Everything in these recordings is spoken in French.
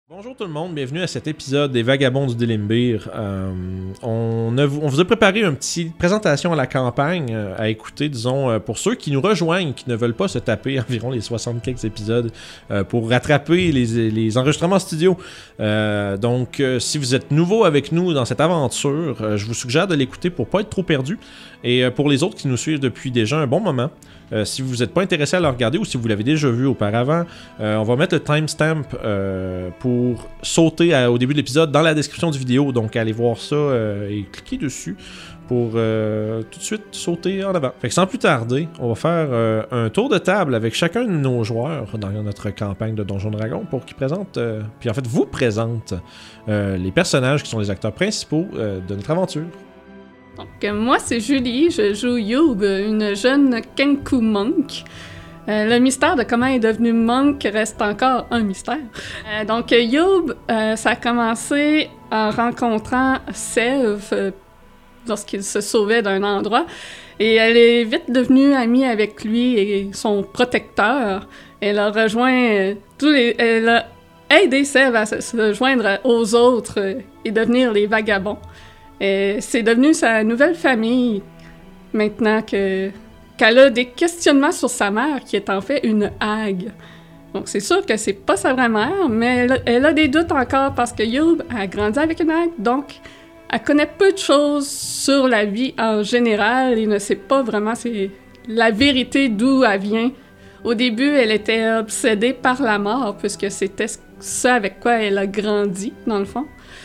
Bonjour tout le monde, bienvenue à cet épisode des Vagabonds du Délimbir. On vous a préparé une petite présentation à la campagne à écouter, disons, pour ceux qui nous rejoignent, qui ne veulent pas se taper environ les 60 quelques épisodes pour rattraper les enregistrements studio. Donc, si vous êtes nouveau avec nous dans cette aventure, je vous suggère de l'écouter pour pas être trop perdu. Et pour les autres qui nous suivent depuis déjà un bon moment, si vous n'êtes pas intéressé à le regarder ou si vous l'avez déjà vu auparavant, on va mettre le timestamp pour sauter au début de l'épisode dans la description du vidéo. Donc allez voir ça et cliquez dessus pour tout de suite sauter en avant. Fait que sans plus tarder, on va faire un tour de table avec chacun de nos joueurs dans notre campagne de Donjons Dragons pour qu'ils présentent, puis en fait vous présentent les personnages qui sont les acteurs principaux de notre aventure. Donc, moi, c'est Julie, je joue Youb, une jeune Kenku monk. Le mystère de comment elle est devenue monk reste encore un mystère. Donc, Youb, ça a commencé en rencontrant Sev lorsqu'il se sauvait d'un endroit. Et elle est vite devenue amie avec lui et son protecteur. Elle a rejoint elle a aidé Sev à se joindre aux autres et devenir les vagabonds. Et c'est devenu sa nouvelle famille, maintenant qu'elle a des questionnements sur sa mère, qui est en fait une hague. Donc c'est sûr que c'est pas sa vraie mère, mais elle a des doutes encore parce que Youb a grandi avec une hague, donc elle connaît peu de choses sur la vie en général et ne sait pas vraiment la vérité d'où elle vient. Au début, elle était obsédée par la mort, puisque c'était ça avec quoi elle a grandi, dans le fond.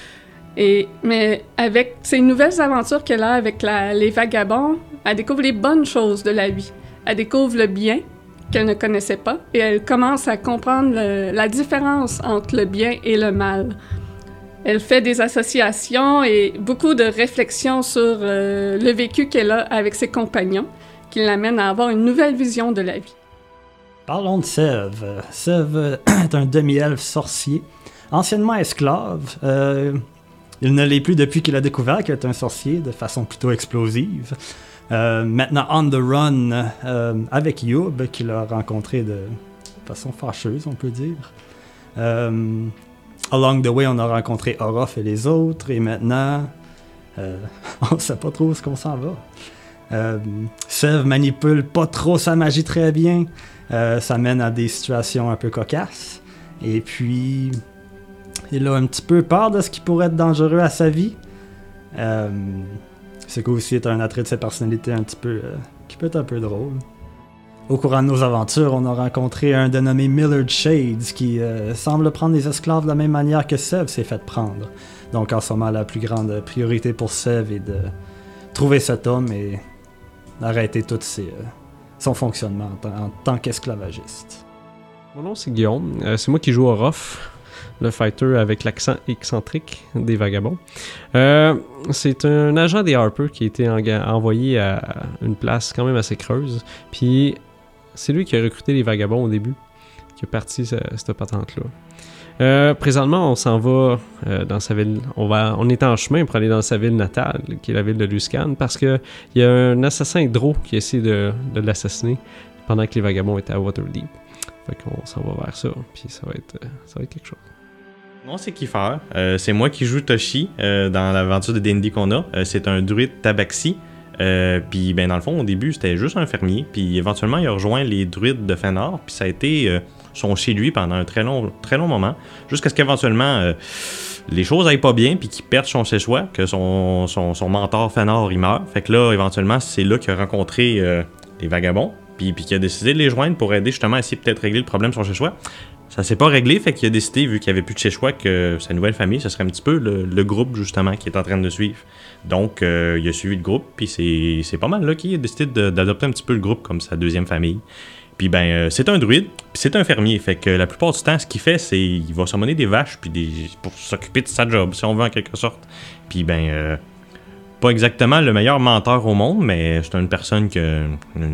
Mais avec ces nouvelles aventures qu'elle a avec les vagabonds, elle découvre les bonnes choses de la vie. Elle découvre le bien qu'elle ne connaissait pas et elle commence à comprendre la différence entre le bien et le mal. Elle fait des associations et beaucoup de réflexions sur le vécu qu'elle a avec ses compagnons qui l'amènent à avoir une nouvelle vision de la vie. Parlons de Sev. Sev est un demi-elfe sorcier, anciennement esclave. Il ne l'est plus depuis qu'il a découvert qu'il est un sorcier de façon plutôt explosive. Maintenant on the run avec Youb, qu'il a rencontré de façon fâcheuse, on peut dire. Along the way, on a rencontré Orof et les autres, et maintenant, on sait pas trop où est-ce qu'on s'en va. Sev manipule pas trop sa magie très bien. Ça mène à des situations un peu cocasses. Et puis... il a un petit peu peur de ce qui pourrait être dangereux à sa vie. Ce qui aussi est un attrait de sa personnalité un petit peu... qui peut être un peu drôle. Au courant de nos aventures, on a rencontré un dénommé Millard Shades qui semble prendre les esclaves de la même manière que Sev s'est fait prendre. Donc en ce moment, la plus grande priorité pour Sev est de trouver cet homme et d'arrêter tout son fonctionnement en tant qu'esclavagiste. Mon nom c'est Guillaume, c'est moi qui joue Orof, le fighter avec l'accent excentrique des vagabonds. C'est un agent des Harper qui a été envoyé à une place quand même assez creuse. Puis c'est lui qui a recruté les vagabonds au début, qui a parti cette patente-là. Présentement, on s'en va dans sa ville. On est en chemin pour aller dans sa ville natale, qui est la ville de Luskan, parce qu'il y a un assassin hydro qui essaie de l'assassiner pendant que les vagabonds étaient à Waterdeep. Fait qu'on s'en va vers ça, puis ça va être quelque chose. Non, c'est Kiefer. C'est moi qui joue Toshi dans l'aventure de D&D qu'on a. C'est un druide tabaxi. Puis ben dans le fond, au début, c'était juste un fermier. Puis éventuellement, il a rejoint les druides de Fëanor. Puis ça a été son chez lui pendant un très long moment. Jusqu'à ce qu'éventuellement, les choses aillent pas bien. Puis qu'il perde son chez-soi. Que son mentor Fëanor, il meurt. Fait que là, éventuellement, c'est là qu'il a rencontré les vagabonds. Puis qu'il a décidé de les joindre pour aider justement à essayer peut-être régler le problème de son chez-soi. Ça s'est pas réglé, fait qu'il a décidé, vu qu'il n'y avait plus de chez-soi, que sa nouvelle famille, ce serait un petit peu le groupe, justement, qui est en train de suivre. Donc, il a suivi le groupe, puis c'est pas mal là qu'il a décidé d'adopter un petit peu le groupe comme sa deuxième famille. Puis ben, c'est un druide, puis c'est un fermier, fait que la plupart du temps, ce qu'il fait, c'est il va summoner des vaches puis pour s'occuper de sa job, si on veut, en quelque sorte. Puis ben... pas exactement le meilleur menteur au monde, mais c'est une personne qui a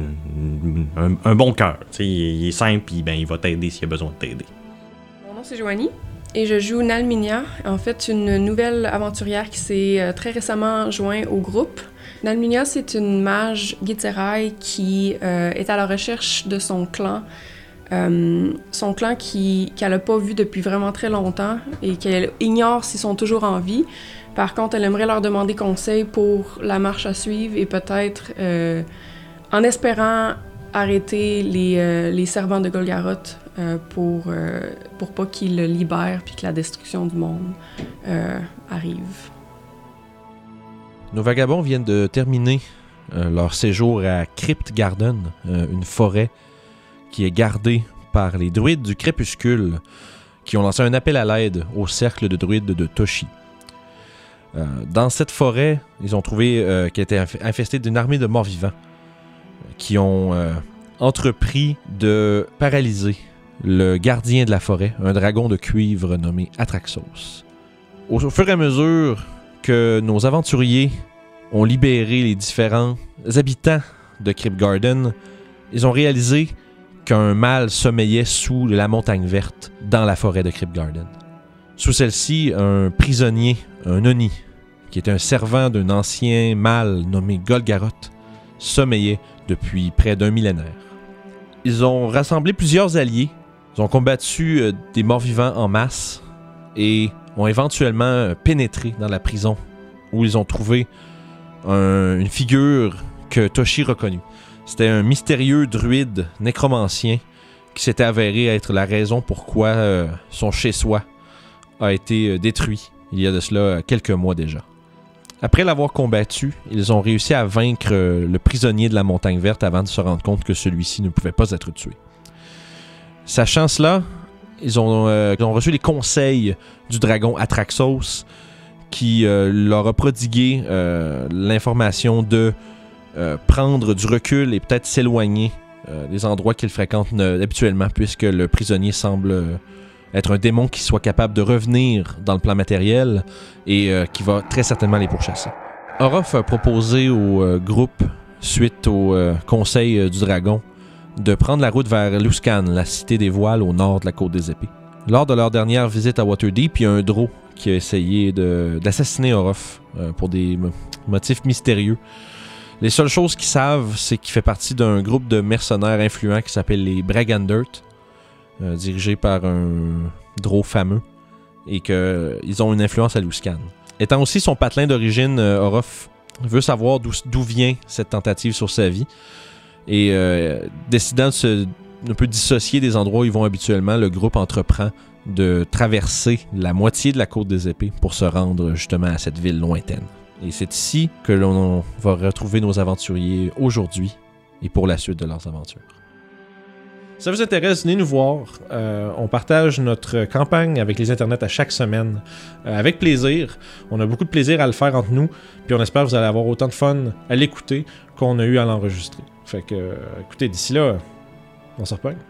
un bon cœur. Il est simple, puis ben, il va t'aider s'il a besoin de t'aider. Mon nom c'est Joanie et je joue Nalminia, en fait une nouvelle aventurière qui s'est très récemment joint au groupe. Nalminia, c'est une mage Githzerai qui est à la recherche de son clan son clan qu'elle n'a pas vu depuis vraiment très longtemps et qu'elle ignore s'ils sont toujours en vie. Par contre, elle aimerait leur demander conseil pour la marche à suivre et peut-être, en espérant arrêter les servants de Golgaroth pour pas qu'ils le libèrent puis que la destruction du monde arrive. Nos vagabonds viennent de terminer leur séjour à Crypt Garden, une forêt qui est gardée par les druides du crépuscule qui ont lancé un appel à l'aide au cercle de druides de Toshi. Dans cette forêt, ils ont trouvé qu'elle était infestée d'une armée de morts-vivants qui ont entrepris de paralyser le gardien de la forêt, un dragon de cuivre nommé Atraxos. Au fur et à mesure que nos aventuriers ont libéré les différents habitants de Crypt Garden, ils ont réalisé qu'un mâle sommeillait sous la montagne verte dans la forêt de Crypt Garden. Sous celle-ci, un prisonnier, un Oni, qui était un servant d'un ancien mâle nommé Golgaroth, sommeillait depuis près d'un millénaire. Ils ont rassemblé plusieurs alliés, ils ont combattu des morts-vivants en masse et ont éventuellement pénétré dans la prison où ils ont trouvé une figure que Toshi reconnut. C'était un mystérieux druide nécromancien qui s'était avéré être la raison pourquoi son chez-soi a été détruit il y a de cela quelques mois déjà. Après l'avoir combattu, ils ont réussi à vaincre le prisonnier de la Montagne Verte avant de se rendre compte que celui-ci ne pouvait pas être tué. Sachant cela, ils ont reçu les conseils du dragon Atraxos qui leur a prodigué l'information de prendre du recul et peut-être s'éloigner des endroits qu'ils fréquentent habituellement, puisque le prisonnier semble être un démon qui soit capable de revenir dans le plan matériel et qui va très certainement les pourchasser. Orof a proposé au groupe, suite au conseil du dragon, de prendre la route vers Luskan, la cité des voiles au nord de la côte des épées. Lors de leur dernière visite à Waterdeep, il y a un Drow qui a essayé d'assassiner Orof pour des motifs mystérieux. Les seules choses qu'ils savent, c'est qu'il fait partie d'un groupe de mercenaires influents qui s'appelle les Bragandert, dirigés par un Drow fameux, et qu'ils ont une influence à Luskan. Étant aussi son patelin d'origine, Orof veut savoir d'où vient cette tentative sur sa vie, et décidant de se un peu dissocier des endroits où ils vont habituellement, le groupe entreprend de traverser la moitié de la côte des épées pour se rendre justement à cette ville lointaine. Et c'est ici que l'on va retrouver nos aventuriers aujourd'hui et pour la suite de leurs aventures. Si ça vous intéresse, venez nous voir. On partage notre campagne avec les internets à chaque semaine. Avec plaisir. On a beaucoup de plaisir à le faire entre nous. Puis on espère que vous allez avoir autant de fun à l'écouter qu'on a eu à l'enregistrer. Fait que, écoutez, d'ici là, on se reprend.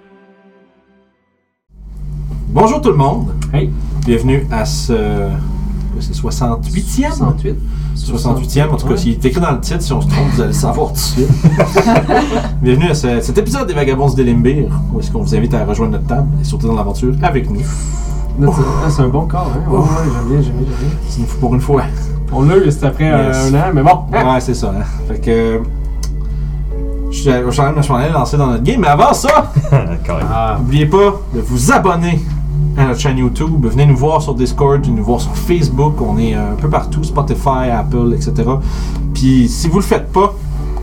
Bonjour tout le monde. Hey. Bienvenue à ce... C'est 68e? 68. 68e, en tout cas, s'il est écrit dans le titre, si on se trompe, vous allez le savoir tout de suite. Bienvenue à cet épisode des Vagabonds du Délimbir, où est-ce qu'on vous invite à rejoindre notre table et sauter dans l'aventure avec nous. C'est un bon corps, hein? Ouais, j'aime bien. C'est pour une fois. On l'a eu, c'était après un an, mais bon. Ouais, c'est ça. Hein? Fait que... Je suis en train de me lancer dans notre game, mais avant ça, n'oubliez pas de vous abonner à notre chaîne YouTube. Venez nous voir sur Discord, venez nous voir sur Facebook. On est un peu partout, Spotify, Apple, etc. Puis si vous le faites pas,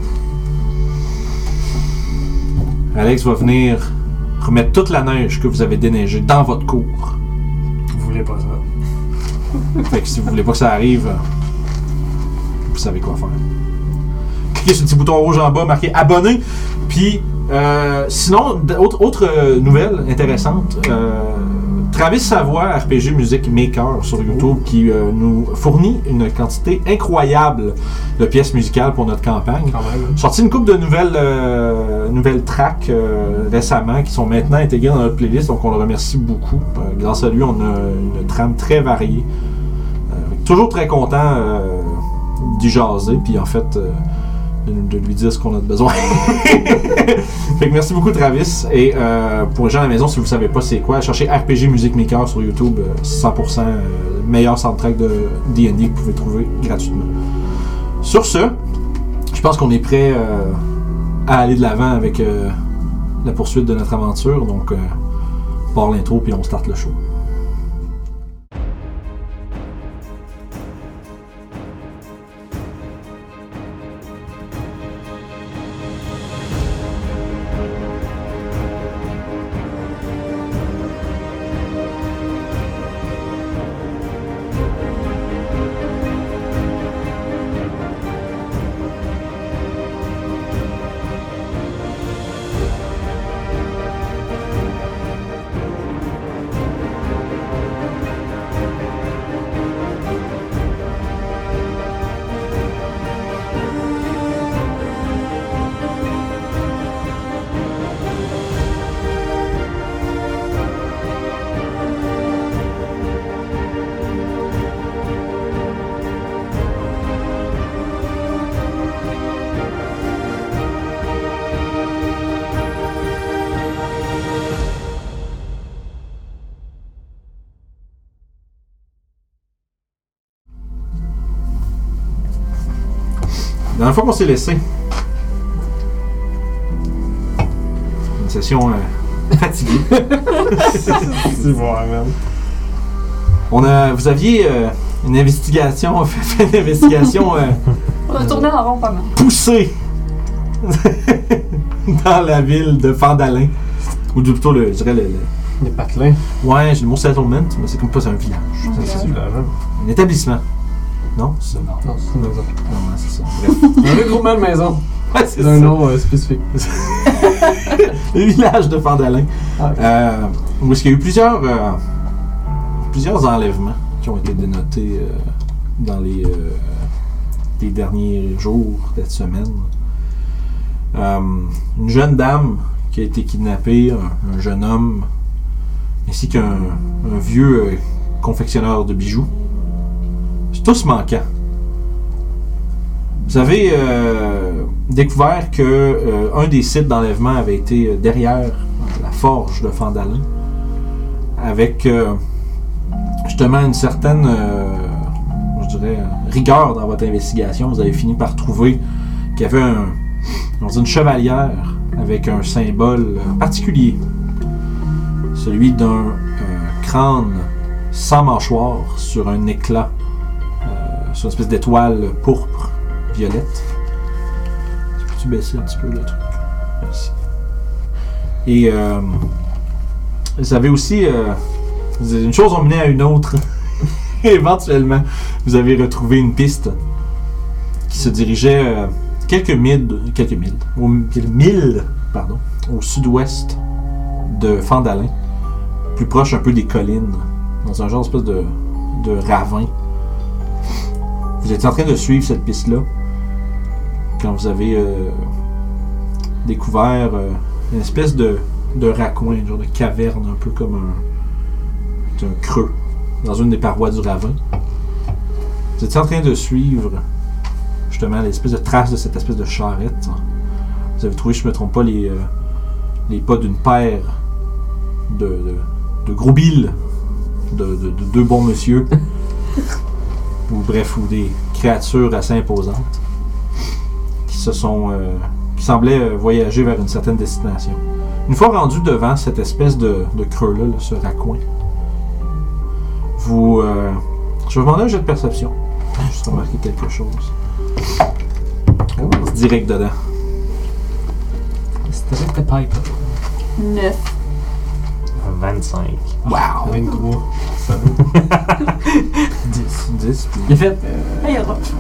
Alex va venir remettre toute la neige que vous avez déneigée dans votre cour. Vous voulez pas ça? Fait que si vous voulez pas que ça arrive, vous savez quoi faire. Cliquez sur le petit bouton rouge en bas, marqué abonner. Puis, sinon, autre nouvelle intéressante, Travis Savoie, RPG Music Maker sur YouTube, qui nous fournit une quantité incroyable de pièces musicales pour notre campagne. Sorti une couple de nouvelles tracks récemment qui sont maintenant intégrées dans notre playlist, donc on le remercie beaucoup. Grâce à lui, on a une trame très variée. Toujours très content d'y jaser, puis en fait... de lui dire ce qu'on a besoin. Fait que merci beaucoup Travis. Et pour les gens à la maison, si vous ne savez pas c'est quoi, cherchez RPG Music Maker sur YouTube, 100% meilleur soundtrack de D&D que vous pouvez trouver gratuitement. Sur ce, je pense qu'on est prêt à aller de l'avant avec la poursuite de notre aventure. Donc, on part l'intro puis on start le show. La dernière fois qu'on s'est laissé, une session fatiguée. C'est bon, man. Vous aviez une investigation, fait une investigation On a tourné en rond pas mal. poussée dans la ville de Fandalin. Ou plutôt, je dirais Les patelins. Ouais, j'ai le mot settlement, mais c'est comme pas un village. C'est du village, hein? Un établissement. Non, c'est ça. Non, c'est une maison. Non, ouais, c'est ça. Bref. Un regroupement de maisons. Ouais, c'est C'est un ça. nom spécifique. Le village de Fandalin. Ah, ok. Où est-ce qu'il y a eu plusieurs enlèvements qui ont été dénotés dans les derniers jours de cette semaine. Une jeune dame qui a été kidnappée, un jeune homme, ainsi qu'un vieux confectionneur de bijoux. C'est tous manquant. Vous avez découvert que un des sites d'enlèvement avait été derrière la forge de Fandalin, avec justement une certaine, je dirais, rigueur dans votre investigation. Vous avez fini par trouver qu'il y avait une chevalière avec un symbole particulier, celui d'un crâne sans mâchoire sur un éclat, sur une espèce d'étoile pourpre violette. Peux-tu baisser un petit peu le truc? Merci. Et vous avez aussi une chose a mené à une autre. Éventuellement, vous avez retrouvé une piste qui se dirigeait quelques milles au sud-ouest de Fandalin, plus proche un peu des collines, dans un genre d'espèce de ravin. Vous étiez en train de suivre cette piste-là quand vous avez découvert une espèce de raccoin, une genre de caverne, un peu comme un creux dans une des parois du ravin. Vous étiez en train de suivre justement l'espèce de trace de cette espèce de charrette. Vous avez trouvé, je ne me trompe pas, les pas d'une paire de gros billes, de deux bons monsieur, ou bref, ou des créatures assez imposantes qui semblaient voyager vers une certaine destination. Une fois rendu devant cette espèce de creux-là, ce raccoin, je vais vous demander un jet de perception. Juste remarquer quelque chose. On se direct dedans. C'était pipe. 9. 25. Wow! 23. 10. Il est fait. Hey,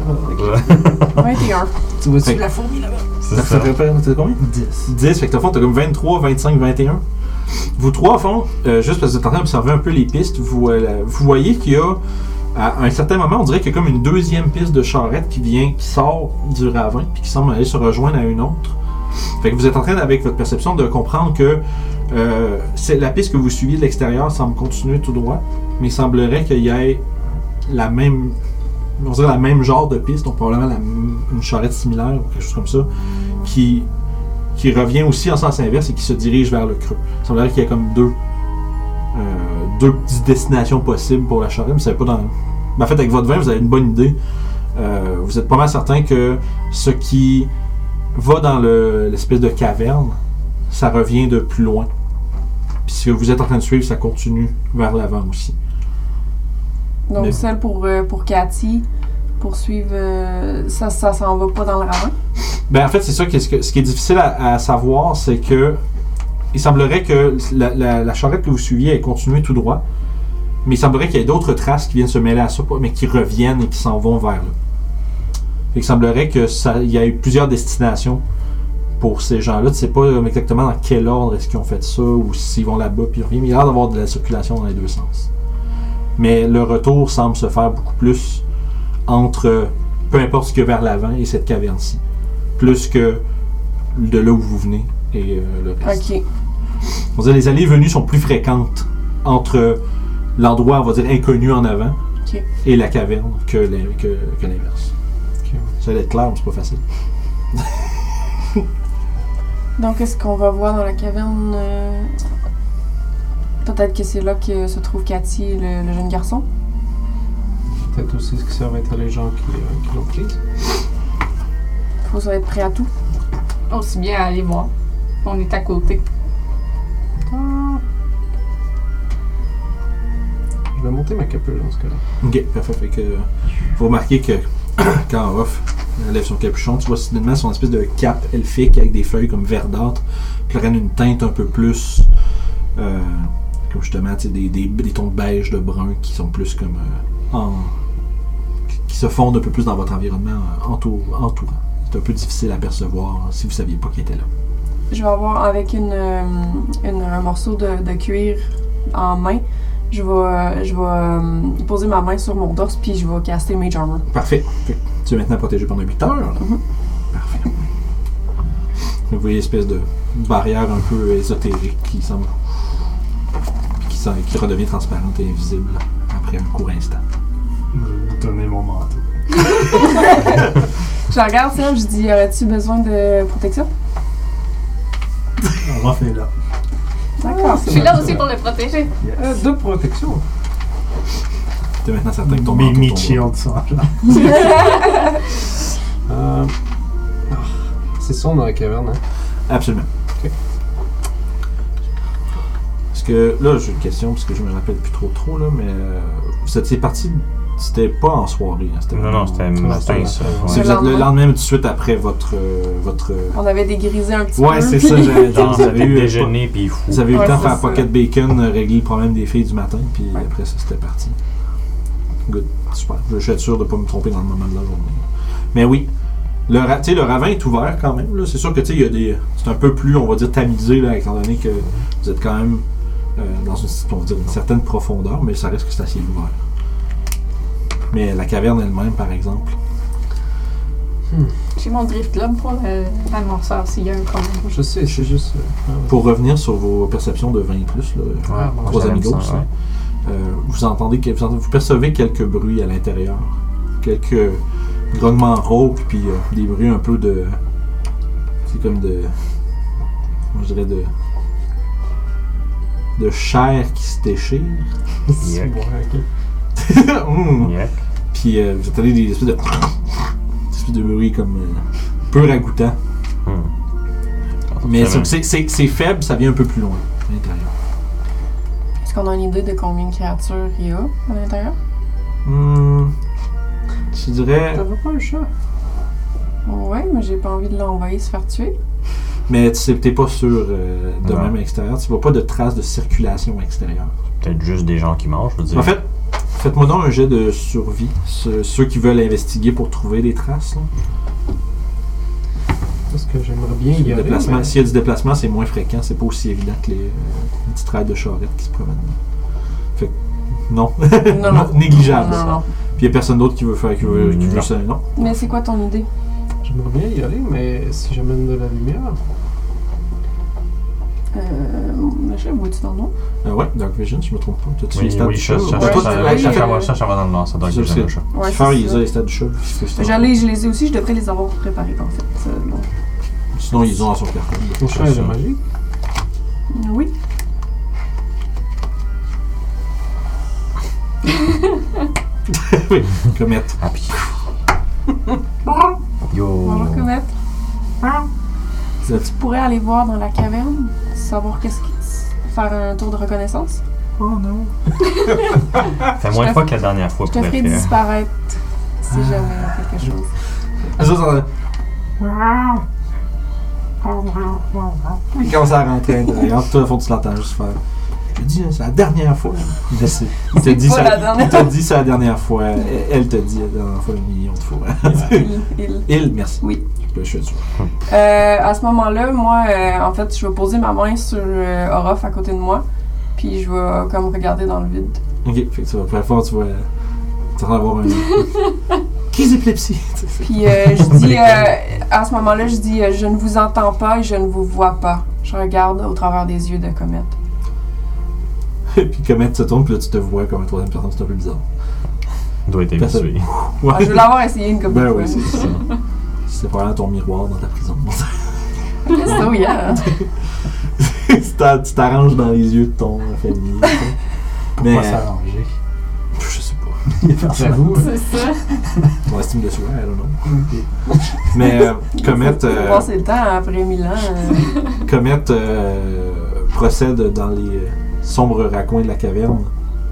21. Tu vois-tu Fait- la fourmi là-bas? C'est Ça ça. fait combien? 10. 10, fait que au fond, t'as comme 23, 25, 21. Vous trois, au fond, juste parce que vous êtes en train d'observer un peu les pistes, vous voyez qu'il y a, à un certain moment, on dirait qu'il y a comme une deuxième piste de charrette qui sort du ravin, puis qui semble aller se rejoindre à une autre. Fait que vous êtes en train, avec votre perception, de comprendre que c'est la piste que vous suiviez de l'extérieur semble continuer tout droit, mais il semblerait qu'il y ait la même genre de piste, donc probablement une charrette similaire ou quelque chose comme ça, qui revient aussi en sens inverse et qui se dirige vers le creux. Il semblerait qu'il y ait comme deux petites destinations possibles pour la charrette, mais vous savez pas dans... En fait, avec votre vin, vous avez une bonne idée. Vous êtes pas mal certain que ce qui va dans l'espèce de caverne ça revient de plus loin. Puis ce que vous êtes en train de suivre, ça continue vers l'avant aussi. Donc, Mais- celle pour Cathy, pour suivre, ça s'en va pas dans le ravin? Ben, en fait, c'est ça ce qui est difficile à savoir, c'est que il semblerait que la charrette que vous suiviez ait continué tout droit, mais il semblerait qu'il y ait d'autres traces qui viennent se mêler à ça, mais qui reviennent et qui s'en vont vers là. Il semblerait que il y a eu plusieurs destinations pour ces gens-là. Tu sais pas exactement dans quel ordre est-ce qu'ils ont fait ça, ou s'ils vont là-bas puis ils reviennent, mais il y a l'air d'avoir de la circulation dans les deux sens. Mais le retour semble se faire beaucoup plus entre, peu importe ce qu'il y a vers l'avant et cette caverne-ci, plus que de là où vous venez et le reste. Ok. On va dire, les allées et venues sont plus fréquentes entre l'endroit, on va dire, inconnu en avant Ok. et la caverne que l'inverse. Ok. Ça va être clair, mais c'est pas facile. Donc, est-ce qu'on va voir dans la caverne? Peut-être que c'est là que se trouve Cathy et le jeune garçon. Peut-être aussi que ça va être les gens qui l'ont prise. Faut ça être prêt à tout. Aussi bien aller voir. On est à côté. Je vais monter ma capuche dans ce cas-là. Ok, parfait. Fait que vous remarquez que quand Ruff lève son capuchon, tu vois soudainement son espèce de cape elfique avec des feuilles comme verdâtres, puis elle a une teinte un peu plus comme justement tu sais, des tons de beige, de brun qui sont plus comme qui se fondent un peu plus dans votre environnement entourant. C'est un peu difficile à percevoir si vous saviez pas qu'il était là. Je vais avoir avec un morceau de cuir en main. Je vais poser ma main sur mon dorse puis je vais caster Mage Armor. Parfait. Fait que tu es maintenant protégé pendant 8 heures. Parfait. Vous voyez une espèce de barrière un peu ésotérique qui semble. Qui redevient transparente et invisible après un court instant. Je vais vous donner mon manteau. Je regarde ça, je dis aurais-tu besoin de protection? On va faire là. D'accord. Je suis là aussi pour le protéger. De protection. Tu es maintenant certain que ton Mes manteau meat tombe. shields sont là. C'est sombre dans la caverne, hein? Absolument. Ok. Parce que là, j'ai une question, parce que je me rappelle plus trop là, mais vous étiez parti. C'était pas en soirée. Hein, c'était Non, c'était matin, ça. Si Le vous êtes le lendemain. lendemain tout de suite après votre. On avait dégrisé un petit peu. Ouais, c'est ça, j'allais dire. Genre, Vous avez c'était eu, déjeuner puis fou. vous avez eu le Ouais, temps de c'est faire ça. pocket bacon, régler le problème des filles du matin, puis Ouais. après ça, c'était parti. Good, super. Je suis sûr de ne pas me tromper dans le moment de la journée. Mais oui, le ravin est ouvert quand même. Là. C'est sûr que il y a des. C'est un peu plus, on va dire, tamisé, là, étant donné que vous êtes quand même dans une certaine profondeur, mais ça reste que c'est assez ouvert. Mais la caverne elle-même, par exemple. J'ai mon drift globe pour l'amorceur s'il y a un problème. Je sais, c'est juste. Pour revenir sur vos perceptions de 20 et plus, là, Ouais, trois j'aime amigos, ça, ouais. vous entendez, vous percevez quelques bruits à l'intérieur. Quelques grognements rauques, puis des bruits un peu de. C'est comme de. Moi je dirais de chair qui se déchire. C'est Yuck. bon, ok. Mmh. Yuck. Puis vous entendez des espèces de bruits comme peu ragoûtants. Mais c'est faible, ça vient un peu plus loin à l'intérieur. Est-ce qu'on a une idée de combien de créatures il y a à l'intérieur? Je dirais. T'avais pas un chat? Ouais, mais j'ai pas envie de l'envoyer se faire tuer. Mais t'es pas sûr de Non. même à l'extérieur. Tu vois pas de traces de circulation extérieure. Peut-être juste des gens qui mangent, je veux dire. En fait, faites-moi donc un jet de survie. Ceux qui veulent investiguer pour trouver des traces. Là. Parce que j'aimerais bien S'il y y a aller. du déplacement- mais- S'il y a du déplacement, c'est moins fréquent. C'est pas aussi évident que les petits trails de charrette qui se promènent. Fait que, non. Non. Négligeable. Non. Puis il y a personne d'autre qui veut faire. Qui veut Non. ça. Non. Mais c'est quoi ton idée? J'aimerais bien y aller, mais si j'amène de la lumière. Je sais, vois-tu dans le nom? Ouais, Dark Vision, je me trompe pas. T'as-tu les Oui, stats oui, du je chat? cherche Ouais, toi, ça. tu- ouais, Ça va dans le nord, ça doit C'est être ça, le chat. Ouais, Faire, c'est il ça. a les stats du chat. Je les ai aussi, je devrais les avoir préparés en fait. Ça, bon. Sinon, ils ont dans son carton. Mon chat est magique. Oui. Oui, comète. Happy. Yo. Bonjour, Comet. Est-ce que tu pourrais aller voir dans la caverne, savoir faire un tour de reconnaissance? Oh non. Fait moins de fois que la dernière fois Je te pour ferai le faire. disparaître si jamais il y a quelque chose. Ça. Il commence à rentrer à l'intérieur. Toi, au fond, tu l'entends juste faire. Je te dis, c'est la dernière fois. Il te dit, pas la dernière. il te dit, c'est la dernière fois. Elle te dit la dernière fois 1 million de fois. Il, merci. Oui. Je suis sûr. À ce moment-là, moi, en fait, je vais poser ma main sur Orof à côté de moi, puis je vais comme regarder dans le vide. Ok, fait que tu vas, pour la fois, tu vas avoir un. Crise d'épilepsie. Puis je dis, à ce moment-là, je dis, je ne vous entends pas et je ne vous vois pas. Je regarde au travers des yeux de Comet. Puis Comet se tourne, puis là, tu te vois comme une troisième personne, c'est un peu bizarre. Il doit être Personne. habitué. Ouais. Je veux l'avoir essayé une couple de Ben fois. oui, c'est ça. C'est probablement ton miroir dans ta prison. Ça, oui, hein? Tu t'arranges dans les yeux de ton familier. Mais. Pas s'arranger. Je sais pas. Il y a personne. J'avoue. C'est ça. Ton estime de soi, I don't know. Mais Comet. Faut passer le temps après 1000 ans. Comet procède dans les sombres raccoins de la caverne.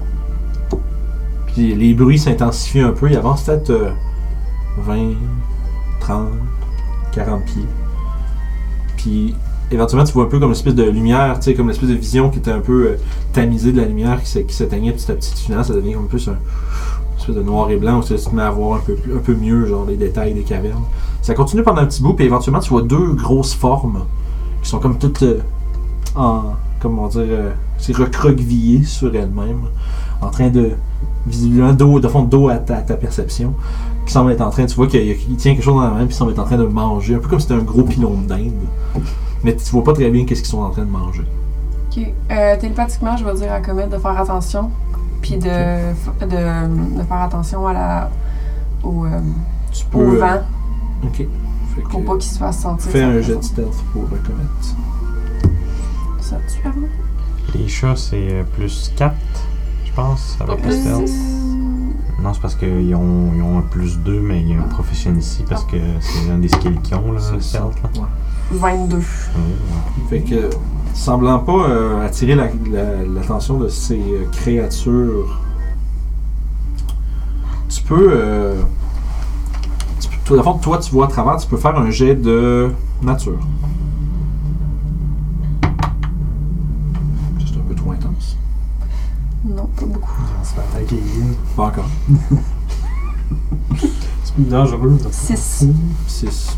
Puis les bruits s'intensifient un peu. Il avance peut-être 20, 30, 40 pieds. Puis éventuellement, tu vois un peu comme une espèce de lumière, tu sais, comme une espèce de vision qui était un peu tamisée de la lumière qui s'éteignait petit à petit. Finalement, ça devient comme un peu une espèce de noir et blanc où tu te mets à voir un peu mieux genre les détails des cavernes. Ça continue pendant un petit bout, puis éventuellement, tu vois 2 grosses formes qui sont comme toutes comment dire, c'est recroquevillées sur elles-mêmes, en train de, visiblement, de fond de dos à ta perception, qui semble être en train, tu vois qu'il tient quelque chose dans la main, puis il semble être en train de manger, un peu comme si c'était un gros pilon d'Inde. Mais tu vois pas très bien qu'est-ce qu'ils sont en train de manger. Ok. Télépathiquement, je vais dire à Comet de faire attention, puis de faire attention au Tu au peux. vent, Ok. Fait pour pas que. qu'il se fasse sentir. Fais sa un jet de présence. stealth pour Comet. Ça tue, Arnaud? Les chats, c'est plus 4, je pense, avec le stealth. Non, c'est parce qu'ils ont un plus 2, mais il y a un professionnel ici parce que c'est un des skills qu'ils ont, là, le C'est ça. stealth. Là. Ouais. 22. Fait que, semblant pas attirer l'attention de ces créatures, tu peux. Tout à fond, toi, tu vois à travers, tu peux faire un jet de nature. C'est un peu trop intense. Non, pas beaucoup. On se fait attaquer. Pas encore. C'est plus dangereux. 6. 6.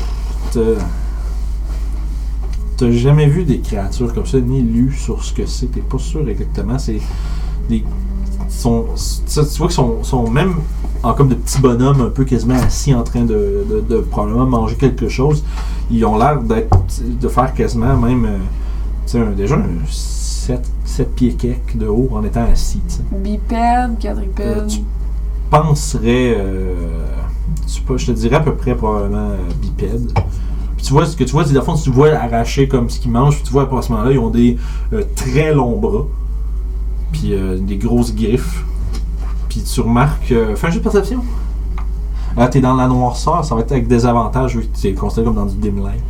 T'as jamais vu des créatures comme ça, ni lu sur ce que c'est. T'es pas sûr exactement. C'est des. Tu vois qu'ils sont même en comme de petits bonhommes un peu quasiment assis en train de probablement manger quelque chose. Ils ont l'air de faire quasiment même déjà un 7 pieds quelques de haut en étant assis. T'sais. Bipède, quadrupède. Tu penserais, je te dirais à peu près probablement bipède. Puis tu vois ce que tu vois, c'est dans le fond, tu vois arracher comme ce qu'ils mangent. Puis tu vois à ce moment-là, ils ont des très longs bras, puis des grosses griffes. Puis tu remarques, fais un jeu de perception. Là, t'es dans la noirceur, ça va être avec des avantages vu que tu es considéré comme dans du dim light.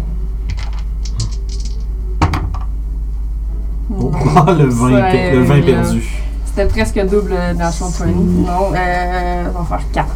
Oh, le 20, Ça, le 20 perdu. C'était presque double National 20. Non, on va faire 4.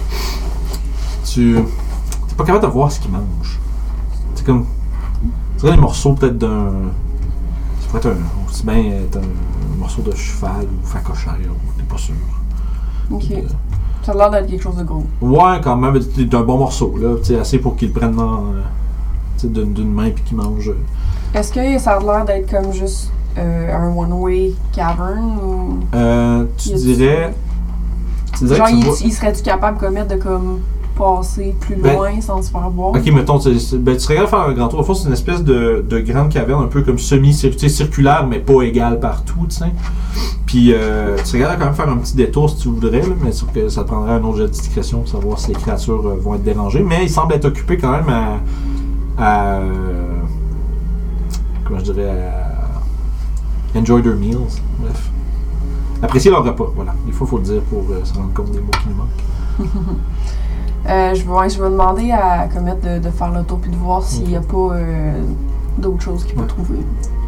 Tu t'es pas capable de voir ce qu'ils mangent. C'est comme. Tu des morceaux peut-être d'un. Ça pourrait être aussi bien être un morceau de cheval ou facochère, t'es pas sûr. Ok. Ça a l'air d'être quelque chose de gros. Ouais, quand même, d'un bon morceau, là, assez pour qu'ils le prennent d'une main et qu'ils mangent. Est-ce que ça a l'air d'être comme juste un one-way cavern ou. Tu Y a-tu- dirais. Genre, que tu vois- il serait-tu capable Comet de comme passer plus loin sans se faire voir? Ok, mettons, tu regardes faire un grand tour. Au fond, c'est une espèce de grande caverne, un peu comme semi-circulaire, mais pas égale partout, tu sais. Puis, tu regardes quand même faire un petit détour si tu voudrais, là, mais sûr que ça te prendrait un autre jet de discrétion pour savoir si les créatures vont être dérangées. Mais ils semblent être occupés quand même à comment je dirais, à enjoy their meals. Bref. Apprécier leur repas, voilà. Des fois, il faut le dire pour se rendre compte des mots qui nous manquent. Je vais demander à Comet de faire le tour puis de voir s'il n'y a pas d'autres choses qu'il peut trouver.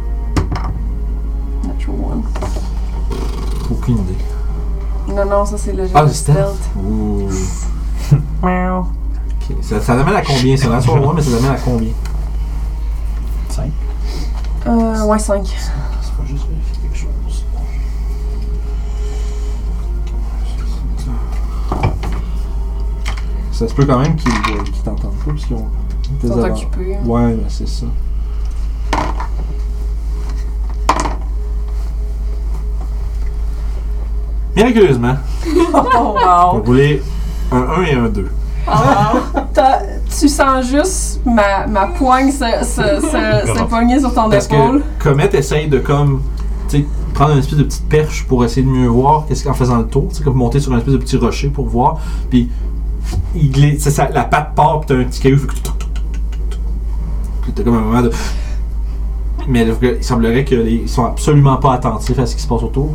Natural one. Aucune idée. Non, ça c'est le jeu Ah, de le stealth? stealth. Ouh. Ok. Ça amène à combien? C'est natural one, mais ça amène à combien? 5. Ouais, 5. C'est pas juste vérifier quelque chose. Ça se peut quand même qu'ils t'entendent pas parce qu'ils ont Ils sont occupés. Hein. Ouais, ben c'est ça. Miraculeusement, Oh on wow! voulait un 1 et un 2. Tu sens juste ma poigne se pogner sur ton Parce épaule. que Comet essaye de comme, tu sais, prendre une espèce de petite perche pour essayer de mieux voir qu'est-ce qu'en faisant le tour, tu sais, comme monter sur une espèce de petit rocher pour voir, puis la patte part, puis t'as un petit caillou, puis t'as comme un moment de... Mais là, il semblerait qu'ils sont absolument pas attentifs à ce qui se passe autour.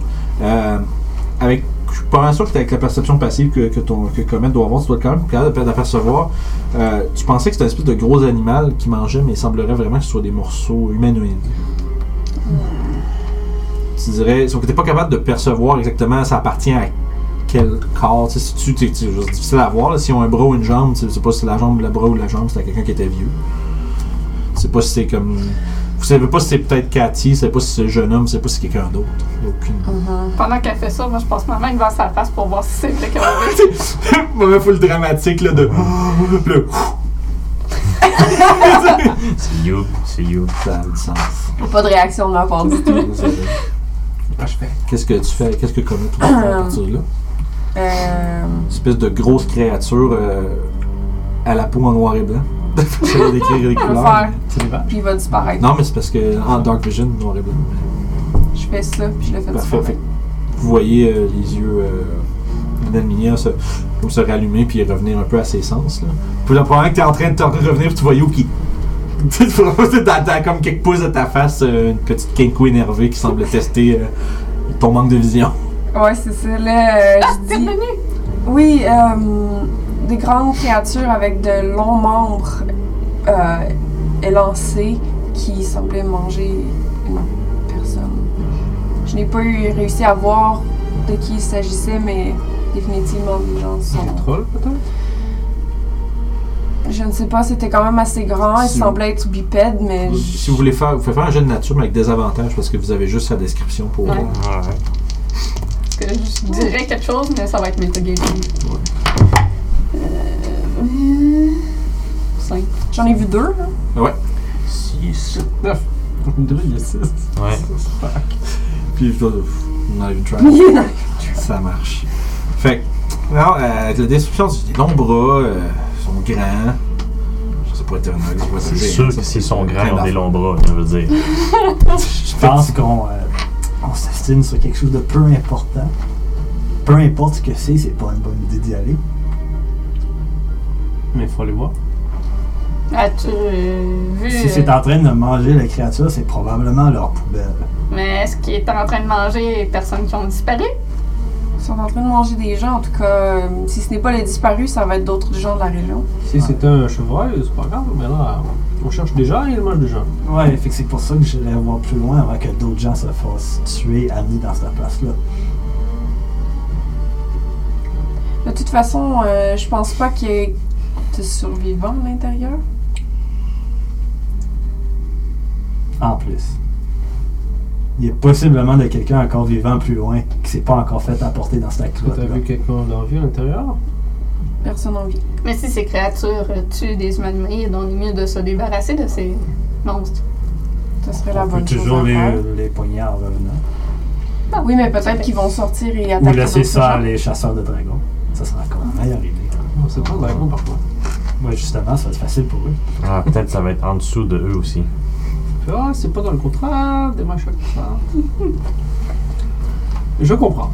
Je suis pas mal sûr que avec la perception passive que Comet doit avoir, tu dois quand même être capable d'apercevoir. Tu pensais que c'était une espèce de gros animal qui mangeait, mais il semblerait vraiment que ce soit des morceaux humanoïdes. Tu dirais, sauf que t'es pas capable de percevoir exactement ça appartient à quel corps. Tu sais, c'est difficile à voir. Là, s'ils ont un bras ou une jambe, tu sais pas si c'est la jambe, le bras ou la jambe, c'est à quelqu'un qui était vieux. Tu sais pas si c'est comme... Vous savez pas si c'est peut-être Cathy, vous savez pas si c'est un jeune homme, vous savez pas si c'est quelqu'un d'autre. Aucune. Pendant qu'elle fait ça, moi je passe ma main devant sa face pour voir si c'est vrai qu'elle va Moment full dramatique là de. Le... C'est you. Ça a du sens. Pas de réaction de ma part du tout. Qu'est-ce que tu fais? Qu'est-ce que Comet tu fais à partir de là? Une espèce de grosse créature à la peau en noir et blanc. Je vais décrire les couleurs. Faire. C'est des vaches. Puis il va disparaître. Non, mais c'est parce que en Dark Vision, noir et blanc. Je fais ça, puis je le fais Parfait. disparaître. Fait que vous voyez les yeux d'Alminia se rallumer puis revenir un peu à ses sens. Là. Puis là, pendant que t'es en train de revenir, puis tu vois You qui. dans comme quelques pouces de ta face, une petite Kenku énervée qui semble tester ton manque de vision. Ouais, c'est ça. Là, je dis. Oui, des grandes créatures avec de longs membres élancés qui semblaient manger une personne. Je n'ai pas réussi à voir de qui il s'agissait, mais définitivement les gens sont... Troll, peut-être? Je ne sais pas, c'était quand même assez grand, il Si semblait être bipède, mais... Si vous voulez faire, vous pouvez faire un jeu de nature, mais avec des avantages, parce que vous avez juste sa description pour... Ouais. Parce que je dirais quelque chose, mais ça va être metagaming. 5. J'en ai vu 2, là. Ouais. 6, 9. Il y a 6. Ouais. Puis je dois... On enlève une track. Ça marche. Fait que, non, la description, c'est des longs bras, ils sont grands. Je sais pas être un C'est sûr que s'ils sont grands, ils ont des longs bras, je veux dire. Je pense qu'on s'estime sur quelque chose de peu important. Peu importe ce que c'est pas une bonne idée d'y aller. Mais il faut aller voir. As-tu vu... Si c'est en train de manger la créature, c'est probablement leur poubelle. Mais est-ce qu'il est en train de manger les personnes qui ont disparu? Ils sont en train de manger des gens, en tout cas. Si ce n'est pas les disparus, ça va être d'autres gens de la région. Si c'était un chevreuil, c'est pas grave, mais là, on cherche des gens et il mange des gens. Ouais, fait que c'est pour ça que j'irais voir plus loin avant que d'autres gens se fassent tuer, amenés dans cette place-là. De toute façon, je pense pas qu'il y ait de survivants à l'intérieur. En plus. Il y a possiblement de quelqu'un encore vivant plus loin qui s'est pas encore fait apporter dans cette Est-ce que clotte. t'as vu quelqu'un dans vie à l'intérieur? Personne en vie. Mais si ces créatures tuent des humanoïdes, on est mieux de se débarrasser de ces monstres. Ce serait la On peut bonne chose toujours à faire. les pogner en revenant. Oui, mais peut-être qu'ils vont sortir et Ou attaquer laisser d'autres ça à gens. les chasseurs de dragons. Ça sera encore une meilleure idée. C'est pas un dragon par contre. Ouais, justement, ça va être facile pour eux. Ah, peut-être ça va être en dessous de eux aussi. Ah, c'est pas dans le contrat, des machins comme ça. Je comprends.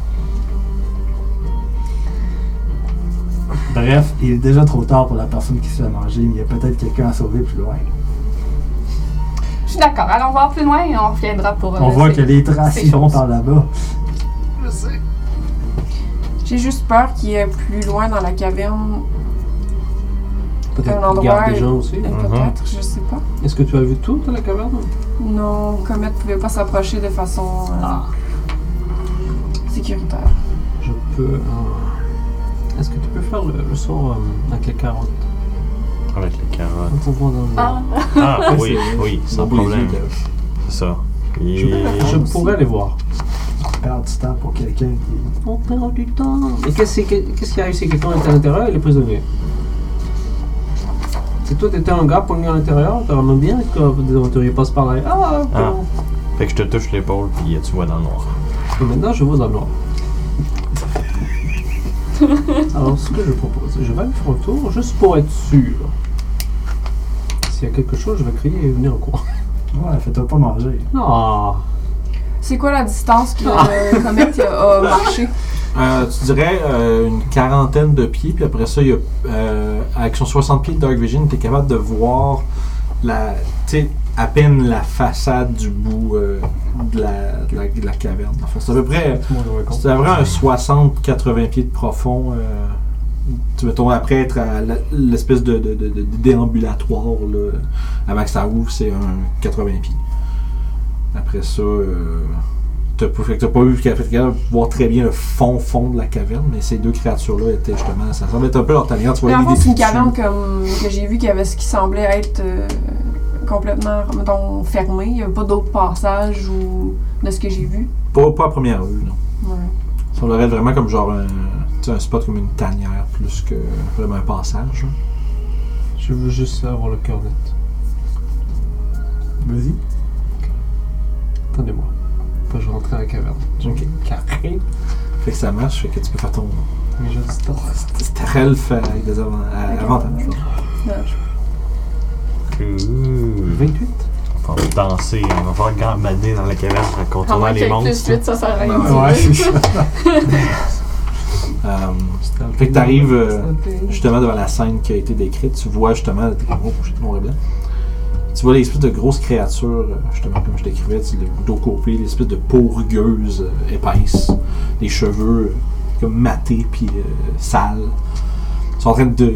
Bref, il est déjà trop tard pour la personne qui se fait manger, mais il y a peut-être quelqu'un à sauver plus loin. Je suis d'accord, allons voir plus loin et on reviendra pour... On voit que les traces ces y vont choses. par là-bas. Je sais. J'ai juste peur qu'il y ait plus loin dans la caverne Peut-être un qu'il endroit. garde des gens aussi. Peut-être, je sais pas. Est-ce que tu as vu tout de la caverne? Non, Comet pouvait pas s'approcher de façon sécuritaire. Je peux... Est-ce que tu peux faire le sort avec les carottes? Avec les carottes. Pour voir dans le... Ah, oui, sans problème. C'est ça. Je pourrais aller voir. Perdre du temps pour quelqu'un qui... On perd du temps. Et qu'est-ce qui arrive si quelqu'un est à l'intérieur et il est prisonnier? Si toi t'étais un gars pogné à l'intérieur, t'aurais bien que des aventuriers passent par là. Ah. Fait que je te touche l'épaule puis tu vois dans le noir. Et maintenant je vois dans le noir. Alors ce que je propose, je vais aller faire un tour juste pour être sûr. S'il y a quelque chose, je vais crier et venir au coin. Ouais, fais-toi pas manger. Non. C'est quoi la distance que Comet a marché? Tu dirais une quarantaine de pieds, puis après ça, il y a, avec son 60 pieds de Dark Vision, tu es capable de voir à peine la façade du bout de la caverne. Enfin, c'est à peu près un 60-80 pieds de profond. Tu mettons, après être à l'espèce de déambulatoire, là, avant que ça ouvre, c'est un 80 pieds. Après ça, t'as pas vu qu'elle a fait voir très bien le fond de la caverne, mais ces deux créatures-là étaient justement, ça semble être un peu leur tanière. Tu vois, en fait, c'est une caverne comme que j'ai vu qui avait ce qui semblait être complètement, mettons, fermé. Il n'y avait pas d'autres passages ou de ce que j'ai vu. Pas à première vue, non. Ouais. Ça semblerait être vraiment comme genre un spot comme une tanière plus que vraiment un passage. Je veux juste avoir le cœur net. Vas-y. Attendez-moi. Je vais rentrer dans la caverne. Ok. Carré. Fait que ça marche, fait que tu peux faire ton. Mais je distance. Starel fait avec des avantages. Ouh. 28. On va danser, on va faire gambader dans la caverne en À contournant moins les qu'il y ait monstres. plus 8, ça sert à rien. Ouais, c'est ça. Fait que t'arrives justement devant la scène qui a été décrite, tu vois justement noir et blanc. Tu vois l'espèce de grosses créatures, justement comme je décrivais, le dos coupé, l'espèce de peau rugueuse, épaisse, des cheveux comme matés puis sales. Ils sont en train de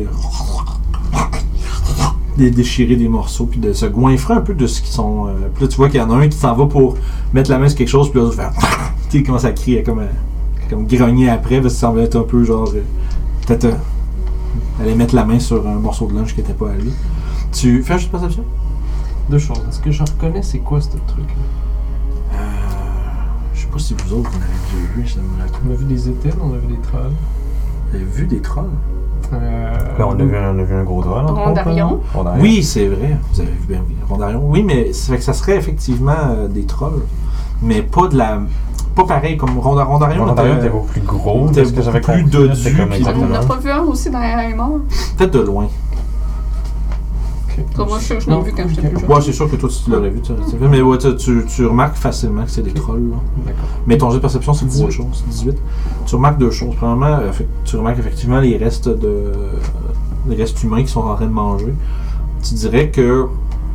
déchirer des morceaux puis de se goinfrer un peu de ce qu'ils sont. Puis là tu vois qu'il y en a un qui s'en va pour mettre la main sur quelque chose puis l'autre fait il commence à crier comme grogner après parce que ça semble être un peu genre peut-être aller mettre la main sur un morceau de lunch qui était pas à lui. Tu fais un jeu de perception? Deux choses. Est-ce que je reconnais c'est quoi ce truc? Je sais pas si vous autres vous en avez déjà vu, ça me rappelle. On a vu des éthènes, on a vu des trolls. Vous avez vu des trolls? Là, on a vu un gros troll. Rondarion. Oui, c'est vrai. Vous avez vu bien oui. Rondarion. Oui, mais ça fait que ça serait effectivement des trolls. Mais pas de la. Pas pareil comme Rondarion. Rondarion était beaucoup plus gros. était Parce que j'avais beaucoup plus compris, dodu, c'était comme puis- On n'a exactement. pas vu un aussi dans les morts. Peut-être de loin. Moi, je l'ai vu quand j'étais plus jeune. Ouais, c'est sûr que toi, tu l'aurais vu. Mais ouais, tu remarques facilement que c'est des trolls. Là. D'accord. Mais ton jeu de perception, c'est 18. deux choses. 18. Tu remarques deux choses. Premièrement, tu remarques effectivement les restes humains qui sont en train de manger. Tu dirais que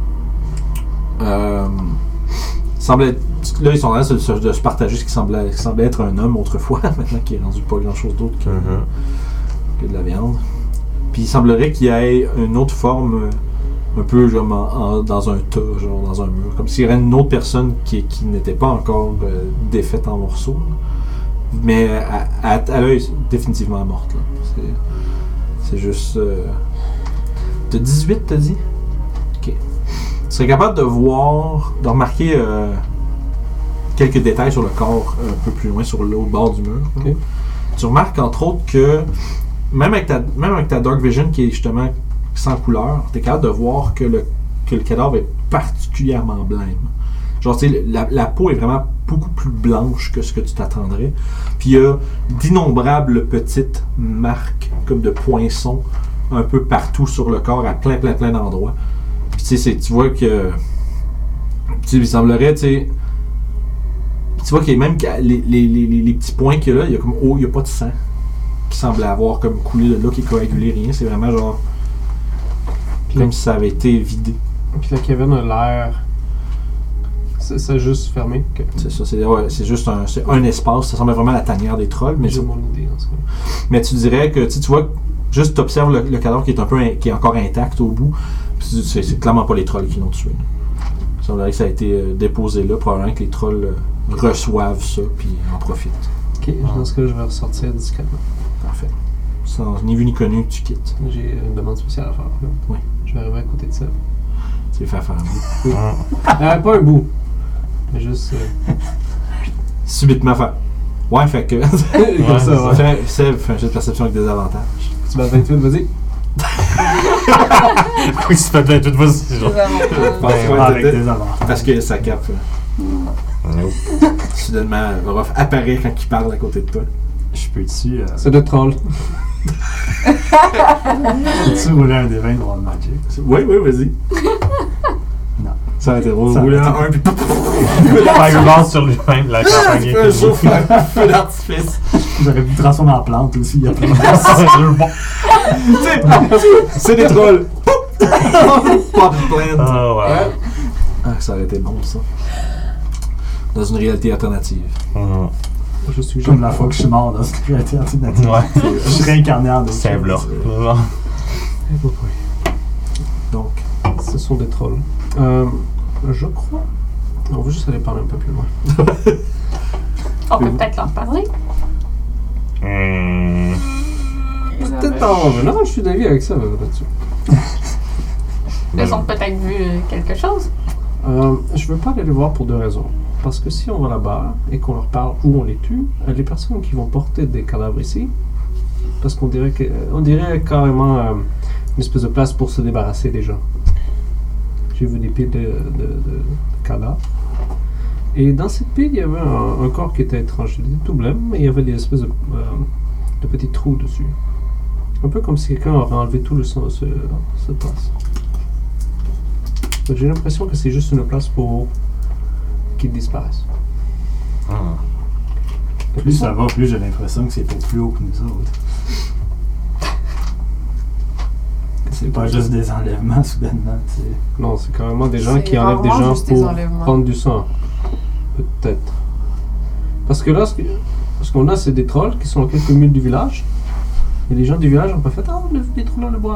semble être, là, ils sont en train de se partager ce qui semblait être un homme autrefois, maintenant qu'il est rendu pas grand-chose d'autre que de la viande. Puis il semblerait qu'il y ait une autre forme un peu genre dans un tas, genre dans un mur. Comme s'il y avait une autre personne qui n'était pas encore défaite en morceaux. Là. Mais à l'œil, définitivement morte. Là. C'est juste... T'as 18, t'as dit? Ok. Tu serais capable de voir, de remarquer quelques détails sur le corps un peu plus loin, sur l'autre bord du mur. Ok. Tu remarques entre autres que même avec ta Dark Vision qui est justement sans couleur, t'es capable de voir que le cadavre est particulièrement blême. Genre, tu sais, la peau est vraiment beaucoup plus blanche que ce que tu t'attendrais. Puis il y a d'innombrables petites marques comme de poinçons un peu partout sur le corps à plein d'endroits. Puis tu sais, tu vois que... il semblerait, tu vois qu'il y a même les petits points qu'il y a là, il y a comme il n'y a pas de sang qui semble avoir comme coulé de là, qui est coagulé, rien. C'est vraiment genre comme si ça avait été vidé. Puis la caverne a l'air... C'est juste fermé. Okay. C'est ça, c'est juste un espace. Ça semble vraiment la tanière des trolls. Mais j'ai mon idée en ce moment. Mais tu dirais que tu vois Juste t'observes le cadavre qui est qui est encore intact au bout. Puis c'est clairement pas les trolls qui l'ont tué. Il semblerait que ça a été déposé là, probablement que les trolls reçoivent ça puis en profitent. Ok, dans ce cas, je vais ressortir discrètement. Parfait. Sans ni vu ni connu, tu quittes. J'ai une demande spéciale à faire. Là. Oui. Je vais arriver à côté de ça. Tu les fais faire un bout. Oui. Pas un bout. Mais juste. Subitement faire. Ouais, fait que. Comme ça, ouais. Seb fait un jeu de perception avec des avantages. Tu bats 28, vas-y. Oui, c'est pas de tout, vas-y. genre. Avec des avantages. Parce que ça capte. Soudainement, Ruff apparaît quand il parle à côté de toi. Je peux-tu... C'est de troll. Peux-tu rouler un des 20 de Wild Magic? Oui, vas-y. Non. Ça a été drôle. Ça Rouler a en un, puis Fireball sur lui-même, la campagne est un chauffe un feu d'artifice. J'aurais pu me transformer en plante aussi, il y a plein de C'est des trolls. Pop plant. Ah ouais. Ah, ça aurait été bon, ça. Dans une réalité alternative. Je suis Comme la fois que je suis mort dans cette réalité alternative. Ouais. Je suis réincarné en d'autres Seb là. choses. Donc, Ce sont des trolls. Je crois. On va juste aller parler un peu plus loin. On peut peut-être leur parler. Peut-être pas en revenant, je suis d'avis avec ça là-dessus. Ils ont peut-être vu quelque chose. Je veux pas aller les voir pour deux raisons. Parce que si on va là-bas et qu'on leur parle où on les tue, les personnes qui vont porter des cadavres ici, parce qu'on dirait carrément une espèce de place pour se débarrasser des gens. J'ai vu des piles de cadavres. Et dans cette pile, il y avait un corps qui était étrange. Il était tout blême, mais il y avait des espèces de petits trous dessus. Un peu comme si quelqu'un aurait enlevé tout le sang de cette place. Donc, j'ai l'impression que c'est juste une place pour qu'ils disparaissent. Plus ça va, plus j'ai l'impression que c'est pour plus haut que nous autres. C'est pas juste des enlèvements soudainement, tu sais. Non, c'est carrément des gens C'est qui enlèvent des rarement gens juste des pour enlèvements. prendre du sang. Peut-être. Parce que là, ce qu'on a, c'est des trolls qui sont à quelques milles du village. Et les gens du village n'ont pas fait « Ah, les trolls dans le bois ».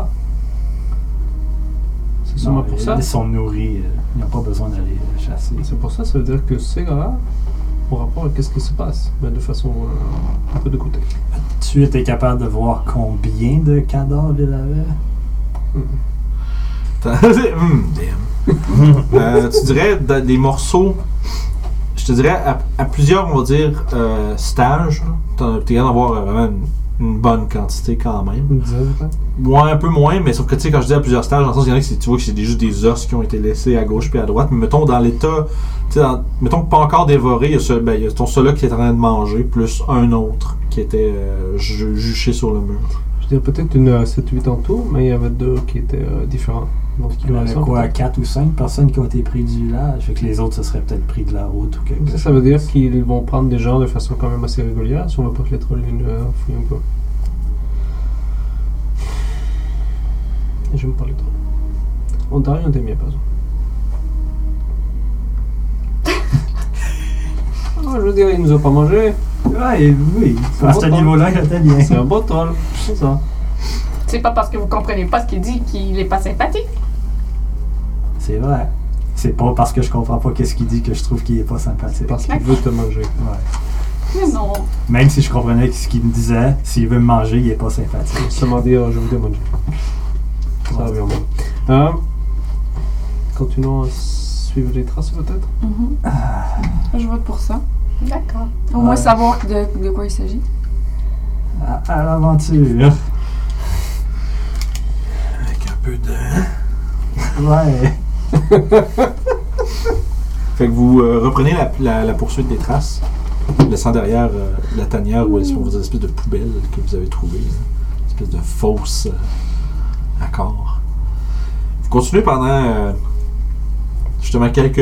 C'est sûrement pour ça. Ils sont nourris, ils n'ont pas besoin d'aller chasser. C'est pour ça, ça veut dire que ces gars-là ont rapport à ce qui se passe, mais de façon un peu de côté. Tu étais capable de voir combien de cadavres il avait? tu dirais des morceaux, je te dirais à plusieurs, on va dire, stages. T'es capable d'avoir vraiment une bonne quantité quand même. Une dizaine, peut-être? Ouais, un peu moins, mais sauf que tu sais, quand je dis à plusieurs stages, dans le sens, il y en a qui tu vois que c'est juste des os qui ont été laissés à gauche puis à droite. Mais mettons, dans l'état, tu sais, mettons que pas encore dévoré, il y a celui-là qui est en train de manger, plus un autre qui était juché sur le mur. Je dirais peut-être une 7-8 en tout, mais il y avait deux qui étaient différents. Donc, Il y en avait quoi, 4 ou 5 personnes qui ont été prises du village? Fait que les autres, ce serait peut-être pris de la route ou quelque chose. Ça veut dire qu'ils vont prendre des gens de façon quand même assez régulière, si on veut pas que les trolls fouillent un peu. Et j'aime pas les trolls. On t'a rien t'aimait pas. Je veux dire, ils nous ont pas mangé. Ouais, oui. C'est À bon ce troll. niveau-là, il était bien. C'est un bon troll. C'est ça. C'est pas parce que vous comprenez pas ce qu'il dit qu'il est pas sympathique. C'est vrai. C'est pas parce que je comprends pas qu'est-ce qu'il dit que je trouve qu'il est pas sympathique. Parce qu'il veut te manger. Ouais. Mais non. Même si je comprenais ce qu'il me disait, s'il veut me manger, il est pas sympathique. Seulement dire, je vous demande. Ça va bien. Continuons à suivre les traces peut-être. Je vote pour ça. D'accord. Au moins savoir de quoi il s'agit. À l'aventure. Avec un peu de... Ouais. Fait que vous reprenez la poursuite des traces, laissant derrière la tanière où elles sont des espèces de poubelles que vous avez trouvées, une espèce de fausse accord. Vous continuez pendant justement quelques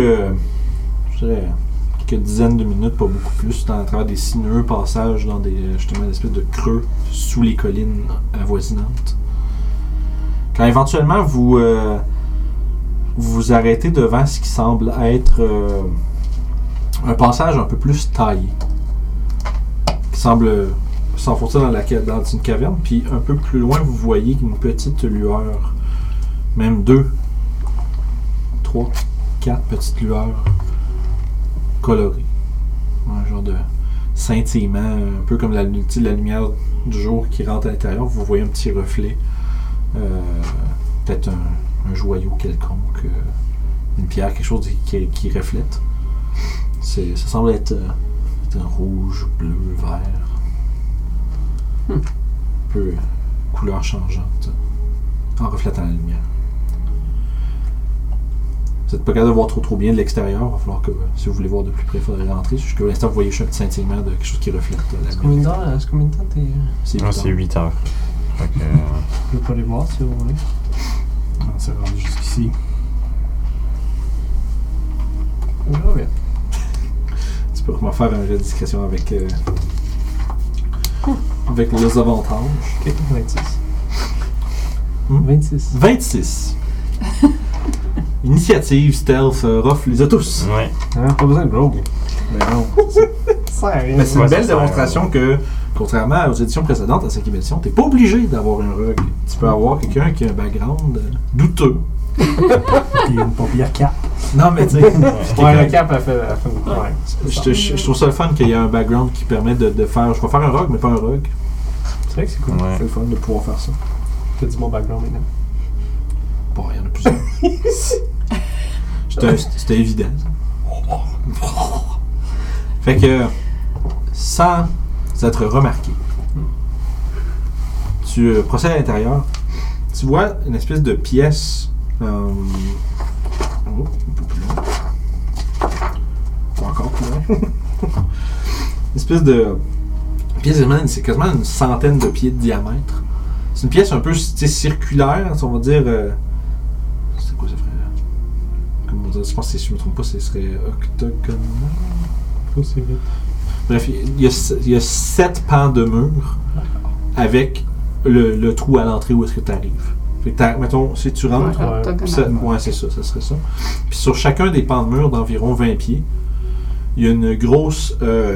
dizaines de minutes, pas beaucoup plus, à travers des sinueux passages dans des espèces de creux sous les collines avoisinantes. Quand éventuellement vous vous arrêtez devant ce qui semble être un passage un peu plus taillé, qui semble s'enfoncer dans une caverne, puis un peu plus loin, vous voyez une petite lueur. Même 2, 3, 4 petites lueurs colorées. Un genre de scintillement, un peu comme la lumière du jour qui rentre à l'intérieur. Vous voyez un petit reflet. Peut-être un joyau quelconque, une pierre, quelque chose qui reflète. Ça semble être un rouge, bleu, vert. Un peu couleur changeante en reflétant la lumière. Vous n'êtes pas capable de voir trop bien de l'extérieur. Il va falloir que, si vous voulez voir de plus près, il faudrait rentrer. Jusqu'à l'instant, vous voyez juste un petit scintillement de quelque chose qui reflète la lumière. Combien de temps t'es... C'est 8 heures. Fait que, Je peux pas les voir si vous voulez. On s'est rendu jusqu'ici. On verra bien. Tu peux vraiment faire un jeu de discrétion avec les avantages. Ok, 26. 26. 26. Initiative, stealth, rough, les a tous. ouais. Ah, pas besoin de rogue. Mais non. Ça arrive. Mais c'est une Ouais, belle ça sert, démonstration que, contrairement aux éditions précédentes, à la 5e édition, t'es pas obligé d'avoir un rogue. Tu peux avoir quelqu'un qui a un background douteux. Puis une paupière cape. Non, mais tu sais, Ouais, le cap a fait... Ouais. je trouve ça le fun qu'il y ait un background qui permet de faire. Je vais faire un rogue, mais pas un rogue. C'est vrai que c'est cool. Ouais. C'est le fun de pouvoir faire ça. T'as dit mon background maintenant. Bon, il y en a plusieurs. C'était évident. Fait que, sans être remarqué, tu procèdes à l'intérieur. Tu vois une espèce de pièce. Un peu plus loin. Pas encore plus loin. Une espèce de pièce, c'est quasiment une centaine de pieds de diamètre. C'est une pièce un peu circulaire, on va dire. C'est quoi ça ferait? Comment dire? Je pense que si je me trompe pas, ce serait octogonal. Possible. Bref, il y a 7 pans de mur avec le trou à l'entrée où est-ce que tu arrives. Fait que mettons, si tu rentres, ouais, c'est ça serait ça. Puis sur chacun des pans de mur d'environ 20 pieds, il y a une grosse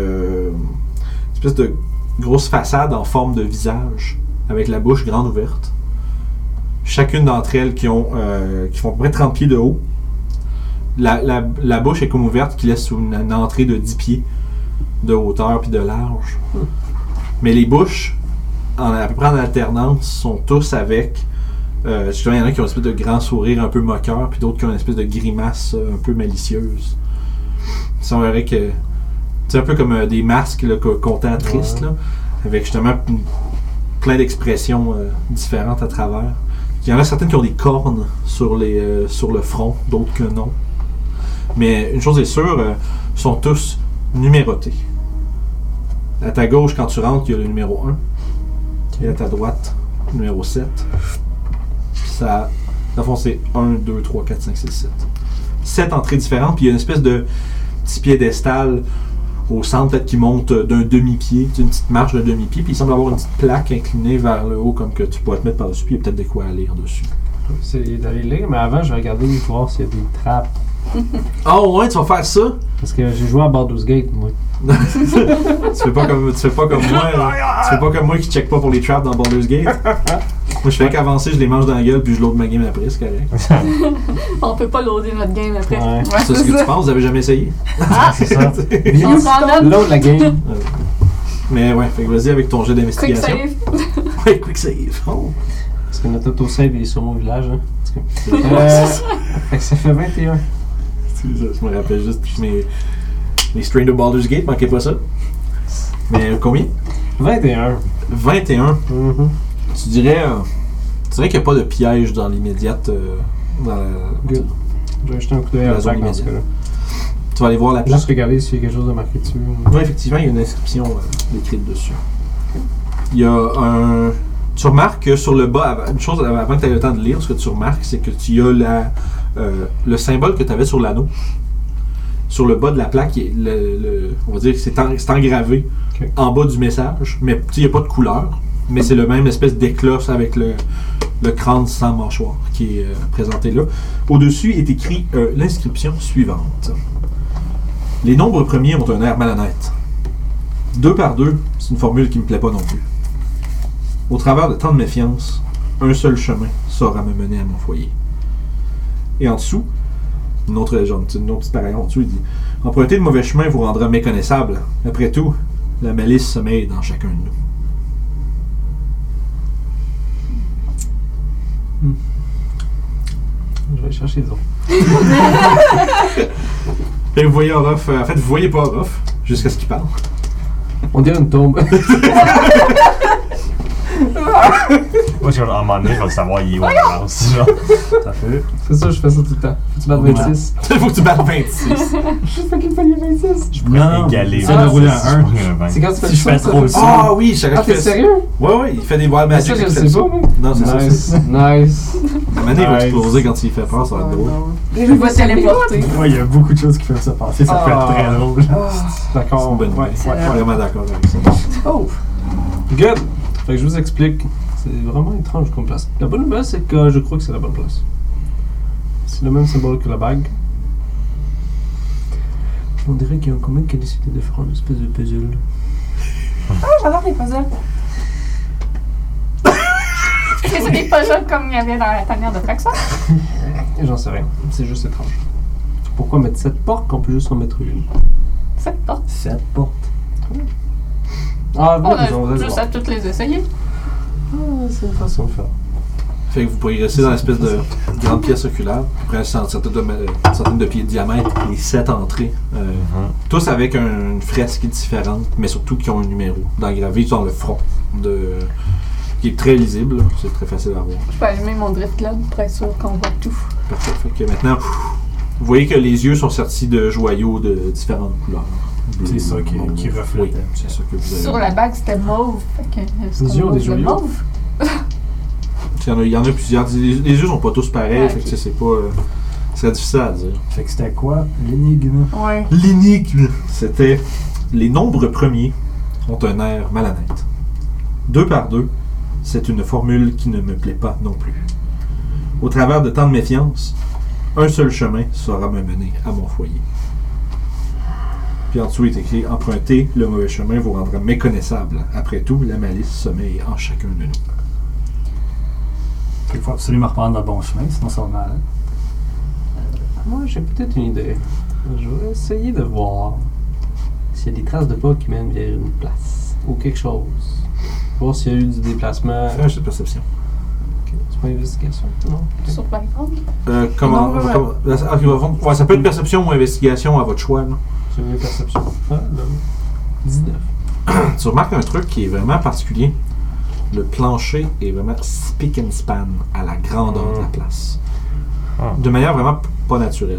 espèce de grosse façade en forme de visage avec la bouche grande ouverte. Chacune d'entre elles qui font à peu près 30 pieds de haut. La bouche est comme ouverte qui laisse une entrée de 10 pieds de hauteur puis de large. Mais les bouches, à peu près en alternance, sont tous avec... justement, il y en a qui ont une espèce de grand sourire un peu moqueur, puis d'autres qui ont une espèce de grimace un peu malicieuse. Ça verrait que... C'est un peu comme des masques là, contents, tristes, là, avec justement plein d'expressions différentes à travers. Il y en a certaines qui ont des cornes sur le front, d'autres que non. Mais une chose est sûre, sont tous numérotés. À ta gauche, quand tu rentres, il y a le numéro 1. Et à ta droite, le numéro 7. Puis ça, dans le fond, c'est 1, 2, 3, 4, 5, 6, 7. 7 entrées différentes, puis il y a une espèce de petit piédestal au centre, peut-être qui monte d'un demi-pied, une petite marche d'un demi-pied, puis il semble avoir une petite plaque inclinée vers le haut, comme que tu pourrais te mettre par-dessus, puis il y a peut-être de quoi à lire dessus. C'est d'aller lire, mais avant, je vais regarder voir s'il y a des trappes. Oh ouais, tu vas faire ça? Parce que j'ai joué à Baldur's Gate, moi. tu fais pas comme moi, là. Tu fais pas comme moi qui check pas pour les traps dans Baldur's Gate. Moi, je fais qu'avancer, je les mange dans la gueule, puis je load ma game après, c'est correct. On peut pas loader notre game après. Ouais. C'est ce que tu penses, vous avez jamais essayé? C'est ça. On s'en note. Load la game. Mais ouais, fait que vas-y avec ton jet Quick d'investigation. save. Ouais, quick save. Oh. Parce que notre autosave est sur mon village. Hein. Fait que ça fait 21. Je me rappelle juste mes strains de Baldur's Gate, manquez pas ça. Mais combien? 21. 21. Mm-hmm. Tu dirais qu'il n'y a pas de piège dans l'immédiate. Dans la, Good. Je vais jeter un coup d'œil à La la zone plaque dans ce immédiate. cas-là. Tu vas aller voir la plaque. Juste regarder s'il y a quelque chose de marqué dessus. Oui, effectivement, il y a une inscription écrite dessus. Il y a un. Tu remarques que sur le bas, une chose avant que tu aies le temps de lire, ce que tu remarques, c'est que tu as le symbole que tu avais sur l'anneau. Sur le bas de la plaque, on va dire que c'est engravé en bas du message, mais il n'y a pas de couleur. Mais c'est le même espèce d'éclat avec le crâne sans mâchoire qui est présenté là. Au-dessus est écrit l'inscription suivante. Les nombres premiers ont un air malhonnête. 2 par 2, c'est une formule qui me plaît pas non plus. Au travers de tant de méfiance, un seul chemin saura me mener à mon foyer. Et en dessous, une autre petite paragraphe en dessous, il dit « Emprunter le mauvais chemin vous rendra méconnaissable. Après tout, la malice sommeille dans chacun de nous. » Je vais chercher les autres. Et vous voyez Orof, en fait, vous voyez pas Orof, jusqu'à ce qu'il parle. On dirait une tombe. Moi, à un moment donné, je vais le savoir, il est où en avance, genre. Ça fait. C'est ça, je fais ça tout le temps. Faut-tu battre 26? Il faut que tu battes 26. Je fais qu'il fallait 26. Je pourrais égaler. c'est de rouler un 1. C'est quand tu fais Si je fais trop de Ah oui, je savais Ah, qu'il t'es fait sérieux? Ouais, il fait des voiles Mais ça, magiques. je il le fait sais ça. pas, moi. Non, c'est ça. Nice, nice. La manée va Nice. exploser quand il fait peur, ça va être drôle. Je vais téléporter. Ouais, il y a beaucoup de choses qui peuvent se passer, ça peut être très drôle. D'accord. C'est une bonne idée. Ouais. Je suis vraiment d'accord avec ça. Oh! Good. Fait que je vous explique. C'est vraiment étrange comme place. La bonne nouvelle, c'est que je crois que c'est la bonne place. C'est le même symbole que la bague. On dirait qu'il y a un combien qui a décidé de faire une espèce de puzzle. Ah, j'adore les puzzles. Est-ce que c'est des puzzles comme il y avait dans la tanière de Traxxon? Et j'en sais rien. C'est juste étrange. Pourquoi mettre 7 portes quand on peut juste en mettre une? Cette porte. 7 portes. Ah, On oui, vous a allez juste voir. à toutes les essayer. Ah, c'est une façon de faire. Fait que vous pourriez rester dans l'espèce de grande pièce circulaire, après une centaine de pieds de diamètre, les 7 entrées, tous avec une fresque différente, mais surtout qui ont un numéro d'engravé dans le front, qui est très lisible, c'est très facile à voir. Je peux allumer mon drift club pour être sûr qu'on voit tout. Parfait. Fait que maintenant, vous voyez que les yeux sont sortis de joyaux de différentes couleurs. Bleu, C'est ça qui reflète. Oui, c'est ça que vous avez. Sur la bague, c'était mauve. Fait que, est-ce Les qu'on yeux ont voit des le joyaux. mauve? Il y en a plusieurs. Les yeux sont pas tous pareils, Ouais, fait que ok. tu sais, c'est pas. C'est difficile à dire. Fait que c'était quoi l'énigme? Ouais. L'énigme, c'était les nombres premiers ont un air malhonnête. 2 par 2, c'est une formule qui ne me plaît pas non plus. Au travers de tant de méfiance, un seul chemin saura me mener à mon foyer. Puis en dessous, il est écrit « Emprunter le mauvais chemin vous rendra méconnaissable. Après tout, la malice sommeille en chacun de nous. » Il faut absolument reprendre le bon chemin, sinon ça va mal. Moi, j'ai peut-être une idée. Je vais essayer de voir s'il y a des traces de pas qui mènent vers une place ou quelque chose. Voir s'il y a eu du déplacement. Fais un jeu de perception. Ok, c'est pas une investigation, non? Ok. Surprendre? Comment, Non, ouais. ouais, ça peut être perception ou investigation à votre choix. Là. C'est une perception. Ah, là. 19. Tu remarques un truc qui est vraiment particulier. Le plancher est vraiment spick and span à la grandeur de la place. Ah. De manière vraiment pas naturelle.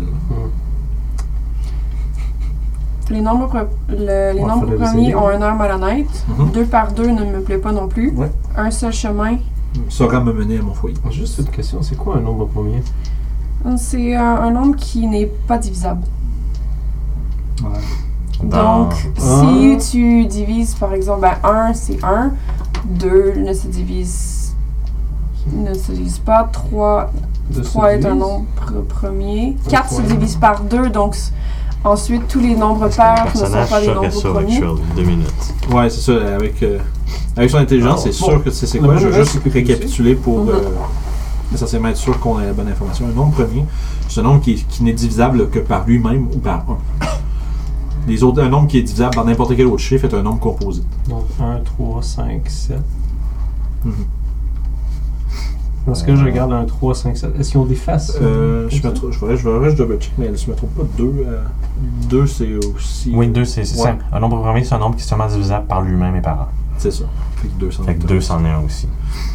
Les nombres, les nombres fallait premiers essayer. ont un air malhonnête. Mhm. 2 par 2 ne me plaît pas non plus. Ouais. Un seul chemin. Saura me mener à mon foyer. Juste une question, c'est quoi un nombre premier? C'est un nombre qui n'est pas divisable. Ouais. Donc, si tu divises, par exemple, 1, c'est 1. 2 ne se divise pas. 3 est un nombre premier. 4 se divise par 2, donc ensuite tous les nombres pairs ne sont pas des nombres premiers. 2 minutes. Ouais, c'est ça. Avec son intelligence, c'est sûr que c'est quoi. Je vais juste récapituler pour essentiellement être sûr qu'on a la bonne information. Un nombre premier, c'est un nombre qui n'est divisable que par lui-même ou par 1. Les autres, un nombre qui est divisable par n'importe quel autre chiffre est un nombre composite. Donc 1, 3, 5, 7. Mhm. Dans ce cas, je regarde un 3, 5, 7. Est-ce qu'ils ont des faces? Je double check, mais je me trompe pas. 2, c'est aussi. Oui, 2, c'est Ouais. simple. Un nombre premier, c'est un nombre qui est seulement divisable par lui-même et par 1. C'est ça. Fait que 200. Fait que 2, c'en est un aussi.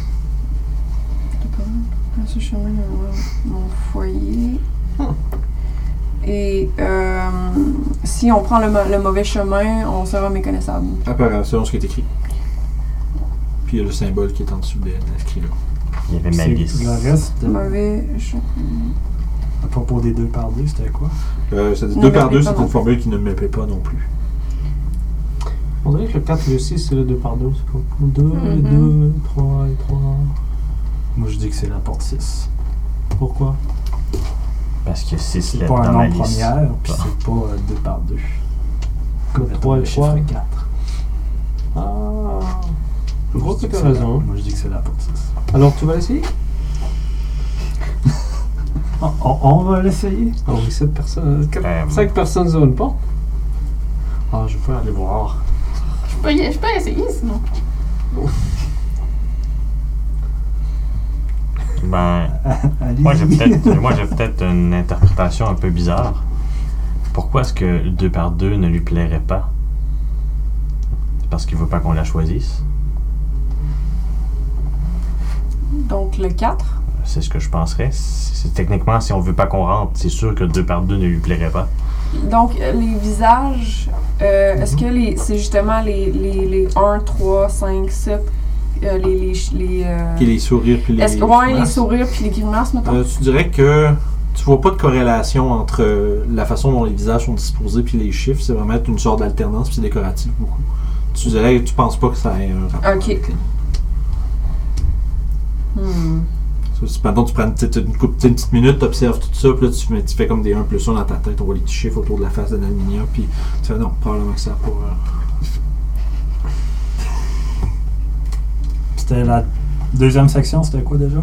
Ce chemin est mon foyer. Et si on prend le mauvais chemin, on sera méconnaissable. Apparemment, selon ce qui est écrit. Puis il y a le symbole qui est en dessous de inscrit là. Il y avait Malice. Le reste, Mauvais chemin. à propos des 2 par 2, c'était quoi? Ça dit Ne 2 me par plaît 2, pas c'est non une formule qui ne me plaît pas non plus. On dirait que le 4 et le 6, c'est le 2 par 2. C'est comme 2, Mhm. 2, 3 et 3. Moi je dis que c'est la porte 6. Pourquoi? Parce que 6 C'est lettres pas un dans nombre Malice. première, puis c'est pas 2 par 2. Comme Le mettons 3 et le 3. chiffre 4. Je crois que Je dis tu as c'est raison. Moi, je dis que c'est la porte 6. Alors, tu vas l'essayer? On va l'essayer. Ah oui, 7 personnes. 5 personnes sur une porte. Ah, je peux aller voir. Je peux essayer sinon. Ben, Allez-y. moi j'ai peut-être une interprétation un peu bizarre. Pourquoi est-ce que le 2x2 ne lui plairait pas? C'est parce qu'il veut pas qu'on la choisisse? Donc le 4. C'est ce que je penserais. Techniquement, si on veut pas qu'on rentre, c'est sûr que le 2x2 ne lui plairait pas. Donc les visages, est-ce que c'est justement les 1, 3, 5, 7, Puis les sourires, puis les. Est-ce que les grimaces. sourires puis les grimaces, mettons? Tu dirais que tu vois pas de corrélation entre la façon dont les visages sont disposés puis les chiffres. C'est vraiment une sorte d'alternance puis c'est décoratif beaucoup. Tu dirais que tu penses pas que ça ait un rapport Ok. avec les... Pendant tu prends une petite minute, tu observes tout ça, puis là tu fais comme des 1 plus 1 dans ta tête, on voit les petits chiffres autour de la face de Nalminia, puis tu fais non, probablement que ça a pas. C'était la deuxième section, c'était quoi déjà?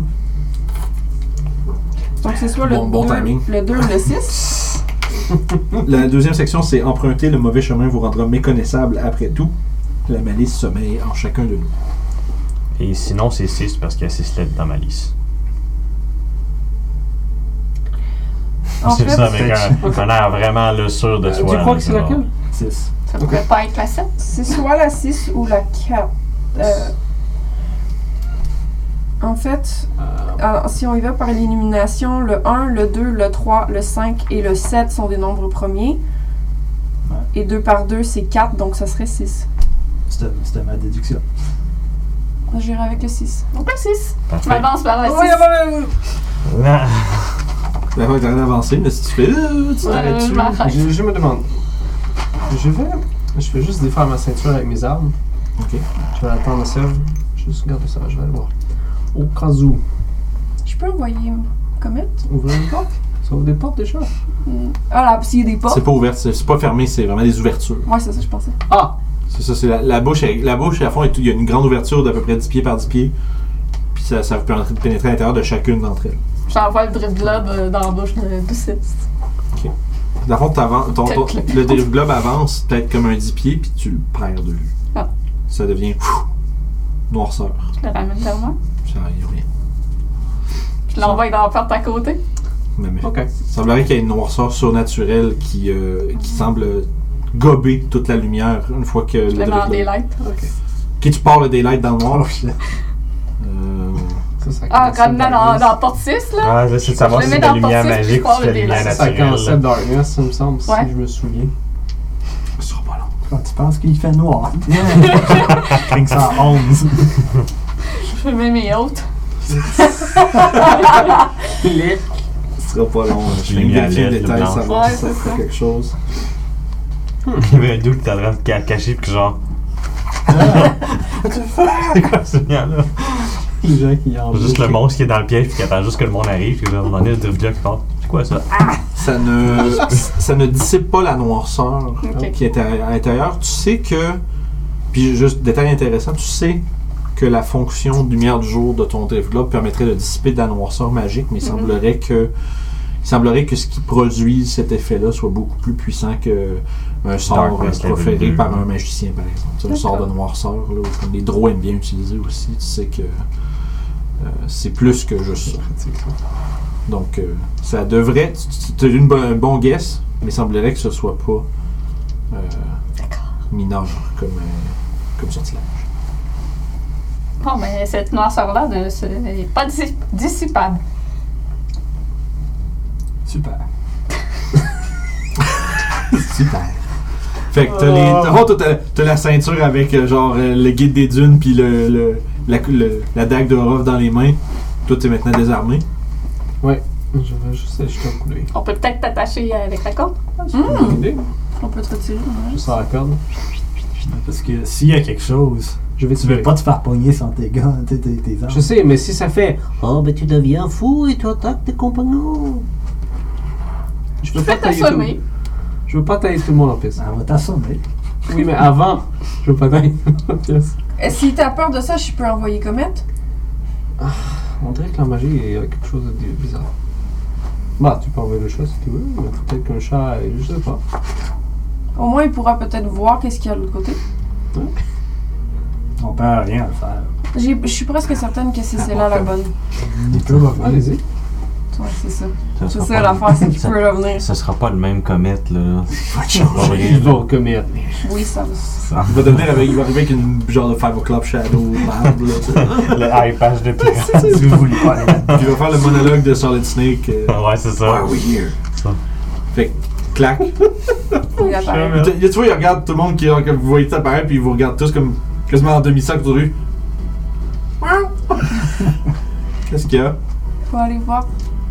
Donc c'est soit le Bon 2, timing. le 2 ou le 6. La deuxième section, c'est emprunter le mauvais chemin vous rendra méconnaissable après tout. La malice sommeille en chacun de nous. Et sinon, c'est 6 parce qu'il y a 6 lettres dans ma liste. En C'est fait, ça, avec un air vraiment là, sûr de soi. Tu crois là, que c'est genre. laquelle? 6. Ça pourrait pas être la 7. c'est soit la 6 ou la 4. En fait, alors, si on y va par l'élimination, le 1, le 2, le 3, le 5 et le 7 sont des nombres premiers. Ouais. Et 2 par 2, c'est 4, donc ça serait 6. C'était ma déduction. J'irai avec le 6. Donc le 6. Je Parfait. m'avance vers la 6. Ah. La fois que t'as avancé, mais si tu fais. Tu t'arrêtes dessus. Je m'arrête. Je me demande. Je vais juste défaire ma ceinture avec mes armes. Ok. Je vais attendre ça. Juste garder ça, je vais aller voir. Au cas où. Je peux envoyer Comet? Ouvrir une porte? Ça ouvre des portes déjà? Ah là, s'il y a des portes. C'est pas ouvert, c'est pas fermé, c'est vraiment des ouvertures. Ouais, c'est ça, je pensais. Ah! C'est ça, c'est la bouche. La bouche, à fond, il y a une grande ouverture d'à peu près 10 pieds par 10 pieds. Puis ça vous permet de pénétrer à l'intérieur de chacune d'entre elles. J'envoie le drip globe dans la bouche du 6. Dans le fond, le drift globe avance peut-être comme un 10 pieds, puis tu le perds de vue. Ah. Ça devient noirceur. Je le ramène vers moi. Ça arrive rien. Je l'envoie dans la porte à côté. Mais Ok. il semblerait qu'il y ait une noirceur surnaturelle qui semble gober toute la lumière une fois que Je le mets en daylight. Ok. Ok, tu pars le daylight dans le noir. Ça Ah, quand même dans la porte 6, là. Ah, j'essaie de savoir Je si le c'est mets de la dans lumière le porte-six, magique puis ou si c'est de la je lumière pars Ça naturelle. concept darkness, il me semble, Ouais. si je me souviens. Ce sera pas long. Quand tu penses qu'il fait noir. Ring 111. Je mets mes hautes. Ce sera pas long. Je vais Lumière vérifier le LED, détail, blanche. savoir Ouais, si ça c'est fait ça. quelque chose. Il y avait un doute qui était en train de cacher, puis genre. C'est quoi ce lien-là? Les gens qui en Juste le monstre qui est dans le piège, puis qui attend juste que le monde arrive, puis à un moment donné, le drift qui part. C'est quoi ça? Ça ne dissipe pas la noirceur Ok. qui est à l'intérieur. Tu sais que, puis juste détail intéressant, tu sais que la fonction de lumière du jour de ton drift globe permettrait de dissiper de la noirceur magique, mais il semblerait que ce qui produit cet effet-là soit beaucoup plus puissant que un sort Darkness level proféré 2. par un magicien, par exemple. Tu sais, un sort de noirceur, là, comme les droits aiment bien utiliser aussi, tu sais que c'est plus que juste ça. Donc, ça devrait. Tu as eu un bon guess, mais il semblerait que ce soit pas mineur comme sortilège. Bon, mais cette noirceur-là n'est pas dissipable. Super. Super. Fait que t'as la ceinture avec genre le guide des dunes puis la dague de Orof dans les mains. Toi, t'es maintenant désarmé. Ouais. Je vais juste jeter un coup d'œil. On peut peut-être t'attacher avec la corde. Bonne idée. On peut te retirer. Je sors la corde. Parce que s'il y a quelque chose, Je vais tu veux pas te faire pogner sans tes gants, tes armes. Je sais, mais si ça fait. Oh, ben tu deviens fou et tu attaques tes compagnons. Je Je veux fais pas tailler tout. t'assommer. Je veux pas tailler tout le monde en piste. Elle va t'assommer. Oui, mais avant, je veux pas dingue. Si t'as peur de ça, je peux envoyer Comet? On dirait que la magie est quelque chose de bizarre. Bah, tu peux envoyer le chat si tu veux, mais peut-être qu'un chat, je sais pas. Au moins, il pourra peut-être voir qu'est-ce qu'il y a de l'autre côté. On perd rien à le faire. Je suis presque certaine que c'est celle-là la bonne. Allez-y. Ouais, c'est ça. C'est sera ça pas- l'affaire, c'est qu'il peut revenir. Ce sera pas le même comète, là. Ils vont commettre. Oui, ça va. Il va devenir il va arriver avec une genre de 5 o'clock shadow merde, là, tu sais. Le high patch de pirate. Si vous voulez pas aller là-dedans. Puis il va faire le monologue de Solid Snake. Ouais, c'est ça. Why are we here? Ça. Fait que, clac. Il apparaît. Tu vois, il regarde tout le monde que vous voyez ça apparaître, puis il vous regarde tous comme quasiment en demi-cercle autour de lui. Qu'est-ce qu'il y a? Faut aller voir.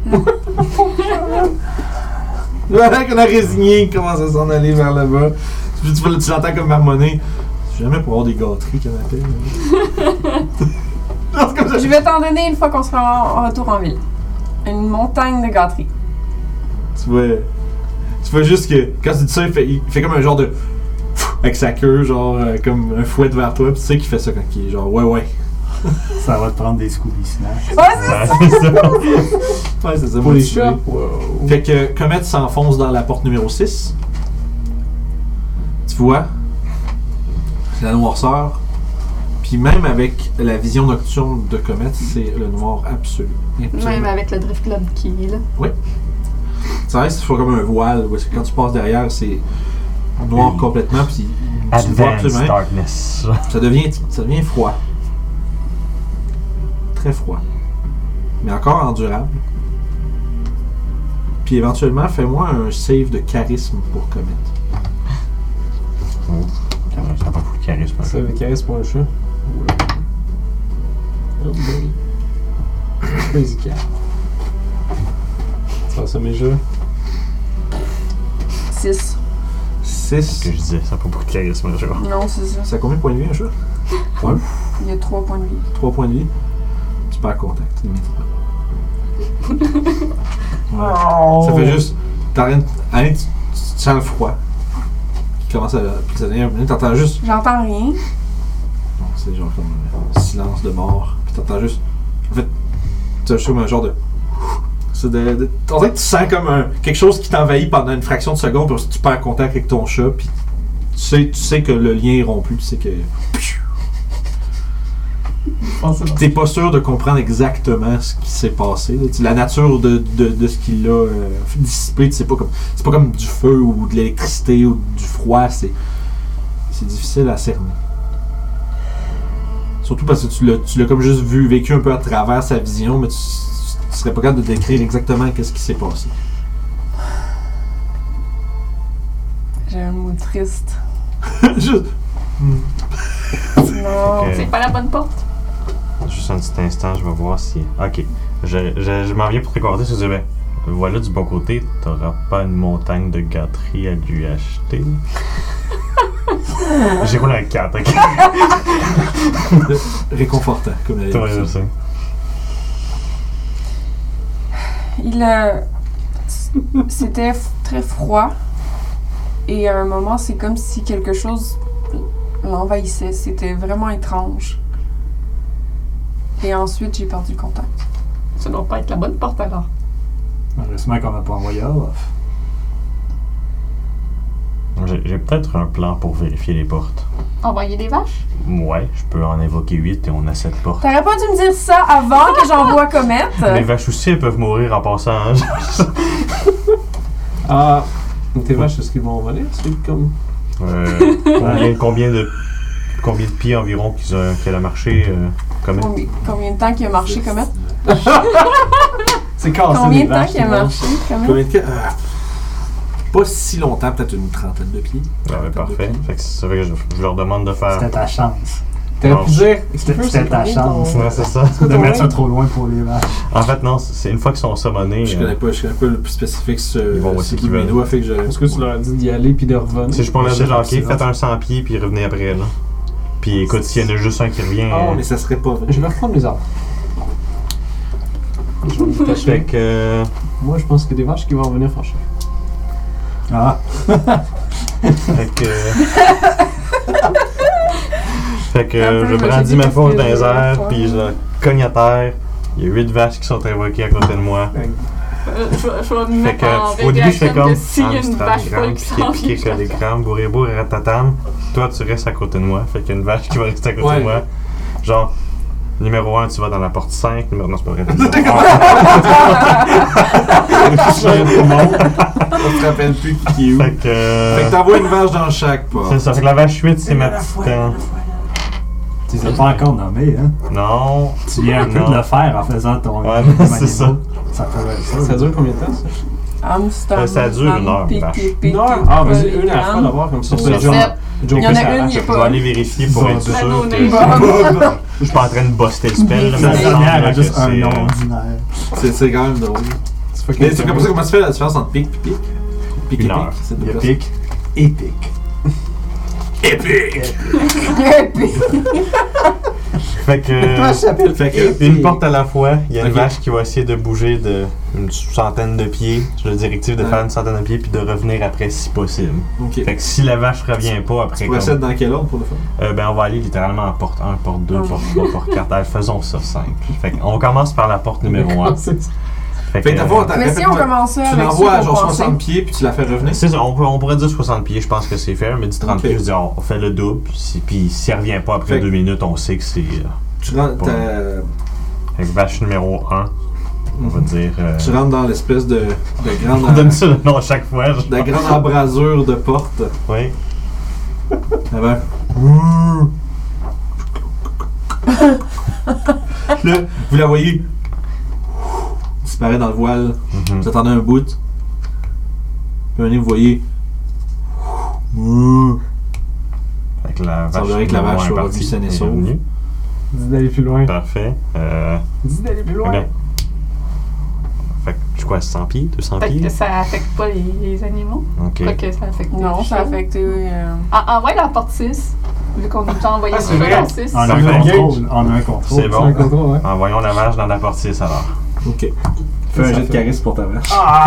Voilà qu'on a résigné, il commence à s'en aller vers là-bas. Puis tu l'entends comme marmonner. C'est jamais pour avoir des gâteries qu'on appelle. Non, c'est comme ça. Je vais t'en donner une fois qu'on sera en retour en ville. Une montagne de gâteries. Tu vois juste que quand tu dis ça, il fait comme un genre de. Avec sa queue, genre comme un fouet vers toi. Puis tu sais qu'il fait ça quand il est genre ouais. Ça va te prendre des Scooby Snacks. Ouais, c'est ça! Ouais, c'est ça. Pour les motivé. chats? Wow. Fait que Comet s'enfonce dans la porte numéro 6. Tu vois, c'est la noirceur. Puis même avec la vision nocturne de Comet, c'est le noir absolu. Même avec le Drift Club qui est là. Ça reste comme un voile, parce que quand tu passes derrière, c'est noir complètement, puis tu vois Advanced absolument. Darkness. Ça devient froid. Très froid. Mais encore endurable. Puis éventuellement, fais-moi un save de charisme pour Comet. Ça n'a pas beaucoup de charisme. Ça avec charisme pour un chat. Oh boy. Crazy cat. Ça, c'est mes jeux. 6. 6. Ce que je disais, ça n'a pas beaucoup de charisme, je vois. Non, c'est ça. Ça a combien de points de vie un chat? Il y a 3 points de vie. 3 points de vie. Tu perds contact immédiatement. Ouais. Ça fait juste. Tu sens le froid. Qui commence à. Puis ça devient. T'entends juste. J'entends rien. Non, c'est genre comme un silence de mort. Puis t'entends juste. En fait, tu as juste comme un genre de. C'est on dirait que tu sens comme quelque chose qui t'envahit pendant une fraction de seconde, puis tu perds contact avec ton chat, puis tu sais que le lien est rompu, tu sais que. T'es pas sûr de comprendre exactement ce qui s'est passé. Là. La nature de ce qu'il a dissipé, c'est pas comme du feu ou de l'électricité ou du froid, c'est difficile à cerner. Surtout parce que tu l'as comme juste vécu un peu à travers sa vision, mais tu serais pas capable de décrire exactement qu'est-ce qui s'est passé. J'ai un mot triste. Juste. Non. Ok. C'est pas la bonne porte. Juste un petit instant, je vais voir si. Ok. Je m'en viens pour te regarder, je te dis, ben, voilà du bon côté, t'auras pas une montagne de gâteries à lui acheter. J'ai roulé un 4, ok. Réconfortant, comme elle Ouais, je sais. C'était très froid. Et à un moment, c'est comme si quelque chose l'envahissait. C'était vraiment étrange. Et ensuite, j'ai perdu le contact. Ça doit pas être la bonne porte alors. Heureusement qu'on n'a pas envoyé Olaf. J'ai peut-être un plan pour vérifier les portes. Envoyer des vaches? Ouais, je peux en invoquer 8 et on a 7 portes. T'aurais pas dû me dire ça avant que j'envoie Comet. Les vaches aussi, elles peuvent mourir en passant. Hein? Ah, tes vaches, est-ce qu'ils vont venir? C'est comme. Combien de pieds environ qu'elle a marché comme Combien de temps qu'il a marché Comet? C'est cassé. Combien les de temps vaches, qu'il a les marché Comet? Combien de pas si longtemps, peut-être une trentaine de pieds. Ouais, parfait. Fait que ça fait que je leur demande de faire. C'était ta chance. T'aurais pu dire. C'était ta chance. Ouais, c'est ça. De mettre ça trop loin pour les vaches. En fait, non, c'est une fois qu'ils sont summonés. Je connais pas le plus spécifique Ils vont où ce c'est qu'ils veulent. doit fait que j'aurais. Est-ce que tu leur as dit d'y aller puis de revenir? C'est juste pour leur dire, Je ok, sais pas. faites un 100 pieds puis revenez après, là. Puis écoute, s'il y en a juste un qui revient. Oh, mais ça serait pas vrai. Je vais reprendre les arbres. Je vais me Fait détacher. que. Moi, je pense qu'il y a des vaches qui vont venir franchir. Ah, Fait que. Fait que Un peu, je mais brandis j'ai ma dit fourche que dans les je- airs, ouais. puis je la cogne à terre. Il y a 8 vaches qui sont invoquées à côté de moi. Je vais me Fait mettre en que, au début, je fais régulation comme que s'il y a une vache folle qui s'en piqué, vient. collégramme, bourré-bourre, ratatam. Toi, tu restes à côté de moi. Fait qu'il y a une vache qui va rester à côté Ouais. de moi. Genre, numéro 1, tu vas dans la porte 5. Non, c'est pas vrai. On se rappelle plus qui est où. Fait que. Fait que t'envoies une vache dans chaque pas. C'est ça. Fait que la vache 8, c'est ma petite. Tu les as pas encore nommés, hein? Non. Tu viens un peu Non. de le faire en faisant ton. Ouais, ton c'est ça. animal. Ça fait Ça dure combien de temps, ça? Amsterdam. Ça dure une heure, pic, vache. pic, pic, Non, pic, ah, vas-y, pic, une à la fois pic. d'abord, comme ça. Je c'est sais. Joe- Il y en Joe a fait une, il est Je pas. vais aller vérifier pour être sûr Bob. que. Je suis pas en train de buster le spell, là, mais La il dernière semble a juste que un c'est, nom ordinaire. C'est quand même drôle. Mais c'est comme ça, comment tu fais la différence entre pic et pic? Pic et Une heure. pic, c'est Il y a deux pic, épique. Épique! Fait que. Comment ça s'appelle? Fait que, Une porte à la fois, il y a une Ok. vache qui va essayer de bouger d'une centaine de pieds. J'ai le directive de Ouais. faire une centaine de pieds puis de revenir après si possible. ok. Fait que si la vache revient pas après, Tu comme, procèdes dans quel ordre pour le faire? ben on va aller littéralement en porte 1, porte 2, porte 3, porte 4. Allez, faisons ça simple. Fait qu'on commence par la porte numéro 1. Fait que d'abord, attends, Mais si on répète-moi. commençait Tu avec l'envoies à ça genre pour penser. 60 pieds puis tu la fais revenir? c'est ça, on pourrait dire 60 pieds, je pense que c'est fair, mais dit 30 Ok. pieds, je dis on fait le double, puis si elle revient pas après Fait- 2 minutes, on sait que c'est. Tu rentres, Bon. ta- Fait que vache numéro 1, on va dire. tu rentres dans l'espèce de grande, On donne ça le nom à chaque fois. genre. de grande embrasure de porte. Oui. Avant. Là, vous la voyez disparaître dans le voile. Mhm. Vous attendez un bout. Puis un moment donné, vous voyez. Fait que la vache. semblerait que la numéro vache un est soit partie, revenue saine et est sauve. revenue. Dis d'aller plus loin. Parfait. Dis d'aller plus loin. Bien. Fait que, je quoi, 100 pieds, 200 Peut-être pieds? que ça affecte pas les animaux. Ok. Pas que ça affecte les Non, ça a choses. affecté. Envoie la porte 6. Vu qu'on a déjà envoyé Ah, c'est une vrai. fois la 6. On a un Parfait. contrôle. On a un contrôle. C'est C'est bon. un contrôle, ouais. Envoyons la vache dans la porte 6 alors. Ok. Fais un jet de charisme pour ta vache.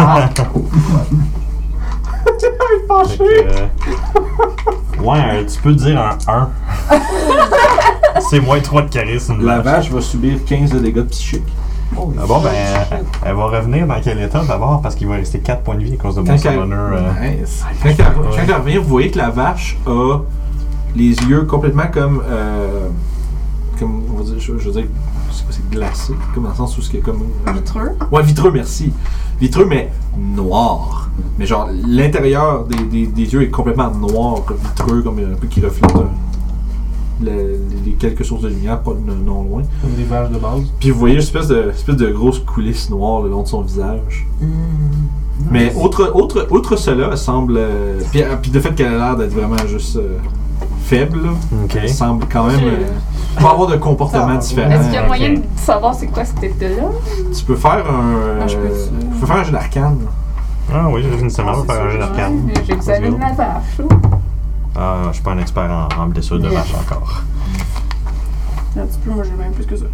Fait que, ouais, tu peux dire un 1. C'est moins 3 de charisme. une La vache. vache va subir 15 de dégâts psychiques. Ah bon, ben, elle va revenir dans quel état d'abord? Parce qu'il va rester 4 points de vie à cause de mon Quand summoner. Nice. Quand elle revient, vous voyez que la vache a les yeux complètement comme on va dire, je veux dire, c'est quoi, c'est glacé, comme dans le sens où c'est comme Vitreux. ouais, vitreux, merci, vitreux mais noir, mais genre l'intérieur des yeux est complètement noir, comme vitreux, comme un peu qui reflète les quelques sources de lumière, pas non loin. Comme des vaches de base. Puis vous voyez une espèce de grosse coulisse noire le long de son visage. Mais outre cela, elle semble. Puis le fait qu'elle a l'air d'être vraiment juste faible, là, Ok. elle semble quand même. Pas avoir de comportement différent. Est-ce qu'il y a ok. moyen de savoir c'est quoi cet effet-là? Tu peux faire un. Ah, je peux- tu peux faire un jeu d'arcane. Ah oui, j'ai nécessairement Ah, c'est faire un jeu sûr, d'arcane. ouais. J'examine la vache. Ah, je suis pas un expert en blessure de Yeah. vache encore. Un petit peu, moi j'ai même plus que ça.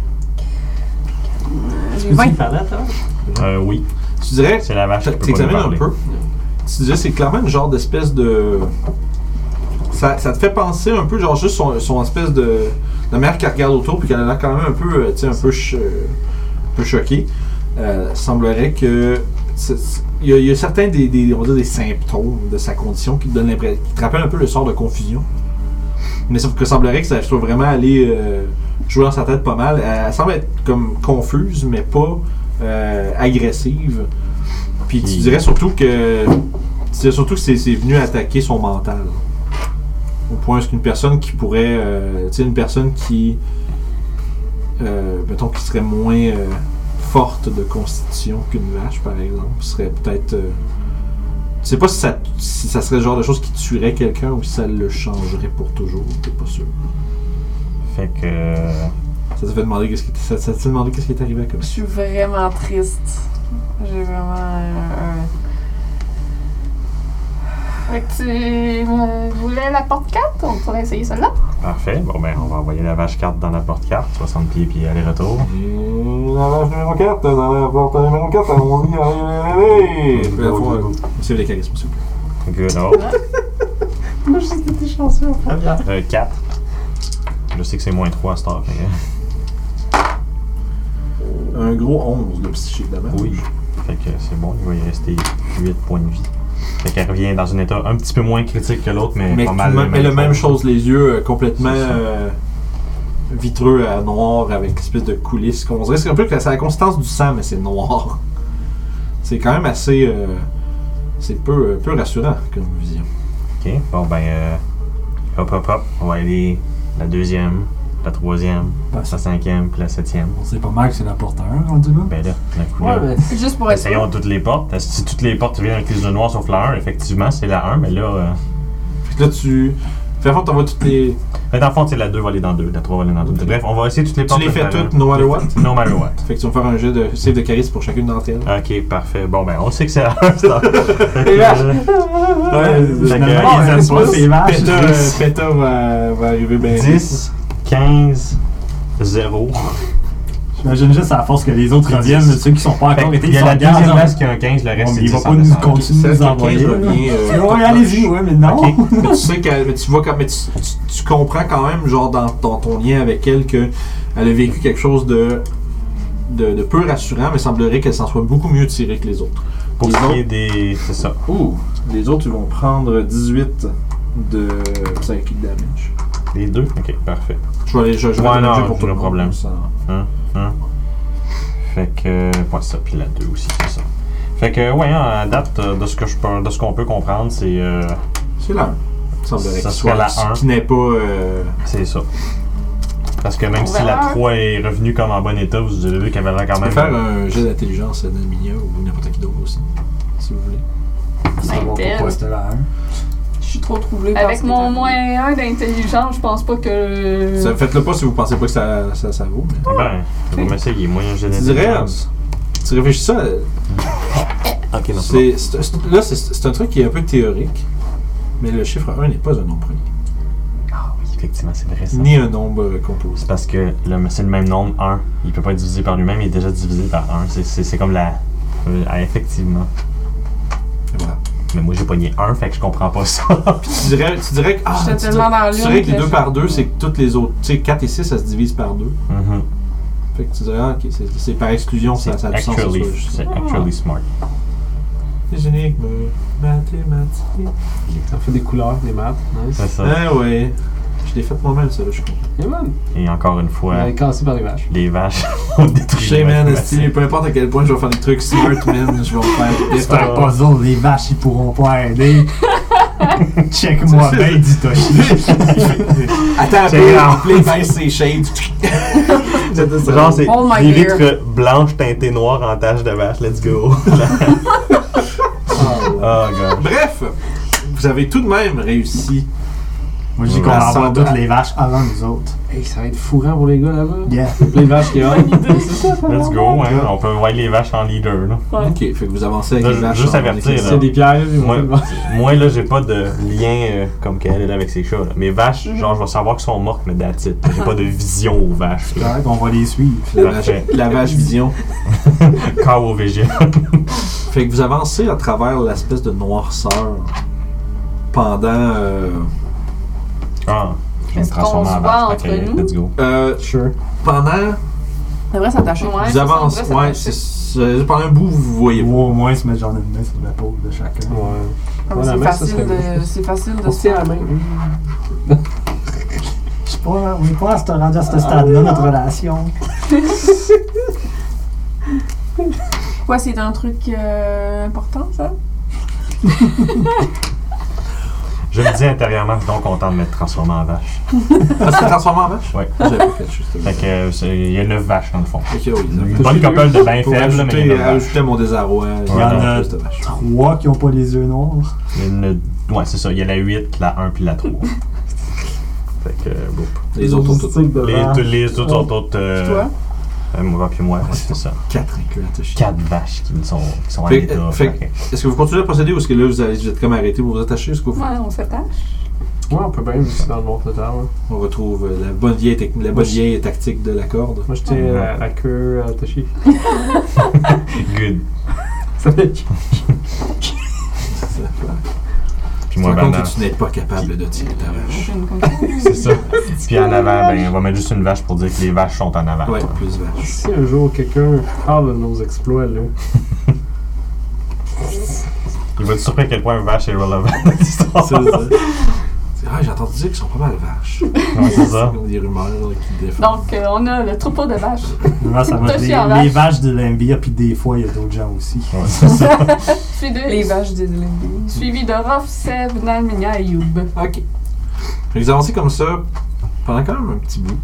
J'ai Tu 20. peux parler, toi? Oui, Tu dirais. c'est la vache qui peut pas nous T'examines un parler. peu. Tu dirais c'est clairement une genre d'espèce de. Ça te fait penser un peu, genre juste son espèce de. La mère qui regarde autour, puis qu'elle a l'air quand même un peu, tu sais, un peu choquée. Semblerait que. Il y a certains on va dire des symptômes de sa condition qui te donnent l'impression. Qui te rappellent un peu le sort de confusion. Mais sauf que semblerait que ça soit vraiment aller jouer dans sa tête pas mal. Elle semble être comme confuse, mais pas agressive. Puis tu dirais surtout que. C'est venu attaquer son mental. Au point qu'une personne qui pourrait. Tu sais, une personne qui. Mettons, qui serait moins forte de constitution qu'une vache, par exemple, serait peut-être. Je sais pas si ça serait le genre de chose qui tuerait quelqu'un ou si ça le changerait pour toujours. T'es pas sûr. Fait que. Ça t'a fait demander qu'est-ce qui est arrivé comme Je ça. suis vraiment triste. J'ai vraiment Fait que tu voulais la porte 4? On pourrait essayer celle-là. Parfait. Bon, ben, on va envoyer la vache 4 dans la porte 4, 60 pieds, puis aller-retour. La vache numéro 4, dans la porte numéro 4, on dit allez. C'est les charismes, s'il vous plaît. Good. Oh. Moi, j'ai été chanceux en première. 4. Je sais que c'est moins 3 à cette heure. Un gros 11 de psychique damage. Oui. Fait que c'est bon, il va y rester 8 points de vie. Fait qu'elle revient dans un état un petit peu moins critique que l'autre, mais pas mal. Mais la même chose, les yeux complètement vitreux à noir avec une espèce de coulisses. On dirait que c'est un peu que c'est la consistance du sang, mais c'est noir. C'est quand même assez. C'est peu rassurant comme vision. Ok, bon ben. Hop. On va aller la deuxième, la troisième, la cinquième, puis la septième. On sait pas mal que c'est la porte 1 rendu là. Ben là, la couleur. Ouais, mais Juste pour être sûr. Essayons toutes les portes. Si toutes les portes viennent avec les yeux noirs sauf la 1, effectivement, c'est la 1, mais là. Fait que là, tu. Fais fond, t'envoies toutes les. Dans le fond, c'est la 2 va aller dans 2, la 3 va aller dans 2. Bref, on va essayer toutes les portes. Tu les fais de faire toutes, no matter what? No matter what. Fait que tu vas faire un jeu de save de charisme pour chacune d'entre elles. Ok, parfait. Bon, ben, on sait que c'est la 1. Finalement, ils aiment pas ces vaches. Peta va arriver bien. 10, 15, 0. J'imagine juste à la force que les autres reviennent, ceux qui sont pas encore été, Il y a la deuxième base qui a un 15, le reste c'est 10. Il va pas nous continuer de nous envoyer. Oui, allez-y, ouais, mais non. Okay. Mais tu sais qu'elle, mais tu vois quand, mais tu comprends quand même, genre dans ton lien avec elle, que elle a vécu quelque chose de peu rassurant, mais semblerait qu'elle s'en soit beaucoup mieux tirée que les autres. Pour ce qui est des. C'est ça. Ouh, les autres ils vont prendre 18 de psychic damage. Les deux? Ok, parfait. Je vais aller Ouais, non, pour tout le problème. Ça. Fait que. Ouais, ça, puis la 2 aussi, c'est ça. Fait que, ouais, à date, de ce qu'on peut comprendre, c'est. C'est là. Il semblerait Ça qu'il serait soit la 1. qui n'est pas. C'est ça. Parce que même si la 3 est revenue comme en bon état, vous avez vu qu'elle avait quand Tu peux même. faire un jet d'intelligence d'Aminia ou n'importe qui d'autre aussi, si vous voulez. Savoir pourquoi c'était la 1. Je suis trop troublée par Avec ce qui mon est moins 1 d'intelligence, je pense pas que. Faites-le pas si vous pensez pas que ça vaut. Mais... Ben, je vais m'essayer, moyen Tu génétique. dirais, tu réfléchis ça. Ok, non, c'est un truc qui est un peu théorique, mais le chiffre 1 n'est pas un nombre premier. Ah oui, effectivement, c'est vrai ça. Ni un nombre composé. C'est parce que c'est le même nombre, 1. Il peut pas être divisé par lui-même, il est déjà divisé par 1. C'est comme la. Effectivement. Et voilà. Mais moi j'ai pogné 1, fait que je comprends pas ça. Puis tu dirais que. J'étais tellement dans tu dirais que les l'une 2 par 2, c'est que toutes les autres. Tu sais, 4 et 6, ça se divise par 2. Fait que tu dirais, ok, c'est par exclusion, ça a du sens. C'est actually smart. Les énigmes mathématiques. Ça fait des couleurs, des maths. Nice. C'est ça. Ah ouais. Je l'ai fait moi-même, ça, là, je crois. Et man, Et encore une fois, elle est cassée par les vaches. les vaches ont détruit. Je sais, les man, mathématiques. peu importe à quel point je vais faire des trucs smart, man, je vais C'est un faire. puzzle, les vaches ils pourront pas aider. Check-moi bien, dit Toshi. Attends un peu, en plein baisse ses shades. Genre, c'est Oh my des dear. vitres blanches teintées noires en taches de vache. Let's go. Oh, god. Bref, vous avez tout de même réussi. Moi je dis qu'on envoie toutes les vaches avant nous autres. Hey, ça va être fourrant pour les gars là-bas. Yeah. Les vaches qui ont. C'est ça, Let's go, hein. On peut voir les vaches en leader, là. Ok, fait que vous avancez avec Là, les vaches. juste en- avertir, C'est là. des pierres, ils vont Moi, faire moi, là, j'ai pas de lien comme qu'elle est là avec ses chats. Là. Mes vaches, genre, je vais savoir qu'elles sont mortes, mais that's it. J'ai pas de vision aux vaches. C'est Là. correct, on va les suivre. La vache vision. Corps au VG. Fait que vous avancez à travers l'espèce de noirceur pendant. Ah, je vais me Est-ce qu'on transformer en se voit vache. entre Fait que, nous? let's go. Sure. Pendant. On devrait s'attacher. Ouais, Vous c'est ça, avancez. on devrait Ouais, s'attacher. pendant un bout, vous voyez Ou pas. au moins se mettre genre une main sur l'épaule de chacun. Ouais. Ah, mais Voilà, c'est mais ça facile serait de. C'est facile de On se tient à la main. Je sais pas, on est pas rendu à ce stade-là, notre relation. Quoi, c'est un truc important, ça? Je me dis intérieurement, je suis donc content de m'être transformé en vache. Ah, tu t'es transformé en vache? Ouais. J'avais pas fait juste. Fait que, il y a 9 vaches, dans le fond. Ok, oui. Une bonne couple de bien Pour faibles, là, mais il y a 9 vaches. ajouter à mon désarroi. Il y en a plus de vaches. 3 qui ont pas les yeux noirs. Ouais, c'est ça. Il y a la 8, la 1 puis la 3. Fait que, boum. Les autres ont tout. Les autres sont toutes. Toi? Moi puis moi, c'est ça. 4 inclus à Toshi. 4 vaches qui sont en Fait- état. fait- Ok. Est-ce que vous continuez à procéder ou est-ce que là vous êtes comme arrêté, vous vous attachez? Est-ce que vous... Ouais, on s'attache. Ouais, on peut bien visiter dans le monde total. Ouais. On retrouve la bonne vieille tactique de la corde. Moi, j'étais la queue à Toshi. Good. Ça fait Puis Puis moi, Tu te ben, rends compte que tu n'es pas capable de tirer ta vache. c'est ça. Puis en avant, ben, on va mettre juste une vache pour dire que les vaches sont en avant. Ouais, plus vache. Si un jour quelqu'un parle de nos exploits, là, Il va te surprendre à quel point une vache est relevant dans l'histoire. C'est ça. Ah, j'ai entendu dire qu'ils sont pas mal vaches. Ouais, c'est ça. Comme des rumeurs là, qui défendent. Donc, on a le troupeau de vaches. Là, ça va être Toshi en les vache. vaches de l'Embire, puis des fois, il y a d'autres gens aussi. Ouais, c'est ça. Les vaches des Olympiques. Suivi de Rof, Sev, Nalminia et Youb. Ok. Fait que vous avancez comme ça pendant quand même un petit bout.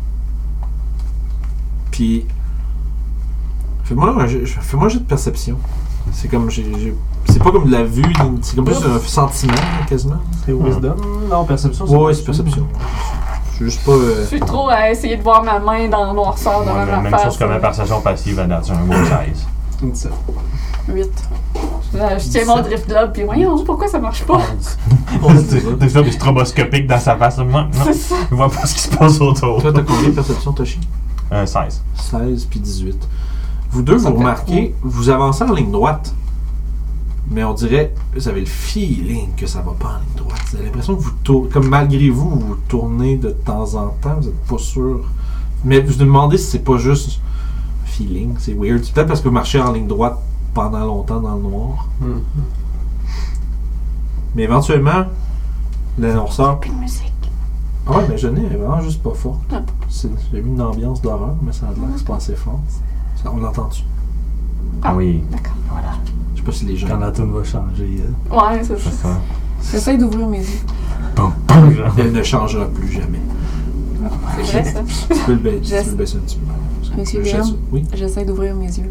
Puis. Fais-moi un jeu de perception. C'est comme. C'est pas comme de la vue, c'est comme plus un sentiment, quasiment. c'est wisdom. Non, perception. Ouais, c'est perception. Je suis juste pas. Je suis trop à essayer de voir ma main dans la noirceur de Ouais, ma même face. chose que ma perception passive à date, c'est un gros 16. 17. 8. Je tiens mon drift globe, puis voyons, pourquoi ça marche pas? T'es ça, des stroboscopiques dans sa face. Moi, non, C'est ça. je vois pas ce qui se passe autour. Toi, t'as combien de perception, Toshi? 16. 16 puis 18. Vous deux, Ça vous fait remarquez, vous avancez en ligne droite. Mais on dirait, vous avez le feeling que ça va pas en ligne droite. Vous avez l'impression que vous tournez, comme malgré vous, vous tournez de temps en temps, vous êtes pas sûr. Mais vous vous demandez si c'est pas juste feeling, c'est weird. C'est peut-être parce que vous marchez en ligne droite pendant longtemps dans le noir. Mais éventuellement, la noirceur. Plus de musique. Ah ouais, mais je n'ai vraiment juste pas forte. Ah. J'ai mis une ambiance d'horreur, mais ça a l'air que c'est pas assez fort. On l'entend-tu? Ah oui, D'accord, voilà. Je sais pas si les gens. Quand la tune va changer. Ouais, c'est c'est ça. ça. J'essaie d'ouvrir mes yeux. Elle ne changera plus jamais. C'est vrai, ça. Tu peux le baisser un petit peu. Monsieur Je sais Guillaume, ça. Oui. j'essaie d'ouvrir mes yeux.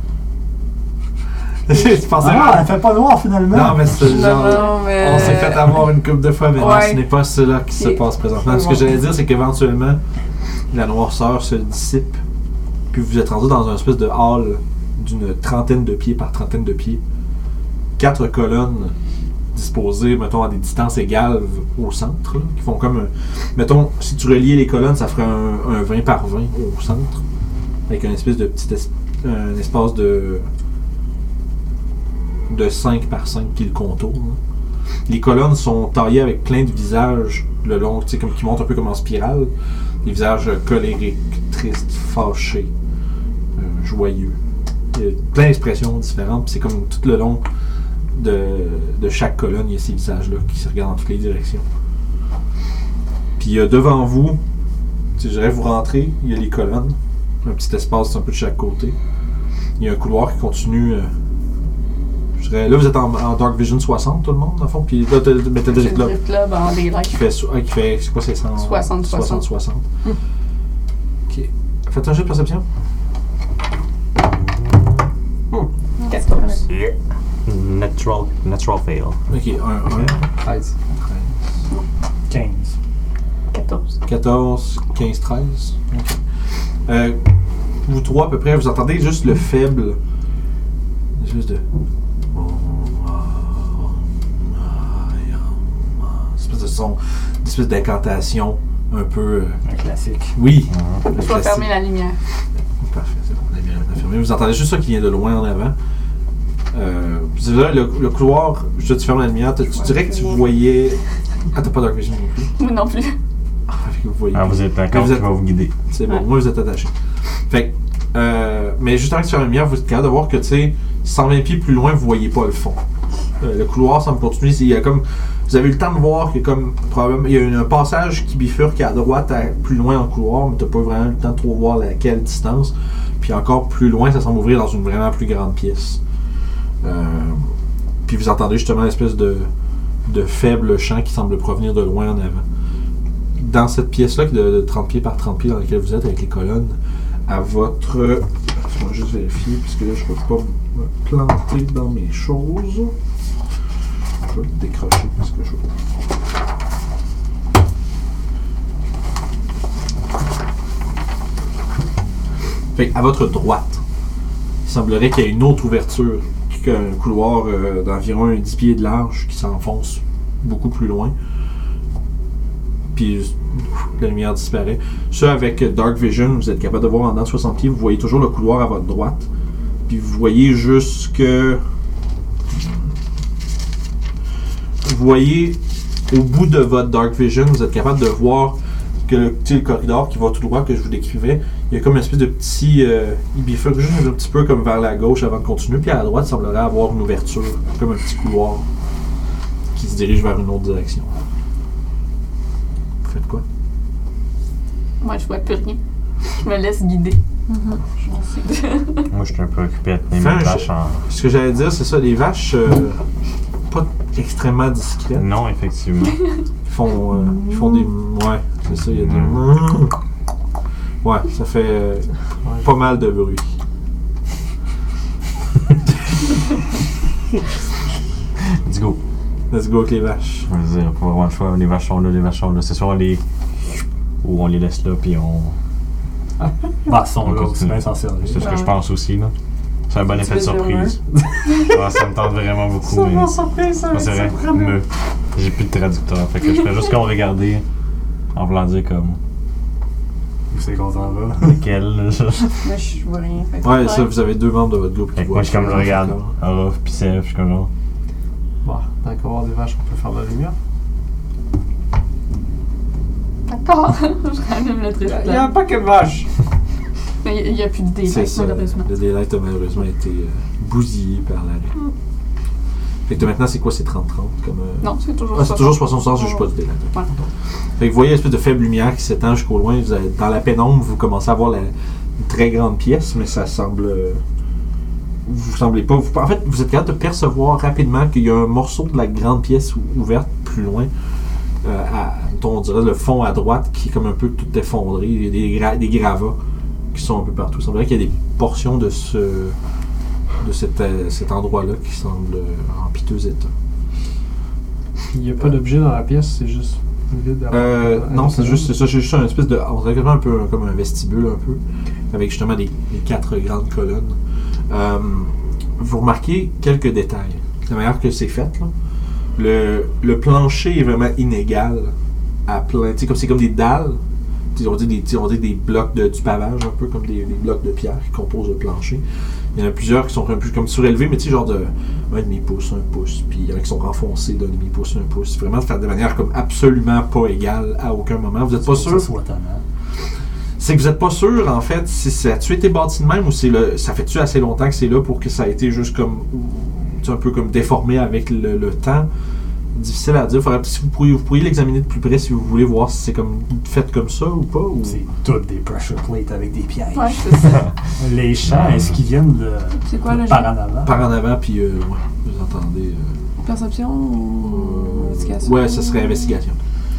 Tu pensais Ah, elle fait pas noir finalement! Non, mais c'est genre. Non, mais... On s'est fait avoir une couple de fois, mais non, Ouais. ce n'est pas cela qui se Ok. passe présentement. Ce que j'allais dire, c'est qu'éventuellement, la noirceur se dissipe, puis vous êtes rendu dans un espèce de hall d'une trentaine de pieds par trentaine de pieds. 4 colonnes disposées, mettons, à des distances égales au centre, là, qui font comme un... Mettons, si tu reliais les colonnes, ça ferait un 20 par 20 au centre, avec un espèce de petit un espace de 5 par 5 qui le contourne. Les colonnes sont taillées avec plein de visages le long, tu sais, comme qui montent un peu comme en spirale. Des visages colériques, tristes, fâchés, joyeux. Il y a plein d'expressions différentes, puis c'est comme tout le long de chaque colonne, il y a ces visages-là qui se regardent dans toutes les directions. Puis devant vous, tu sais, je dirais, vous rentrez, il y a les colonnes, un petit espace un peu de chaque côté. Il y a un couloir qui continue. Je dirais, là, vous êtes en Dark Vision 60, tout le monde, dans le fond. Puis là, t'as C'est Drift le Club drift club en daylight. qui fait, c'est quoi, c'est 100? 60. 60. Ok. Faites un jeu de perception. 14. Natural fail. Ok, 1. 13. 15. 14. 14, 15, 13. Ok. Vous trois, à peu près, vous entendez juste le faible. Juste de. Espèce de son, une espèce d'incantation un peu. Un classique. Oui. Je vais fermer la lumière. Parfait, c'est bon. La lumière est fermée. Vous entendez juste ça qui vient de loin en avant. Là, le couloir, je te ferme la lumière. Tu dirais que tu voyais. Ah, t'as pas Dark Vision non plus. Moi non plus. Ah, fait que vous voyez. Ah, vous êtes d'accord Vous êtes- qui va vous guider. C'est bon, Ouais. moi vous êtes attaché. Fait que, mais juste avant que tu fermes la lumière, vous êtes capable de voir que, tu sais, 120 pieds plus loin, vous voyez pas le fond. Le couloir semble continuer. Il y a comme, vous avez eu le temps de voir qu'il y a comme, probablement, il y a un passage qui bifurque à droite, plus loin dans le couloir, mais t'as pas vraiment le temps de trop voir à quelle distance. Puis encore plus loin, ça semble ouvrir dans une vraiment plus grande pièce. Puis vous entendez justement l'espèce de faible chant qui semble provenir de loin en avant. Dans cette pièce-là, de 30 pieds par 30 pieds dans laquelle vous êtes, avec les colonnes, à votre... Je vais juste vérifier, puisque là, je ne vais pas me planter dans mes choses. Je vais le décrocher, parce que je veux... Fait à votre droite, il semblerait qu'il y ait une autre ouverture, un couloir d'environ 10 pieds de large qui s'enfonce beaucoup plus loin. Puis la lumière disparaît. Ça, avec Dark Vision, vous êtes capable de voir en dedans de 60 pieds, vous voyez toujours le couloir à votre droite. Puis vous voyez jusque... Vous vous voyez, au bout de votre Dark Vision, vous êtes capable de voir que le corridor qui va tout droit que je vous décrivais, il y a comme une espèce de petit... il bifurque juste un petit peu comme vers la gauche avant de continuer, puis à la droite, il semblerait avoir une ouverture, comme un petit couloir qui se dirige vers une autre direction. Vous faites quoi? Moi, je vois plus rien. Je me laisse guider. Je m'en sais. Moi, je suis un peu occupé à tenir Fais mes un vaches en. Ce que j'allais dire, c'est ça, les vaches, pas extrêmement discrètes. Non, effectivement. Ils font des... Ouais, c'est ça, il y a des... Ouais, ça fait pas mal de bruit. Let's go. Let's go avec les vaches. Je veux dire, pas vraiment le choix. Les vaches sont là, les vaches sont là. C'est soit on les. Ou on les laisse là, puis on. Bah, ils sont là aussi, bien s'en servir. C'est ce que je pense aussi, là. C'est un bon effet de surprise. Ça me tente vraiment beaucoup. Ça mais... m'a surpris, ça. c'est vrai. J'ai plus de traducteur. Fait que je fais juste comme regarder en voulant dire comme. Où c'est qu'on s'en va? Lequel, là. Moi, je vois rien. Fait que- Ouais, ça, vous avez 2 membres de votre groupe qui Fait que voient. moi, je suis comme je regarde. Orof, pis Sèvres, je suis comme genre. Bon, tant qu'à avoir des vaches, on peut faire de la lumière. D'accord. Je rallume le triste. Il y a un paquet de vaches! Mais il n'y a plus de C'est daylight, ça. malheureusement. Le daylight a malheureusement été bousillé par l'arrêt. Fait que maintenant, c'est quoi? C'est 30-30 comme... Non, c'est toujours Ah, c'est toujours 60, c'est juste pas du daylight. Ouais. Fait que vous voyez l'espèce de faible lumière qui s'étend jusqu'au loin. Vous avez- dans la pénombre, vous commencez à voir une très grande pièce, mais ça semble... vous semblez pas... en fait, vous êtes capable de percevoir rapidement qu'il y a un morceau de la grande pièce ouverte plus loin. On dirait le fond à droite qui est comme un peu tout effondré. Il y a des gravats qui sont un peu partout. Il semblerait qu'il y a des portions de cet endroit-là qui semblent en piteux état. Il n'y a pas d'objet dans la pièce, c'est juste vide. Non, c'est juste ça. C'est juste un espèce de... On dirait quasiment un peu comme un vestibule, un peu, avec justement les 4 grandes colonnes. Vous remarquez quelques détails. La manière que c'est fait, là. Le plancher est vraiment inégal à plein. Tu sais, c'est comme des dalles. Tu sais, on dit des blocs du pavage, un peu comme des blocs de pierre qui composent le plancher. Il y en a plusieurs qui sont un peu comme surélevés, mais tu sais, genre de 1,5 pouce, 1 pouce. Puis il y en a qui sont renfoncés d'1,5 pouce, 1 pouce. C'est vraiment de faire de manière comme absolument pas égale à aucun moment. Vous n'êtes pas sûr. C'est que vous n'êtes pas sûr, en fait, si ça a-tu été bâti de même ou ça fait-tu assez longtemps que c'est là pour que ça a été juste comme. Un peu comme déformé avec le temps. Difficile à dire. Si vous pourriez l'examiner de plus près si vous voulez voir si c'est comme fait comme ça ou pas. Ou... C'est toutes des pressure plates avec des pièges. Ouais, c'est ça. Les champs, est-ce qu'ils viennent de C'est quoi le par jeu? en avant? Par en avant, puis ouais, vous entendez. Perception ou investigation? Ouais, ça serait investigation.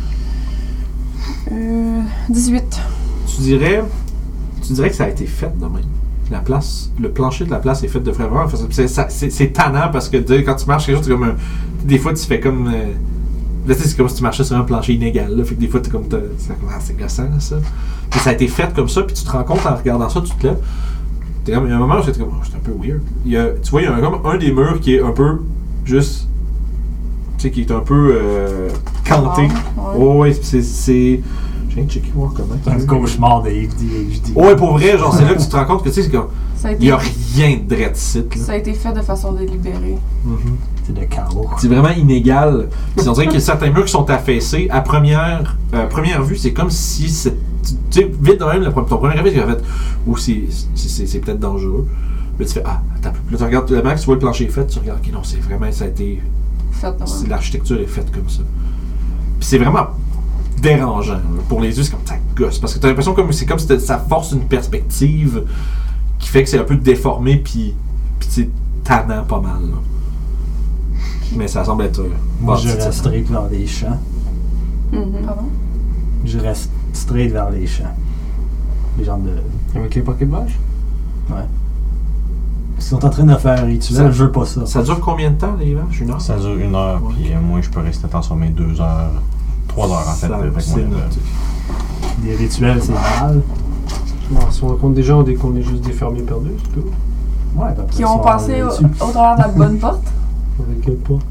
18. Tu dirais que ça a été fait de même. Le plancher de la place est fait de vraiment. C'est tannant parce que quand tu marches quelque chose, c'est comme des fois tu fais comme. Là, c'est comme si tu marchais sur un plancher inégal. Là, fait que des fois, c'est gossant, là, ça. Puis ça a été fait comme ça, puis tu te rends compte en regardant ça, tu te lèves. Il y a un moment où j'étais comme, c'est un peu weird. Tu vois, il y a comme un des murs qui est un peu juste. Tu sais, qui est un peu canté. Ouais, c'est. Je viens de checker voir comment. C'est un cauchemar de ADHD. Ouais, pour vrai, genre, c'est là que tu te rends compte que, tu sais, c'est comme. Il n'y a rien de dread site, là. Ça a été fait de façon délibérée. C'est de chaos. C'est vraiment inégal. Puis on dirait qu'il y a certains murs qui sont affaissés. À première vue, c'est comme si tu sais, vite de même, ton premier réveil, tu as fait « c'est peut-être dangereux ». Là, tu fais « Ah, attends. » Là, tu regardes le mec, tu vois le plancher fait, tu regardes « Ok, non, c'est vraiment, ça a été... L'architecture est faite comme ça. » Puis c'est vraiment dérangeant. Là. Pour les yeux, c'est comme ça gosse. Parce que tu as l'impression que c'est comme si ça force une perspective qui fait que c'est un peu déformé, puis c'est tannant pas mal. Là. Mais ça semble être. Moi, je reste straight vers les champs. Pardon? Je reste straight vers les champs. Les gens de. Avec les paquets de vaches? Ouais. Ils sont en train de faire un rituel, je veux pas ça. Ça dure combien de temps, les vaches? 1 heure? Ça dure 1 heure, Ouais. puis moi, je peux rester temps sur mes 2 heures. 3 heures, en fait. C'est noté. Des rituels, c'est mal. Bon, si on rencontre des gens, qu'on est juste des fermiers perdus, c'est tout. Ouais, après Qui ça, ont on passé va au travers de la bonne porte. Avec quel pas?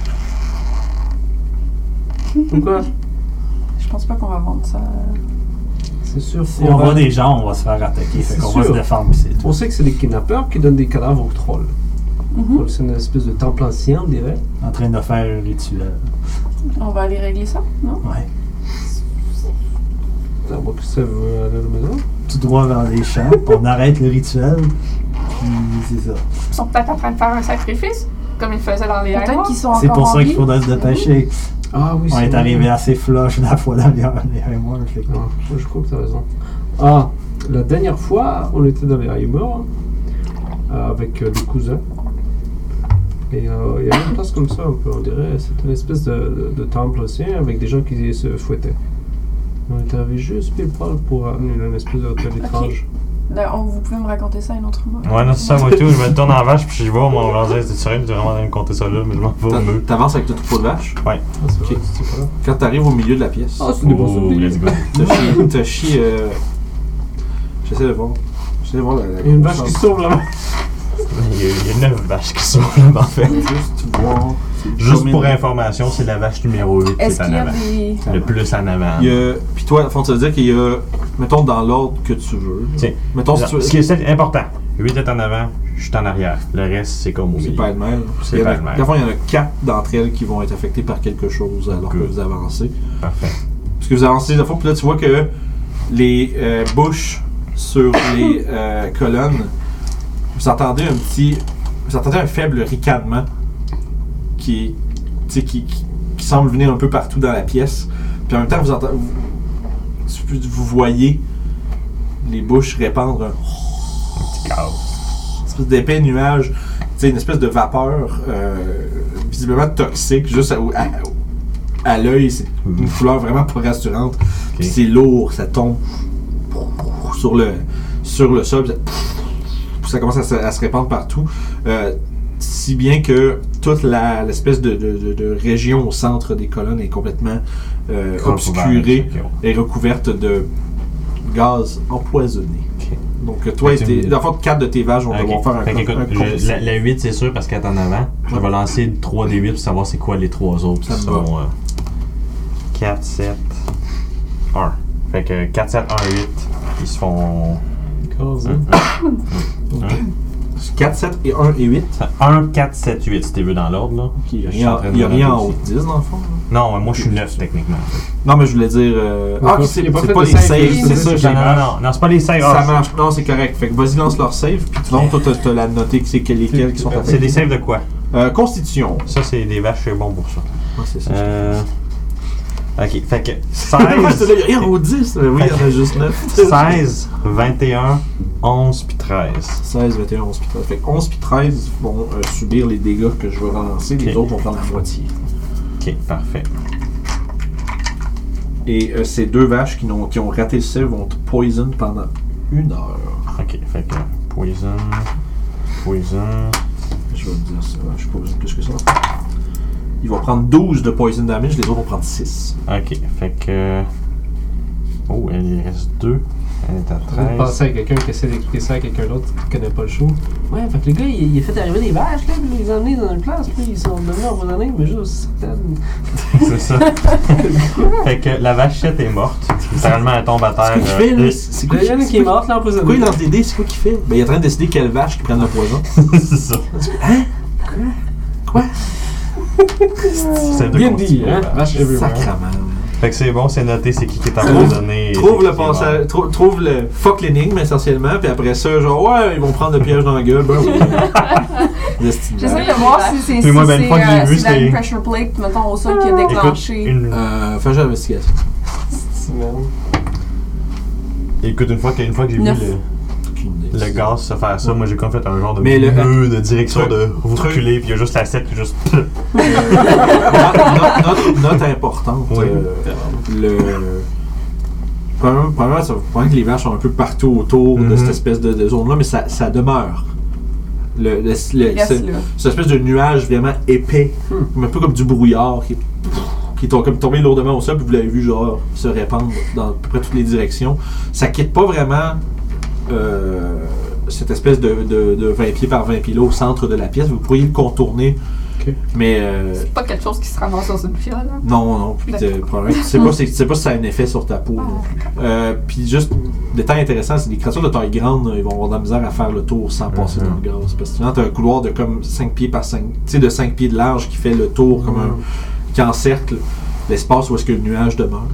Pourquoi? Je pense pas qu'on va vendre ça. C'est sûr. Si on voit des gens, on va se faire attaquer. Fait C'est qu'on va se sûr. défendre, pis c'est tout. On sait que c'est des kidnappeurs qui donnent des cadavres aux trolls. Donc, c'est une espèce de temple ancien, on dirait. En train de faire un rituel. On va aller régler ça, non? Ouais. À moins que ça veut aller à la maison. Tout droit vers les champs, on arrête le rituel, puis c'est ça. Ils sont peut-être en train de faire un sacrifice, comme ils faisaient dans les Peut-être Highlands. qu'ils sont encore C'est pour en ça vie. qu'il faudrait se dépêcher. Ah oui, On est arrivé assez flush la fois dernière, les Haymore, fait que... Non, je crois que t'as raison. Ah, la dernière fois, on était dans les Haymore avec des cousins. Et il y avait une place comme ça, un peu, on dirait. C'était une espèce de temple aussi, avec des gens qui se fouettaient. On était arrivé juste pile poil pour amener une espèce d'hôtel étrange. D'ailleurs, vous pouvez me raconter ça une autre fois. Ouais, non, c'est ça, moi et tout. Je me tourne en vache, puis je vois, on va dire, t'es sérieux, tu es vraiment en train de me compter ça là, mais je m'en vais au mur. T'avances avec ton troupeau de vaches. Ouais. Ah, c'est vrai, c'est pas là. Quand t'arrives au milieu de la pièce, Ah, c'est des bons Oh, souvenirs. let's go. Toshi, j'essaie de voir. J'essaie de voir la Il y a une vache qui sauve là-bas. Il y a 9 vaches qui sont là, en fait. Juste voir. Juste pour information, c'est la vache numéro 8 qui Est-ce est en qu'il y a avant. des... Le plus en avant. Il y a. Puis toi, faut te dire qu'il y a. Mettons dans l'ordre que tu veux. Tiens, Mettons si tu veux. Ce qui est important, 8 est en avant, je suis en arrière. Le reste, c'est comme au C'est milieu. pas le même. C'est Il y en a- pas le même. Dans le fond, il y en a 4 d'entre elles qui vont être affectées par quelque chose alors que Good. vous avancez. Parfait. Parce que vous avancez de fois, puis là, tu vois que les bouches sur les colonnes, vous entendez un petit. Vous entendez un faible ricanement qui semble venir un peu partout dans la pièce. Puis en même temps, vous voyez les bouches répandre un Petit chaos. une espèce d'épais nuage, tu sais, une espèce de vapeur visiblement toxique, juste à l'œil, c'est une couleur vraiment pas rassurante. Puis c'est lourd, ça tombe sur le sol, puis ça commence à se répandre partout. Si bien que toute l'espèce de région au centre des colonnes est complètement obscurée et recouverte de gaz empoisonné. Ok. Donc toi, Fait que tu me- dans le fond, 4 de tes vaches vont Ok. devoir faire un Fait que, écoute, composite. la 8 c'est sûr parce qu'elle est en avant. Je vais lancer 3 des 8 pour savoir c'est quoi les 3 autres. Ça me Qui va. sont 4, 7, 1. Fait que 4, 7, 1, 8, ils se font 4, 7 et 1 et 8. 1, 4, 7, 8 si tu veux dans l'ordre là. Il n'y Je suis en a train de rien, me en noter haut de 10 dans le fond. Non, moi je suis 9 techniquement. Non, mais je voulais dire. pas- c'est il a pas c'est fait pas de les save, saves, il- c'est ça. Non, j'ai- non, c'est pas les saves. Ça marche. Non, c'est correct. Fait que vas-y, lance leur save. Puis tu vois, toi, t'as la noté que c'est lesquels qui sont C'est affectés. des saves de quoi? Constitution. Ça, c'est des vaches, c'est bon pour ça. Ah, c'est ça. Ok, fait que Moi, j'étais 16, là, il y a rien au 10. Oui, il y en a juste 9. 16, 21, 11 puis 13. 16, 21, 11 puis 13. Fait que 11 puis 13 vont subir les dégâts que je vais relancer. Les Ok. autres vont prendre la moitié. Ok, parfait. Et ces deux vaches qui ont raté le save vont te poison pendant 1 heure. Ok, fait que poison. Je vais te dire ça. Je suis pas besoin de plus que ça. Ils vont prendre 12 de poison damage, les autres vont prendre 6. Ok, fait que. Oh, il reste 2. Elle est à Je viens de 13. penser à quelqu'un qui essaie d'expliquer ça à quelqu'un d'autre qui connaît pas le show. Ouais, fait que le gars, il a fait arriver des vaches, là, puis il les a emmenés dans une place, puis ils sont devenus empoisonnés, mais juste certaines. C'est ça. Fait que la vachette est morte. Littéralement, elle tombe à terre. C'est quoi qu'il fait, là? C'est quoi Il y en a qui est morte, là, empoisonné. Pourquoi il lance des dés? C'est quoi qu'il fait? Ben, il est en train de décider quelle vache qui prenne le poison. C'est ça. Hein? Quoi? C'est de Bien dit, hein? constituer. Vache everywhere. Sacrament. Fait que c'est bon, c'est noté, c'est qui est empoisonné. et Trouve c'est le qui est passage, trouve le fuck l'énigme essentiellement, puis après ça, genre, ouais, ils vont prendre le piège dans la gueule, ben oui. Destinée. J'essaie de voir si c'est Puis moi, ben, une fois que j'ai vu, si la c'est- pressure plate, mettons, au sol qui a mort. Écoute, déclenché. Fais un jeu d'investigation. Écoute, une fois que j'ai vu Neuf. Aucune idée. le gaz se faire ça, moi j'ai comme fait un genre de Mais le- nœud de direction truc- de vous truc- reculer, puis il y a juste la 7 qui est juste. Note importante. Oui. Premièrement, ça va que les vaches sont un peu partout autour de cette espèce de zone-là, mais ça demeure. Cette espèce de nuage vraiment épais, un peu comme du brouillard qui est comme tombé lourdement au sol, puis vous l'avez vu genre se répandre dans à peu près toutes les directions. Ça quitte pas vraiment cette espèce de 20 pieds par 20 pieds là au centre de la pièce. Vous pourriez le contourner, mais C'est pas quelque chose qui se ramasse dans une fiole. Hein? non, puis probablement, tu sais pas si ça a un effet sur ta peau non plus. Puis juste détail intéressant, c'est que les créatures de taille grande, ils vont avoir de la misère à faire le tour sans passer dans le gaz. Parce que sinon, t'as un couloir de comme 5 pieds par 5, tu sais, de 5 pieds de large qui fait le tour comme un. Qui encercle l'espace où est-ce que le nuage demeure.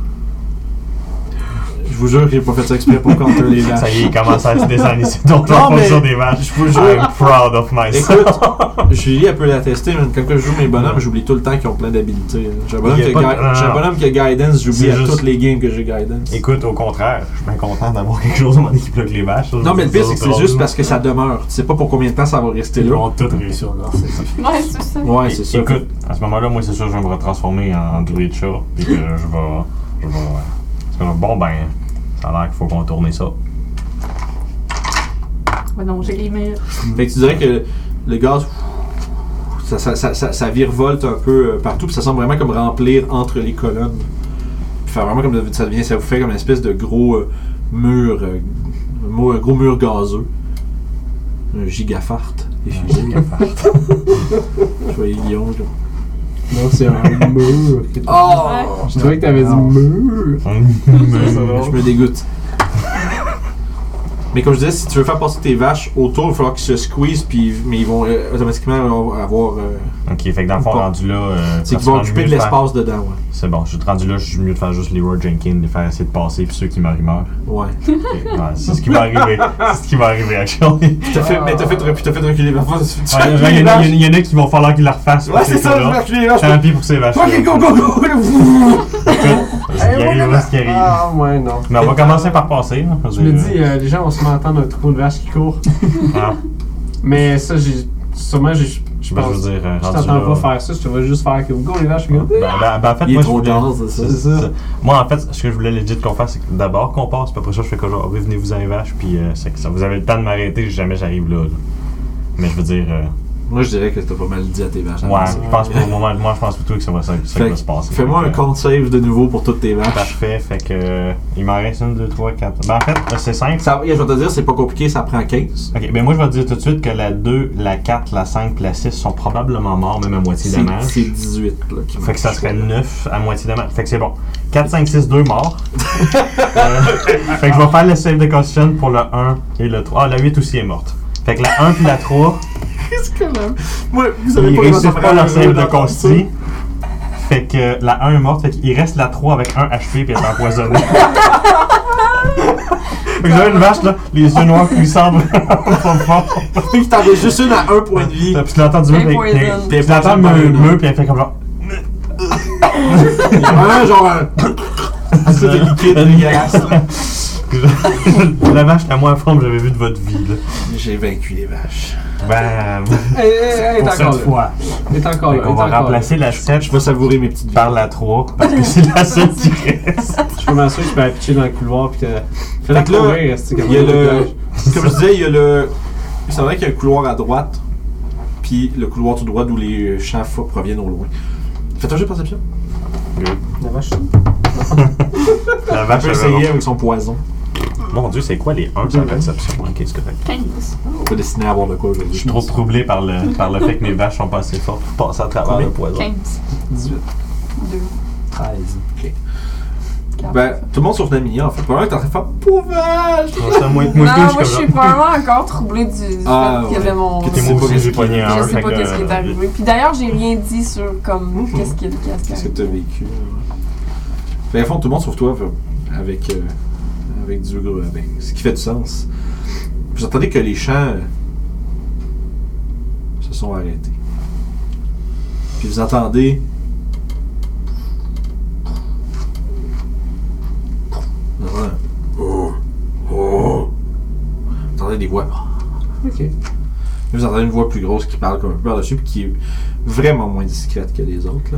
Je vous jure que j'ai pas fait ça exprès pour contrer les vaches. Ça y est, il commence à se descendre ici. Donc, la fonction des vaches. Je vous jure. I'm proud of myself. Écoute, Julie, elle peut l'attester, mais quand je joue mes bonhommes, j'oublie tout le temps qu'ils ont plein d'habilités. J'ai un bonhomme qui a Guidance, j'oublie à toutes les games que j'ai Guidance. Écoute, au contraire, je suis bien content d'avoir quelque chose dans mon équipe là que les vaches. Non, mais le pire, c'est que c'est juste parce que ça demeure. Tu sais pas pour combien de temps ça va rester Ils là. vont tout réussir là, c'est ça. Ouais, c'est ça. Ouais, c'est ça. Écoute, à ce moment-là, moi, c'est sûr que je vais me retransformer en druide chat. Puis que je vais. Bon, ben, ça a l'air qu'il faut contourner ça. Ouais, non, j'ai les murs. Fait que tu dirais que le gaz, ça virevolte un peu partout, puis ça semble vraiment comme remplir entre les colonnes. Puis faire vraiment comme ça vous fait comme une espèce de gros mur, un gros mur gazeux. Un gigafart. Je voyais Guillaume. Non, c'est un mur. Oh! Je trouvais que t'avais dit mur. Je me dégoûte. Mais comme je disais, si tu veux faire passer tes vaches autour, il va falloir qu'ils se squeezent, mais ils vont automatiquement avoir. Ok, fait que dans le fond, rendu là. C'est qu'ils vont occuper de l'espace dedans, ouais. C'est bon, je suis rendu là, je suis mieux de faire juste Leroy Jenkins, de faire essayer de passer, puis ceux qui meurent, ils meurent. Ouais. Okay, ouais, c'est ce qui va arriver. C'est ce qui va arriver, actually. T'as fait reculer les vaches. Il y en a qui vont falloir qu'ils la refassent. Ouais, c'est ça, je vais reculer les vaches. Tant pis pour ces vaches. Ok, go! Ce qui arrive, ce qui arrive. Ah, ouais, non. Mais on va commencer par passer. Là. Je me dis, les gens vont sûrement entendre un troupeau de vaches qui court. Ah. Mais ça, sûrement, je Ben, pense. je veux dire, Je t'entends pas faire ça, je te vois juste faire que go les vaches, go. en fait, Il moi, est trop tard, c'est ça. Moi, en fait, ce que je voulais legit qu'on fasse, c'est que d'abord qu'on passe, puis après ça, je fais que genre, venez-vous en les vaches, puis c'est que ça, vous avez le temps de m'arrêter, jamais j'arrive là. Mais je veux dire. Moi, je dirais que t'as pas mal dit à tes vaches. Ouais, je pense pour le moment, moi, je pense plutôt que ça va se passer. Fais-moi un compte save de nouveau pour toutes tes vaches. Parfait, fait que. Il m'en reste 1, 2, 3, 4. Ben, en fait, c'est simple. Ça, je vais te dire, c'est pas compliqué, ça prend 15. Ok, ben moi, je vais te dire tout de suite que la 2, la 4, la 5 et la 6 sont probablement morts, même à moitié damage. C'est 18 là, qui Fait que ça serait 9 à moitié damage. Fait que c'est bon. 4, 5, 6, 2 morts. Fait que je vais faire le save de Constitution pour le 1 et le 3. Ah, la 8 aussi est morte. Fait que la 1 puis la 3. Qu'est-ce que là? Moi, vous avez Ils pas réussissent pas leur save de Consti. Fait que la 1 est morte, fait qu'il reste la 3 avec 1 HP puis elle est empoisonnée. Fait que j'avais une vache là, les yeux noirs qui semblent pas fort. Puis que t'en as juste une à 1 point de vie. Puis tu l'entends du même, puis tu l'entends me puis elle fait comme genre. Ouais, genre un. C'est de liquide dégueulasse là. La vache la moins forme que j'avais vue de votre vie là. J'ai vaincu les vaches. Bam! Elle est encore là. Elle est encore là. On va remplacer la 7. Je vais savourer mes petites vies. Par la 3 parce que c'est la seule qui reste. Je peux m'assurer que je peux aller pitcher dans le couloir puis fais la Fait que là, courir, il y a le. Comme je disais, il y a le. C'est vrai qu'il y a un couloir à droite, puis le couloir tout droit d'où les chants proviennent au loin. Faites un jeu de perception. La vache. La On vache peut essayer avec son poison. Mon Dieu, c'est quoi les 1 sur la perception? Ok, c'est correct. 15. On peut dessiner à avoir de quoi aujourd'hui. Je suis trop troublé par le fait que mes vaches sont pas assez fortes pour passer à travers le poison. 15. 18. 2. 13. Ok. Ben, tout le monde sauf Nami, en fait. Probablement que t'es en train de faire pauvre vache! Moi, Non, moi je suis probablement encore troublée du fait qu'il y avait mon. Que Moi aussi, j'ai pogné un. Je sais pas qu'est-ce qui est arrivé. Puis d'ailleurs, j'ai rien dit sur comme qu'est-ce qui est Qu'est-ce que t'as vécu? Ben, à fond, tout le monde sauf toi, avec du ben, ce qui fait du sens. Vous entendez que les chants se sont arrêtés. Puis vous entendez vous entendez des voix. Ok. Vous entendez une voix plus grosse qui parle comme un peu par-dessus, puis qui est vraiment moins discrète que les autres, là.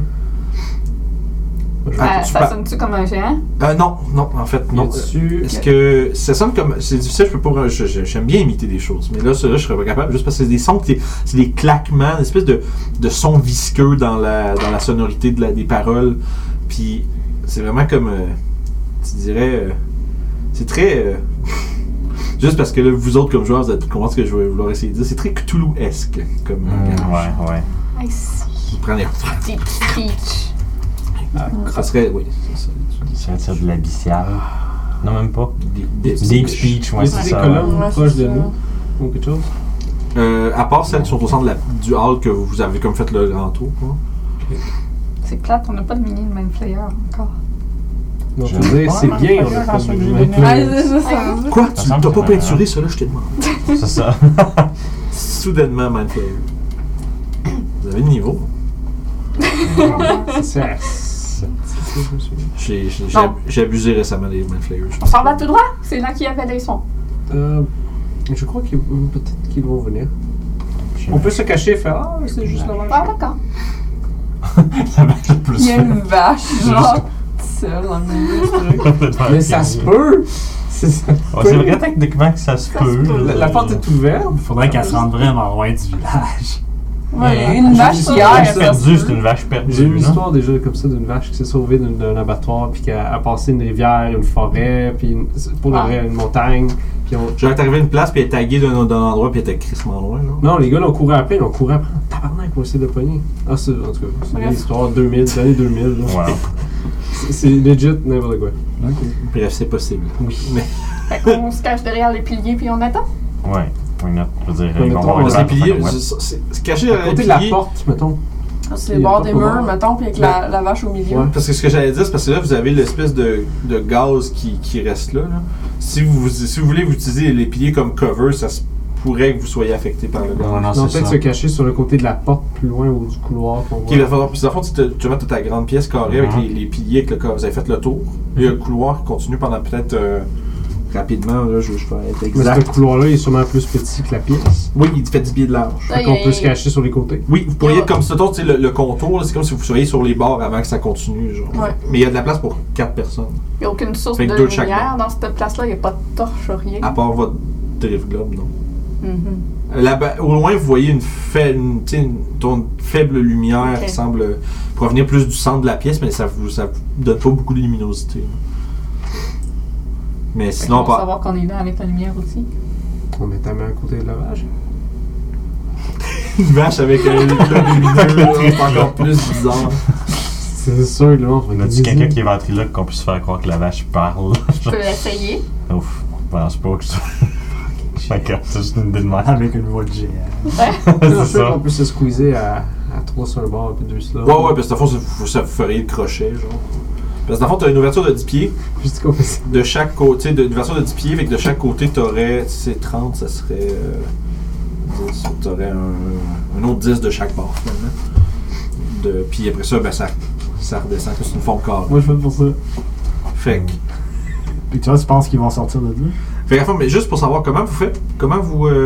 Ça sonne-tu comme un géant? Non, en fait, non. Est-ce que ça sonne comme. C'est difficile, je peux pas. J'aime bien imiter des choses, mais là, je serais pas capable, juste parce que c'est des sons, c'est des claquements, une espèce de son visqueux dans la sonorité des paroles. Puis c'est vraiment comme. Tu dirais. C'est très. Juste parce que là, vous autres, comme joueurs, vous allez comprendre ce que je vais vouloir essayer de dire. C'est très Cthulhu-esque comme. Ouais. I see. Vous prenez un. Des petits peach. Ça serait. Oui, c'est ça. Ça tire de l'abyssial. Non, même pas. Deep Deep Speech. Speech, Y ouais, a-t-il c'est des ça. colonnes Ouais, proches c'est de ça. nous ou quelque chose? À part celles qui sont au centre du hall que vous avez comme fait le grand tour. Quoi. C'est plate, on n'a pas de mini de Mind Flayer encore. Donc, Je je veux dire, c'est Ouais, bien, ouais, on a ouais, pas de ouais, mini. ouais, c'est ça. Quoi? Ça Tu semble t'as que pas c'est peinturé ça là, je te demande. C'est ça. Soudainement, Mindflayer. Vous avez le niveau. C'est Non. J'ai abusé récemment des Mindflayers. On s'en va tout droit? C'est là qu'il y avait des sons. Je crois qu'ils peut-être qu'ils vont venir. On peut se cacher et faire ah, c'est juste la Ah, vache. d'accord. La vache le plus Il y a une vache, genre, seule dans le milieu du truc. Mais ça se peut! C'est ça. Ouais, c'est vrai techniquement que ça se peut. La porte est ouverte. Il faudrait qu'elle se rende vraiment loin du village. Ouais, une vache J'ai qui une a vache perdue, c'est une vache perdue. J'ai eu une non? histoire déjà comme ça d'une vache qui s'est sauvée d'un abattoir, puis qui a passé une rivière, une forêt, puis pour de vrai, une montagne. Puis Genre, t'es arrivé à une place, puis elle est taguée d'un endroit, puis elle était crissement loin. Là. non, les gars, là, on courait après, on courait après. Tabarnak, on va essayer de le pogner. Ah, c'est, en tout cas, c'est une histoire 2000, des années 2000. Là. Wow. C'est legit, n'importe quoi. Bref, c'est possible. Oui. Mais Fait qu'on se cache derrière les piliers puis on attend. Ouais, why not? Je veux dire, Ouais, ils vont mettons, avoir on une les vache, piliers, ouais. c'est caché À derrière les côté de la piliers. porte, mettons. C'est Il le y a bord pas des trop murs, bord. mettons, puis avec la vache au milieu. Ouais. Parce que ce que j'allais dire, c'est parce que là, vous avez l'espèce de gaz qui reste là. Si vous voulez vous utiliser les piliers comme cover, ça se pourrait que vous soyez affecté par le gaz. Ouais, non, Non, c'est peut-être ça. se cacher sur le côté de la porte plus loin ou du couloir qu'on Ok, voit. il va falloir. Puis, dans le fond, tu vas mettre ta grande pièce carrée avec Mhm. les piliers, avec le corps. Vous avez fait le tour. Il y a le couloir qui continue pendant peut-être rapidement. Là, je vais être Mais exact. ce couloir-là il est sûrement plus petit que la pièce. Oui, il fait 10 pieds de large. Ça, Fait qu'on peut se cacher sur les côtés. Oui, vous pourriez Il y a- être comme ça. Tu sais, le contour, là, c'est comme si vous soyez sur les bords avant que ça continue. Genre. Ouais. Mais il y a de la place pour 4 personnes. Il n'y a aucune source Fait que de deux de chaque lumière dans cette place-là. Il n'y a pas de torche, rien. À part votre drift globe, non. Mhm. Là-bas, au loin, vous voyez une faible lumière Ok. qui semble provenir plus du centre de la pièce, mais ça vous donne pas beaucoup de luminosité. Mais Fait sinon, qu'on va pas. savoir qu'on est là avec la lumière aussi. On met ta main à côté de la vache. Une vache avec un globe lumineux, c'est encore plus bizarre. C'est sûr, là, on va On a-tu quelqu'un qui est ventriloque qu'on puisse faire croire que la vache parle? Je peux essayer. Ouf, je pense pas que ça. D'accord, c'est juste une idée de merde. Avec une voix de géant. C'est C'est sûr qu'on ça. peut se squeezer à 3 sur un bord et puis 2 sur l'autre. Ouais, parce que dans le fond, ça vous ferait le crochet, genre. Parce que dans le fond, t'as une ouverture de 10 pieds. Juste qu'on fait ça. De chaque côté, une ouverture de 10 pieds, fait que de chaque côté, t'aurais, c'est 30, ça serait 10, t'aurais un autre 10 de chaque bord, finalement. Puis après ça, ben ça redescend, que c'est une forme carrée. Moi, je fais pour ça. Fait que, Puis tu vois, tu penses qu'ils vont sortir de là? fait qu'à fond, mais juste pour savoir comment vous faites, comment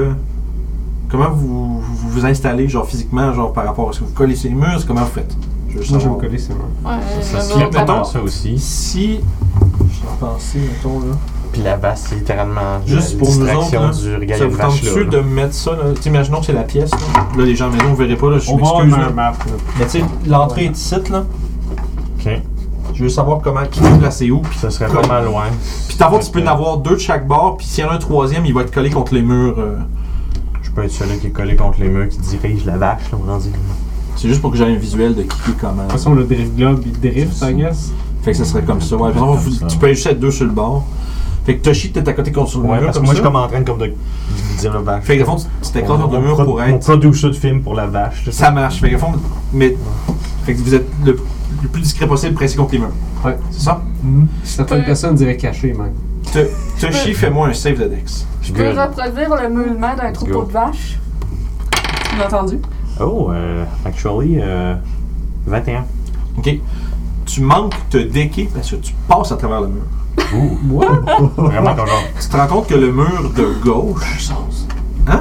vous installez, genre physiquement, genre par rapport à ce que vous collez sur les murs, comment vous faites? Je veux juste Moi, je vais me savoir. coller, c'est moi. Ouais, Ça je se vais lit l'autre dans là-bas. ça aussi. Si, je vais penser, mettons là. Puis la vache, c'est littéralement Juste la pour nous distraction autres, du là, regarder ça une vous vache tente-tu là. de mettre ça, là? T'sais, imaginons que c'est la pièce, là. Là, les gens à la maison, vous verrez pas, là, je On va m'excuse, avoir là. un map. Là. Mais tu sais, l'entrée est ici, là. Ok. Je veux savoir comment, qui est placé où. Puis Ça serait pas mal loin. Puis t'as tu peux en avoir 2 de chaque bord, puis s'il y en a un troisième, il va être collé contre les murs. Je peux être celui qui est collé contre les murs, qui dirige la vache, là, on en dit. C'est juste pour que j'ai un visuel de qui est comment. De toute façon, le drift globe, il drift, I guess. Fait que ça serait comme ça. Ouais, par exemple, Comme ça. tu peux juste être 2 sur le bord. Fait que Toshi, t'es à côté contre le Ouais, mur parce que comme moi, ça. je suis comme en train comme de dire la vache. Fait que, au fond, tu t'écrases contre le mur pour On être. producer de film pour la vache. là. Ça marche. Fait que, au fond, mais. Fait que vous êtes le plus discret possible pressé contre les murs. Ouais. C'est ça? Certaines personnes diraient caché, même. Toshi, fais-moi un save de Dex. Je peux reproduire le meulement d'un troupeau go. de vaches. Tu l'as entendu? Oh, actually, 21. Ok. Tu manques te decker parce que tu passes à travers le mur. Ouh. Vraiment comme genre. Tu te rends compte que le mur de gauche. Hein?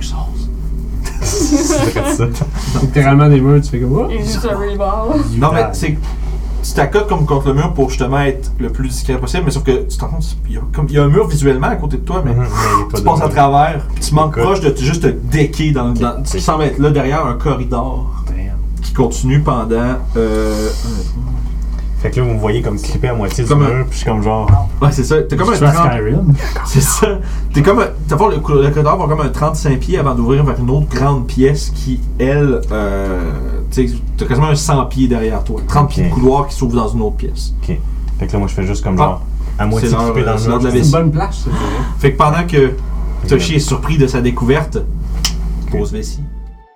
C'est comme ça. Littéralement des murs, tu fais comme Et juste le reball. Non, mais c'est. Tu t'accotes comme contre le mur pour justement être le plus discret possible, mais sauf que tu te rends compte, il y a un mur visuellement à côté de toi, mais tu passes à travers, puis tu manques proche de juste te decker dans ce qui semble être là derrière un corridor qui continue pendant. Fait que là, vous me voyez comme clippé à moitié du Comme mur, puis je suis comme genre. Ouais, c'est ça. T'es comme un Tu fais 30. Skyrim? C'est ça. T'es comme. D'abord, le corridor va comme un 35 pieds avant d'ouvrir vers une autre grande pièce qui, elle. Tu sais, t'as quasiment un 100 pieds derrière toi. 30 pieds de couloir qui s'ouvre dans une autre pièce. Ok. Fait que là, moi, je fais juste comme genre À moitié c'est l'heure, coupé dans c'est le l'heure de la C'est une vessie. bonne plage, c'est vrai. Fait que pendant que Toshi est surpris de sa découverte, pause vessie.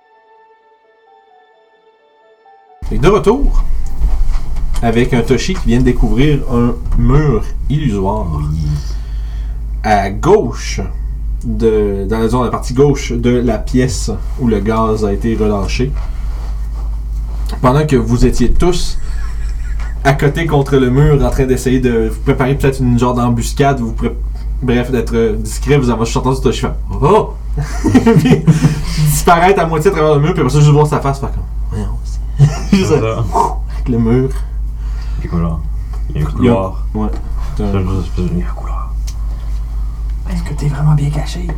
Et de retour, avec un Toshi qui vient de découvrir un mur illusoire. À gauche, dans la partie gauche de la pièce où le gaz a été relâché. Pendant que vous étiez tous à côté contre le mur en train d'essayer de vous préparer peut-être une genre d'embuscade, bref, d'être discret, vous avez juste entendu Toshi faire « Oh! » Puis disparaître à moitié à travers le mur, puis après ça, juste voir sa face faire comme « Voyons, c'est... » Juste avec le mur. Des couloirs. Il y a un couloir. Ouais. Il y a un couloir. Est-ce que t'es vraiment bien caché?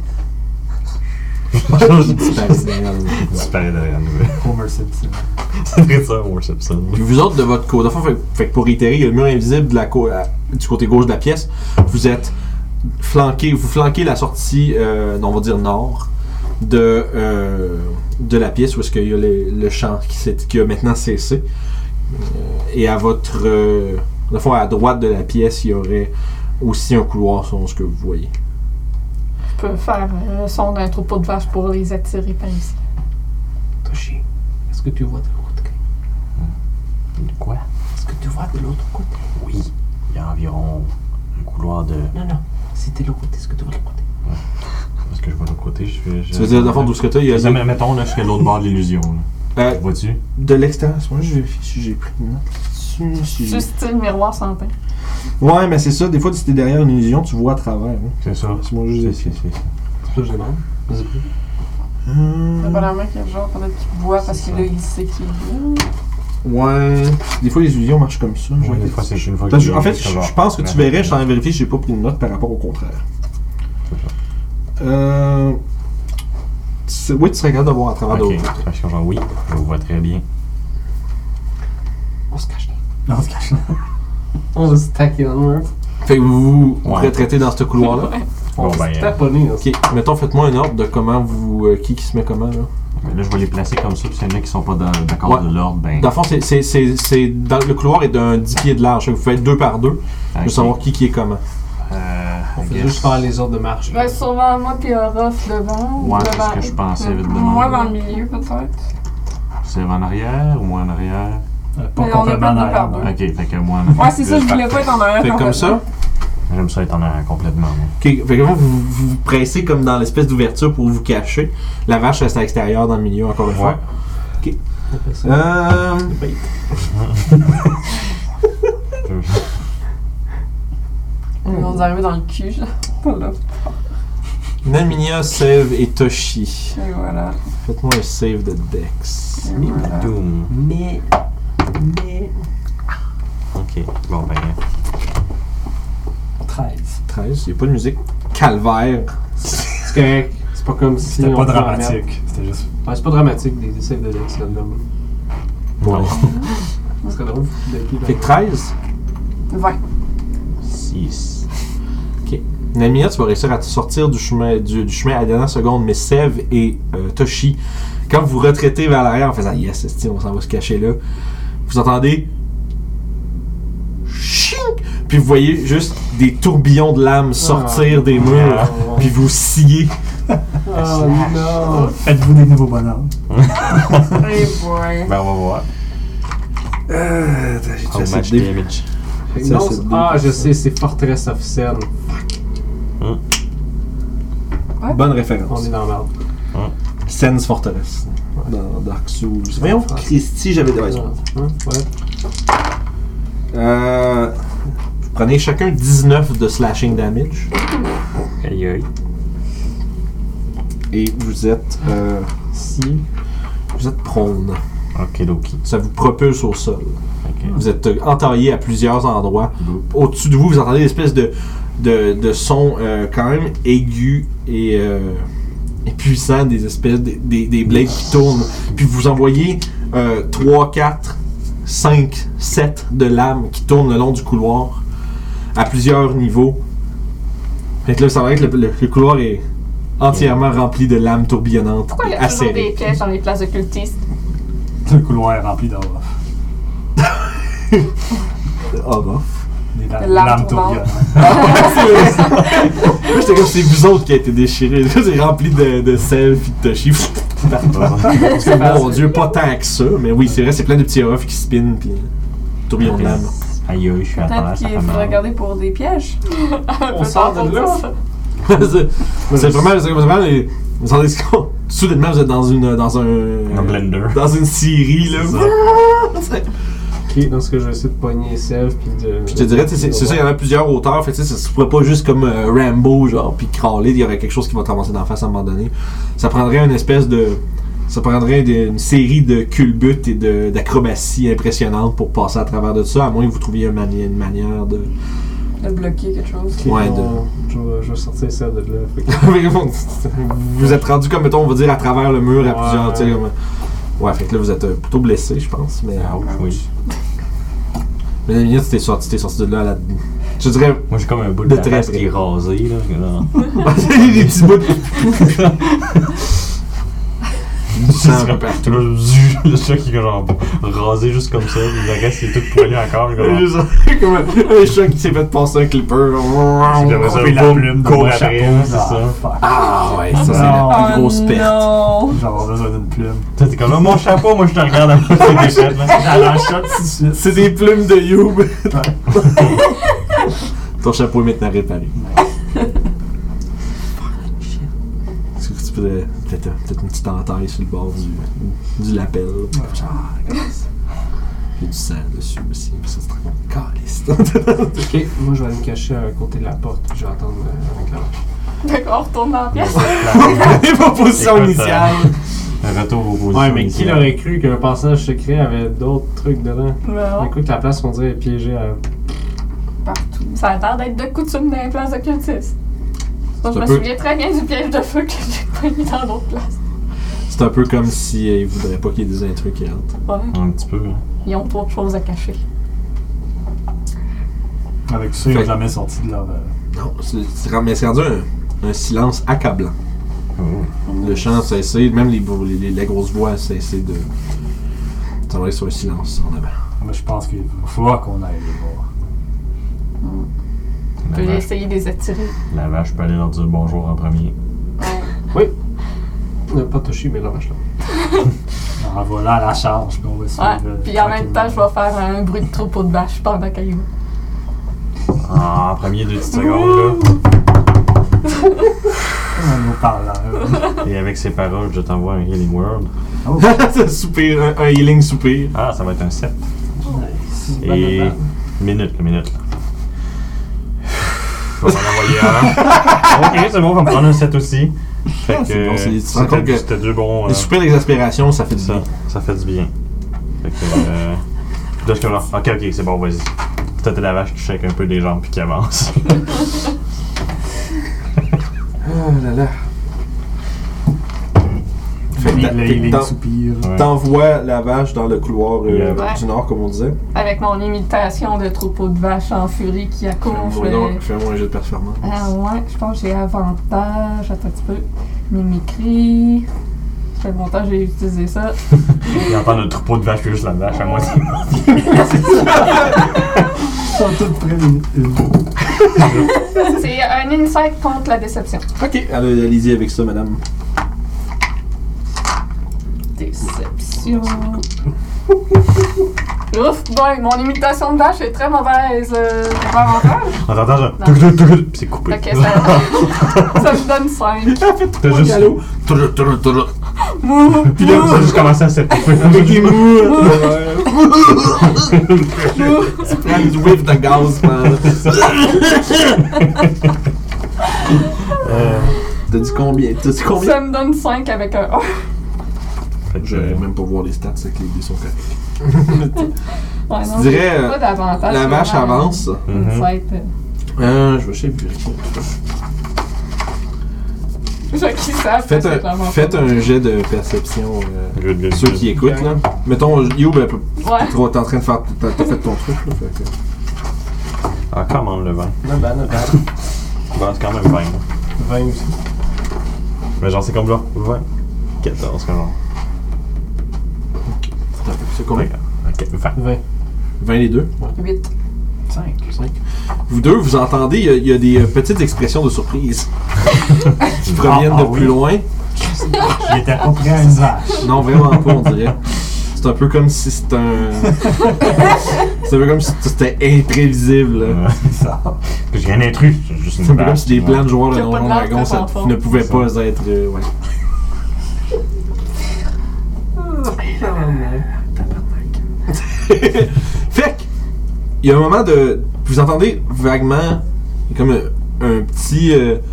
Disparaît derrière nous. Homer Simpson. C'est vrai ça, Homer Simpson. Puis vous autres, de votre côté, fait que pour réitérer, il y a le mur invisible de du côté gauche de la pièce. Vous êtes vous flanquez la sortie, on va dire nord, de la pièce où est-ce qu'il y a le champ qui a maintenant cessé. Et à votre... dans le fond, à droite de la pièce, il y aurait aussi un couloir selon ce que vous voyez. Je peux faire le son d'un troupeau de vaches pour les attirer par ici. Toshi, est-ce que tu vois de l'autre côté? Quoi? Est-ce que tu vois de l'autre côté? Oui. Il y a environ un couloir de... Non. Si t'es de l'autre côté, est-ce que tu vois de l'autre côté? Est-ce que je vois de l'autre côté? Tu veux dire, dans le fond, d'où ce que tu as, il y a... Mettons, là, jusqu'à l'autre bord de l'illusion. Vois-tu? De l'extérieur, moi je vérifie si j'ai pris une note là-dessus. Juste style miroir sans pain. Ouais, mais c'est ça, des fois, si t'es derrière une illusion, tu vois à travers. Hein. C'est ça. C'est moi juste C'est C'est ça, je demande. Vas-y. C'est pas la main qu'il y a genre, peut-être qu'il voit parce que là, il sait qu'il est là. Ouais. Des fois, les illusions marchent comme ça. Ouais, des fois, c'est une fois En fait, je pense que tu verrais, je t'en ai vérifié, j'ai pas pris de note par rapport au contraire. Oui, tu serais capable de voir à travers d'autres. Parce que genre, oui, je vous vois très bien. On se cache là. Non, on se cache là. On va se taquer dans le mur. Fait que vous retraitez dans ce couloir-là. On Bon, va se taponner. Ok, mettons, faites-moi un ordre de comment vous... qui se met comment, là. Mais là, je vais les placer comme ça, puis s'il y en a qui sont pas d'accord de l'ordre, ben... Dans le fond, le couloir est d'un 10 pieds de large. Vous faites 2 par 2. Je veux savoir qui est comment. On fait juste faire les ordres de marche. Ben, sûrement moi puis Orof devant. Ouais, c'est ce que je pensais, vite de Moi même. dans le milieu, peut-être. C'est en arrière ou moi en arrière? Pas Mais on est complètement pas en deux arrière. par deux. Ok, fait que moi en arrière. Ouais, c'est ça, je voulais pas être en arrière. Fait comme ça. J'aime ça être en arrière complètement. Moi. Ok, fait que vous vous pressez comme dans l'espèce d'ouverture pour vous cacher. La vache reste à l'extérieur dans le milieu, encore une fois. Ok. On est arrivé dans le cul, genre. Là. Naminia, Sev et Toshi. Et voilà. Faites-moi un save de Dex. Et voilà. Doom. Mais... Ok, bon ben... 13. 13, il n'y a pas de musique. Calvaire. C'est correct. C'est pas comme si. C'était on pas fait la merde. dramatique. C'était juste... Ouais, c'est pas dramatique des saves de Dex là-dedans. Ouais. C'est drôle. Fait que 13. 20. 6. Naminia, tu vas réussir à te sortir du chemin à la dernière seconde, mais Sev et Toshi, quand vous retraitez vers l'arrière en faisant yes, on s'en va se cacher là, vous entendez ching, puis vous voyez juste des tourbillons de lames sortir des murs, puis vous sciez. Oh non! Faites-vous des nouveaux bonhommes. Hey boy. Ben on va voir. J'ai How much damage? Non, je sais, c'est Fortress of Sen. Bonne On référence. est dans l'ordre. Sen's Fortress. Dans Dark Souls. Voyons, Christy, j'avais de raison. Ouais. Vous prenez chacun 19 de slashing damage. Aïe aïe. Et vous êtes prone. Ok, Loki. Ça vous propulse au sol. Ok. Vous êtes entaillé à plusieurs endroits. Au-dessus de vous, vous entendez une espèce de son quand même aigu et puissant, des espèces des blades qui tournent. Puis vous envoyez 3, 4, 5, 7 de lames qui tournent le long du couloir à plusieurs niveaux. Fait que là, ça va être le couloir est entièrement rempli de lames tourbillonnantes. Pourquoi il y a toujours des acérées. pièges dans les places occultistes? Le couloir est rempli d'Orof. Orof. Des L'âme tournante. Moi, j'étais comme, c'est vous autres qui a été déchiré. C'est rempli de sel puis de toshi. Parce que, mon Dieu, pas tant que ça. Mais oui, c'est vrai, c'est plein de petits œufs qui spinent puis tourbillon de lame. Aïe, je suis à terre, Peut-être ça qu'il fait faudrait mal. regarder pour des pièges. On sort de là. C'est vraiment les. Vous rendez compte? Soudainement, vous êtes dans Un blender. dans une scierie, là. Ok, donc ce que je vais essayer de pogner Sèvres puis de. Je te dirais, c'est ça, il y en a plusieurs auteurs, fait que ça se pourrait pas juste comme Rambo, genre, puis crawler, il y aurait quelque chose qui va t'avancer d'en face à un moment donné. Ça prendrait une espèce de. Ça prendrait une série de culbutes et d'acrobaties impressionnantes pour passer à travers de ça, à moins que vous trouviez une manière de. De bloquer quelque chose. Ok, Ouais, je vais sortir Sèvres de là. Fait que- Vous êtes rendu comme, mettons, on va dire, à travers le mur à Ouais. plusieurs, tu sais, comme. Ouais, fait que là, vous êtes plutôt blessé, je pense, mais. Ah oui. Mais la minute, tu t'es sorti de là à la. Je dirais. Moi, j'ai comme un bout De de très terrasse près. qui est rasé, là. Les petits bouts de. Du sang un peu Tout partout. là, le chat qui est genre rasé juste comme ça, puis le reste, il est tout poilu encore. Comme... Juste comme un chat qui s'est fait passer un clipper. J'aimerais ça, couper la plume de court mon après, chapeau. c'est ça. Ah ouais, ça c'est la plus grosse perte. Non! J'aurais besoin d'une plume. T'es comme là, mon chapeau, moi je te regarde à moi, c'est des chètes, là. J'allais en shot tout de suite. C'est des plumes de Youb. Ton chapeau est maintenant réparé. Est-ce que tu pourrais peut-être une petite entaille sur le bord du lapel? Ah, grâce. Il y a du sang dessus aussi, parce que c'est très caliste. Ok, moi je vais aller me cacher à côté de la porte, puis je vais attendre avec la vache. D'accord, on retourne dans la pièce. Les positions Écoute, initiales. Un retour aux positions. Ouais, mais qui initiales. l'aurait cru qu'un passage secret avait d'autres trucs dedans? Non. Écoute, la place, on dirait, est piégée à. Partout. Ça a l'air d'être de coutume dans les places occultistes. Moi, je C'est me un peu- souviens très bien du piège de feu que j'ai pogné dans d'autres places. C'est un peu comme si ils voudraient pas qu'il y ait des intrus qui rentrent. Ouais. Un petit peu. Hein. Ils ont trop de choses à cacher. Avec ça, ils n'ont jamais sorti de leur. Non, mais c'est rendu un silence accablant. Oh. Le chant a cessé, même les grosses voix ont cessé de. Ça va aller sur un silence en avant. Moi, je pense qu'il va falloir qu'on aille les voir. On La peut vache, essayer de les attirer. la vache peut aller leur dire bonjour en premier. Pas Toshi, mais la vache là. En volant à la charge, puis on va suivre. Ouais. Puis en même temps, je vais faire un bruit de troupeau de vaches pendant qu'elle y va. En premier 2 petites secondes, là. Un mot parlant. Et avec ces paroles, je t'envoie un Healing World. Oh, Soupir, un healing soupir. Ah, ça va être un 7. nice. Et. Minute, là. On va en envoyer un. Ok, c'est bon, on va me prendre un 7 aussi. Fait que. C'est bon, tu te rends compte que C'était 2 bons. Les soupirs d'exaspération, ça fait du ça, bien. ça fait du bien. Fait que. Là, je suis comme là. Ok, c'est bon, vas-y. Peut-être la vache qui shake un peu des jambes puis qui avance. Oh là là. Fait que Le healing t'en- soupir. Ouais. t'envoies la vache dans le couloir Yeah. du nord, comme on disait. Avec mon imitation de troupeau de vaches en furie qui accourt. Fais-moi un jeu de performance. Ah ouais, je pense que j'ai avantage. Attends un petit peu. Mimicry. Ça fait longtemps que j'ai utilisé ça. Il entend le troupeau de vaches puis juste la vache à moitié. Ils sont tous prêts. C'est un insight contre la déception. Ok, allez-y avec ça, madame. Déception. Ouf, bon, mon imitation de vache est très mauvaise. J'ai pas avantage. On t'entend genre. Non. Puis c'est coupé. Ok, ça, ça me donne 5. T'as juste. Puis là, ça a juste commencé à s'étouffer. Avec les mous. Tu prends du whiff de gaz. T'as dit combien? Ça me donne 5 avec un 1. Fait que, Je vais même pas voir les stats, c'est que les dés sont corrects. Ouais, Tu non, dirais, j'ai pas d'avantage. La c'est vache vraiment avance. Mhm. Insight. Je vais essayer de vérifier. Ceux qui savent, Faites c'est clairement faites pas. un jet de perception. Good, good, Ceux good. qui écoutent, là. Mettons, Youb, Ouais. t'es en train de faire. T'as fait ton truc, là. Fait que... Ah, comment le vin? Not bad. Bon, c'est quand même 20. là. 20 aussi. Mais genre, c'est comme là. 20. 14, comme genre. C'est combien? Ok, 20. 20. 20 les deux. 8. 5. Vous deux, vous entendez, il y a des petites expressions de surprise qui proviennent de plus loin. J'étais pas prêt à une vache. Non, vraiment pas, on dirait. C'est un peu comme si c'était un... c'est un peu comme si c'était imprévisible. Là. C'est ça. J'ai rien intrus, c'est juste une C'est un peu vache. comme si des plans de joueurs de Qui a pas de Donjons l'air Dragons très ça fort. ne pouvaient pas être... ouais. Fait que, il y a un moment de... Vous entendez vaguement, il y a comme un petit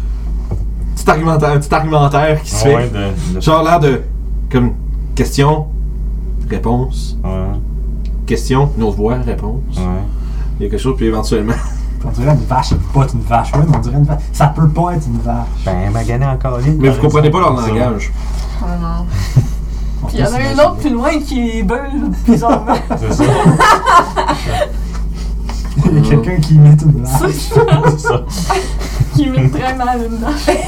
argumentaire qui se fait. Ouais, de... Genre l'air de... Comme, question, réponse, Ouais, question, une autre voix, réponse. ouais. Il y a quelque chose, puis éventuellement... On dirait une vache, ça peut pas être une vache. Ouais, mais on dirait une vache. Ça peut pas être une vache. Ben, magané encore ligne. Mais vous comprenez pas leur langage. Oh non. On Puis il y en a un autre plus loin qui beugle bizarrement. C'est ça. Il y a quelqu'un qui imite une vache. C'est ça. Qui imite très mal une vache.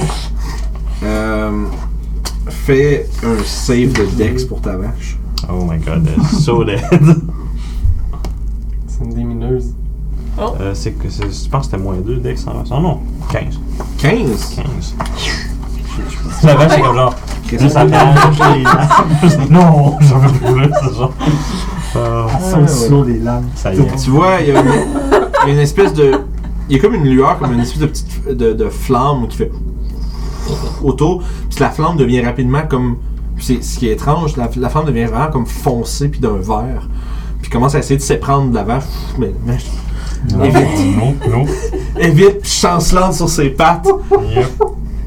Fais un save de Dex pour ta vache. Oh my god, so dead. C'est une démineuse. C'est que je pense que c'était moins 2 Dex en version. Non, 15. 15? 15. La vache, c'est comme genre. Qu'est-ce Là, ça que mange les lames. Non, j'en veux plus, c'est genre. Ça saute sur les lames. Ça y est. Tu vois, il y a une espèce de... Il y a comme une lueur, comme une espèce de petite de flamme qui fait autour. Puis la flamme devient rapidement comme... C'est ce qui est étrange, la flamme devient vraiment comme foncée puis d'un vert. Puis commence à essayer de s'éprendre de la vache. Mais Non, évite. non. Évite, chancelante sur ses pattes. Yep.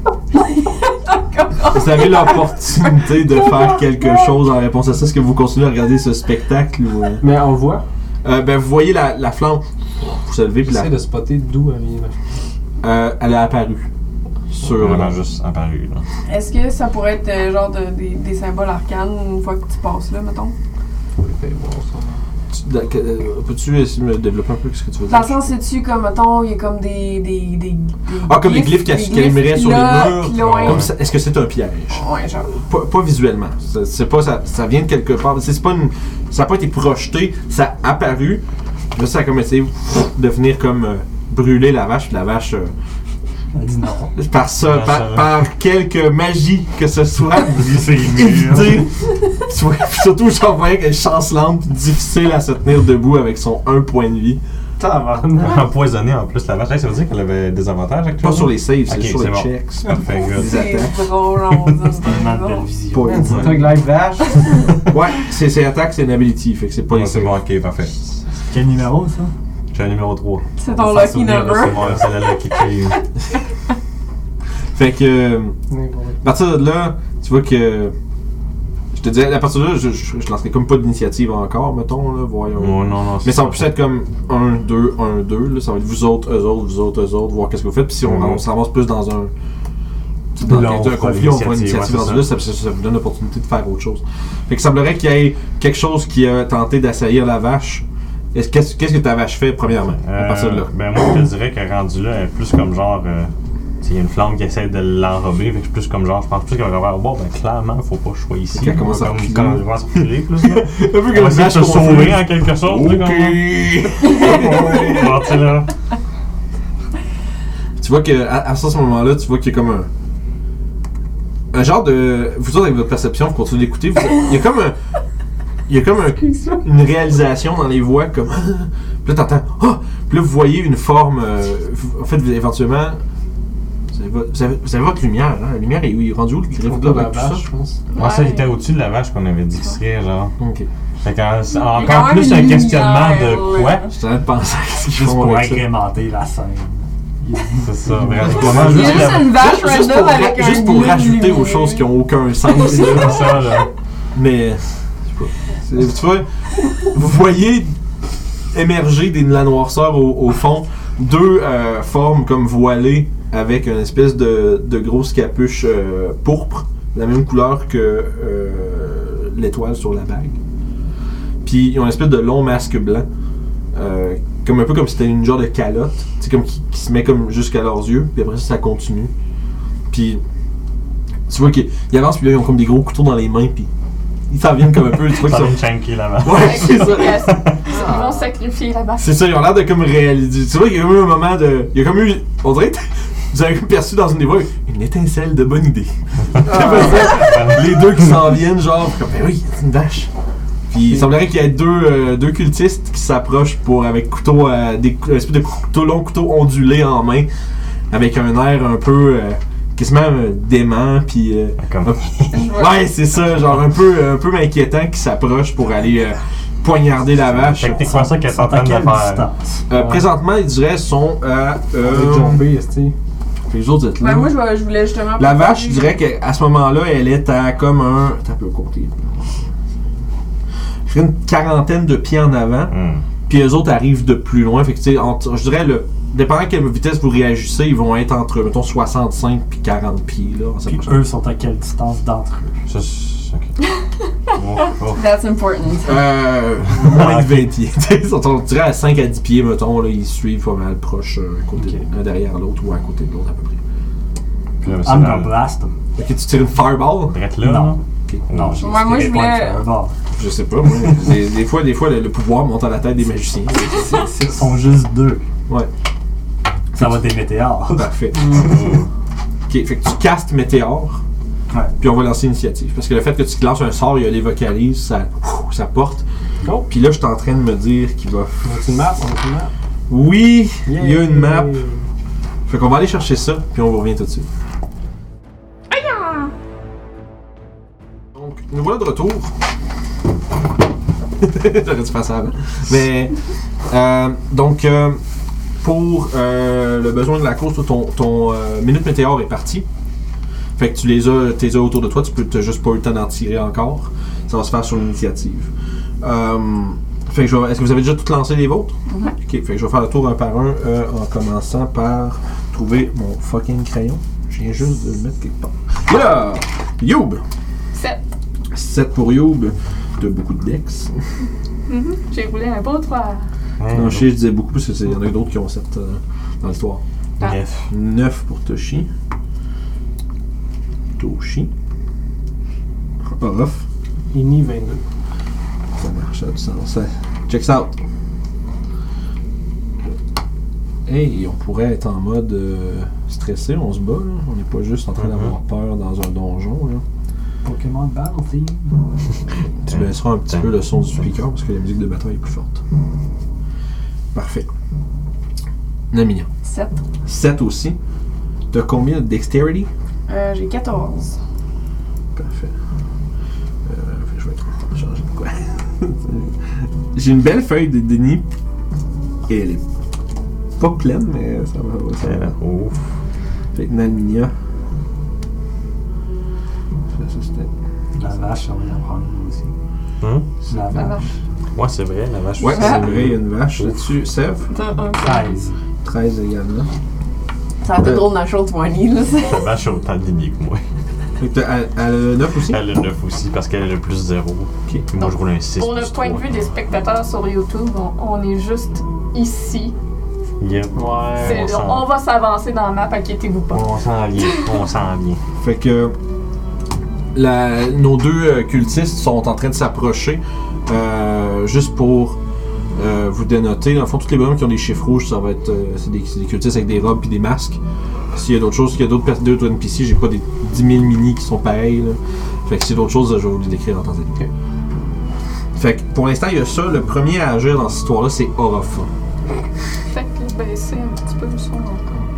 Vous avez l'opportunité de faire quelque chose en réponse à ça. Est-ce que vous continuez à regarder ce spectacle ou... Mais on voit. Ben, vous voyez la flamme vous se lever puis J'essaie de spotter d'où elle vient. elle a apparu sur... Vraiment juste apparu, là. Est-ce que ça pourrait être genre des symboles arcanes une fois que tu passes là, mettons? Peux-tu essayer de me développer un peu ce que tu veux dire? Dans le sens, c'est-tu comme, mettons, il y a comme des Ah, comme les glyphes qui allumeraient sur les murs. Puis loin. Comme ça, est-ce que c'est un piège? Ouais, genre. Pas visuellement. C'est pas, ça vient de quelque part. C'est pas une, ça n'a pas été projeté, ça a apparu. Là, ça a comme essayé de venir comme brûler la vache. Puis la vache... Elle dit non. Par quelque magie que ce soit, C'est éviter. Surtout, j'en voyais qu'elle est chancelante puis difficile à se tenir debout avec son 1 point de vie. Empoisonné en plus la vache. Hey, ça veut dire qu'elle avait des avantages actuellement? Pas sur les saves, c'est Ok, sur c'est les bon. checks. Parfait, good. Les attaques. C'est drôle, on dit. C'est tellement de belle vision. Pas C'est un truc live vache. Ouais, c'est attaque, c'est une ability, fait que c'est pas les Ouais, c'est saves. bon, ok, parfait. Quel numéro, ça? J'ai un numéro 3. C'est ton lucky number. C'est la lucky cave. Fait que, à partir de là, tu vois que. Je te disais, à partir de là, je lancerai comme pas d'initiative encore, mettons, là, voyons. Oh, non, Mais ça va plus être comme 1, 2, 1, 2, là, ça va être vous autres, eux autres, vous autres, eux autres, voir qu'est-ce que vous faites, puis si on s'avance plus dans un. Dans Là, on un fera conflit, on fera une l'initiative, initiative ouais, dans c'est là, ça vous donne l'opportunité de faire autre chose. Fait que il semblerait qu'il y ait quelque chose qui a tenté d'assaillir la vache. Qu'est-ce que ta vache fait, premièrement, à partir de là? Ben, moi, je te dirais que rendu là, elle est plus comme genre. Il y a une flamme qui essaie de l'enrober, fait que je suis plus comme genre, je pense plus qu'elle va avoir bon, ben clairement, faut pas que je sois ici. Quand elle commence à comme reculer. quand elle commence à reculer, plus là. Un peu Elle comme va une essayer de vache se confuse. sauver en quelque sorte, tu sais, Ok. tu sais, là. Tu vois que à ce moment-là, tu vois qu'il y a comme un genre de. Vous autres avec votre perception, vous continuez d'écouter. Il y a comme une réalisation dans les voix comme. Puis là t'entends. Ah! Puis là vous voyez une forme. En fait, éventuellement. Vous avez votre lumière, hein? La lumière est rendue où le griffe de La avec tout ça? vache, je pense. Moi, ça, il était au-dessus de la vache qu'on avait dit qu'il serait genre. Ok. Fait que c'est quand encore même plus une un questionnement lumière, de quoi. Je suis en train de penser à ce qu'ils Juste font pour avec ça. agrémenter la scène. C'est ça, vraiment. Il y a juste une vache Juste random avec un juste pour nid rajouter lumineux. aux choses qui ont aucun sens. C'est ça, là. Mais, je sais pas. Tu vois, vous voyez émerger de la noirceur au fond deux formes comme voilées avec une espèce de grosse capuche pourpre, la même couleur que l'étoile sur la bague. Puis ils ont une espèce de long masque blanc, comme un peu comme si c'était une genre de calotte, tu sais, comme qui se met comme jusqu'à leurs yeux, puis après ça continue. Puis tu vois qu'ils avancent, puis là ils ont comme des gros couteaux dans les mains, puis ils s'en viennent comme un peu, tu vois Ça qu'ils va sont... une chunky là-bas. Ouais, c'est ça. Ils vont sacrifier la base. C'est ça, ils ont l'air de comme réaliser. Tu vois qu'il y a eu un moment de... Il y a comme eu... On dirait que vous avez comme perçu dans une voix une étincelle de bonne idée. Les deux qui s'en viennent, genre, comme, ben oui, c'est une vache. Puis il semblerait qu'il y ait deux cultistes qui s'approchent pour avec couteau, des espèces de longs couteaux ondulés en main, avec un air un peu quasiment dément, puis ouais, c'est ça, genre un peu inquiétant, qui s'approchent pour aller poignarder la vache. Techniquement, ça qu'elle est en train de faire. Présentement, ils diraient sont à Zombie, esti. les autres êtes là. Ben, moi, je voulais justement. La vache, je dirais qu'à ce moment-là, elle est à comme un. Attends un peu compter. Je dirais une quarantaine de pieds en avant. Puis eux autres arrivent de plus loin. Fait que, tu sais, je dirais, dépendant de quelle vitesse vous réagissez, ils vont être entre, mettons, 65 puis 40 pieds. Là, Puis eux sont à quelle distance d'entre eux? Ça, ok. That's important. Moins de 20 pieds. On dirait à 5 à 10 pieds, mettons, là, ils suivent pas mal proche, un derrière l'autre ou à côté de l'autre à peu près. Puis là, I'm gonna blast them. Ok, tu tires une fireball? Direct là, Non. Ok. Non, Moi, je voulais. Je sais pas, moi. des fois, le pouvoir monte à la tête des magiciens. Ils sont juste deux. Ouais. Ça va des météores. Parfait. Ok, fait que tu castes météore. Ouais. Puis on va lancer l'initiative. Parce que le fait que tu lances un sort, il y a des vocalises, ça porte. Oh. Puis là, je suis en train de me dire qu'il va. On a une map? Oui, il y a une map. Fait qu'on va aller chercher ça, puis on revient tout de suite. Donc, nous voilà de retour. J'aurais dû faire ça avant. Mais, donc, pour le besoin de la course, ton minute météore est parti. Fait que tu les as autour de toi, t'as juste pas eu le temps d'en tirer encore. Ça va se faire sur l'initiative. Fait que est-ce que vous avez déjà tout lancé les vôtres? Ok, fait que je vais faire le tour un par un en commençant par trouver mon fucking crayon. Je viens juste de le mettre quelque part. Voilà! Youb! 7. 7 pour Youb. T'as beaucoup de dex. J'ai roulé un beau 3. Non, je disais beaucoup parce qu'il y en a d'autres qui ont 7 dans l'histoire. 9. 9 pour Toshi. Toshi. Orof. Ini 22. Ça marche, ça a du sens. Checks out. Hey, on pourrait être en mode stressé, on se bat, là. On n'est pas juste en train d'avoir peur dans un donjon, là. Pokémon Battle Team. Tu baisseras un petit peu le son du speaker parce que la musique de bataille est plus forte. Parfait. Naminia. 7. 7 aussi. T'as combien de dexterity? J'ai 14. Parfait. Je vais être en train de changer de quoi. J'ai une belle feuille de déni. Et elle est pas pleine, mais ça va. Ouf. Fait que Naminia. Ça, c'était. La vache, on va en prendre une aussi. La vache. Ouais, c'est vrai, la vache. Ouais, aussi. c'est vrai, il y a une vache là-dessus. Sev? 13. 13 également. Ça a été drôle Natural 20, là. La vache a autant de demi que moi. Fait que elle a 9 aussi? Elle a 9 aussi parce qu'elle a le plus 0. Ok. Moi, je roule un 6. Pour le point de vue des spectateurs sur YouTube, on est juste ici. Yep. Ouais. On va s'avancer dans la map, inquiétez-vous pas. On s'en vient. On s'en vient. Fait que nos deux cultistes sont en train de s'approcher juste pour vous dénoter. Dans le fond, tous les bonhommes qui ont des chiffres rouges, ça va être c'est des cultistes avec des robes et des masques. S'il y a d'autres choses, s'il y a d'autres NPC, j'ai pas des 10 000 mini qui sont pareils. Là. Fait que s'il y a d'autres choses, je vais vous les décrire en temps et lieu. Fait que pour l'instant, il y a ça. Le premier à agir dans cette histoire-là, c'est Orofa. Fait que baisser un petit peu le son encore.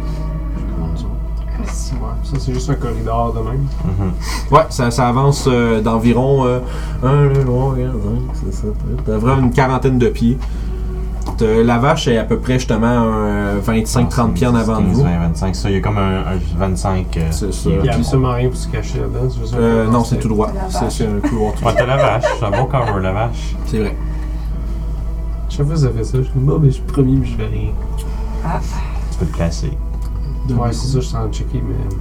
Ça, c'est juste un corridor de même. Ouais, ça avance d'environ 1, 2, 3, 4, 5, c'est ça. T'as vraiment une quarantaine de pieds. La vache est à peu près justement 25-30 pieds en avant de vous. 25, ça, il y a comme un 25. C'est ça. Il n'y a absolument rien pour se cacher là-dedans. C'est juste un Non, c'est tout droit. C'est un couloir tout droit. Ouais, t'as la vache. C'est un bon cover, la vache. C'est vrai. Chaque fois que ça fait ça, je dis, bon, mais je suis premier, mais je fais rien. Tu peux te placer. Ouais, c'est ça, je suis en train de checker, mais.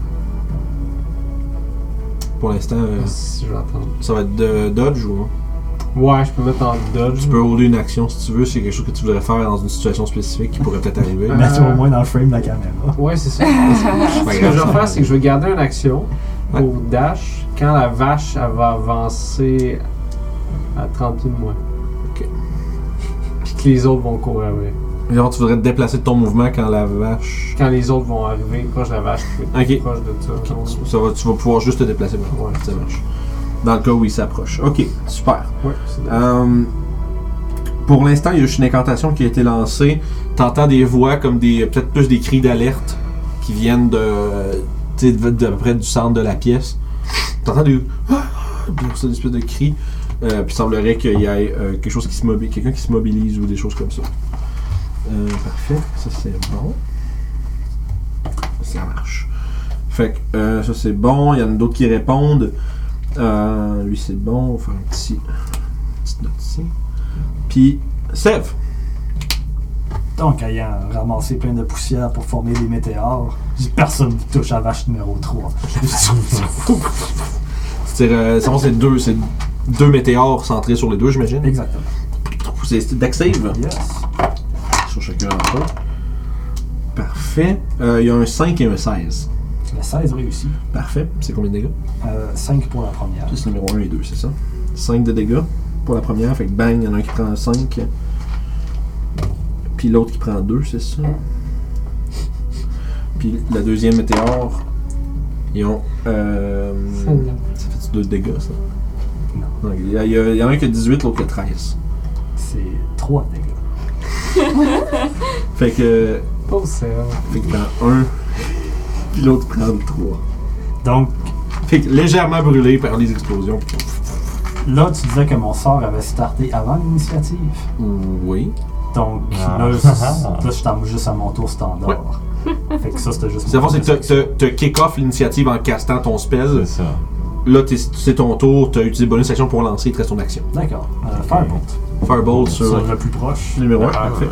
Pour l'instant, si je vais attendre. ça va être de dodge ou. Ouais, je peux mettre en dodge. Tu peux rouler une action si tu veux, c'est quelque chose que tu voudrais faire dans une situation spécifique qui pourrait peut-être arriver. Mets-toi au moins dans le frame de la caméra. Ouais, c'est ça. Ce que je vais faire, c'est que je vais garder une action pour dash. Quand la vache elle va avancer à 30 pieds de moi. Ok. Puis que les autres vont courir avec. Genre, tu voudrais te déplacer de ton mouvement quand la vache. Quand les autres vont arriver proche de la vache, je peux être Ok. proche de ça. Tu vas pouvoir juste te déplacer. Ouais. Ça marche. Dans le cas où il s'approche. Ok, super. Ouais, c'est bien. Pour l'instant, il y a juste une incantation qui a été lancée. T'entends des voix comme peut-être plus des cris d'alerte qui viennent de peu près du centre de la pièce. T'entends des espèces de cris. Puis il semblerait qu'il y ait quelque chose qui se mobilise, quelqu'un qui se mobilise ou des choses comme ça. Parfait, ça c'est bon. Ça marche. Fait que ça c'est bon. Il y en a d'autres qui répondent. Lui c'est bon. On va faire une petite note ici. Puis, Sève. Donc, ayant ramassé plein de poussière pour former des météores, personne ne touche à vache numéro 3. C'est-à-dire, c'est deux météores centrés sur les deux, j'imagine. Exactement. C'est deck save. Yes. Sur chacun d'entre eux. Parfait. Il y a un 5 et un 16. Le 16 réussi. Parfait. C'est combien de dégâts? 5 pour la première. C'est le numéro 1 et 2, c'est ça? 5 de dégâts pour la première. Fait que bang, il y en a un qui prend 5. Puis l'autre qui prend 2, c'est ça? Puis la deuxième météore, ils ont... ça fait 2 dégâts, ça? Non. Il y en a un qui a 18, l'autre qui a 13. C'est 3 dégâts. Fait que... Pauvre Sève. Fait que prend 1, puis l'autre prend 3. Donc... Fait que légèrement brûlé par les explosions. Là, tu disais que mon sort avait starté avant l'initiative. Oui. Donc, là, je t'en juste à mon tour standard. Ouais. Fait que ça, c'était juste... C'est que t'as kick-off l'initiative en castant ton spell. C'est ça. Là, c'est ton tour, t'as utilisé bonus action pour lancer, il te reste ton action. D'accord. Firebolt. Firebolt sur le plus proche. numéro 1, parfait.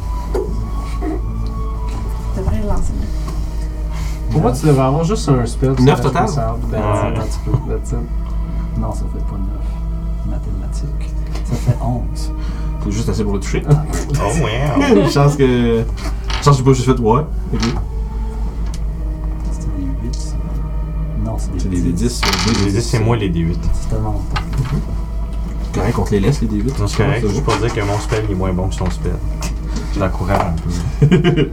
Je devrais le lancer. Pour moi, tu devrais avoir juste un spell. 9 total? Un petit peu. Non, ça fait pas 9. Mathématiques. Ça fait 11. C'est juste assez pour le toucher. Oh, wow! Une chance que... Chance que j'ai pas juste fait ouais. Okay. C'était des 8, ça. Non, C'est des 10. Les 10, c'est moi les D8. C'est tellement longtemps. Correct, on te les laisse, les D8. Non, c'est correct, juste pour dire que mon spell il est moins bon que son spell. Je l'encourage un peu.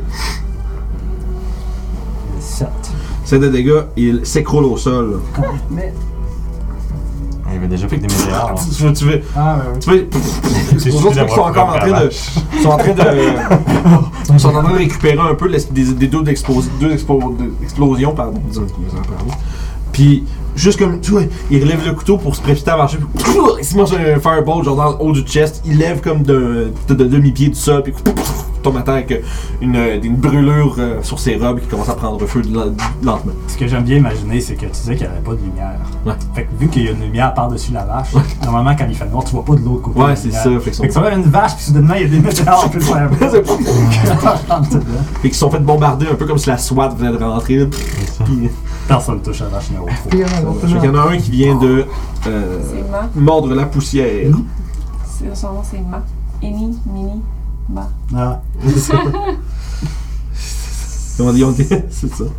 7. 7 de dégâts, il s'écroule au sol. Mais... Il avait déjà fait des météores. Tu veux... Ah, Tu veux... C'est pour ça qu'ils sont encore en train de... Ils sont en train de récupérer un peu des deux explosions, pardon. Puis, juste comme, tu vois, il relève le couteau pour se précipiter à marcher, puis il se mange un firebolt, genre dans le haut du chest, il lève comme de demi-pied du sol, puis tombe à terre avec une brûlure sur ses robes qui commence à prendre feu lentement. Ce que j'aime bien imaginer, c'est que tu disais qu'il n'y avait pas de lumière. Ouais. Fait que vu qu'il y a une lumière par-dessus la vache, normalement quand il fait noir, tu vois pas de l'autre côté. Ouais, de la c'est lumière. ça. Fait que ça va une vache, puis soudainement il y a des météores, puis le faire. Fait qu'ils se sont fait bombarder un peu comme si la SWAT venait de rentrer. Là. Puis, personne touche à la vache numéro 3. il y en a un qui vient de C'est Ma. mordre la poussière. Son nom, c'est Ma. Eni, Mini, Ma. Ah. Comment dire, c'est ça.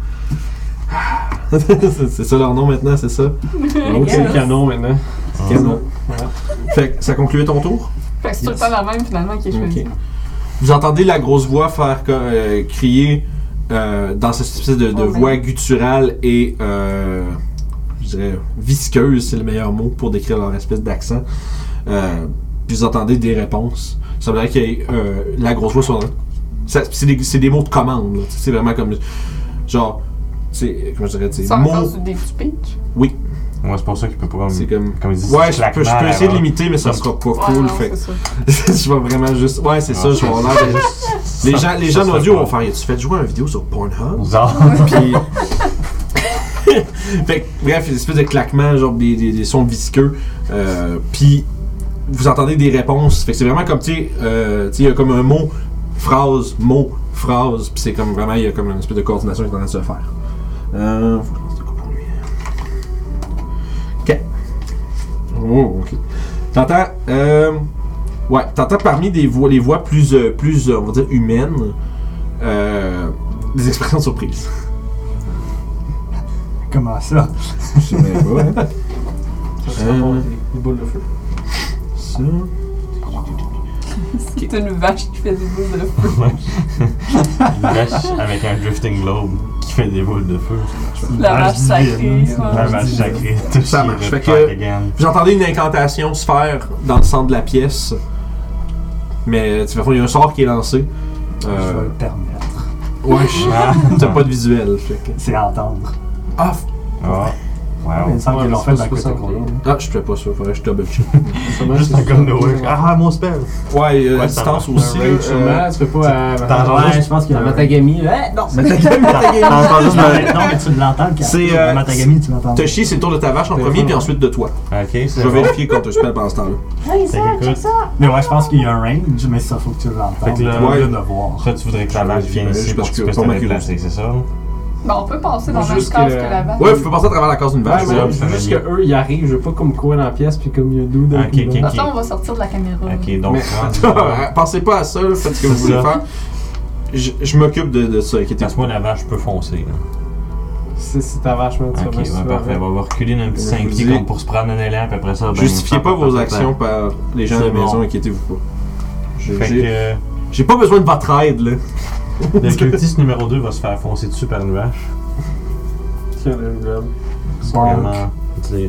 C'est ça leur nom maintenant, c'est ça? Donc, c'est le canon maintenant. Canon. Fait que ça concluait ton tour? Fait que c'est tout le temps la même finalement qui est choisie. Ok. Vous entendez la grosse voix faire crier dans cette espèce de voix gutturale et je dirais visqueuse, c'est le meilleur mot pour décrire leur espèce d'accent. Puis vous entendez des réponses. Ça semblerait que la grosse voix soit... C'est des mots de commande. Là. C'est vraiment comme... Genre... Comment je dirais? C'est encore du début du pitch? Oui. Ouais, c'est pour ça qu'il peut pas C'est comme... ils disent, Ouais, je peux essayer de l'imiter, mais ça sera pas cool. Non, Fait c'est ça. je vais vraiment juste... Ouais, c'est ça, je vais avoir l'air Les gens d'audio vont faire... Tu fais jouer une vidéo sur Pornhub? Puis... Fait que, bref, une espèce de claquement, genre des sons visqueux. Puis... Vous entendez des réponses. Fait que c'est vraiment comme, tu sais, il y a comme un mot, phrase, puis c'est comme vraiment, il y a comme une espèce de coordination qui est en train de se faire. Faut que je lance de quoi pour lui. Ok. Oh, ok. T'entends, ouais, t'entends parmi les voix plus, on va dire, humaines, des expressions de surprise. Comment ça? Je sais même pas. Ça sera pas des boules de feu. ça. C'est une vache qui fait des boules de feu. Une vache avec un drifting globe qui fait des boules de feu. La vache sacrée. La vache sacrée. Ça marche. Fait que vous entendez une incantation se faire dans le centre de la pièce. Mais il y a un sort qui est lancé. Je vais le permettre. Ouais, t'as pas de visuel. Fait que... C'est à entendre. Ah! Wow. Il me semble qu'ils l'ont fait dans le côté Ah, je fais pas ça, faudrait que je double check. Juste un gun de way. Ah, mon spell! Ouais, à distance aussi. Sûrement, tu fais pas Ouais, je pense qu'il y a Matagami. Non, Non, mais tu l'entends, le Matagami, tu l'entends. Toshi, c'est le tour de ta vache en premier, puis ensuite de toi. Ok, c'est Je vais vérifier quand tu spell pendant ce temps-là. Mais ouais, je pense qu'il y a un range, mais ça, faut que tu l'entendes. Fait que là, ouais, de voir. Toi, tu voudrais que la vache vienne ici pour que tu puisses te déplacer, c'est ça? Ben, on peut passer dans la même Juste case que- que la vache. Ouais, vous pouvez passer à travers la case d'une vache. Ouais, ouais. je veux juste qu'eux, ils arrivent. Je veux pas comme courir dans la pièce, puis comme il y a deux d'un Ok, coup, là. ok. Attends, on va sortir de la caméra. Ok, donc. Mais- Pensez pas à ça, là, faites ce que vous voulez faire. Je m'occupe de ça, inquiétez-vous. Parce que moi, la vache peut foncer. Là. C'est ta vache, man. Tu Ok, vas voir si tu vas parfait. avec. On va reculer d'un petit Je 5 vous pieds dis- comme pour se prendre un élan, puis après ça. ben, Justifiez pas vos actions Fait par les gens à la C'est bon. maison, inquiétez-vous pas. que J'ai pas besoin de votre aide, là. le cultiste numéro 2 va se faire foncer dessus par une vache. Tiens, le globe. C'est vraiment. C'est.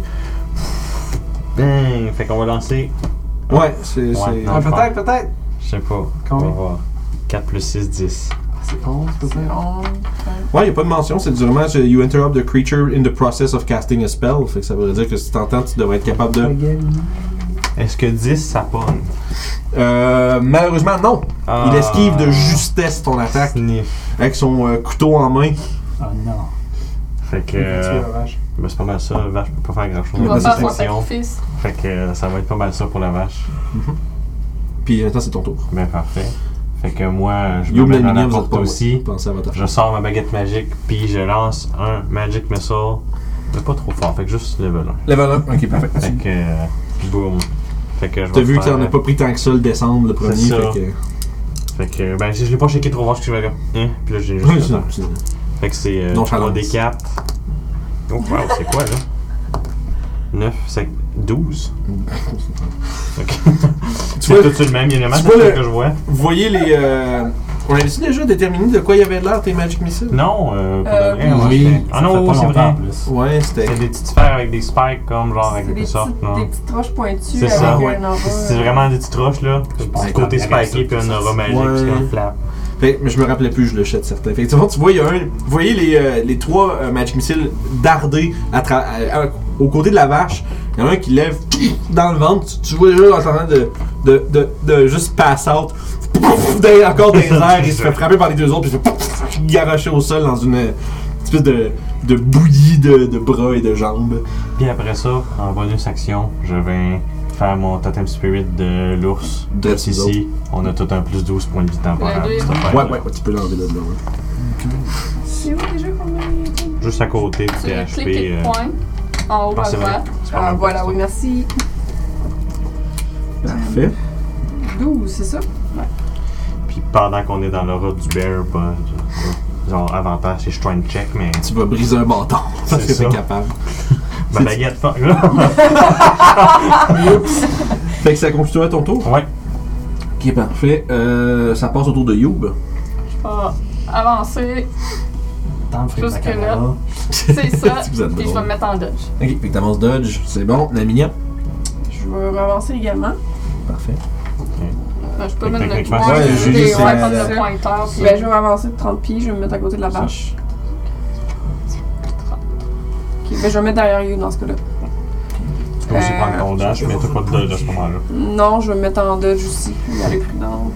Bang! Fait qu'on va lancer. Ouais, c'est. Ouais. Ah, peut-être. Je sais pas. Combien? On va voir. 4 plus 6, 10. C'est 11, peut-être. Ouais, y a pas de mention, c'est vraiment you interrupt the creature in the process of casting a spell. Fait que ça veut dire que si t'entends, tu devrais être capable de. Est-ce que 10 ça pogne? Malheureusement, non. Ah. Il esquive de justesse ton attaque Sniff. avec son couteau en main. Ah non. Fait que. Tu la vache. Ben, c'est pas mal ça. La vache peut pas faire grand chose. Il va Vas-y, faire son Section. sacrifice. Fait que ça va être pas mal ça pour la vache. Puis maintenant, c'est ton tour. Ben parfait. Fait que moi, je me Youb mets dans la Naminia, vous êtes porte pas aussi. Pensez à votre affaire. Je sors ma baguette magique, puis je lance un Magic Missile. Mais pas trop fort, fait que juste level 1. Level 1, ok, parfait. Fait que. Boum. Fait que je T'as vais vu que faire- t'en as pas pris tant que ça le descendre le premier. C'est ça. Fait que. Fait que, ben, je l'ai pas checké trop voir ce que je vais là. Hein? Puis là, j'ai Ouais, juste. c'est- Fait que c'est Nonchalance. 3D4. Oh, wow, c'est quoi là? 9, c'est 12. Ok. C'est vois- tout sur le même, il y a tu vraiment vois de le- que je vois. Vous voyez les. On avait-tu déjà déterminé de quoi il y avait l'air tes Magic Missiles? Non, pour de vrai, moi, Oui. j'étais- Ah Ça fait non, pas c'est longtemps vrai. en plus. Ouais, c'était. C'est des petites sphères avec des spikes, comme genre avec C'est des sortes. des petites roches pointues C'est avec ça, un aura. C'est vraiment des petites roches là. pense Du qu'on côté dirait spiky, ça, puis un ça, aura magique, ouais. puis un flap. Fait, mais je me rappelais plus, je le jette certain. Fait que, tu vois, il y a vous voyez les trois Magic Missiles darder au côté de la vache. Il y en a un qui lève dans le ventre. Tu vois déjà en train de juste pass out. Encore dans les airs, il se fait frapper par les deux autres, puis il se fait garocher au sol dans une espèce de bouillie de bras et de jambes. Puis après ça, en bonus action, je vais faire mon totem spirit de l'ours. De Juste ici, on a tout un plus 12 points de vie temporaire. Ouais, cette Ouais, affaire-là. ouais, tu peux l'enlever de là. Ouais. C'est où déjà qu'on a. Juste à côté, Tu puis cliques HP. et point en haut Ah, à c'est vrai. droite. C'est pas Ah, mal voilà, pour oui, merci. Parfait. 12, c'est ça? Puis pendant qu'on est dans l'aura du bear, pas. Genre, avantage, c'est strength check, mais. Tu vas briser un bâton. Parce que C'est t'es ça. capable. Ma baguette, fuck là! Fait que ça continue à ton tour. Ouais. Ok, parfait. Ça passe au tour de Youb. Je vais avancer, Tant de fric Juste la que là. caméra. c'est ça, Vous êtes puis je vais drôle. me mettre en dodge. Ok, fait que t'avances dodge, c'est bon. Naminia. Je vais avancer également. Parfait. Je peux Fait que mettre le techniquement, point, ouais, je Julie, vais c'est prendre la- le pointeur, puis Ben, je vais avancer de 30 pieds, je vais me mettre à côté de la vache. Ok, ben, je vais me mettre derrière You dans ce cas-là. Tu peux aussi prendre ton dash, mais t'as pas de dodge à ce moment-là. Non, je vais me mettre en dodge aussi. Je vais aller prudente.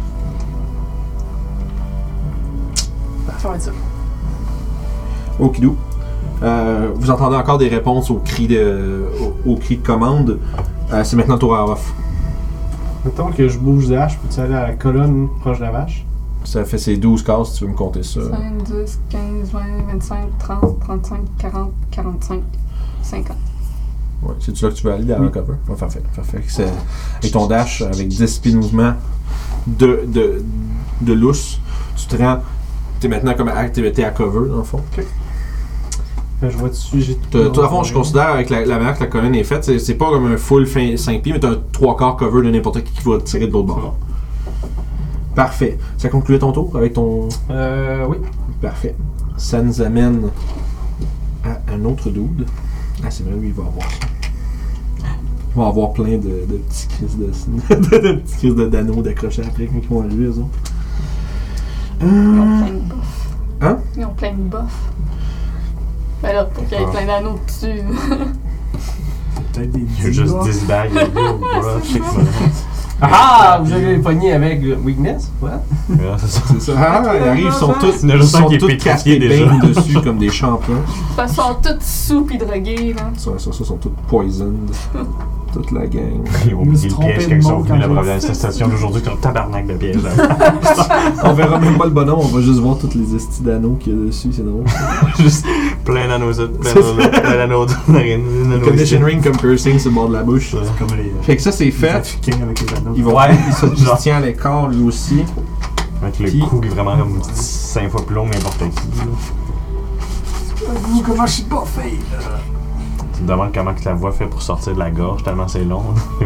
Ça va être ça. Okidou. Vous entendez encore des réponses aux cris aux cris de commande. C'est maintenant tour à off. Mettons que je bouge Dash, peux-tu aller à la colonne proche de la vache? Ça fait ses 12 cases si tu veux me compter ça. 5, 10, 15, 20, 25, 30, 35, 40, 45, 50. Ouais, c'est-tu là que tu veux aller dans la cover? Ouais, parfait. Parfait. C'est, avec ton dash, avec 10 pieds de mouvement de lousse, tu te rends. T'es maintenant comme t'es à cover dans le fond. Ok. Je vois dessus, j'ai Tout à fond, je considère avec la manière que la colonne est faite, c'est pas comme un full 5 pieds, mais t'as un 3/4 cover de n'importe qui va tirer de l'autre bord. Parfait. Ça concluait ton tour avec ton... Oui. Parfait. Ça nous amène à un autre dude. Ah, c'est vrai, lui, il va avoir ça. Il va avoir plein de petits crises de petits crises d'anneaux d'accrocher après quand ils vont arriver, eux autres. Ils ont plein de bouffe. Hein? Ils ont plein de bouffe. Ben là, pour qu'il y ait plein d'anneaux dessus. Peut-être des Il y a juste 10 bagues. Ah! Vous avez pogné avec Weakness? Ouais. C'est ça. C'est ça. Ah, ils arrivent, ils sont tous, Il y en a juste un qui est tous pétrifié castés déjà. dessus comme des champions. Ils sont tous sous pis drogués, là. Ça, sont tous poisoned. Toute la gang. Ils ont mis le piège quand ils sont venus la première station d'aujourd'hui. Ils ont un tabarnak de piège. On verra même pas le bonhomme, on va juste voir toutes les estis d'anneaux qu'il y a dessus, c'est drôle. Juste plein d'anneaux, plein d'anneaux de narine. Condition ring comme piercing sur le bord de la bouche. Ouais. Comme les. Fait que ça, c'est fait. King avec les anneaux. Il va Ouais. il se tient à l'écart lui aussi. Avec le Puis- cou qui est vraiment comme 5 fois plus long que n'importe qui. Vous, comment je suis pas fait? Tu te demandes comment que la voix fait pour sortir de la gorge, tellement c'est long.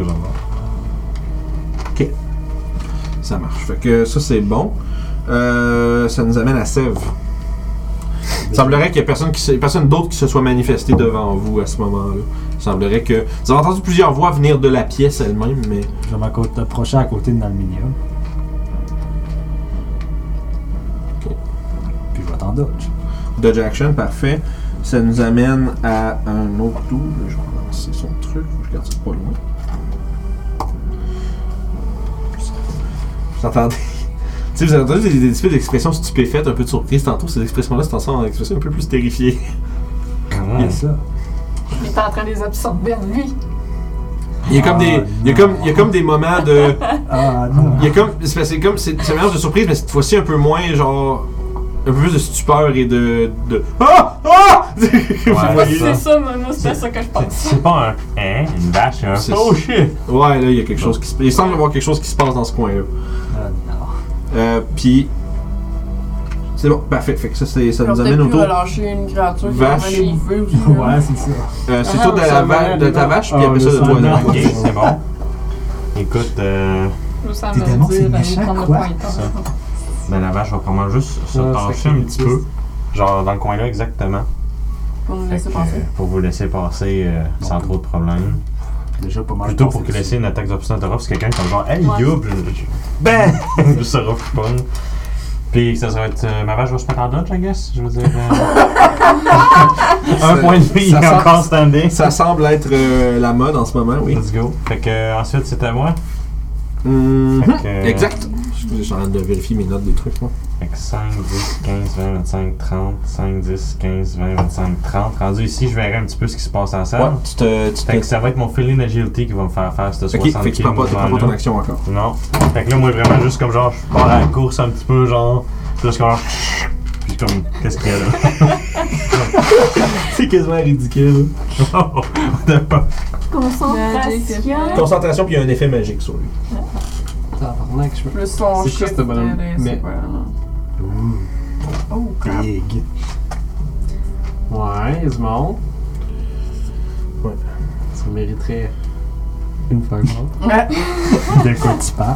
Ok. Ça marche. Fait que ça, c'est bon. Ça nous amène à Sèvres. Il semblerait qu'il y ait personne d'autre qui se soit manifesté devant vous à ce moment-là. Il semblerait que... Vous avez entendu plusieurs voix venir de la pièce elle-même, mais... Je vais m'approcher à côté de Nalminia. Ok. Puis je vais t'en dodge. Dodge action, parfait. Ça nous amène à un autre tour. Je vais lancer son truc. Faut que je garde ça pas loin. Vous entendez? Tu sais, vous avez entendu des espèces d'expressions stupéfaites, un peu de surprise tantôt. Ces expressions-là, c'est en expression un peu plus terrifiée. Il y a ça. Il est en train de les absorber en lui. Il y a comme il y a comme des moments de... Ah non. Il y a comme... C'est un mélange de surprise, mais cette fois-ci un peu moins, genre... Un peu plus de stupeur et de... Ah! Ah! Vous voyez, C'est ça, moi, c'est ça que je pense. C'est pas un hein, une vache, c'est un C'est- oh shit! Ouais, là, il y a quelque chose qui se... Il semble y avoir quelque chose qui se passe dans ce coin-là. Ah non. Puis... C'est bon, parfait. Fait que ça On nous peut amène plus au tour. relâcher une créature qui Vache. a des vœux aussi. Ouais, c'est ça. C'est tour de, de ta vache, puis Ah, après ça, le de toi. sang, là. Ok, c'est bon. Écoute, Ça Tes me démons, dit c'est d'aller méchant, prendre le quoi? pointeur. ben la vache va probablement juste se Ouais, tasser c'est un que- petit peu. Genre dans le coin là, exactement. Pour nous Fait laisser que, passer. pour vous laisser passer sans trop de problèmes. Déjà pas mal. Plutôt passé pour que dessus. laisser une attaque d'opportunité de Ruff, c'est quelqu'un comme genre, hey, Ouais. youp! Ben! Juste se Ruff qui pogne. Puis ça va être. Ma vache va se mettre en dodge, I guess. Je veux dire. Un point de vie, il ça est sent- encore standing. Ça semble être la mode en ce moment, oui. Let's go. Fait que ensuite, c'est à moi. Mhm. Fait que- Exact. Excusez, je suis en train de vérifier mes notes des trucs, moi. Fait que 5, 10, 15, 20, 25, 30. 5, 10, 15, 20, 25, 30. Rendu ici, je verrai un petit peu ce qui se passe en Ouais, salle. Fait que ça va être mon feeling agility qui va me faire faire cette 60 Ok, fait que tu prends pas ton mouvement-là. action encore. Non. Fait que là, moi, vraiment, juste comme genre, je pars à la course un petit peu, genre. Puis là, je commence. Puis comme, qu'est-ce qu'il y a là? C'est quasiment ridicule. Concentration. Concentration, puis il y a un effet magique sur lui. Tabarnak, je me. Plus son C'est quoi, shift ce bonhomme? c'est Mais- quoi, là? Oh, crap. Big. Ouais, il se monte. Ouais. Ça mériterait une fireball. Ouais. De quoi tu parles?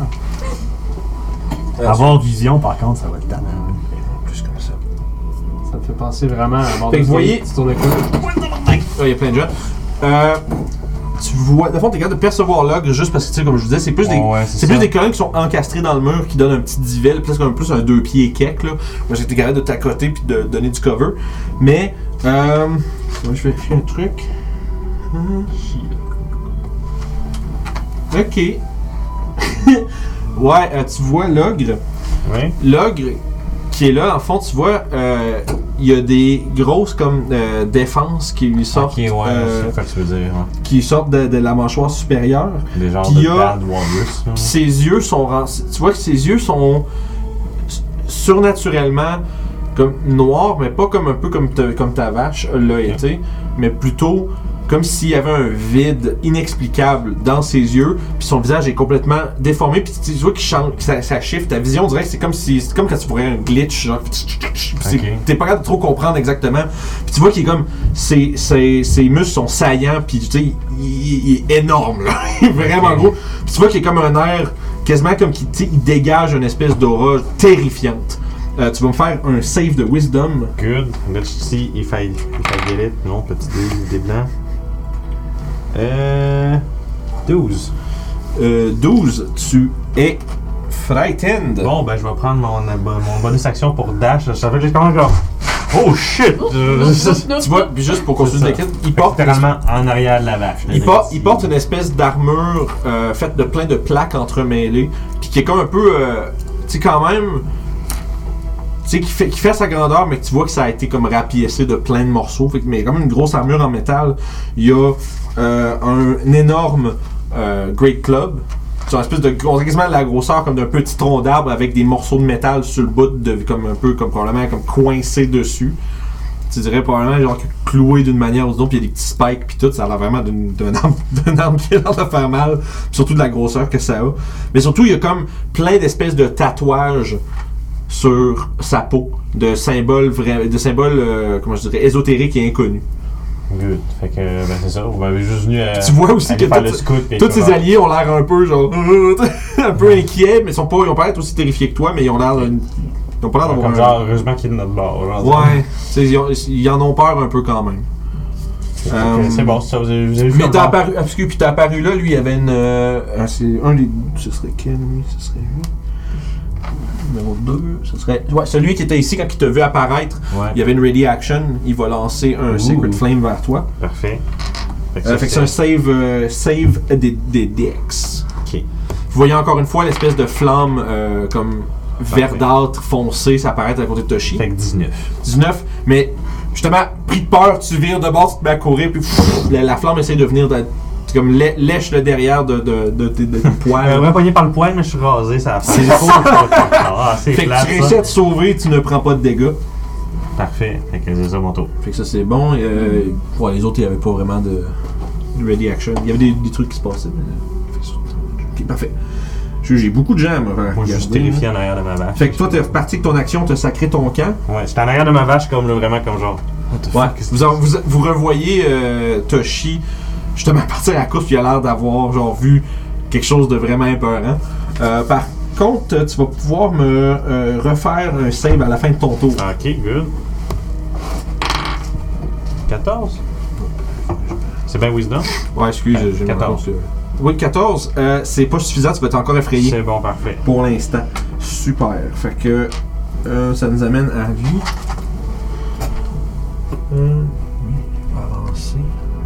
Avoir vision, par contre, ça va être tannant. Plus comme ça. Ça me fait penser vraiment à mort Fait que vous voyez- Tu tournes le coup. Il y a plein de gens. Tu vois, de fond, t'es capable de percevoir l'ogre juste parce que, tu sais, comme je vous disais, c'est plus des. Ouais, C'est plus des colonnes qui sont encastrées dans le mur qui donnent un petit divel, plus un 2 pieds kek, là. Parce que t'es capable de t'accoter puis de donner du cover. Mais, moi, je vais faire un truc. Ok. Ouais, tu vois l'ogre. Oui. L'ogre qui est là, en fond, tu vois, il y a des grosses comme défenses qui lui sortent, Ok, ouais, c'est quoi que tu veux dire. Ouais. qui sortent de la mâchoire supérieure. Des genres Puis de il y a- bad walrus. là. Puis ses yeux sont, tu vois que ses yeux sont surnaturellement comme noirs, mais pas comme un peu comme ta vache l'a été, mais plutôt comme s'il y avait un vide inexplicable dans ses yeux, puis son visage est complètement déformé, puis tu vois qu'il change, ça shift, ta vision, on dirait que c'est comme quand tu pourrais un glitch, genre, t'es pas capable de trop comprendre exactement, puis tu vois qu'il est comme, ses muscles sont saillants, puis tu sais, il est énorme, là, il est vraiment gros, puis tu vois qu'il est comme un air, quasiment comme qu'il dégage une espèce d'aura terrifiante. Tu vas me faire un save de wisdom. Good. Let's see if I get it. Non, petit dé blanc. 12. 12, tu es frightened. Bon, ben je vais prendre mon bonus action pour dash. Ça fait que j'ai quand même genre... Oh shit! Tu vois, puis juste pour continuer d'écrire, il porte littéralement en arrière de la vache. Il porte une espèce d'armure faite de plein de plaques entremêlées, puis qui est comme un peu, tu sais quand même, tu sais qui fait sa grandeur, mais que tu vois que ça a été comme rapiécé de plein de morceaux, fait que, mais comme une grosse armure en métal. Il y a un énorme Great Club. C'est une espèce de, on dirait quasiment la grosseur comme d'un petit tronc d'arbre avec des morceaux de métal sur le bout, comme un peu comme probablement comme coincé dessus. Tu dirais probablement genre cloué d'une manière ou d'une autre, puis il y a des petits spikes puis tout, ça a l'air vraiment d'un arbre qui a l'air de faire mal, surtout de la grosseur que ça a. Mais surtout il y a comme plein d'espèces de tatouages sur sa peau de symboles comment je dirais ésotériques et inconnus. Good. Fait que, ben c'est ça, vous m'avez juste venu à. Tu vois aussi que tous ses alliés ont l'air un peu genre. un peu inquiets, mais ils ont pas l'air aussi terrifiés que toi, mais ils ont l'air Ils ont pas l'air d'avoir. Comme genre, heureusement qu'il est de notre bord. Genre, ouais, ils en ont peur un peu quand même. C'est bon, ça, vous avez vu. Mais t'as apparu, parce que puis t'as apparu là, lui, il y avait une. C'est un des. Ce serait quel, lui? Ce serait lui. Numéro 2, ce serait. Ouais, celui qui était ici quand il t'a vu apparaître, il y avait une ready action, il va lancer un Sacred Flame vers toi. Parfait. Fait que c'est un save des Dex. Ok. Vous voyez encore une fois l'espèce de flamme comme verdâtre foncé s'apparaître à côté de Toshi. Fait que 19. 19, mais justement, pris de peur, tu vires de bord, tu te mets à courir, puis la flamme essaie de venir. C'est comme lèche le derrière de tes poils. Vraiment pogné par le poil, mais je suis rasé, ça a fait. C'est fait que tu réussis à te sauver, tu ne prends pas de dégâts. Parfait, fait que c'est ça mon tour. Fait que ça c'est bon. Pour les autres, il n'y avait pas vraiment de ready action. Il y avait des trucs qui se passaient. Mais... Ok, parfait. J'ai beaucoup de gens à me regarder. Moi, je suis terrifié en arrière de ma vache. Fait que toi, t'es reparti avec ton action, t'as sacré ton camp. Ouais, j'étais en arrière de ma vache, comme là, vraiment comme genre. Ouais. Vous revoyez Toshi justement partir à la course, puis il a l'air d'avoir genre vu quelque chose de vraiment épeurant. Par contre, tu vas pouvoir me refaire un save à la fin de ton tour. Ok, good. 14. C'est bien Wisdom? Ouais, excuse, j'ai 14. Oui, 14, c'est pas suffisant, tu vas être encore effrayé. C'est bon, parfait. Pour l'instant. Super. Fait que ça nous amène à lui. Il va avancer.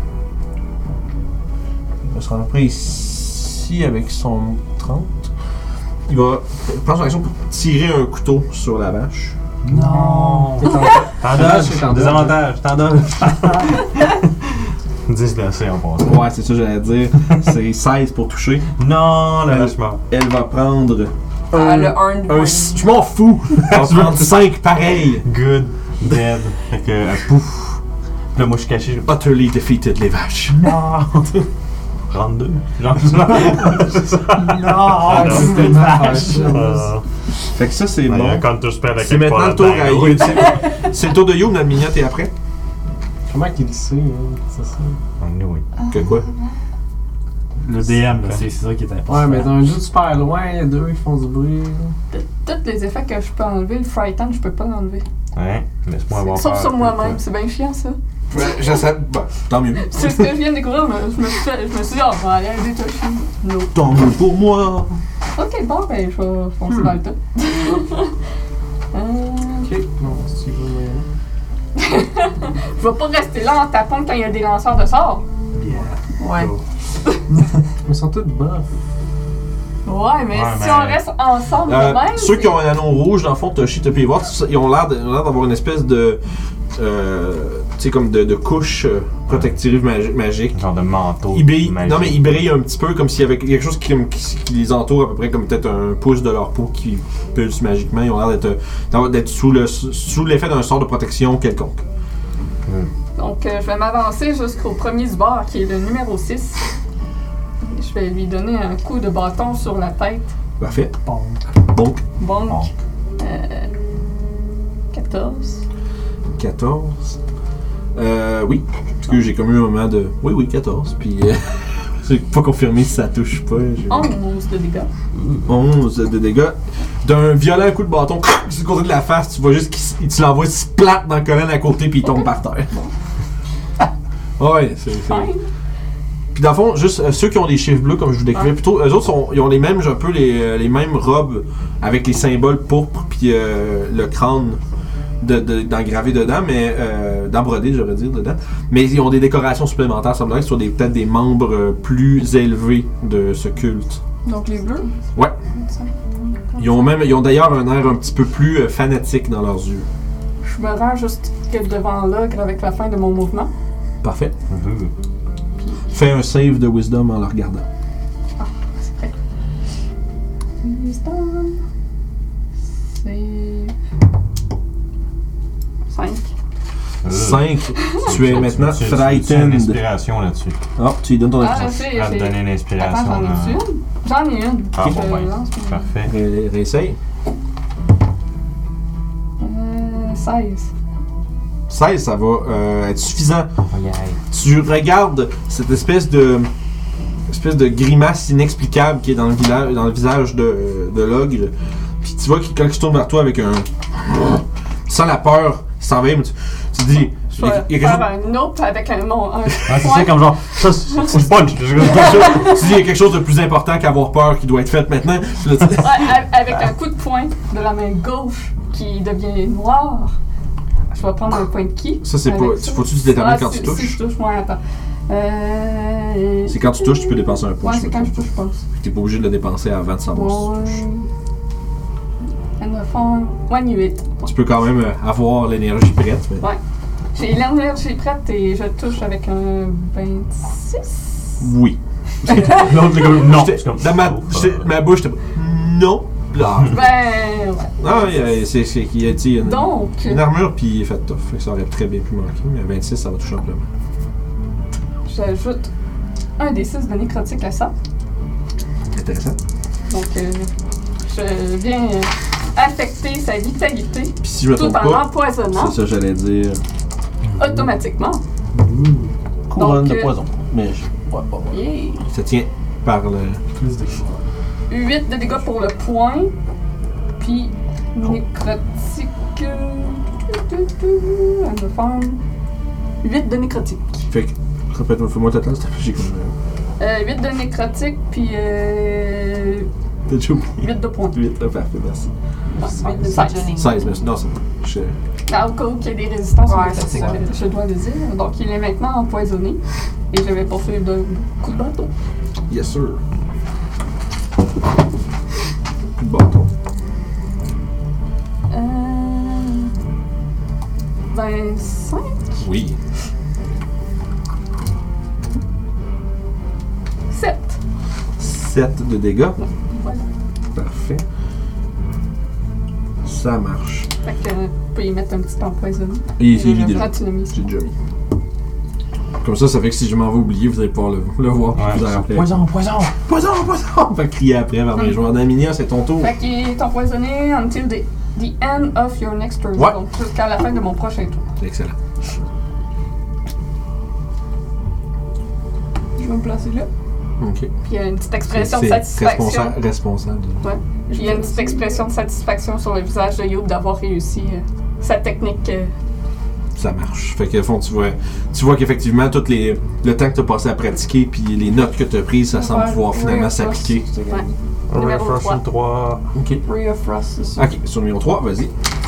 Il va se rendre après ici avec son 30. Il va prendre son action pour tirer un couteau sur la vache. Non! T'en donnes, désavantage, t'en donnes. 10 lancés en passant. Ouais, c'est ça que j'allais dire. C'est 16 pour toucher. Non, la vache mort. Elle va prendre le 1 je m'en fous! Elle va prendre 5 pareil. Good, dead. Fait que, pouf. Là, moi, je suis caché. Utterly defeated, les vaches. Non! 32. Genre, non! c'est une vache. Fait que ça, c'est bon. C'est maintenant le tour à Youb. C'est le tour de Youb, notre mignonne, t'es après? Comment qu'il sait, c'est ça? Que quoi? Le DM, c'est ça qui est important. Ouais, mais dans un jeu super loin, il y a deux, ils font du bruit. Tous les effets que je peux enlever, le Frighten, je peux pas l'enlever. Ouais, laisse-moi avoir Sauf sur moi-même, c'est bien chiant ça. Ouais, je sais. Bon, tant mieux. C'est ce que je viens de découvrir, mais je me suis dit, oh, je vais aller aider Toshi. No. Tant mieux pour moi. Ok, bon, ben, je vais foncer dans le tas. Ok, non, si tu veux, Je vais pas rester là en tapant quand il y a des lanceurs de sorts. Ouais. Ils sont tous buff. Ouais, mais si on reste ensemble de même. Ceux qui ont un anneau rouge, dans le fond, Toshi, t'as pu y voir, ils ont l'air d'avoir une espèce de. Tu sais, comme de couche protective magique. Genre de manteau. Non, mais ils brillent un petit peu comme s'il y avait quelque chose qui les entoure à peu près comme peut-être un pouce de leur peau qui pulse magiquement. Ils ont l'air d'être sous l'effet d'un sort de protection quelconque. Donc, je vais m'avancer jusqu'au premier du bord, qui est le numéro 6. Je vais lui donner un coup de bâton sur la tête. Parfait. Bonk. Donc, Bonk. 14. 14. Oui. Parce que j'ai comme eu un moment de. Oui, 14. Puis, j'ai pas confirmé si ça touche pas. 11 de dégâts. 11 de dégâts. D'un violent coup de bâton sur le côté de la face, tu vois juste qu'il tu l'envoies se plate dans le colonne à côté, puis il tombe par terre. Ouais, c'est. Puis dans le fond, juste ceux qui ont des chiffres bleus, comme je vous décrivais plutôt, eux autres ils ont les mêmes, un peu les mêmes robes avec les symboles pourpres, puis le crâne d'engravé dedans, mais d'embrodé, j'aurais dire, dedans. Mais ils ont des décorations supplémentaires, semblerait que ce soit peut-être des membres plus élevés de ce culte. Donc les bleus? Ouais. Ils ont d'ailleurs un air un petit peu plus fanatique dans leurs yeux. Je me rends juste devant l'ogre avec la fin de mon mouvement. Parfait. Fais un save de wisdom en le regardant. Ah, c'est prêt. Wisdom. Save. 5. 5. Tu es maintenant Tu as une frightened. inspiration là-dessus. Ah, tu lui donnes ton Ah, inspiration. j'ai. À te donner une inspiration. Attends, j'en ai une. J'en ai une. Ah, Je bon, ben, lance une. parfait. Réessaye. 16. 16, ça va être suffisant. Tu regardes cette espèce de grimace inexplicable qui est dans le visage de l'ogre. Puis tu vois qu'il quand il se tourne vers toi avec un... Sans la peur, il s'en va, mais tu dis... Je vais faire un nope avec un mot. C'est ça, comme genre, ça, c'est le punch. Tu dis, il y a quelque chose de plus important qu'avoir peur qui doit être fait maintenant. Ouais, avec un coup de poing de la main gauche qui devient noire. Je vais prendre un point de ki. Ça, c'est pas... Faut-tu te déterminer quand tu touches? Si je touche, moi, attends. C'est quand tu touches, tu peux dépenser un point. Ouais, c'est quand je touche, je pense. T'es pas obligé de le dépenser avant de savoir si tu touches. And the form, 1-8. Tu peux quand même avoir l'énergie prête. Mais... Ouais. J'ai l'énergie prête et je touche avec un 26. Oui. L'autre, c'est comme, non. Dans ma bouche, j'étais non. Là. Ben, ouais. Ah, c'est qu'il y a Donc. Une armure, puis il est fait tough. Fait que ça aurait très bien pu manquer, mais à 26, ça va tout simplement. J'ajoute un des 6 de nécrotique à ça. Intéressant. Donc, je viens affecter sa vitalité. Puis si je me tout trompe en pas, empoisonnant. c'est ça j'allais dire. Automatiquement. Couronne Donc, de poison. Mais je... Ouais. Yeah. Ça tient par le... Plus de choses. 8 de dégâts pour le point. Puis nécrotique. And the farm. 8 de nécrotique. Fait que, répète-moi, fais-moi total, c'est j'ai comme... 8 de nécrotique, puis T'as déjà oublié. 8 de points. 8, parfait, merci. 16, merci. Non, c'est bon. Au cas où il y a des résistances, Ouais, je dois le dire. Donc il est maintenant empoisonné. Et je vais poursuivre d'un coup de bâton. Yes, sir. Coup de bâton. 25. Oui. 7. 7 de dégâts. Voilà. Parfait. Ça marche. Fait que on peut y mettre un petit empoisonné. Et c'est lui déjà. Ah, tu l'as mis. J'ai déjà mis. Comme ça fait que si je m'en vais oublier, vous allez pouvoir le voir. Ouais, vous en rappeler. poison! On va crier après vers les joueurs d'Aminia, c'est ton tour. Fait qu'il est empoisonné until the end of your next turn. Ouais. Donc jusqu'à la fin de mon prochain tour. C'est excellent. Je vais me placer là. Ok. Puis il y a une petite expression de C'est satisfaction. responsable. Ouais. Puis il y a une petite expression de satisfaction sur le visage de Youb d'avoir réussi sa technique. Ça marche. Fait que, au fond, tu vois qu'effectivement, le temps que tu as passé à pratiquer puis les notes que tu as prises, ça semble pouvoir finalement s'appliquer. Ouais. Numéro 3. Ok. Ray of Frost, c'est ça. Ok, sur le numéro 3, vas-y.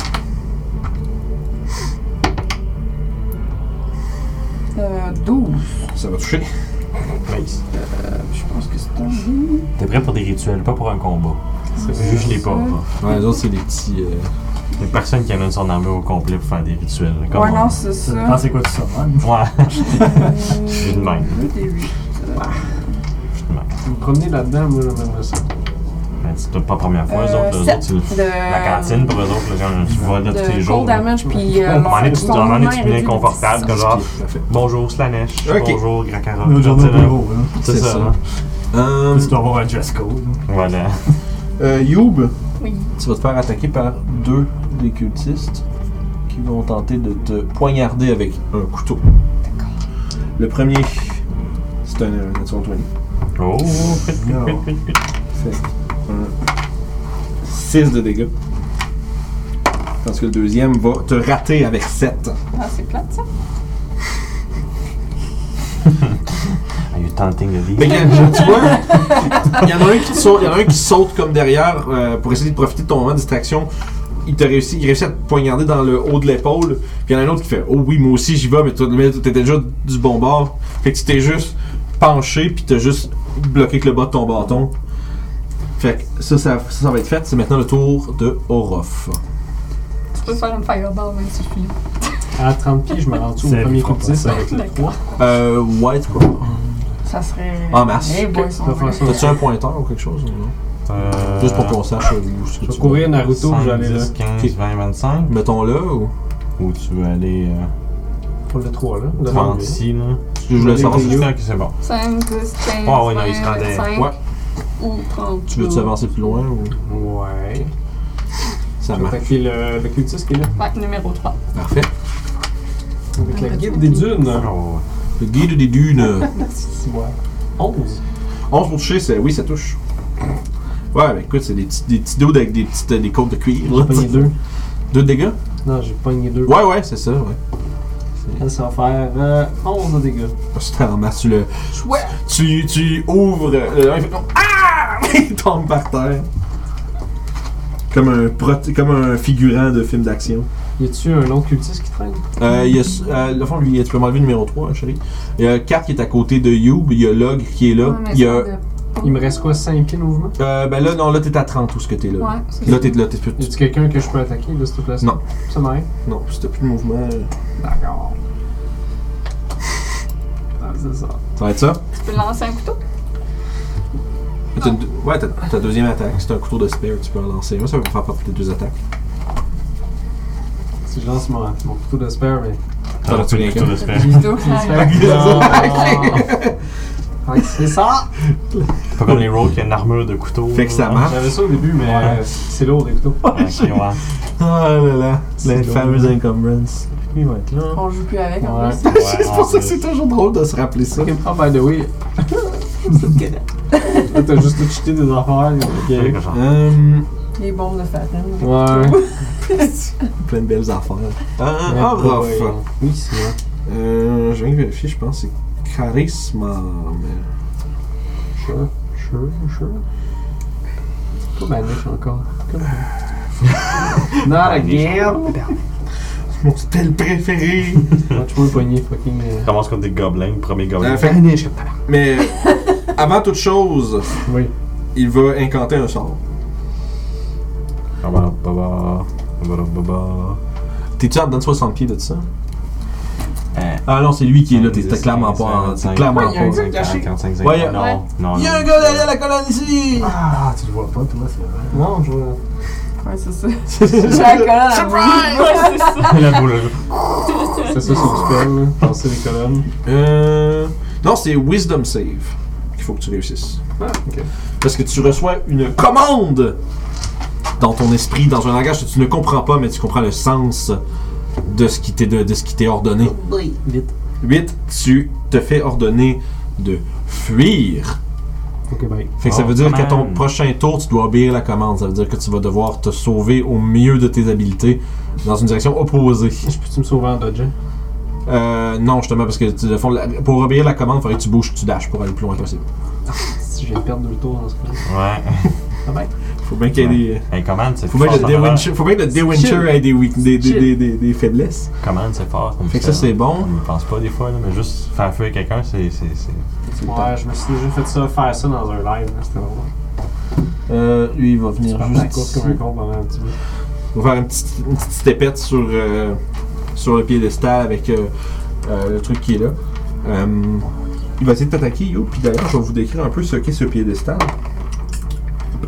Euh, 12. Ça va toucher. Nice. Je pense que c'est un. T'es prêt pour des rituels, pas pour un combat. Juge les pas. Ouais, les autres, c'est des petits. Il y a personne qui amène son armure au complet pour faire des rituels. Comme Ouais, moi. non, c'est ça. Ah, c'est quoi tout ça, man? Ouais. Je suis de même. Le D8. Je suis de même. Vous me promenez là-dedans, moi, j'amène ça. Ben, c'est pas la première fois, eux autres. Eux 7 autres, c'est la cantine pour eux autres, là, genre, tu vas là tous les de jours. cold là. damage, puis À un moment donné, tu son à un moment donné, tu humain deviens réduit de inconfortable, 10. que genre, Parfait. bonjour Slanesh, Ok. bonjour Grakara. Nos journées au bureau, là. C'est ça. là. Tu dois avoir un dress code. Voilà. Youb, Oui. tu vas te faire attaquer par 2 des cultistes qui vont tenter de te poignarder avec un couteau. D'accord. Le premier, c'est un natural 20. Oh, Fait un 6 de dégâts. Tandis que le deuxième va te rater avec 7. Ah, c'est plate, ça. Are you taunting the Fait lead? que, tu vois, il y en a un qui saute comme derrière pour essayer de profiter de ton moment de distraction. Il réussit à te poignarder dans le haut de l'épaule. Puis il y en a un autre qui fait oh oui, moi aussi j'y vais, mais t'étais déjà du bon bord. Fait que tu t'es juste penché, puis t'as juste bloqué avec le bas de ton bâton. Fait que ça va être fait. C'est maintenant le tour de Orof. Tu peux faire une fireball même si je suis là. À 30 pieds, je me rends-tu au C'est premier propre, cultiste ça. avec le 3? Ouais, tu peux. Ça serait. En masse. Eh boy, On va faire ça. T'as-tu un pointeur ou quelque chose ou non? Juste pour qu'on sache où ce que Je vais tu courir Naruto, Cinq, je vais aller là. 10, 15, Ok. 20, 25. Mettons-le ou. Ou tu veux aller Pour le 3 là. Devant 30 lui. ici, là. Je voulais savoir si Ok, c'est bon. 5, 10, 15, Ah ouais, non, il 20, se rendait. 25 Ouais. ou 30. tu veux-tu avancer plus loin ou. Ouais. Ça Je vais marche. attaquer le cultiste qui est là. Ouais, numéro 3. Parfait. Avec la guide des dunes. Oh, Le guide des dunes. Si, ouais. 11. 11 pour toucher, oui, ça touche. Ouais, ben écoute, c'est des petits dos avec des côtes de cuir. J'ai pogné 2. 2 de dégâts? Non, j'ai pogné 2. Ouais, c'est ça, ouais. Ça va faire 11 de dégâts. C'est en masse, tu ouvres. Il fait comme, ah! Il tombe par terre. Comme un figurant de film d'action. Y a-tu un autre cultiste qui traîne? Il y a, le fond, lui, tu peux m'enlever le numéro 3, chérie. Il y a 4 qui est à côté de Youb, il y a Log qui est là. Ouais, mais Il y a. Il me reste quoi, 5 pieds de mouvement? Ben là, non, là, t'es à 30 où ce que t'es là. Ouais, c'est Là, ça. t'es plus. Y a-tu quelqu'un que je peux attaquer de cette place? Non. Ça m'arrive? Non, si t'as plus de mouvement. D'accord. Ah, c'est ça. Ça va être ça? Tu peux lancer un couteau? Ouais, ta deuxième attaque. C'est un couteau de spare, tu peux en lancer. Moi, ça va me faire partie des 2 attaques. Si je lance mon couteau de spare, mais. T'en as-tu rien qu'un? Couteau. Ouais, c'est ça! c'est pas comme les rogues qui ont une armure de couteau. Fait que ça marche. J'avais ça au début, mais c'est lourd, les couteaux. Ok, ouais. Ah là là, C'est les drôle. fameuses encumbrances. Il va être là. On joue plus avec en Ouais. plus. C'est pour ça que c'est toujours drôle de se rappeler ça. Ah, by the way. Là, t'as juste tout cheaté des affaires. Fait Ok. que genre, Les bombes de Fatin. Ouais. Plein de belles affaires. Ouais, Rof. ouais. Oui, c'est vrai. Je viens de vérifier, je pense que c'est charisme. Mais... Sure. Pas maniche encore. Not again! Mon style préféré. Watch-moi le poignet, fucking. commence comme des gobelins, premier gobelin. Mais avant toute chose, Oui. il va incanter un sort. T'es-tu en dedans de 60 pieds de ça? Ah non, c'est lui qui est là, t'es clairement pas. T'es clairement Ouais, il y a un pas. gars caché. Ouais, y a- Non. Il y a un gars derrière la colonne ici! Ah, tu le vois pas, toi, c'est vrai. Non, je vois. Ouais, c'est ça. J'ai la colonne. Surprise! Ouais, c'est ça. La boule. C'est ça sur le spell, là. Passer les colonnes. Non, c'est Wisdom Save qu'il faut que tu réussisses. Ah, ok. Parce que tu reçois une commande dans ton esprit, dans un langage que tu ne comprends pas, mais tu comprends le sens de ce qui t'est ordonné. Vite. 8, tu te fais ordonner de fuir. Ok, bye. Fait que ça Oh, veut dire qu'à ton command. prochain tour, tu dois obéir la commande. Ça veut dire que tu vas devoir te sauver au mieux de tes habiletés dans une direction opposée. Je peux-tu me sauver en dodgeant? Non, justement, parce que pour obéir la commande, il faudrait que tu bouges, que tu dashes pour aller le plus loin possible. Si je viens de perdre 2 tours dans ce cas-là. Ouais. Ah, bye. Faut bien qu'il y ait des. Hey, commande, c'est Faut bien que fort, le ça va. Dewincher- faut bien que le Dewincher ait des faiblesses. Commande, c'est fort. Comme Fait que ça, c'est bon. On y pense pas des fois, là, mais juste faire fuir quelqu'un, c'est. Ouais, je me suis déjà fait faire ça dans un live, là. C'était drôle. Lui, il va venir Tu juste la course ici. comme un con pendant un petit bout. On va faire une petite stepette sur le piédestal avec le truc qui est là. Il va essayer de t'attaquer, Yo. Puis d'ailleurs, je vais vous décrire un peu ce qu'est ce piédestal.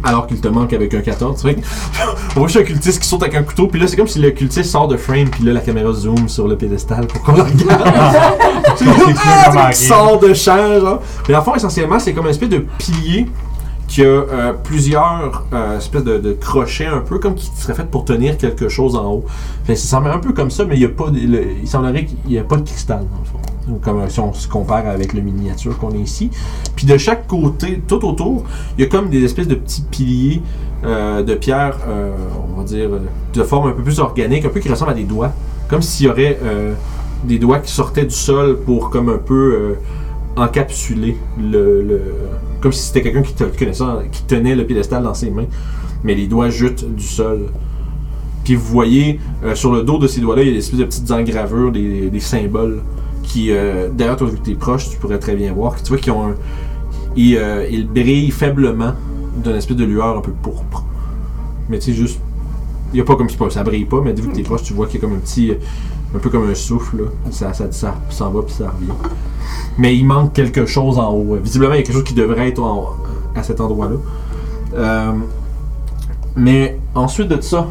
alors qu'il te manque avec un 14. C'est vrai on voit juste un cultiste qui saute avec un couteau, puis là c'est comme si le cultiste sort de frame, puis là la caméra zoom sur le piédestal pour qu'on le regarde. C'est qui sort de champ, genre. Mais en fond, essentiellement, c'est comme une espèce de pilier qui a plusieurs espèces de crochets un peu comme qui seraient faits pour tenir quelque chose en haut. Fait, ça semble un peu comme ça, mais il y a pas il semblerait qu'il n'y a pas de cristal dans le fond. Comme si on se compare avec le miniature qu'on a ici. Puis de chaque côté, tout autour, il y a comme des espèces de petits piliers de pierre, on va dire, de forme un peu plus organique, un peu qui ressemblent à des doigts. Comme s'il y aurait des doigts qui sortaient du sol pour comme un peu encapsuler comme si c'était quelqu'un qui tenait le piédestal dans ses mains, mais les doigts jutent du sol. Puis vous voyez, sur le dos de ces doigts-là, il y a des espèces de petites engravures, des symboles, qui, d'ailleurs, toi, vu que t'es proche, tu pourrais très bien voir, tu vois qu'ils ont ils brillent faiblement d'une espèce de lueur un peu pourpre. Mais tu sais, juste, il y a pas comme ça brille pas, mais vu que t'es proche, tu vois qu'il y a comme un peu comme un souffle, là. Ça s'en va puis ça revient. Mais il manque quelque chose en haut. Visiblement, il y a quelque chose qui devrait être à cet endroit-là. Mais ensuite de ça...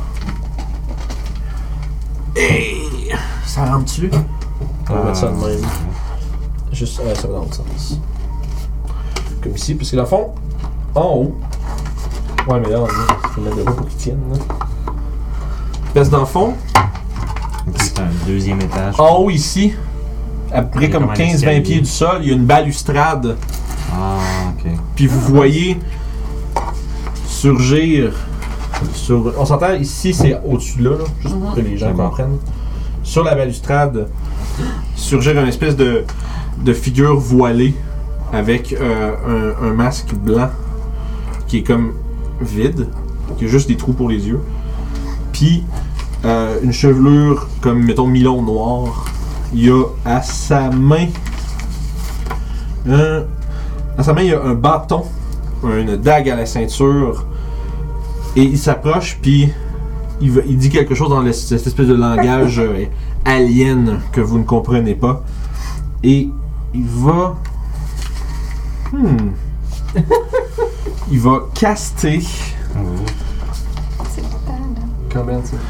Hey! Ça rentre dessus? On va mettre ça de même. Juste, ça va dans l'autre sens. Comme ici, parce que dans le fond, en haut... Ouais, mais là, il faut mettre de l'eau pour qu'il tienne, là. Parce que dans le fond... C'est un deuxième étage. En haut, ici... À peu près comme 15-20 pieds du sol, il y a une balustrade. Ah, ok. Puis vous voyez surgir sur... On s'entend ici, c'est au-dessus de là, juste pour que les gens comprennent. Sur la balustrade, surgir une espèce de figure voilée avec un masque blanc qui est comme vide, qui a juste des trous pour les yeux. Puis une chevelure comme, mettons, milon noir. Il y a à sa main, il y a un bâton, une dague à la ceinture, et il s'approche, puis il dit quelque chose dans cette espèce de langage alien que vous ne comprenez pas, et il va, il va caster. Combien ça?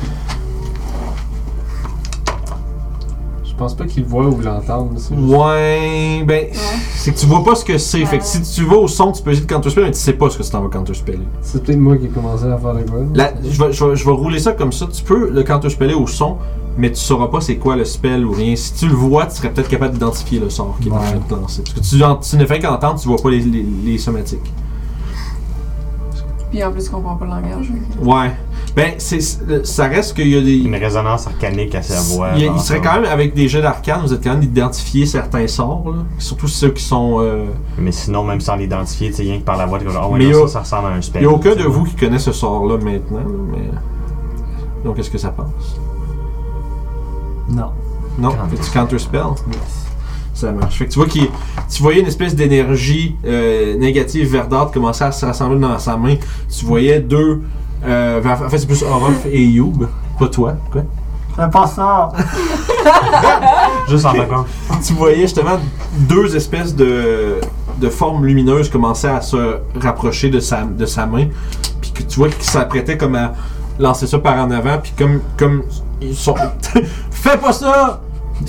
Je pense pas qu'il le voit ou l'entende. Ouais, ben, c'est que tu vois pas ce que c'est. Fait que si tu vas au son, tu peux essayer de counterspell, mais tu sais pas ce que c'est en counterspell. C'est peut-être moi qui ai commencé à faire le gros. Je vais rouler ça comme ça. Tu peux le counterspeller au son, mais tu sauras pas c'est quoi le spell ou rien. Si tu le vois, tu serais peut-être capable d'identifier le sort qui est en train de lancer. Parce que tu ne fais qu'entendre, tu vois pas les somatiques. Puis en plus, tu comprends pas le langage. Ouais. Ben, ça reste qu'il y a des... Une résonance arcanique à sa voix. Il serait quand même, avec des jets d'arcane, vous êtes quand même d'identifier certains sorts, là. Surtout ceux qui sont... Mais sinon, même sans l'identifier, tu sais, rien que par la voix, tu vas dire, oh, mais ouais, non, ça ressemble à un spell. Il n'y a aucun de vous qui connaît ce sort-là maintenant, là, mais... Donc, est-ce que ça passe? Non. Non? Fais-tu counterspell? Yes. Ça marche. Fait que tu voyais une espèce d'énergie négative verdâtre commencer à se rassembler dans sa main. Tu voyais deux... en fait, c'est plus Orof et Youb. Pas toi, quoi? Fais pas ça! Juste en background. Tu voyais justement deux espèces de formes lumineuses commencer à se rapprocher de sa main. Puis que tu vois qu'ils s'apprêtaient comme à lancer ça par en avant. Puis comme ils sont... Fais pas ça!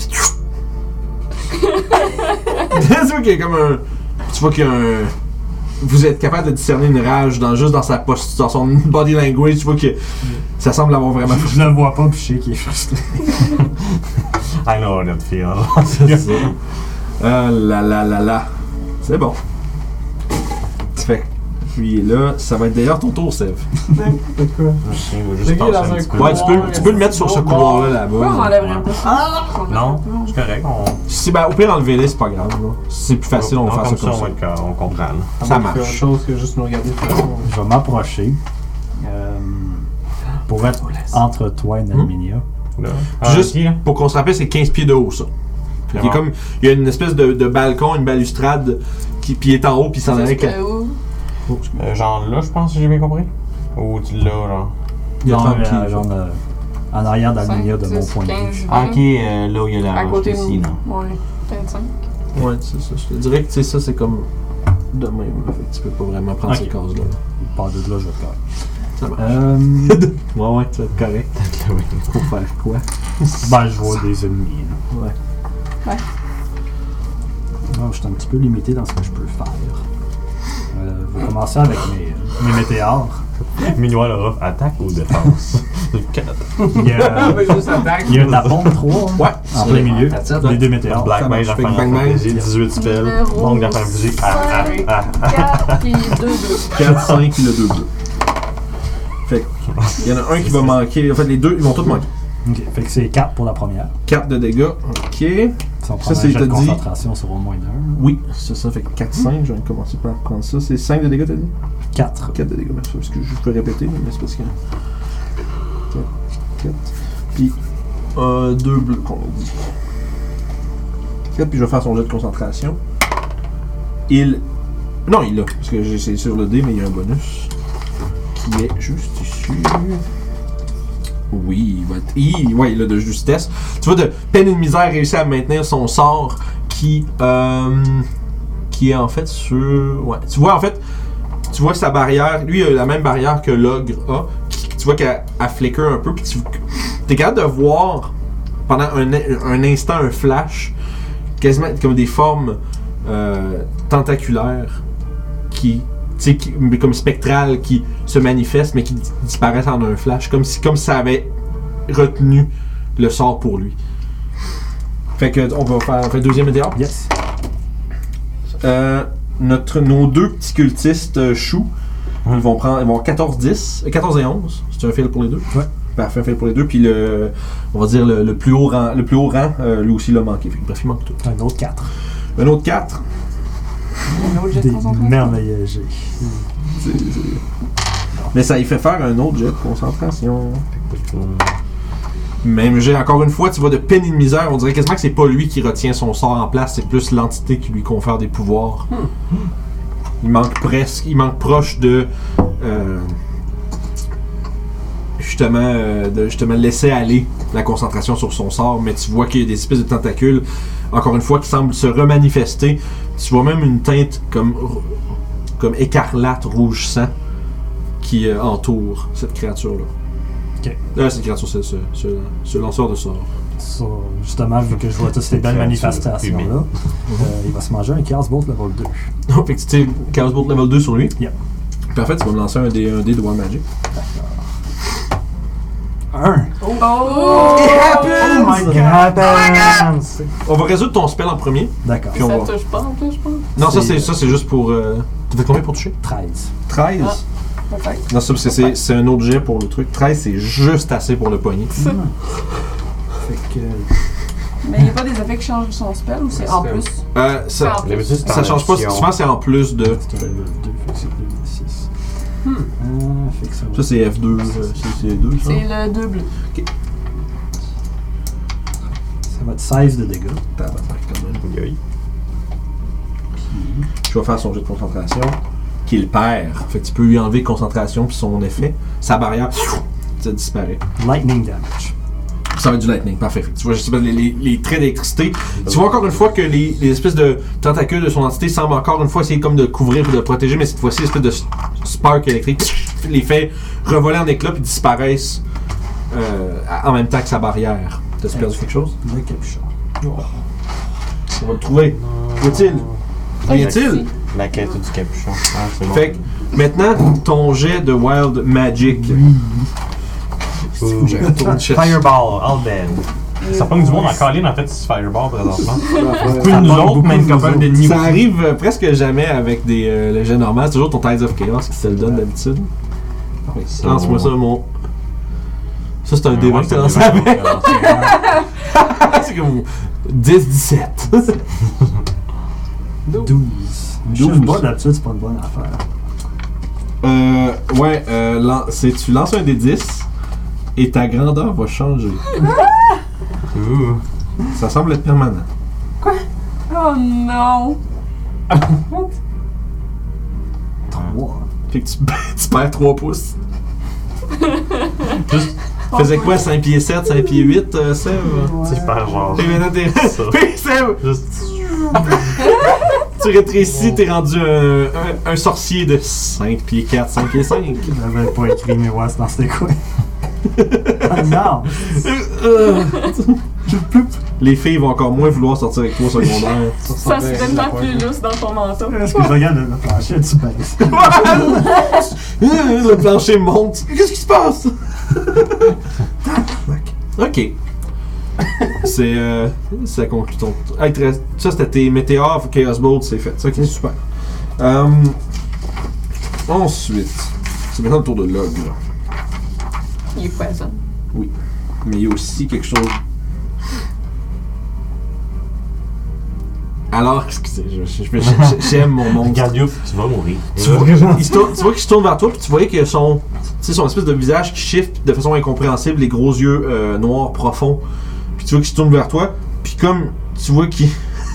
Tu vois qu'il y a comme un... Tu vois qu'il y a un... Vous êtes capable de discerner une rage juste dans sa posture, dans son body language. Tu vois que ça semble avoir vraiment... Je le vois pas, puis je sais qu'il est frustré. I know how that feels. C'est ça. Ah là. C'est bon. Fait puis là, ça va être d'ailleurs ton tour, Sev. Ouais, tu peux le mettre sur ce couloir-là, là-bas. Pourquoi on enlèverait un peu? Non, c'est correct. Au pire, enlevez-les, c'est pas grave. C'est plus facile, on va faire ça comme ça. On comprend. Ça marche. Autre chose que juste nous regarder. Je vais m'approcher pour être entre toi et Nalminia. Juste pour qu'on se rappelle, c'est 15 pieds de haut, ça. Il y a une espèce de balcon, une balustrade qui est en haut, puis ça en avec. Genre là, je pense, si j'ai bien compris. Ou là, genre. Il y a 30 pieds. Genre en arrière d'Alminia de mon point de vue. Ah, ok, là où il y a la à côté ici, là. Ouais, 25. Ouais, c'est ça. Je te dirais que ça, c'est comme de même. Fait que tu peux pas vraiment prendre Ok. ces cases-là. Pas de là, je vais te faire. Ça marche. Ouais, tu vas être correct. Faut faire quoi? Ben, je vois des ennemis. Là. Ouais. Non, je suis un petit peu limité dans ce que je peux faire. Je vais commencer avec mes météores. Minois Laura, attaque ou défense? 4. Il y a, Juste attaque. il y a la bombe 3 Ouais. en plein milieu. That's it. Les deux météores. Black Mage à Fait que Final Bang Bang. Fantasy, 18 spells. Numéro Manque de Final Fantasy. 4 puis 2 bleus. 4, 5 puis le 2 bleu. Fait que, il y en a un qui va manquer. En fait, les deux, ils vont tous manquer. Ok, fait que c'est 4 pour la première. 4 de dégâts. Ok. Si on prend Ça, un c'est jet de t'as dit. concentration sur au moins d'un. Oui, c'est ça. Fait que 4, 5. Je vais commencer par prendre ça. C'est 5 de dégâts, t'as dit? 4. 4 de dégâts, merci. Parce que je peux répéter, mais c'est parce que. 4. Puis 2 bleus qu'on a dit. 4, puis je vais faire son jet de concentration. Non, il l'a. Parce que c'est sur le dé, mais il y a un bonus. Qui est juste ici. Oui, il va être. Ouais, il a de justesse. Tu vois, de peine et de misère, réussit à maintenir son sort qui est en fait sur. Ouais. Tu vois, en fait, tu vois que sa barrière, lui, il a la même barrière que l'ogre a. Tu vois qu'elle flicker un peu, puis tu es capable de voir pendant un instant un flash, quasiment comme des formes tentaculaires mais comme spectrales qui se manifestent mais qui disparaissent en un flash, comme si ça avait retenu le sort pour lui. Fait que on va faire deuxième météore. Yes. Nos deux petits cultistes choux, ils vont avoir 14 et 11. C'est un fail pour les deux? Ouais. Parfait, un fail pour les deux. Puis on va dire le plus haut rang, lui aussi l'a manqué. Fait que bref, il manque tout. Un autre 4. Un autre 4. Un autre jet de Des concentration. merveilleux jets. Mais ça y fait faire un autre jet de concentration. Même jet, encore une fois, tu vois de peine et de misère, on dirait quasiment que c'est pas lui qui retient son sort en place, c'est plus l'entité qui lui confère des pouvoirs. Il manque proche de justement laisser aller la concentration sur son sort, mais tu vois qu'il y a des espèces de tentacules, encore une fois, qui semblent se remanifester. Tu vois même une teinte comme écarlate rouge sang qui entoure cette créature-là. Ok. Cette créature, c'est ce lanceur de sort. Ça, justement, vu que je vois toutes ces belles manifestations-là, il va se manger un Chaos Bolt level 2. Oh, fait que tu sais, Chaos Bolt level 2 sur lui. Yep. Parfait, tu vas me lancer un dé de Wild Magic. Un! Oh! Oh my god! On va résoudre ton spell en premier. D'accord. Puis on Ça va... touche pas en plus, je pense. Non, ça c'est juste pour... T'as fait combien pour toucher? 13. 13? Ah. Peut-être. Non, ça c'est un autre jet pour le truc. 13, c'est juste assez pour le poignet. Fait que... Mais il n'y a pas des effets qui changent son spell ou c'est en plus? Ça D'habitude, c'est en change pas, addition. souvent c'est en plus de... C'est un level 2, fait que c'est 2d6. Fait que ça va... Ça c'est F2, c'est 2 ça? C'est le 2 bleu. Ça va être 16 de dégâts. Tabarnak, quand même. Aïe. Je vais faire son jet de concentration, qu'il perd. Fait que tu peux lui enlever concentration puis son effet. Sa barrière, ça disparaît. Lightning damage. Ça va être du lightning, parfait. Fait que tu vois juste les traits d'électricité. Tu vois encore une fois que les espèces de tentacules de son entité semblent encore une fois essayer comme de couvrir et de protéger, mais cette fois-ci, l'espèce de spark électrique les fait revoler en éclats puis disparaissent en même temps que sa barrière. T'as-tu perdu quelque chose? Le capuchon. On va le trouver. Où est-il? Où est-il? La quête du capuchon. Ah, c'est bon. Fait que maintenant, ton jet de Wild Magic. Ouh. Je retourne chercher. Fireball, all dead. Ça pogne du monde en colline en fait, ce Fireball présentement. Ouais. Plus nous autres, mais une campagne de niveau. Ça arrive presque jamais avec le jet normal. C'est toujours ton Tides of Chaos qui te le donne d'habitude. Lance-moi ça, mon. Ça, c'est un D20 que t'as lancé avec. C'est comme 10-17. 12. 12. Je sais pas, d'habitude, c'est pas une bonne affaire. Tu lances un D10 et ta grandeur va changer. Ça semble être permanent. Oh non! 3. Fait que tu perds 3 pouces. Faisais quoi, 5 pieds 7, 5 pieds 8, Sève? C'est super genre. Et maintenant t'es... Ça. Puis Sève! Juste. tu rétrécis, t'es rendu un sorcier de 5 pieds 4, 5 pieds 5. J'avais pas écrit mes voix dans c'était quoi. Ah non! Les filles vont encore moins vouloir sortir avec toi au secondaire. Ça se fait tellement plus lousse dans ton manteau. Est-ce que je regarde le plancher du baisse? Le plancher monte. Qu'est-ce qui se passe? Ok. Ça conclut ton. Hey, ça, c'était tes météores, Chaos Bolt, c'est fait. Ça, ok, super. Ensuite, c'est maintenant le tour de l'ogre. Il est poison. Oui. Mais il y a aussi quelque chose. Alors, excusez, j'aime mon monstre. Regarde, Youp, tu vas mourir. Tu vois qu'il se tourne vers toi, puis tu voyais que son espèce de visage qui shift de façon incompréhensible, les gros yeux noirs profonds. Puis tu vois qu'il se tourne vers toi, puis comme tu vois qu'il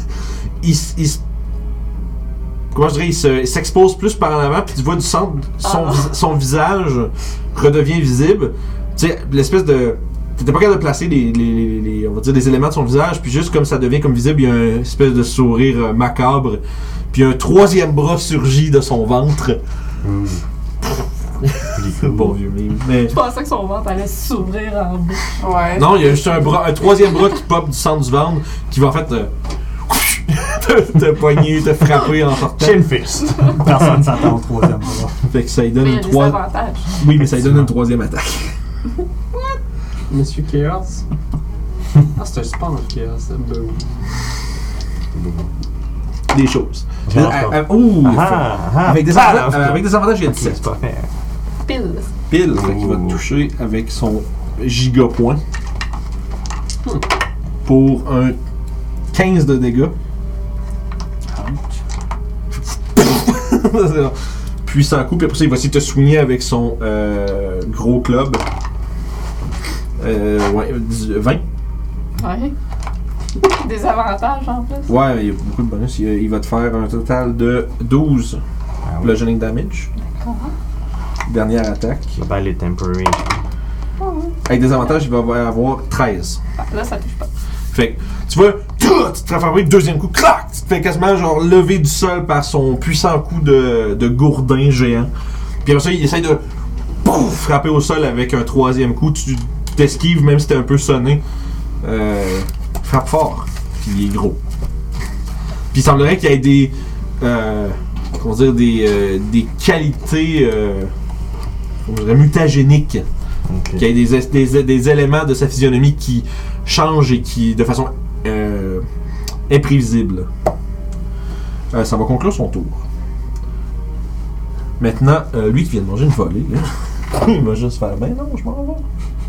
comment je dirais, il s'expose plus par en avant, puis tu vois du centre, son visage redevient visible. Tu sais, l'espèce de... T'étais pas capable de placer on va dire, les éléments de son visage, puis juste comme ça devient comme visible, il y a une espèce de sourire macabre, puis un troisième bras surgit de son ventre. Bon vieux mime. Mais... Je pensais que son ventre allait s'ouvrir en bouche. Ouais. Non, il y a juste un troisième bras qui pop du centre du ventre, qui va en fait te poigner, te frapper en sortant. Chin fist. Personne s'attend au troisième bras. Fait que ça lui donne Mais il y une a des troisième. avantages. Oui, mais ça lui donne une troisième attaque. Monsieur Chaos. Ah, c'est un spawn Chaos. Boom. Des choses. Ah, Avec des avantages, il y a ok, 17. c'est pas fair. Pile. Pile, fait qu'il va te toucher avec son giga point. Pour un 15 de dégâts. Puissant coup, puis après ça, il va essayer de te soigner avec son gros club. Ouais, 20. Ouais. Des avantages en plus. Ouais, il y a beaucoup de bonus. Il va te faire un total de 12 bludgeoning damage. D'accord. Dernière attaque. Ben, les temporary. Avec des avantages, il va avoir 13. Là, ça touche pas. Fait que, tu vois, tu te fais frapper, deuxième coup, clac! Tu te fais quasiment genre lever du sol par son puissant coup de gourdin géant. Puis après ça, il essaie de frapper au sol avec un troisième coup. Tu t'esquives, même si t'es un peu sonné. Frappe fort. Puis il est gros. Puis il semblerait qu'il y ait des. Comment dire, des qualités. Comment dire, mutagéniques. Okay. Qu'il y ait des éléments de sa physionomie qui changent et qui, de façon imprévisible. Ça va conclure son tour. Maintenant, lui qui vient de manger une volée, là, il va juste faire ben non, je m'en vais.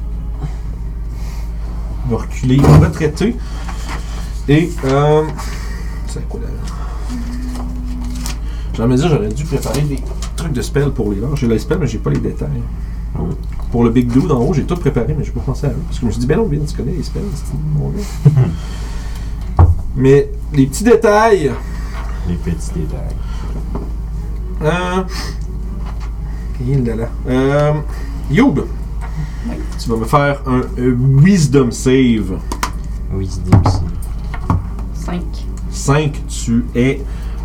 Il va reculer, il va retraiter. Et, c'est quoi là? J'aimerais dire, j'aurais dû préparer des trucs de spell pour les leurs. J'ai les spells, mais j'ai pas les détails. Pour le Big Dude en haut, j'ai tout préparé, mais j'ai pas pensé à eux. Parce que je me suis dit, ben non, Vin, tu connais les spells, c'est mon gars. Mais les petits détails. Les petits détails. Youb, tu vas me faire un Wisdom Save. Wisdom Save. 5. 5, tu es.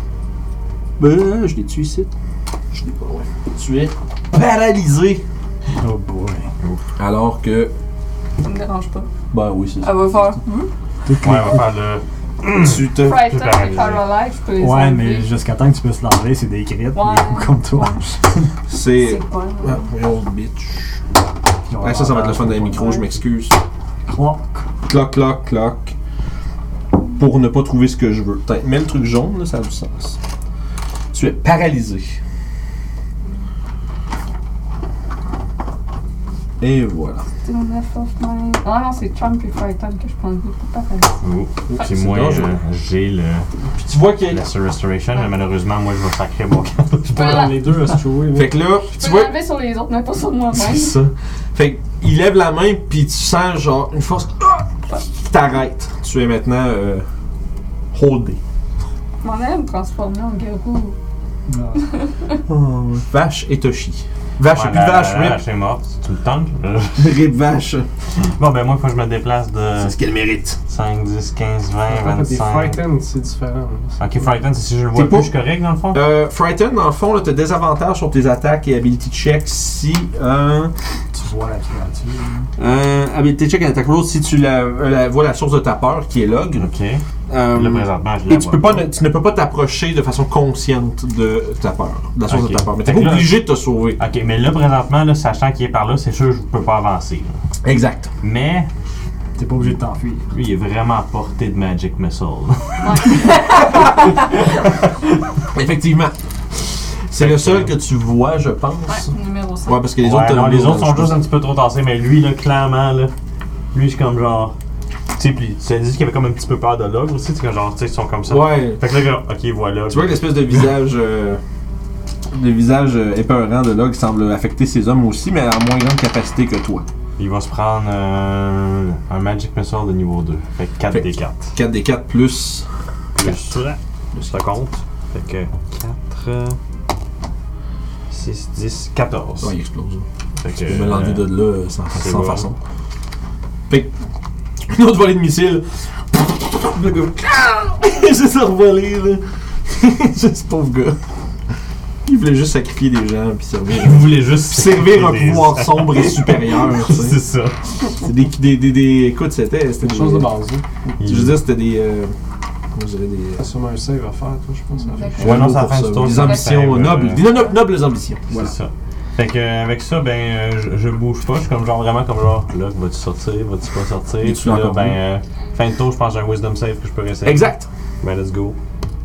Je l'ai tué ici. Je l'ai pas, ouais. Tu es paralysé. Oh boy. Alors que. Ça me dérange pas. Ben oui, c'est ça. Elle va faire. Ouais, on va faire le. Tu te. Frighten paralysé. et Paralyze, je peux les Ouais, enlever. mais jusqu'à temps que tu puisses l'enlever, c'est des crits, des coups comme toi. C'est. C'est quoi? Ah, old bitch. Ouais, ça va être le fun dans les micros, je m'excuse. Cloc. Cloc, cloc, cloc. Pour ne pas trouver ce que je veux. Mets le truc jaune, là, ça a du sens. Tu es paralysé. Et voilà. Ah non, c'est Trump et Frighten que je prends le goût pour paralyser. Puis c'est moi, dangereux. j'ai le. Puis tu vois qu'il y a. La Restoration, mais malheureusement, moi, je vais sacrer mon camp. Je peux dans les deux à se jouer. Fait que là, Je tu peux vois. l'enlever sur les autres, mais pas sur moi-même. C'est ça. Fait qu'il lève la main, puis tu sens genre une force qui t'arrête. Tu es maintenant holdé. Je m'en allais me transformer en garou. Vache et Toshi. Vache, y'a plus de vache, La rip. vache est morte, tu me tentes? Rip vache. Bon, ben moi, il faut que je me déplace de C'est ce qu'elle mérite. 5, 10, 15, 20, Des 25. Frightened, c'est différent. Ok, Frighten, c'est si je le T'es vois pas- plus, je suis correct dans le fond? Frighten, dans le fond, t'as des avantages sur tes attaques et ability check si. Tu vois la créature. Ability check and attack roll si tu vois la source de ta peur qui est l'ogre. Ok. Euh, Là, présentement, je la et tu ne peux pas t'approcher de façon consciente de ta peur, de la source Ok. de ta peur. Mais t'es Fait pas que là- obligé de te sauver. Ok, mais là, présentement, là, sachant qu'il est par là, c'est sûr que je peux pas avancer. là. Exact. Mais, T'es pas obligé de t'enfuir. lui, il est vraiment à portée de Magic Missile. Effectivement. C'est le seul que tu vois, je pense. Ouais, numéro 5. Ouais, parce que les Ouais, autres, non, les autres sont je juste un petit peu trop tassés, mais lui, là, clairement, là, lui, je suis comme genre. Tu sais, puis tu as dit qu'il avait comme un petit peu peur de l'ogre aussi, tu sais, genre, tu sais, ils sont comme ça. Ouais. Fait que là, ok, voilà. Tu vois que l'espèce de visage. Le visage épeurant de l'ogre semble affecter ses hommes aussi, mais à moins grande capacité que toi. Il va se prendre un Magic Missile de niveau 2. Fait que 4 Fait- des 4. 4 des 4 plus. Plus ça compte. Fait que 4, 6, 10, 14. Ouais, il explose. Fait Tu que, peux me l'enlever de là sans c'est sans bon. façon. Fait que, une autre volée de missiles. Le gars, il s'est survolé, là. Juste pauvre gars. Il voulait juste sacrifier des gens puis servir. Vous voulez juste Servir un des- pouvoir sombre et supérieur, tu sais. C'est ça. C'est écoute, c'était Quelque des chose de base. Je veux dire, c'était des. Comment je dirais des. T'as sûrement un save à faire, toi, je pense. Ouais, non, ça pour fait ça. un tour. Des ambitions nobles. Des nobles ambitions. C'est Voilà. ça. Fait que avec ça, ben, je bouge pas. Je suis comme genre vraiment comme genre, là, vas-tu sortir, vas-tu pas sortir? Et tu Puis là, l'as encore ben, fin de tour, je pense que j'ai un Wisdom Save que je peux réessayer. Exact. Ben, let's go.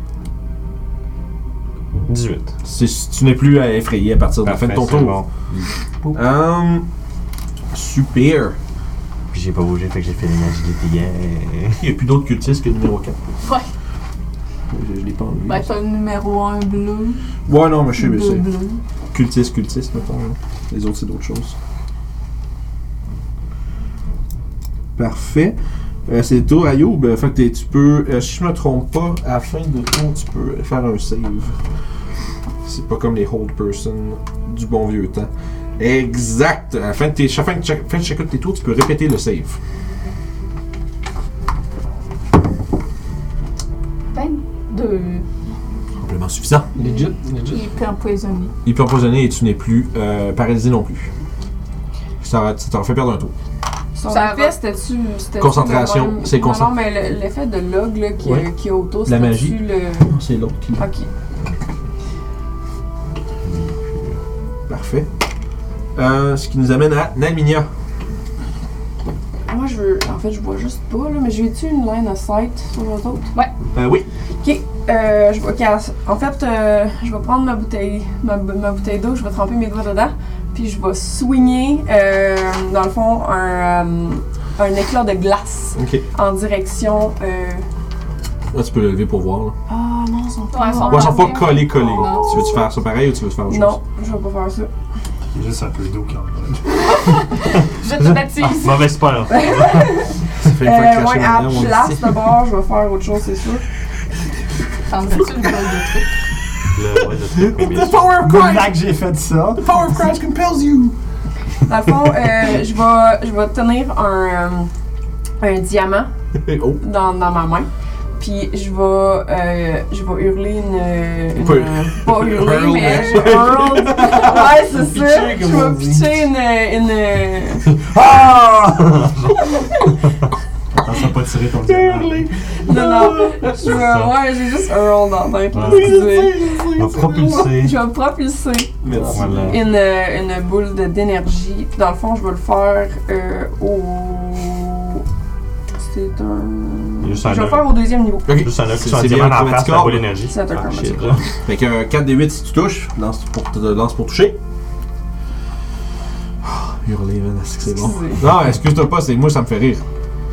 18. Tu n'es plus effrayé à partir de la fin de ton Parfait, tour. c'est bon. Super. Puis j'ai pas bougé, fait que j'ai fait l'agilité. Yeah. Il n'y a plus d'autres cultistes que le numéro 4. Ouais. Je l'ai pas enlevé. Ben, t'as le numéro 1 bleu, Ouais, non, mais je sais, mais 2 c'est. bleu. Cultiste, mettons. Là. Les autres, c'est d'autres choses. Parfait. C'est le tour à Youb. Fait que tu peux, si je me trompe pas, à la fin de tour, tu peux faire un save. C'est pas comme les hold person du bon vieux temps. Exact. À la fin de chacun de tes tours, tu peux répéter le save. 22. Amplement suffisant. Legit. Il peut empoisonner. Il peut empoisonner et tu n'es plus paralysé non plus. Ça t'en fait perdre un tour. Son Ça effet, va. c'était-tu Concentration, le même- c'est Non, non, mais l'effet de log là, qui Ouais. est autour, La c'était-tu magie. le... C'est l'autre qui. Ok. Parfait. Ce qui nous amène à Nalminia. Moi, en fait, je vois juste pas, là, mais j'ai-tu une line of sight sur les autres? Oui. Ok, en fait, je vais prendre ma bouteille d'eau, je vais tremper mes doigts dedans, puis je vais swinger, dans le fond, un éclat de glace Ok. en direction... Là, tu peux le lever pour voir. Là. Ah non, ils sont pas... Ouais, ils sont Ouais, ils sont pas Parfait. collés. Non. Tu veux-tu faire ça pareil ou tu veux faire autre chose? Non, je vais pas faire ça. Il y a juste un peu d'eau qui en Je te baptise. Mauvais spoil. Ça fait une fois Ouais, cracher à là-dedans, on le place sait. d'abord, je vais faire autre chose, c'est sûr. T'en veux-tu le bol de truc? Le power of Christ! Là que j'ai fait ça. The power of Christ compels you! Dans le fond, je vais tenir un diamant Oh. dans ma main. Puis je vais hurler une Pas- pas hurler, Hurl, mais mais- je hurle. Ouais, c'est ça. Pitcher, Je comme on vais dit. pitcher une Ah! Attention à pas tirer ton diamant. non, ouais, j'ai juste hurl dans la tête, là, excusez. On va propulser. Je vais propulser Merci. Voilà. une boule d'énergie. Puis dans le fond, je vais le faire au... C'est un... Juste Je un vais le œuf. faire au deuxième niveau. Ok. Juste un œuf C'est sur un bien diamant en face, chromatique. la boule d'énergie. C'est un Ah, chromatique. shit. Fait que 4 des 8 si tu touches, lance pour toucher. Hurler, man, est-ce que c'est bon? Excusez. Non, excuse-toi pas, c'est moi, ça me fait rire.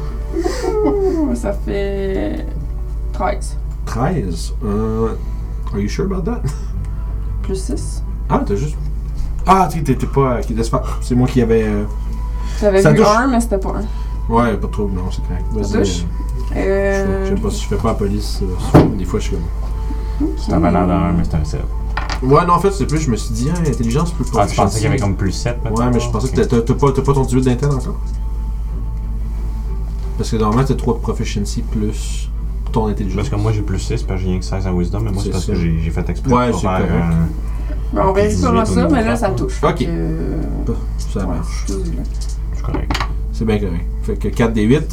Ça fait 13. 13. Are you sure about that? Plus 6. Ah, t'as juste. Ah, t'étais pas. C'est moi qui avais. J'avais Ça vu touche. 1, mais c'était pas 1. Ouais, pas trop, non, c'est correct. Ça Vas-y. touche? Je sais pas si je fais pas la police. Des fois, je suis comme. C'est un valeur de 1, mais c'est un 7. Ouais, non, en fait, c'est plus, je me suis dit, intelligence plus Ah, tu pensais qu'il y avait comme plus 7 peut-être? Ouais, mais je pensais que t'as pas ton 18 d'intel encore. Parce que normalement, t'as 3 de proficiency plus ton intelligence. Parce que moi j'ai plus 6, parce que j'ai rien que 16 en wisdom, mais moi c'est parce que j'ai fait exprès Ouais, pour c'est faire correct. Ben, on vérifiera 18 au ça, niveau mais là, 4, ça ouais. touche. Ok. Fait que, Ça marche. Je suis correct. C'est bien correct. Fait que 4 des 8.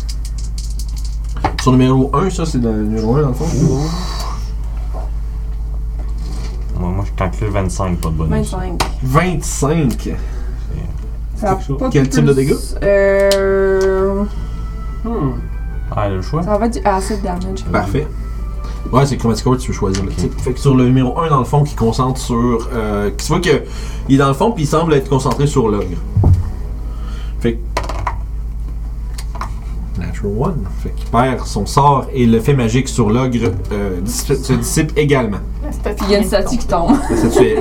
Sur numéro 1, ça, c'est le numéro 1 dans le fond. Moi je calcule 25, pas de bonus. 25. 25. Ça a quelque chose. pas Quel type de dégâts? Ah, le choix? Ça va être du acid damage. Parfait. Ouais, c'est Chromatic Orb, tu peux choisir le type. Fait que sur le numéro 1, dans le fond, qui concentre sur. Tu vois qu'il est dans le fond, puis il semble être concentré sur l'ogre. Fait que. Natural One. Fait qu'il perd son sort et le fait magique sur l'ogre se dissipe également. Puis il y a une statue qui tombe. Ça fait.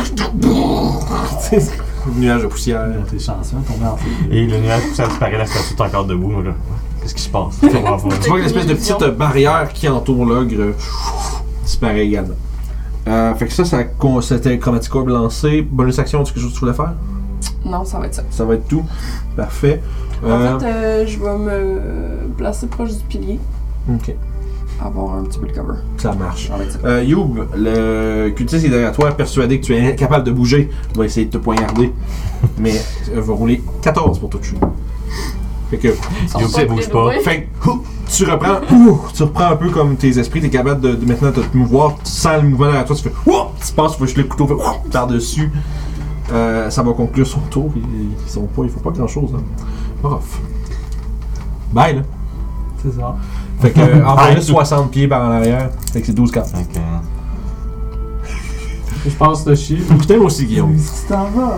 Nuage de poussière. T'es chanceux, tombé en feu. Et le nuage, ça disparaît, la statue est encore debout, moi, là. Qu'est-ce qui se passe? Je comprends pas. Tu vois que l'espèce de petite barrière qui entoure l'ogre disparaît également. Fait que ça c'était Chromatic Orb lancé. Bonus action, est-ce que quelque chose que tu voulais faire? Non, ça va être ça. Ça va être tout. Parfait. En fait, je vais me placer proche du pilier. Ok. Avoir un petit peu de cover. Ça marche. Ça va être ça. Youb, le cultiste qui est derrière toi, persuadé que tu es incapable de bouger, va essayer de te poignarder. Mais va rouler 14 pour toucher. Fait que. Youb, ça bouge pas. Fait que tu reprends un peu comme tes esprits, t'es capable de maintenant de te mouvoir, tu sens le mouvement derrière toi, tu fais tu passes, tu vas jeter le couteau, par-dessus. Ça va conclure son tour. Il faut pas grand chose. Hein. Off. Bye là. C'est ça. Fait que envoie 60 pieds par en arrière. Fait que c'est 12 cartes. Ok. Je pense de chier. Je t'aime aussi, Guillaume. Si t'en vas.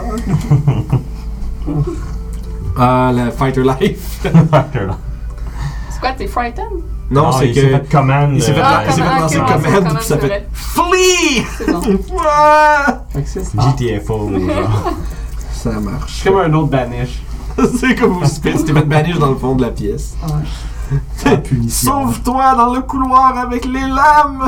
La Fighter Life. C'est quoi, t'es frightened? Non, c'est il que. s'est fait commande. Il s'est fait lancer ok, commande, ouais, puis ça c'est fait Flee! C'est bon. Fait que c'est ça. GTFO, genre. Ça marche. C'est comme un autre banish. C'est comme vous spit, tu t'es fait banish dans le fond de la pièce. La punition. Sauve-toi dans le couloir avec les lames!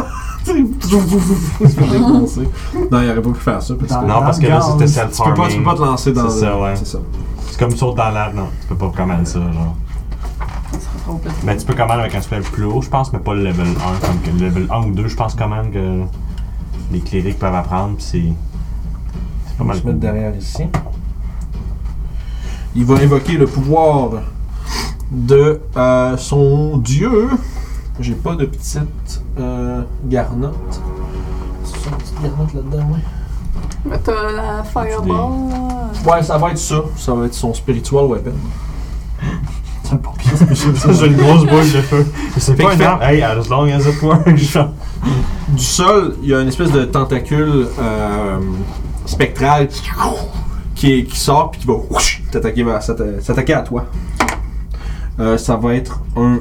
Non, il aurait pas pu faire ça parce que. Non, parce que là, c'était Tu peux pas self-harming. te lancer dans C'est ça, ouais. C'est ça. C'est comme saute dans l'arbre, non. Tu peux pas commander ça, genre. Ça sera trop petit. Mais tu peux commander avec un spell plus haut, je pense, mais pas le level 1. Comme que le level 1 ou 2, je pense quand même que les clérics peuvent apprendre, puis c'est pas On va mal. se mettre derrière ici. Il va invoquer le pouvoir de son dieu. J'ai pas de petite garnotte. C'est une petite garnotte là-dedans, ouais. Mais t'as la fireball, là. Ouais, ça va être ça. Ça va être son spiritual weapon. C'est pas pire, c'est ça. J'ai une grosse boule de feu. C'est Fait pas qu'il une arme. Hey, as long as it works, genre. Du sol, il y a une espèce de tentacule spectral qui sort puis qui va s'attaquer à toi. Ça va être un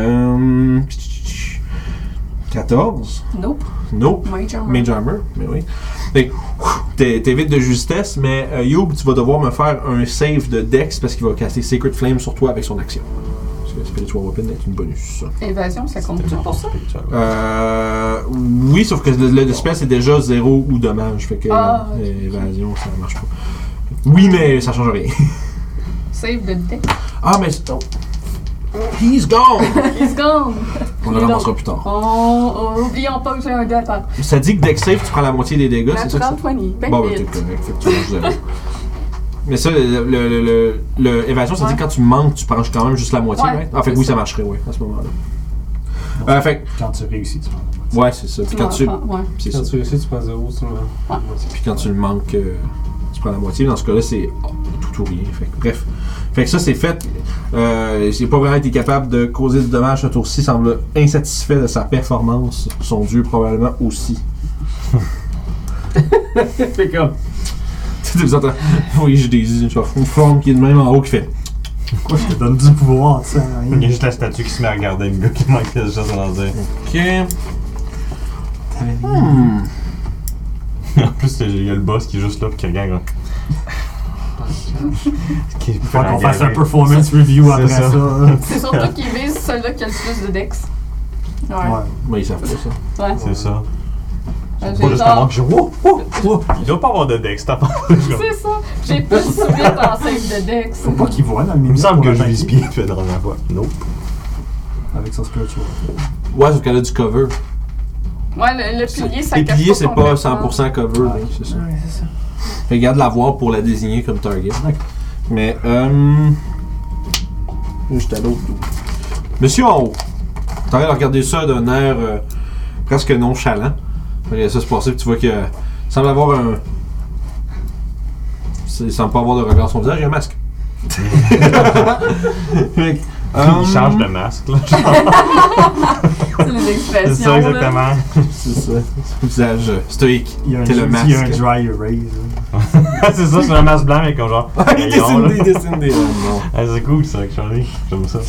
14. Nope. Nope. Mage armor. Mage Armor, mais oui. Fait que, t'évites de justesse, mais Youb, tu vas devoir me faire un save de Dex parce qu'il va caster Sacred Flame sur toi avec son action. Parce que Spiritual Weapon est une bonus. Évasion, ça compte-tu pour ça? Oui, sauf que le spell c'est déjà 0 ou dommage. Fait que Ok. évasion, ça marche pas. Oui, mais ça change rien. Save de deck. Ah, mais c'est. Oh. He's gone! He's gone! On le ramassera plus tard. Oublions pas que j'ai un dé à faire. Ça dit que Dex save, tu prends la moitié des dégâts, c'est ça? Natural 20. Ben Bon, ben, t'es vite. correct, fait que tu manges 0. Mais ça, le évasion, ça dit que quand tu manques, tu prends quand même juste la moitié, Ouais, right? Ah, fait que c'est oui, ça ça. marcherait, oui, à ce moment-là. Fait Quand tu réussis, tu prends la moitié. ouais, c'est ça. Puis quand tu. Ouais. C'est Quand ça. tu réussis, tu prends 0, tu le Puis quand tu le manques, tu prends la moitié. Dans ce cas-là, c'est tout ou rien. Fait que, bref. Fait que ça, c'est fait. J'ai pas vraiment été capable de causer du dommage ce tour-ci. Semble insatisfait de sa performance. Son dieu, probablement aussi. Fait comme. Tu sais, vous entendez. Oui, j'ai une forme qui est de même en haut qui fait. Quoi, je te donne du pouvoir, tu sais. Il y a juste la statue qui se met à regarder le gars qui manque quelque chose à dire. Ok. En plus, il y a le boss qui est juste là et qui regarde. Genre. Il faut qu'on fasse un performance review après ça. ça. C'est surtout qu'il vise celui-là qui a le plus de dex. Ouais. Ouais. Mais ils savent pas ça. Ouais. C'est ça. Pas J'ai juste genre- un manque, je wow, wow, wow. Il doit pas avoir de dex, t'as pas. C'est ça. J'ai plus 8 en save de Dex. Faut pas qu'il voit dans le Il me mini. semble que je l'ai espié depuis la dernière fois. Nope. Avec son spiritual. Ouais, sauf qu'elle a du cover. Ouais, le pilier, ça Les cache piliers, c'est pas complètement. 100% cover, Ah, là, c'est ça. Ouais, c'est ça. Fait que garde la voir pour la désigner comme target. Mais, juste à l'autre. Monsieur en haut. T'arrêtes de regarder ça d'un air presque nonchalant. Regarde ça se passer, puis tu vois que il semble avoir un. Il semble pas avoir de regard sur son visage, il y a un masque. Fait que, Il change de masque, là. C'est les C'est expressions. ça, là. exactement. C'est ça. C'est le visage stoïque. Il y a un, T'es le masque. il y a un dry erase. C'est ça, c'est un masque blanc, mais comme genre. Il rayon, là. dessine des. Non. Ah, c'est cool ça, actually. J'aime ça.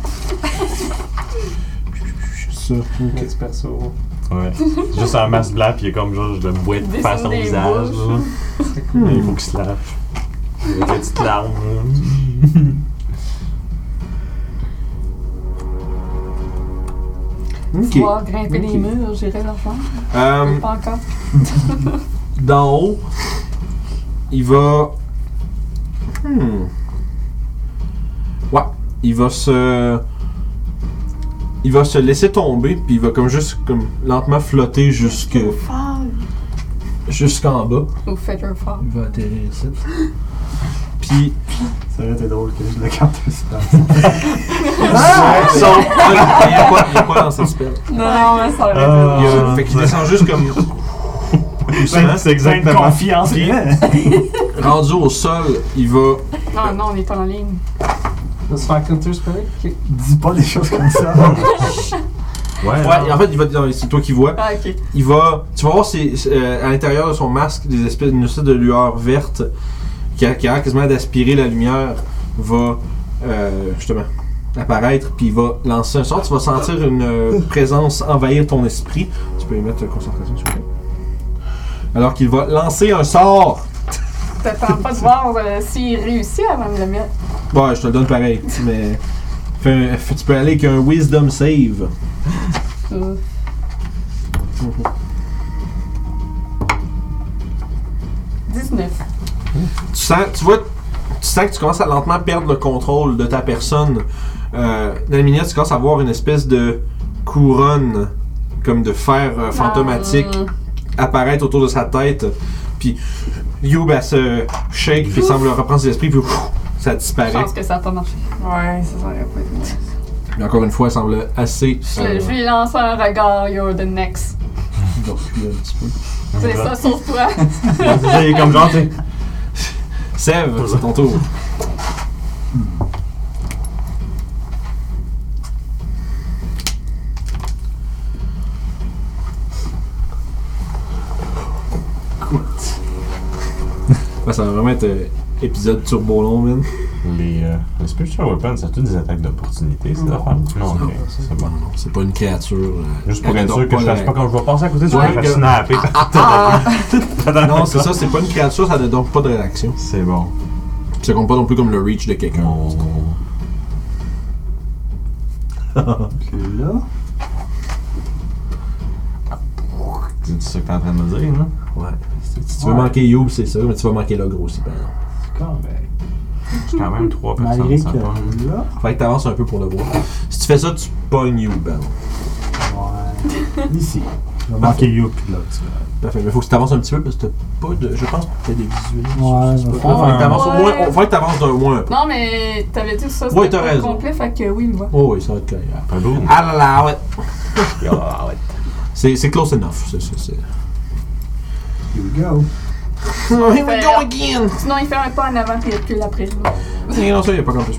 Ça. Ok. Ex perso. Ouais. C'est juste un masque blanc, puis il y a comme genre de boîte Dessine face au des visage. bouches. Là. Il faut qu'il se lave. Avec des petites larmes. Là. Ok. Pouvoir grimper les Ok. murs, j'irai leur faire. Pas encore. D'en haut, il va. Ouais, il va se. Il va se laisser tomber, puis il va comme juste comme lentement flotter jusqu'en bas. Ou Feather Fall. Il va atterrir ici. Puis. Ça aurait été drôle que je le capte aussi. Il y a quoi dans cette spell? Non, mais ça aurait Ah. Fait qu'il descend juste comme. doucement. C'est exactement. Confiance. Puis- Rendu au sol, il va. Non, non, on est en ligne. Ça se fait counter spell? Ok. Dis pas des choses comme ça. Ouais. Ouais, en fait, il va. non, c'est toi qui vois. Ah, ok. Il va. Tu vas voir à l'intérieur de son masque une espèce de lueur verte qui a quasiment d'aspirer la lumière va justement apparaître, puis il va lancer un sort. Tu vas sentir une présence envahir ton esprit. Tu peux y mettre concentration, s'il vous plaît. Alors qu'il va lancer un sort. T'attends pas de voir s'il réussit avant de le mettre. Ouais, je te le donne pareil, mais tu peux aller avec un Wisdom Save. Euh, Mhm. 19. Tu sens que tu commences à lentement perdre le contrôle de ta personne. Dans la minute, tu commences à voir une espèce de couronne, comme de fer fantomatique, apparaître autour de sa tête. Puis Youb, elle se shake, puis semble reprendre ses esprits, puis ouf, ça Je disparaît. pense que ça a pas marché. Ouais, ça aurait pas été. Mais encore une fois, elle semble assez. Je lui lance un regard, you're the next. donc, un petit peu. C'est ça, sauve-toi. Il est comme genre, tu sais. Sève, c'est ton tour. Ouais, ça va vraiment être épisode turbo long, man. Les Spiritual Weapons, ça a toutes des attaques d'opportunité, ces affaires. Non, ok, c'est bon. Non, c'est pas une créature. Juste pour elle être adore sûr que je la- sache pas quand je vais passer à côté, tu Ouais, vas me que- snapper. Non, c'est ça, c'est pas une créature, ça n'a donc pas de réaction. C'est bon. Ça compte pas non plus comme le reach de quelqu'un. Puis là, C'est ça que t'es en train de me dire, non? Ouais. Si tu veux manquer Youb, c'est ça, mais tu vas manquer l'ogre aussi, par exemple. c'est correct. C'est quand même 3 personnes. Malgré ça que va. là, Fait que t'avances un peu pour le voir. Si tu fais ça, tu pognes Youb, ben. ouais. Ici. Je vais manquer You puis là, tu vois. Parfait, mais faut que tu t'avances un petit peu parce que t'as pas de. Je pense que t'as des visuels. Ouais, je sais je vais pas. faire Faudrait que t'avances au un- moins. Faudrait que t'avances d'un moins un peu. Non, mais t'avais dit que ça, Ouais, c'était t'as pas raison. complet, fait que oui, il va. Oh oui, ça va être correct. Un boom. Ah là là, ouais. C'est close enough. C'est. Here we go. Here we go again! Sinon, il fait un pas en avant puis il recule après. Non, ça, y'a pas grand chose.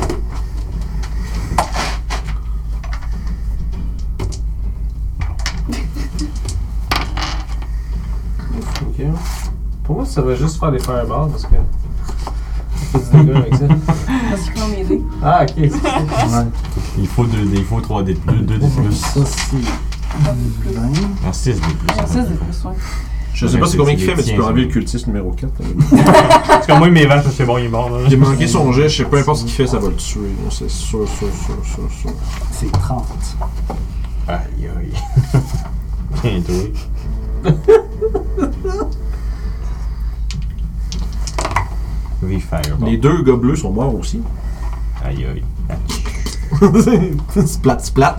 Ok. Pour moi, ça va juste faire des fireballs parce que. Ça fait du dégât avec ça. Parce qu'il prend mes dés. Ah, ok. c'est ça. Ouais. Il faut 3D de plus, 2D de plus. Ça, c'est 20. Non, 6D de plus. Ça, c'est plus, ouais. Je sais pas c'est combien il fait, mais tu peux enlever le le cultiste numéro 4. Parce que moi, mes vaches, c'est bon, il est mort. Là. J'ai manqué son jet, je sais peu importe ce qu'il fait, ça va le tuer. Non, c'est sûr. C'est 30. Aïe, aïe. Bien joué. V-Fireball. Les 2 gars bleus sont morts aussi. Aïe aïe. Splat, splat.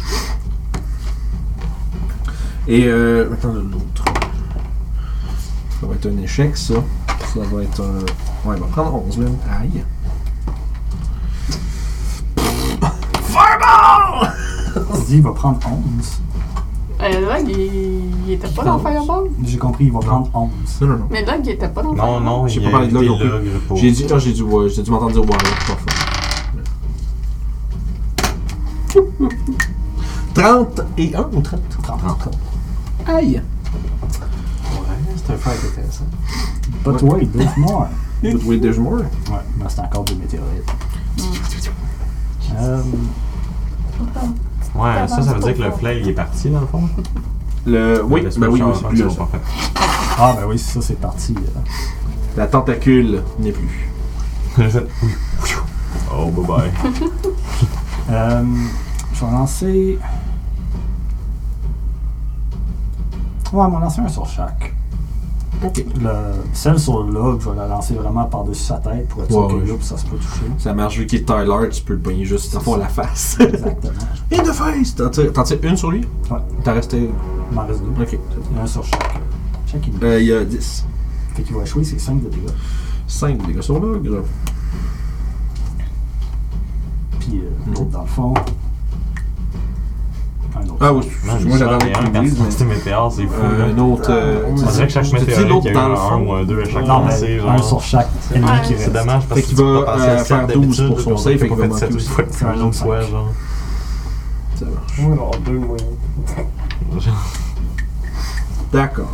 Et maintenant l'autre. Ça va être un échec, ça. Ça va être un. Ouais, il va prendre 11 même. Aïe. Fireball! Tu dis, il va prendre 11. Là, il était pas dans Fireball. J'ai compris, il va prendre 11. Non. Mais là, il était pas dans Fireball. Non, J'ai il pas y a parlé de des log non plus. logs pour... J'ai dû m'entendre dire Warrior, pas fort. 31 ou 30? 30. Aïe! Ouais, c'est un fight intéressant. But wait, there's more. But wait, there's more. Ouais, mais c'est encore 2 météorites. Ouais, ça veut dire que le flail il est parti dans le fond. Oui, Le ben oui, Smash c'est Hour, plus là, c'est ça. pas fait. Ah, ben oui, ça, c'est parti. La tentacule n'est plus. Oh, bye bye. Je vais lancer. Ouais, on va lancer un sur chaque. Ok. Celle sur le log, je vais la lancer vraiment par-dessus sa tête pour être sûr Ouais, que ouais. là, ça se peut toucher. Ça marche, vu qu'il est Tyler, tu peux le pogner juste à fond la face. Exactement. In the face! T'en tires une sur lui? Ouais. T'en resté. Il m'en reste 2. Ok. Il y en a un sur chaque. Chaque ennemi. Il y a 10. Fait qu'il va échouer, c'est 5 de dégâts. 5 dégâts sur l'ogre. Puis, dans le fond. Un autre. Ah oui, Man, excuse-moi, j'avais un avec quand l'église, c'est météore, c'est fou. là. un autre. On dirait que chaque tu dis météorite, l'autre il y a dans eu le un fond. ou un 2 à chaque Non, lancé. mais genre. un sur chaque ennemi qui C'est reste. dommage parce Fait que qu'il tu va, peux passer à 7 faire 12 d'habitude, pour son puis on save, a fait pas qu'il va fait 7 manquer fois. aussi. C'est un autre fois, Cinq. genre. Ça marche. On va avoir 2 de moyenne. D'accord.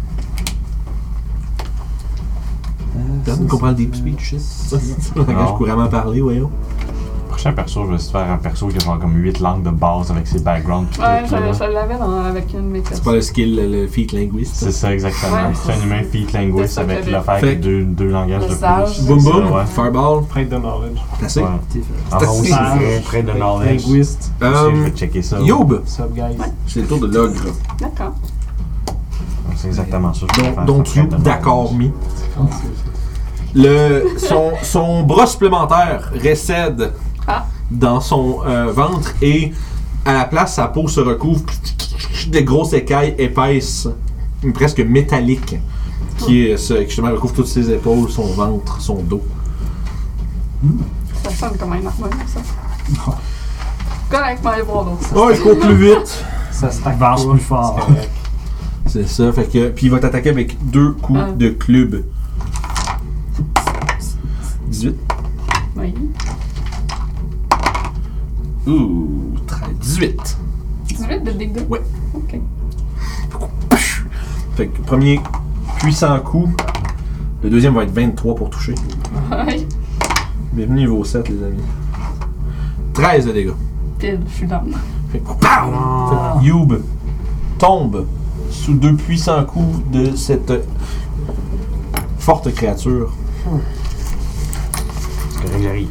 Personne comprend le deep speech. Ça, c'est le langage Non. couramment parlé, voyons. Prochain perso, je vais essayer de faire un perso qui a genre comme 8 langues de base avec ses backgrounds. pis Ouais, tout, là. je l'avais avec une de mes C'est pas le skill, le feat linguiste. C'est ça, exactement. Ouais, c'est un humain feat linguist c'est ça avec que l'affaire Fait- avec deux langages de Message. plus. Boum C'est boum, ça, ouais. fireball, Prête de knowledge. placé. Ouais. C'est En C'est haut, assez. c'est près de knowledge. Linguiste. Je vais checker ça. Youb, Sup, guys. c'est le tour de l'ogre. D'accord. C'est exactement ça. Je vais faire Donc ça, Youb, près de d'accord, mis. Son bras supplémentaire récède Ah. dans son ventre et à la place, sa peau se recouvre de grosses écailles épaisses, presque métalliques, qui justement recouvrent toutes ses épaules, son ventre, son dos. Ça sonne comme un harmonie, ça. Correct, mais allez voir d'autres. Oh, il court plus vite! Ça stack Marche pas, plus fort. c'est correct. C'est ça, fait que. Puis il va t'attaquer avec 2 coups Ah. de club. 18. Oui. Ouh, 13. 18. 18 de dégâts? Ouais. Ok. Fait que premier puissant coup. Le deuxième va être 23 pour toucher. Ouais. Bienvenue niveau 7, les amis. 13 de dégâts. Pile, je suis dans. Fait que, pow! Fait que Youb tombe sous 2 puissants coups de cette forte créature. C'est correct, j'arrive.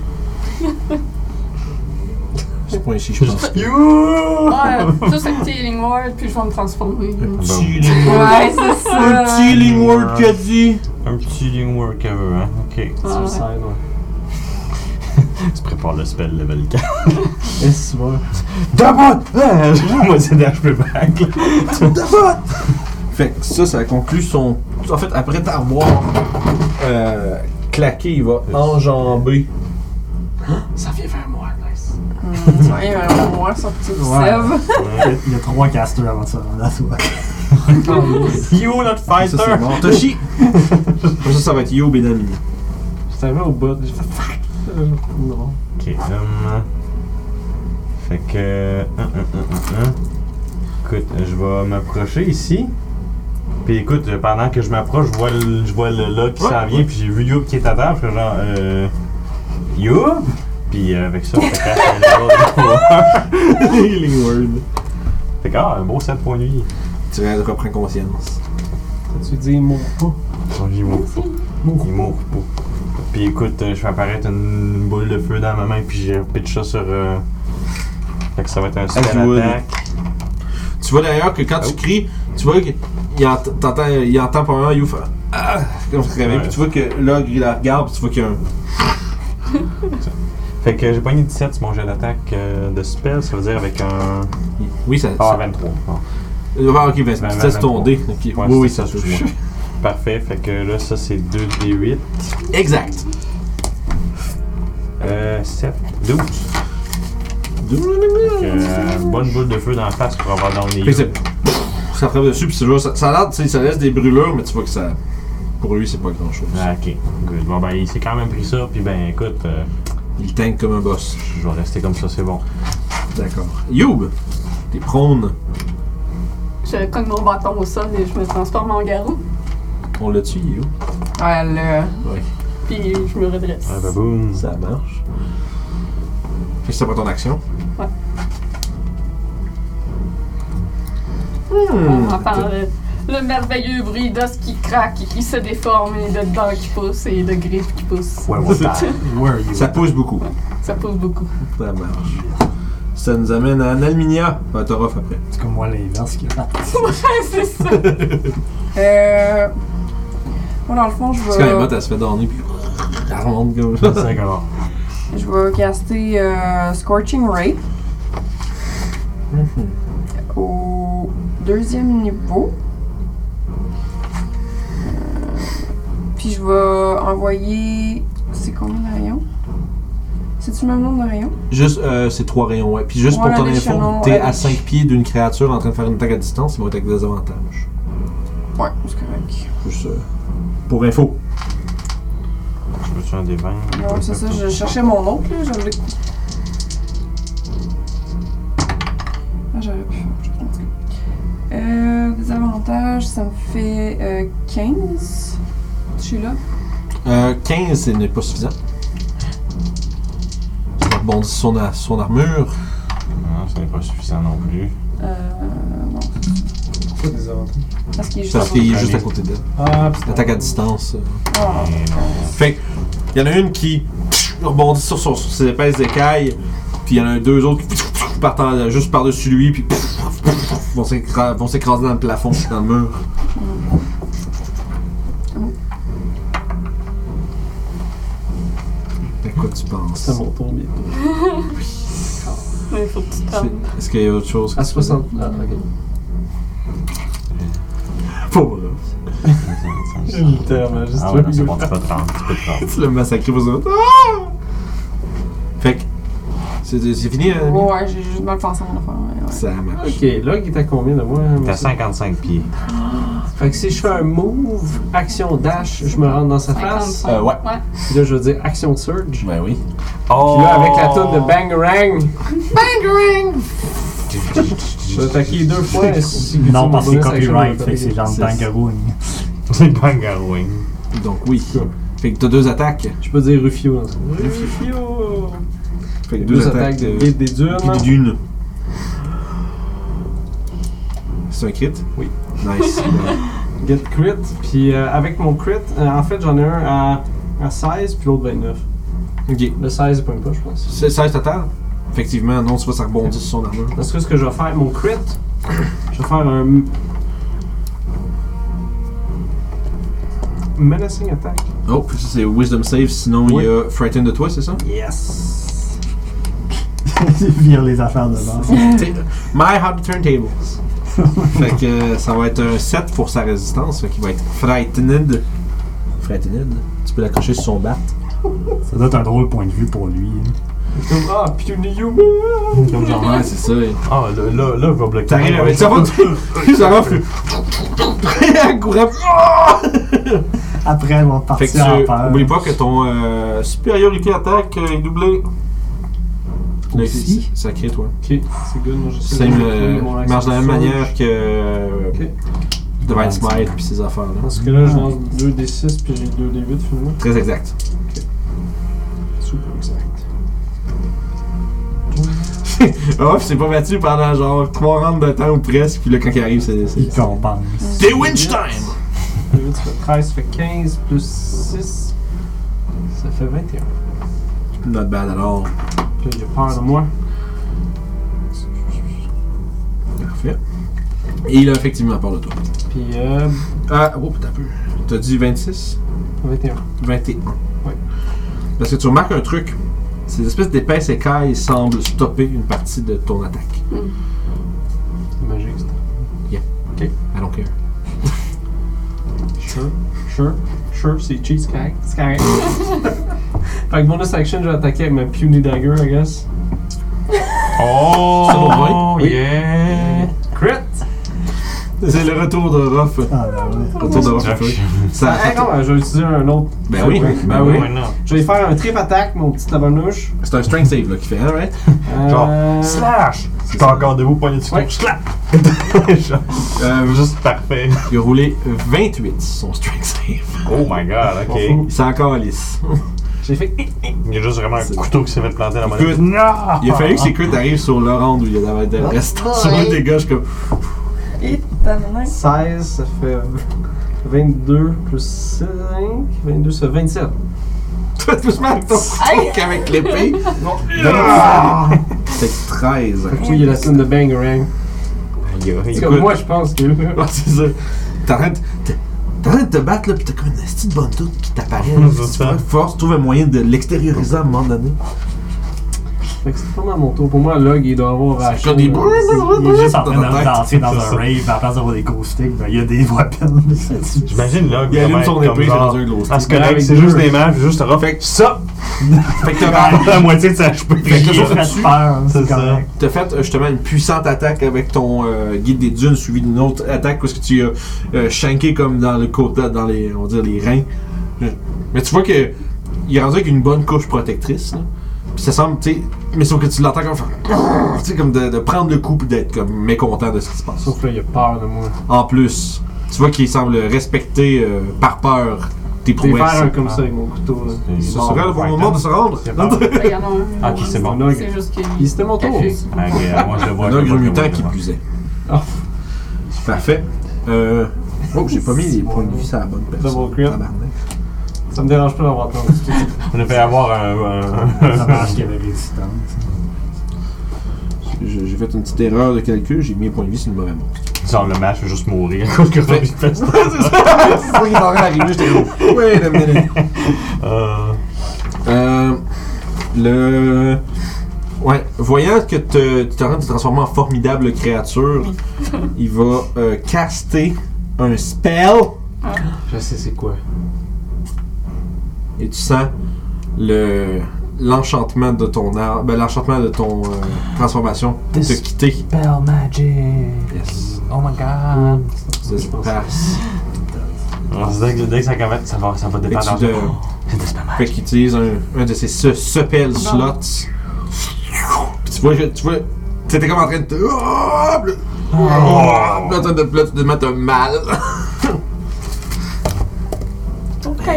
C'est pas ici, je pense. Ouais, ça c'est petit Healing Word, puis je vais me transformer. Un petit Healing Ouais, Word. c'est ça. Un petit Healing Word qui a dit. Un petit healing work qu'elle veut, hein. Ok. Ah, ouais. Suicide, ouais. Tu prépares le spell level 4. Est-ce que tu vois? D'abord! J'ai moitié d'HP back. Fait que ça conclut son. En fait, après t'avoir claqué, il va enjamber. Ça vient vers moi, nice. Ouais, il va voir son petit Ouais. sève. Il y a 3 casters avant de se rendre à toi. You, notre Ça, fighter! c'est mort. Toshi! ça va être Yob et Namini. Je t'avais au bout, j'ai fait fuck! Non. Ok, fait que. Écoute, je vais m'approcher ici. Puis écoute, pendant que je m'approche, je vois le là qui s'en vient, puis j'ai vu Youb qui est à terre, je fais genre Youb! Puis avec ça, je casse Healing Word. Fait que, un beau 7 points de vie. Tu reprends conscience. Tu dis, il mourra pas. Il mourra pas. Il mourra pas. Puis écoute, je fais apparaître une boule de feu dans ma main, puis je pitch ça sur. Fait que ça va être un spell Wood. attack. Tu vois d'ailleurs que quand tu cries, tu vois qu'il il entend probablement You faire ah, comme ça se réveille, puis tu vois que là, il la regarde, puis tu vois qu'il y a un. Fait que j'ai pogné 17 sur mon jet d'attaque de spell, ça veut dire avec un. Oui, ça. Ah, 23. Ah, ok, 27, c'est ton dé. Okay. Ouais, oui, ça touche. Parfait, fait que là, ça c'est 2d8. Exact. 7, 12. Bonne boule de feu dans la face pour avoir dans les yeux. Ça frappe dessus, puis ça a l'air, tu sais, ça laisse des brûlures, mais tu vois que ça. Pour lui, c'est pas grand chose. Ah, ok, good. Bon, ben, il s'est quand même pris ça, puis ben, écoute. Il tank comme un boss. Je vais rester comme ça, c'est bon. D'accord. Youb, t'es prône. Je cogne mon bâton au sol et je me transforme en garou. On l'a tué, Youb. Ouais, là. Ouais. Puis je me redresse. Ah, bah, boum. Ça marche. Fait que c'est pas ton action. Ouais. On entend le merveilleux bruit d'os qui craque et qui se déforme et de dents qui poussent et de griffes qui poussent. Ça pousse beaucoup. Ça pousse beaucoup. Ça marche. Ça nous amène à Nalminia. T'auras après. C'est comme moi l'inverse qui est là. Ouais, c'est ça. Moi, dans le fond, je vais. C'est quand même hot, elle se fait donner puis elle remonte comme ça. C'est d'accord. Je vais caster Scorching Ray au 2e niveau. Puis je vais envoyer. C'est combien de rayons? C'est-tu le même nombre de rayons? Juste, c'est 3 rayons, ouais. Puis juste pour ton info, t'es à 5 pieds d'une créature en train de faire une attaque à distance, ils vont être avec des avantages. Ouais, c'est correct. Juste pour info. Je veux-tu un des 20? Non, c'est ça, je cherchais mon autre, là. J'avais. Ah, j'aurais pu faire. Des avantages, ça me fait 15. Je suis là. 15, ce n'est pas suffisant. Ça rebondit sur son armure. Non, ce n'est pas suffisant non plus. Non. Pourquoi des avantages? Parce qu'il est juste, Parce qu'il est juste à côté d'elle. Ah, putain. Attaque à distance. Ah. Fait il y en a une qui rebondit sur ses épaisses écailles, puis il y en a deux autres qui partent juste par-dessus lui, puis vont s'écraser dans le plafond, dans le mur. À quoi tu penses? Ça mon tour bientôt. Il faut que tu te calmes. Est-ce qu'il y a autre chose? À 60. Ah, ok. Pauvre. Littéralement, juste Ah ouais, non, c'est bon, tu peux te rendre. Tu l'as massacré pour ça. Ah! Fait que. C'est fini, hein? Ouais, j'ai juste mal pensé à mon affaire. Ouais. Ça marche. Ok, là, il est à combien de moi? T'as 55 pieds. Fait que si je fais un move, action dash, je me rentre dans sa face. 55. Ouais. Puis là, je veux dire action surge. Ben oui. Oh! Puis là, avec la toune de Bangarang, je vais attaquer 2 fois. Non, parce que c'est copyright, fait que c'est genre Bangaroon. C'est Bangarwing. Donc oui. Fait que t'as 2 attaques. Je peux dire Rufio dans ça. Rufio! Fait que 2 attaques de guide des dunes. Guide d'une. C'est un crit? Oui. Nice. Get crit. Puis avec mon crit, en fait, j'en ai un à 16 puis l'autre 29. Ok. Le 16, il pogne pas, je pense. C'est 16 total? Effectivement, non, tu vois, ça rebondit sur son armure. Parce que ce que je vais faire, mon crit, je vais faire un menacing attack. Oh, puis ça c'est Wisdom Save, sinon Oui. il y a Frightened de toi, c'est ça? Yes! Vire les affaires de base. My How to Turn Tables. Fait que ça va être un 7 pour sa résistance, fait qu'il va être Frightened. Frightened. Tu peux l'accrocher sur son bat. Ça doit être un drôle point de vue pour lui. Ah, putain, you! Comme genre, ouais, c'est ça. Ah, là, il va bloquer. T'arrives avec ça va, ça va, courant. Après, ils vont Fait que partir en peur. oublie pas que ton supériorité attaque est doublé. Là, Aussi? ça crée, toi. Ok, c'est good, moi je sais. Marche de la même manière que Ok. Divine Smite puis ces affaires-là. Parce que là, je lance 2d6 puis j'ai 2d8 finalement. Très exact. Super exact. Oh, puis c'est pas battu pendant genre 3 rounds de temps ou presque, puis là quand il arrive, c'est. Il compense. C'est winch time! 2d8, ça fait 13, ça fait 15 plus 6. Ça fait 21. Not bad alors. Puis là, il a peur de moi. Parfait. Et il a effectivement peur de toi. Puis, Ah, oh, t'as peu. T'as dit 26? 21. 21. Ouais. Parce que tu remarques un truc. Ces espèces d'épaisses écailles semblent stopper une partie de ton attaque. C'est magique, ça. I don't care. Sure, c'est cheese, c'est correct. C'est correct. Fait que bonus action, je vais attaquer avec ma puny dagger, I guess. Oh, Oui. yeah! Crit! C'est le retour de Ruff. Ah, ben ouais. Retour de Ruff. Ça, Ah, non, je vais utiliser un autre. Ben oui, ben oui. oui. non. Je vais faire un trip attack, mon petit tabarnouche. C'est un strength save là, qu'il fait, hein, right? Genre, slash! Je suis encore debout, poignet de Ouais. slap! Genre, juste parfait. Il a roulé 28 son strength save. Oh my god, ok. Il s'est encore lisse. J'ai fait. Il y a juste vraiment un couteau qui s'est fait planter dans mon Écoute, Non! il a fallu que ses crits arrivent sur le round où il y avait des restants sur le dégât. Je suis comme. Et t'as maintenant. 16, ça fait 22 plus 5. 22, ça fait 27. Tu fais plus mal ton couteau qu'avec l'épée. C'est 13. Oui, il y a la scène de Bangarang. C'est comme Écoute. moi, je pense que. Ouais, c'est ça. T'es en train de te battre là, pis t'as comme une petite bonne toute qui t'apparaît. C'est Si tu ça. pourrais force, trouve un moyen de l'extérioriser à un moment donné. Fait que c'est pas mal mon tour. Pour moi, Log, il doit avoir C'est comme des Il est juste en train dans ta de tête. danser dans un C'est ça. rave, à la place d'avoir des gros sticks, ben, il y a des weapons. J'imagine là, Il allume son épée, c'est rendu un gros Ah, c'est stick. correct, c'est juste des mains, puis juste rough. Fait que- Ça! Fait que t'as La moitié de sa HP. Fait que Il là, a fait peur, C'est c'est ça. correct. t'as fait justement une puissante attaque avec ton guide des dunes suivi d'une autre attaque parce que tu as shanké comme dans le côté, dans les, on va dire, les reins. Mais tu vois que il est rendu avec une bonne couche protectrice. Là. Puis ça semble, tu sais, mais sauf que tu l'entends comme faire, tu sais, comme de prendre le coup puis d'être comme mécontent de ce qui se passe. Sauf là, il a peur de moi. En plus, tu vois qu'il semble respecter par peur tes Je vais prouesses. faire un comme ça avec mon couteau. Là. Ce serait le bon moment de se rendre. Il a peur. Il y en a un. Ah, ok, c'est bon. Log. C'est juste qu'il. Puis c'était mon tour. Caché. Moi je le vois. Un je le ogre vois, mutant je le qui vois. plus est. Ah. Parfait. Oh, j'ai pas mis les points de vie sur la bonne personne. Double crit. Tabarnak. Ça me dérange pas d'avoir ton On a fait avoir un. Dommage qu'il y avait résistance. J'ai fait une petite erreur de calcul, j'ai mis les points de vie sur le mauvais monstre. Genre le match va juste mourir à cause que Robbie fait ça. C'est ça qui est en train d'arriver, j'étais comme, wait a minute. Ouais, voyant que tu es en train de te transformer en formidable créature, il va caster un spell Je sais c'est quoi. et tu sens l'enchantement de ton l'enchantement de ton transformation te quitter. Spell magic. Yes. Oh my god. Ça se passe. Dès que ça commence, ça va Fait dépendre. que fait qu'il utilise un de ces spell slots. Puis tu vois, t'étais comme en train de te. Là, tu te mettre un mal. Ok.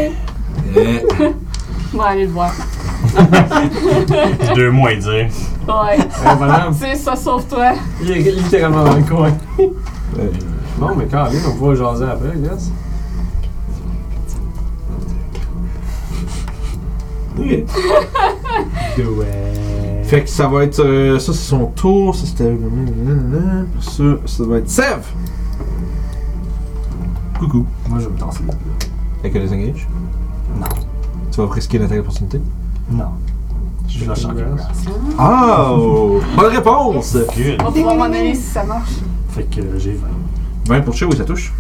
On va aller le voir. 2 mois à dire. Ouais. Voilà. C'est ça, sauve-toi. Il est littéralement dans le coin. Bon, mais quand même, on va jaser après, yes. Ok. Do Fait que ça va être. Ça, c'est son tour. Ça, c'était. Ça va être Sève. Coucou. Moi, je vais me tasser. Avec les engage. Non. Tu vas risquer une attaque d'opportunité. Non. Je vais changer de race. Oh! Bonne réponse! Good. On va pouvoir m'en aller si ça marche. Fait que j'ai 20 pour toucher, oui, ça touche.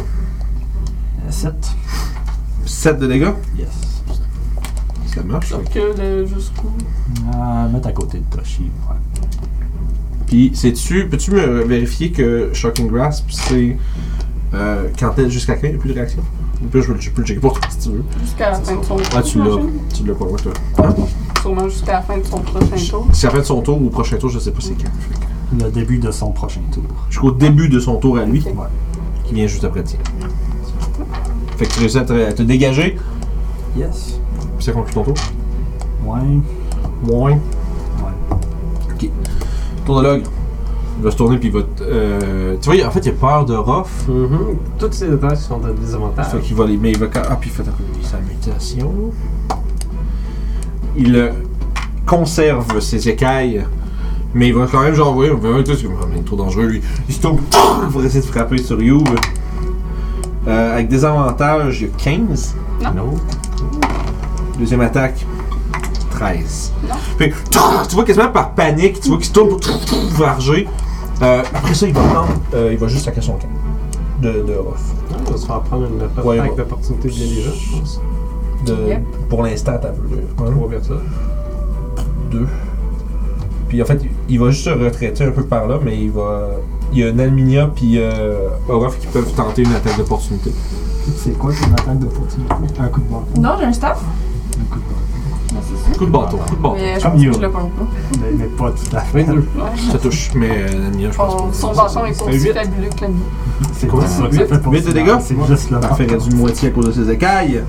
7. 7 de dégâts. Yes. Ça marche. Je recule jusqu'où? Mettre à côté de Toshi. Ouais. Puis, peux-tu me vérifier que Shocking Grasp, c'est. Quand elle jusqu'à quand il n'y a plus de réaction? Ou puis je peux le checker pour toi si tu veux. Jusqu'à la fin de son tour. Ah, tu l'as. j'imagine. Tu l'as pas, ouais, toi. Hein? Sûrement jusqu'à la fin de son prochain tour. C'est à la fin de son tour ou au prochain tour, je sais pas c'est quand. Fait que Le début de son prochain tour. jusqu'au début de son tour à lui, Ouais. qui vient juste après le tien. Fait que tu réussis à te dégager, Yes. puis ça conclut ton tour. Ouais. Moins. Ouais. Ok. Tour de l'ogre. Il va se tourner puis il va. Tu vois, en fait, il a peur de Ruff. Toutes ces attaques sont à désavantage. Fait qu'il va les. Mais il va. Ah, puis il fait un peu sa mutation. Il conserve ses écailles. Mais il va quand même genre, oui, on va c'est trop dangereux lui. Il se tourne pour essayer de frapper sur Youb. Avec des avantages, il y a 15. Non. Deuxième attaque, 13. Non. Fait, tu vois quasiment par panique, tu vois qu'il se tourne pour varger. Après ça, il va prendre, il va juste saquer son camp de Ruff. On va se faire prendre une Ouais, attaque ouais. d'opportunité bien déjà, je pense. Yep. Pour l'instant, t'as peu. 3 vers ça. 2. Puis en fait, il va juste se retraiter un peu par là, mais il y a Nalminia puis Orof qui peuvent tenter une attaque d'opportunité. C'est quoi ton attaque d'opportunité? Un coup de bâton. Non, j'ai un staff. Un coup de bâton. Non, c'est ça. Coup de bâton. Mais je Comme pense you. que je le compte pas. Mais pas tout à fait. 22. Ça touche, mais Nalminia, je pense pas. Son bâton est pas aussi huit. fabuleux que le mien. C'est Combien? ça que ça fait pour 8 de ça. dégâts? C'est juste le Parfait, réduit de moitié à cause de ses écailles.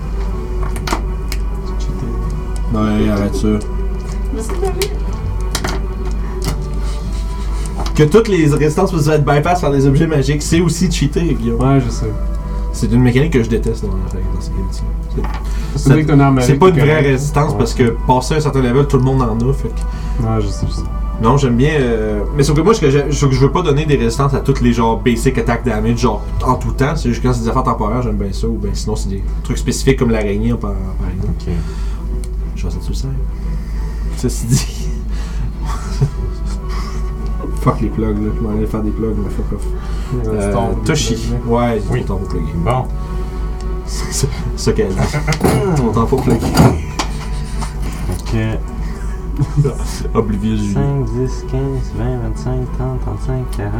Ouais, arrête ça. Mais c'est pas vrai. Que toutes les résistances peuvent être bypass par des objets magiques, c'est aussi cheaté, Guillaume. Ouais, je sais. C'est une mécanique que je déteste dans ces qualités. C'est vrai que t'en as un C'est magique pas une qui est vraie correct. résistance Ouais. parce que passer un certain level, tout le monde en a. Fait que... Ouais, je sais. Non, j'aime bien. Mais sauf que moi, ce que je veux pas donner des résistances à toutes les genre basic attack damage, genre en tout temps. C'est juste quand c'est des affaires temporaires, j'aime bien ça. Ou bien sinon, c'est des trucs spécifiques comme l'araignée, par exemple. Ok. Je vais essayer de ça. Ceci dit. Fuck les plugs, là. Je m'en allais faire des plugs, mais fuck off. Toshi. Ouais, Oui. on t'en va plugger. Bon. C'est ça qu'elle dit. On t'en va plugger. Ok. Oblivious Julie. 5, 10, 15, 20, 25, 30, 35, 40.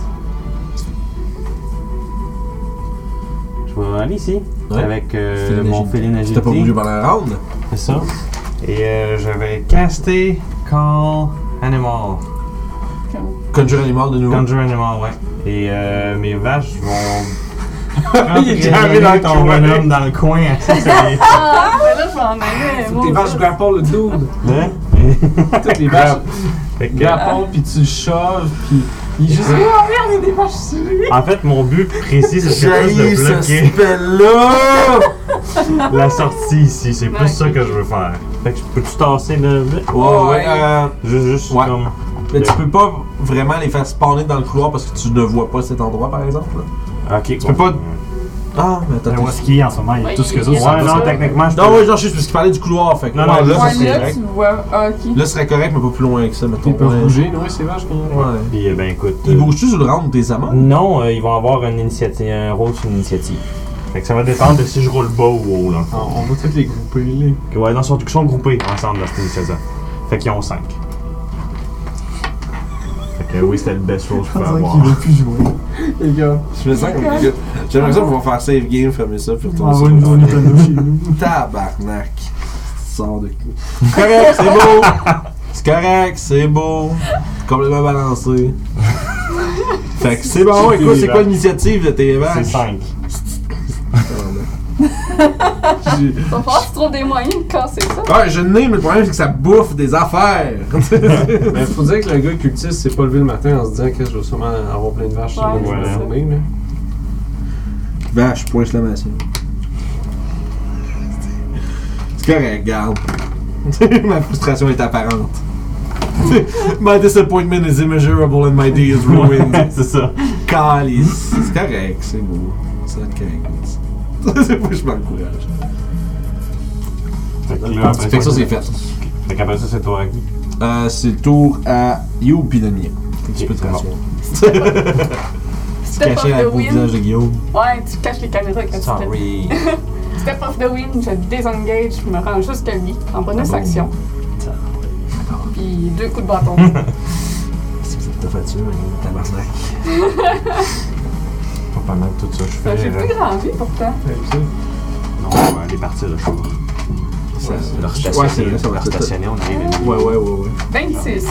Je vais aller ici. Ouais. Avec Féline mon agilité. féline T'as pas bougé agilité. pendant la round? C'est ça. Et je vais caster Call Animal. Conjure Animal de nouveau. Conjure Animal, ouais. Et mes vaches vont. Il est jamais dans le ton coin. bonhomme dans le coin. Ah, mais là, je m'en allais. Moi, Tes vaches grapple le dude. Hein? Toutes les vaches Fait que, grapple, puis tu le choves, puis il est juste. Oh merde, il y a des vaches sur lui. en fait, mon but précis, c'est juste J'ai de ce bloquer spell-là! la sortie ici. C'est plus ça que je veux faire. Fait que peux-tu tasser le. Ouais. Juste Ouais. comme. Mais tu peux pas vraiment les faire spawner dans le couloir parce que tu ne vois pas cet endroit, par exemple. Là. Ok. Tu peux pas. Ah, mais attends. Où est-ce qu'il est en ce moment? Il y a Ouais, tout ce que il- ça. il- Ouais, non, techniquement, je Non, ouais, genre, je sais parce qu'il parlait du couloir. Fait que Non, ouais, non, là, ça Ouais, serait là, correct. tu vois. Ah, ok. Là, ce serait correct, mais pas plus loin que ça, mettons. Ils peuvent Ouais. bouger, non, ces vaches quand même. Ouais. Puis, ben écoute. Ils bougent-tu sur le round des amants? Non, ils vont avoir une initiative, un rôle sur une initiative. Fait que ça va dépendre de si je roule bas ou haut, là. On va tous les grouper, là. Que, ouais, non, ils sont groupés ensemble dans cette initiative. Fait qu'ils ont 5. Fait que oui, c'était le best roll que je pouvais On dirait avoir. qu'il veut plus jouer. Les gars. Je me sens comme. J'ai l'impression qu'on va faire save game, fermer ça, puis On retourner envoie sur une le zone round. Nintendo chez nous. Tabarnak. Sors de cul. C'est correct, c'est beau. C'est correct, c'est beau. Complètement balancé. Fait que c'est bon, écoute, c'est quoi l'initiative de tes vaches? C'est 5. Il va falloir que tu trouves des moyens de casser ça. Ouais, je n'ai, mais le problème c'est que ça bouffe des affaires. Mais faut dire que le gars cultiste s'est pas levé le matin en se disant que je vais sûrement avoir plein de vaches sur Ouais, le c'est la ça. journée, là. Vache, point exclamation. C'est correct, garde. Ma frustration est apparente. My disappointment is immeasurable and my day is ruined. C'est ça. Calice. C'est correct, c'est beau. Ça va être correct. C'est pas que je m'encourage. Fait que là, après Fait que ça, c'est fait. Fait qu'après ça, c'est toi, Guy. C'est le tour à You pis Demi. Tu peux te c'est bon. rasseoir. Tu Step cachais of la the beau wind. visage de Guillaume. Ouais, tu caches les caméras quand tu Sorry. fais. Step of the wind, je désengage, je me rends jusqu'à lui en bonus action. Puis 2 coups de bâton. C'est que t'as fait ça, tabarnak. Pas pendant que tout ça, je fais. J'ai plus grand vie pourtant. Non, on va aller partir de chez Ça- Leur Ouais, c'est vrai, ça va leur être stationner, on arrive. Ouais. 26.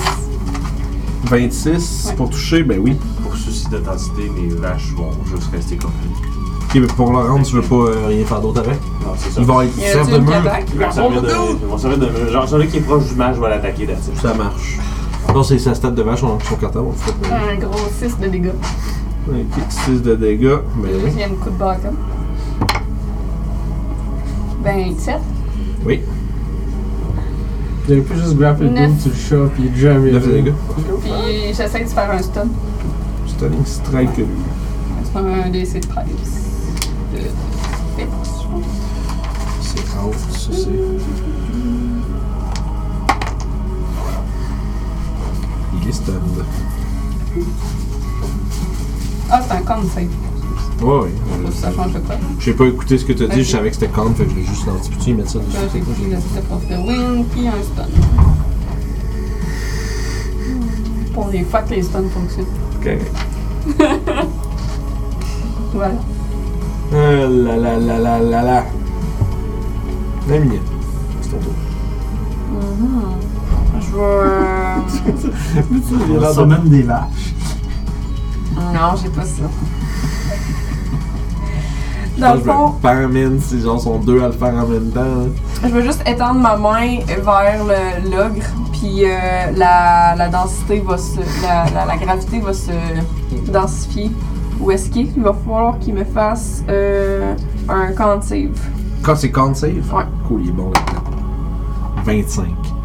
26 pour toucher, ben oui. Pour souci d'authenticité, les vaches vont juste rester comme Ok, mais pour le rendre, tu veux pas rien faire d'autre avec? Non, c'est ça. Ils vont Y servir a-tu de une mur. attaque? Ils vont servir de. Genre, celui qui est proche du mage, je vais l'attaquer là-dessus. Ça marche. Non, c'est sa stat de vache, on sont cartables, on fait pas. Un gros 6 de dégâts. Ok, 6 de dégâts, ben oui. Deuxième coup de bâton. 27. Oui. Il aurait pu juste grapple le Neuf. dude, tu le shot, puis il est jamais. 9 de dégâts. Puis j'essaie de faire un stun. Stunning strike. C'est un DC 13. C'est out, ça c'est. Il est stunned. Ah, c'est un con save. Ouais. Ça change de quoi? J'ai pas écouté ce que t'as dit, Ok. je savais que c'était con, fait que je l'ai juste lancé. Peux-tu y mettre ça dessus? Là, j'ai pris le step of the wind, puis un stun. Pour les fois que les stuns fonctionnent. Ok. Voilà. La. La minute. C'est ton tour. Je vais. On summon des vaches. Non, j'ai pas ça. Dans le fond, Paramine, c'est genre sont deux à le faire en même temps. Hein. je vais juste étendre ma main vers l'ogre, puis la densité va se. La gravité va se densifier. Où est-ce qu'il est? Il va falloir qu'il me fasse un con save. Quand c'est con save? Ouais. Cool, il est bon là-dedans. 25.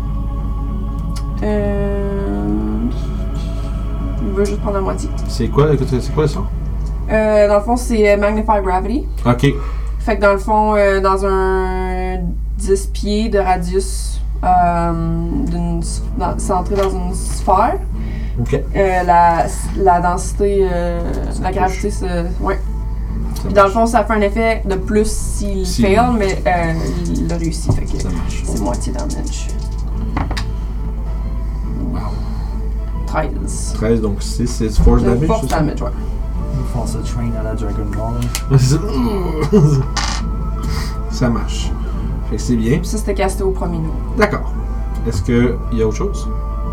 Il veut juste prendre la moitié. C'est quoi ça? Dans le fond, c'est Magnify Gravity. Ok. Fait que dans le fond, dans un 10 pieds de radius, centré dans une sphère, Ok. la densité, la gravité, ouais. Puis dans le fond, ça fait un effet de plus s'il fail, mais il l'a réussi. Fait que Ça marche. c'est moitié damage. Wow. 13. 13, donc 6, c'est force De damage. force c'est ça? damage, ouais. Ils font ça train à la Dragon Ball. C'est ça. Ça marche. Fait que c'est bien. Puis ça, c'était casté au premier niveau. D'accord. Est-ce qu'il y a autre chose?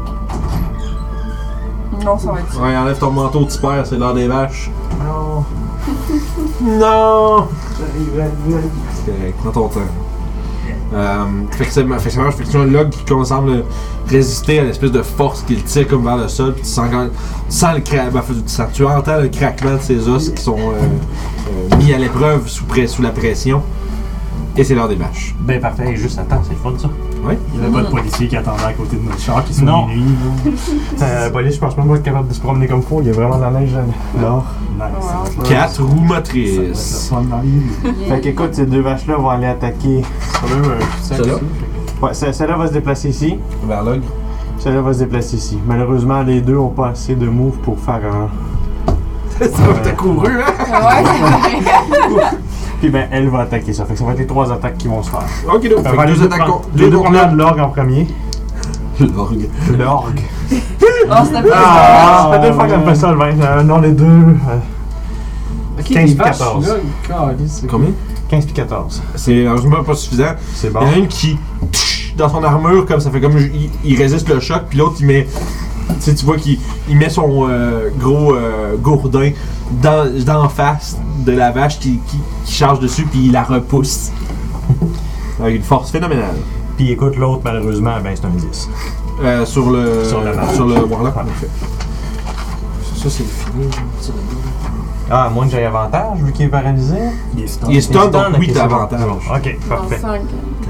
Non, ça va être ça. Ouais, enlève ton manteau, tu perds, c'est l'heure des vaches. Non. Non! C'est correct, prends ton temps. Fait que ça marche. Fait que tu as un log qui semble résister à l'espèce de force qu'il tire comme vers le sol, puis tu sens le craquement, tu entends le craquement de ses os qui sont mis à l'épreuve sous la pression. Et c'est l'heure des vaches. Ben parfait, juste attends, c'est le fun ça. Oui? Il n'y avait pas de policier qui attendait à côté de notre char qui sont Non. minuit. La police, je pense même pas être capable de se promener comme faut. Il y a vraiment de la neige dehors. Nice. 4 roues Ça va être le motrices. fun dans les rues. Fait qu'écoute, ces deux vaches-là vont aller attaquer. Quand même un sac Celle-là? ici. Ouais, celle-là va se déplacer ici. Vers l'ogre. Celle-là va se déplacer ici. Malheureusement, les deux ont pas assez de move pour faire un. T'as couru, hein? Ouais, Puis ben, elle va attaquer ça. Fait que ça va être les trois attaques qui vont se faire. Ok, donc, On va fait que deux attaques les deux premières de l'orgue en premier. L'orgue. L'orgue. Oh, c'était pas Ah, ça fait deux fois qu'elle me fait ça le 20. Non, les deux. Ok, 15 les puis vaches, 14. là, calisse, c'est Combien? 15 puis 14. C'est malheureusement pas suffisant. C'est Il bon. y en a une qui, dans son armure, comme ça fait comme il résiste le choc, puis l'autre il met, tu vois qu'il met son gros gourdin dans face de la vache qui charge dessus, puis il la repousse. Avec une force phénoménale. Puis écoute, l'autre, malheureusement, ben c'est un 10. Sur le Warlock, en Ouais. effet. Ça, c'est fini. Ah, à moins que j'aie avantage, vu qu'il est paralysé. Il est stun. Il est stun, donc ok, oui, c'est t'as bon, avantage. c'est bon. Ok, parfait. 5.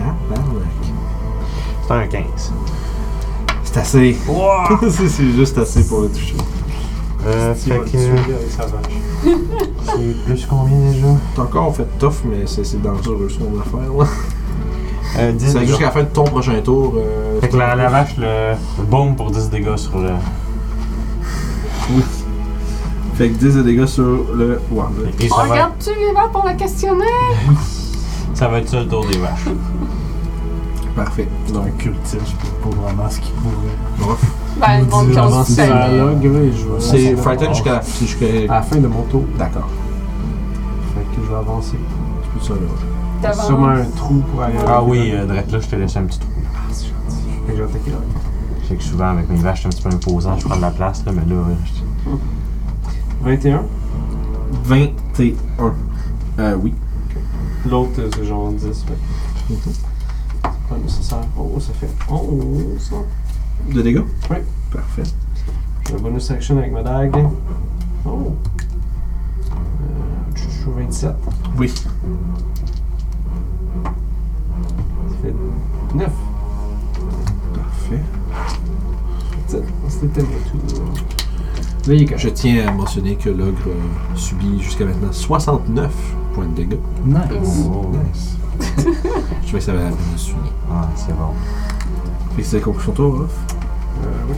C'est un 15. C'est assez. Wow! c'est juste assez pour le toucher. Fait Il va que. le tuer avec sa vache. C'est plus combien déjà? T'as encore fait tough, mais c'est dangereux son affaire. Là. 10 C'est dégâts. jusqu'à la fin de ton prochain tour. Fait que la vache, le boom pour 10 dégâts sur le. Oui. Fait que 10 de dégâts sur le Warlock. Et ça va, Regardes-tu les verres pour le questionnaire? ça va être ça le tour des vaches. Parfait. C'est un cultiste, je sais pas vraiment ce qu'il pourrait. Ben, le monde qui Vraiment, ont c'est la log, oui, je vais. C'est Frighten jusqu'à la. À la fin de mon tour. D'accord. Fait que je vais avancer. Tu peux ça là. T'avances. Sûrement un trou pour aller. Ah oui, Drette là, je te laisse un petit trou. Ah, c'est gentil. Fait que je vais attaquer là. Je sais que souvent avec mes vaches, c'est un petit peu imposant, je prends de la place, là, mais là, 21. 21. Oui. L'autre, c'est genre 10. Fait. Pas nécessaire. Oh, ça fait 11. De dégâts? Oui. Parfait. J'ai un bonus action avec ma dague. Oh. Je suis 27. Oui. Ça fait 9. C'était tout. Veuillez cacher. Je tiens à mentionner que l'ogre subit jusqu'à maintenant 69 points de dégâts. Nice. Nice. Je trouvais que ça valait la peine de se souligner. Ah, c'est bon. Fait que c'est la conclusion tour, Ruff. Oui.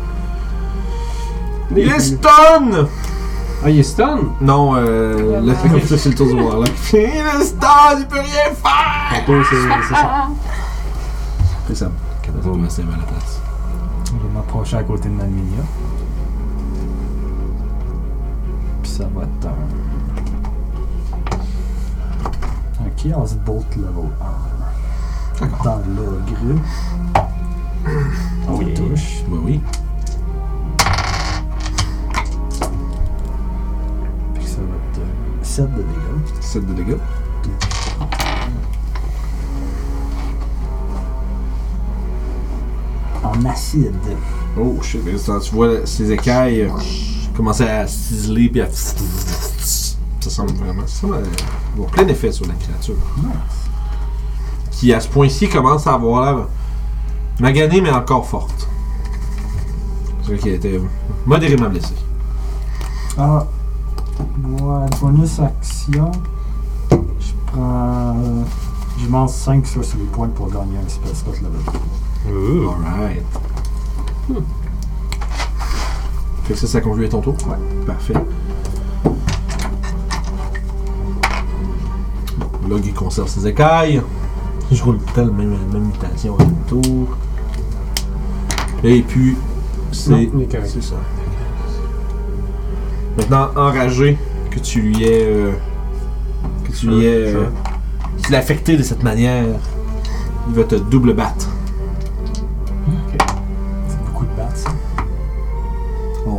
Il est stun! Ah, il est stun? Non, là, ça, c'est le tour du Warlock. Il est stun, il peut rien faire! Tantôt, c'est ça. C'est ça. On va mettre à la place. Je vais m'approcher à côté de Nalminia. Puis ça va être un Chaos Bolt level 1. D'accord. Dans l'ogre. On Oui. touche. Bah oui. Puis ça va être 7 de dégâts. 7 de dégâts. En acide. Oh shit, mais ça, tu vois ces écailles commencer à ciseler puis à. Ça semble vraiment. Ça semble avoir plein d'effets sur la créature. Qui à ce point-ci commence à avoir l'air maganée mais encore forte. C'est vrai qu'elle était modérément blessée. Ah. Ouais, bonus action. Je prends. Je mange 5 sur les points pour gagner un spell slot level. Alright. Fait que ça conclut ton tour? Ouais. Parfait. Bon, là, il conserve ses écailles. Je roule tout le temps la même mutation à mon tour. Et puis, c'est. Non, okay. C'est ça. Maintenant, enragé, que tu lui aies. Que tu lui aies. Tu l'as affecté de cette manière, il va te double battre. C'est beaucoup de battes, ça. 11.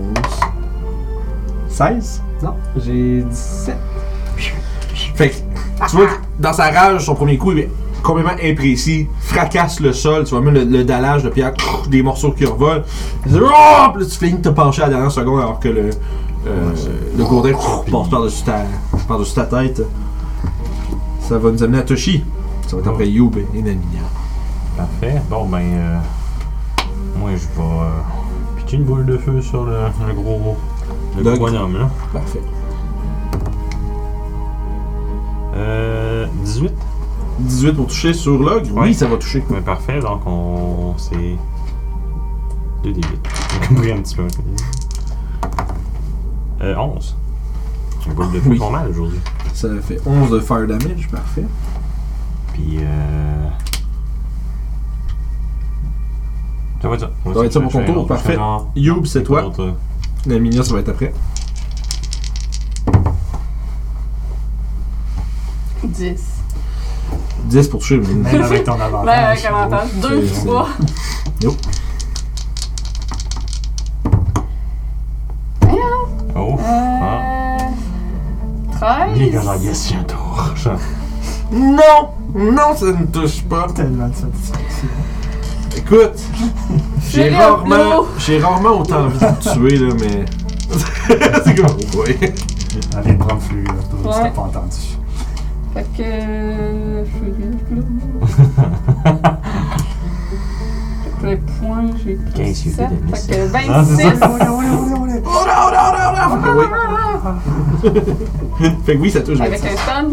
16? Non, j'ai 17. Fait que, tu vois que dans sa rage, son premier coup, il est complètement imprécis, fracasse le sol, tu vois même le dallage de pierre, des morceaux qui revolent. Puis là, tu finis de te pencher à la dernière seconde alors que le gourdin passe par-dessus ta tête. Ça va nous amener à Toshi. Ça va être après Youb et Nalminia. Parfait. Bon, ben, moi, je vais pitcher une boule de feu sur le gros bonhomme, là. Parfait. 18. 18 pour toucher sur l'ogre? Oui, ça va toucher. Ben, parfait, donc c'est 2 d 8. J'ai compris un petit peu. 11. Une boule de feu font mal aujourd'hui. Ça fait 11 de fire damage, parfait. Puis ça va être ça. Ça va être ça pour ton tour, parfait. Youb, c'est toi. Nalminia, ça va être après. 10. 10 pour toucher. Même avec ton avantage. Ben, avec avantage. 2, 3. Yo. Oh. 13. Les gars, yes, j'ai un tour. Non! Non, ça ne touche pas. Tellement de satisfaction. Écoute, j'ai rarement autant envie de te tuer, là, mais. C'est comme. Oui. Allez, prendre flux, là. Ouais. Je t'ai pas entendu. Fait que. Les points, j'ai pris 15 7. yeux de Fait que Ah, c'est 26. ça. Fait que oui, ça touche. Avec 26. un stun.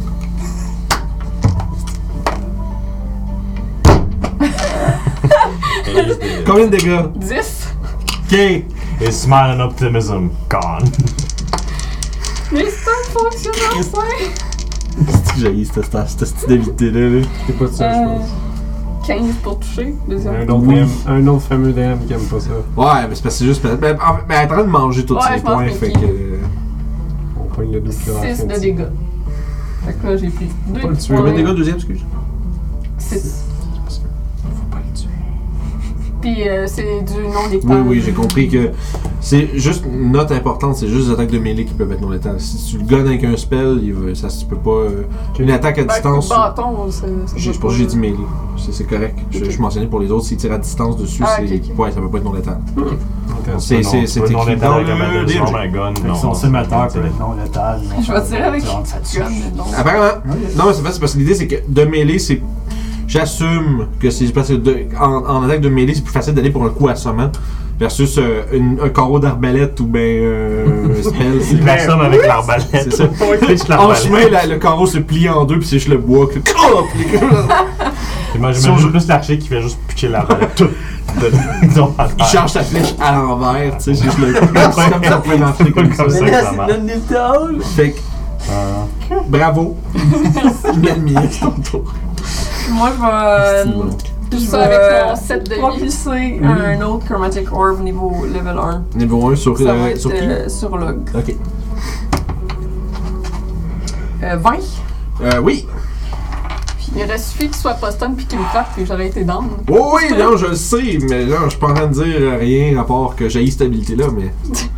Combien de dégâts? 10. Ok. Et smile and optimism gone. Les stuns fonctionnent enfin. C'est que j'ai cette style d'habilité-là. C'est pas ça, je pense. 15 pour toucher. Deuxième. Un autre fameux DM qui aime pas ça. Ouais, mais c'est parce que c'est juste. Mais elle est en train de manger tous Ouais, ses je pense points, que fait qui- que. On pogne le double 6 de dégâts. Fait que là, j'ai pris 2 Pas le tuer. Combien de dégâts, points. deuxième, excuse? 6. Faut pas le tuer. Puis c'est du non-létal. Oui, j'ai compris que c'est juste une note importante, c'est juste les attaques de mêlée qui peuvent être non létales. Si tu le gonnes avec un spell, ça se peut pas. Une attaque à Ben, distance. bâton, c'est Je pense que j'ai dit mêlée. C'est correct. Je mentionnais pour les autres, s'ils tirent à distance dessus, Ah, c'est. ok, ok. Ouais, ça peut pas être non létal. C'est écrit non létal dans avec un le malus, livre. genre un gun. Fait que Non, son non, sémateur c'est- peut être non létal. Je vais tirer avec durant sa gun, mais non. Apparemment. Non, mais c'est parce que l'idée, c'est que de mêlée, c'est. J'assume que c'est parce que en attaque de mêlée, c'est plus facile d'aller pour un coup assommant. versus un carreau d'arbalète ou ben un spell. Il l'assomme avec l'arbalète. C'est ça. Pitch En l'arbalète. chemin, le carreau se plie en deux, puis c'est juste le bois qui. Et moi, j'imagine plus l'archer qui fait juste pitcher l'arbalète. Il change sa flèche à l'envers, tu sais, c'est juste le. C'est comme ça pouvait marcher comme ça. ça que ça marche. Fait que. Bravo. L'ennemi, c'est ton tour. Moi, je vais. Tout Je ça vais avec mon set de vie. propulser un autre Chromatic Orb niveau level 1. Niveau 1 sur, Ça va être sur qui? sur Log. Ok. 20. Oui. Il aurait suffi qu'il soit pas stun puis qu'il me frappe puis j'aurais été down. Oh oui, non, je le sais, mais là, je suis pas en train de dire rien à part que j'ai cette habilité-là, mais.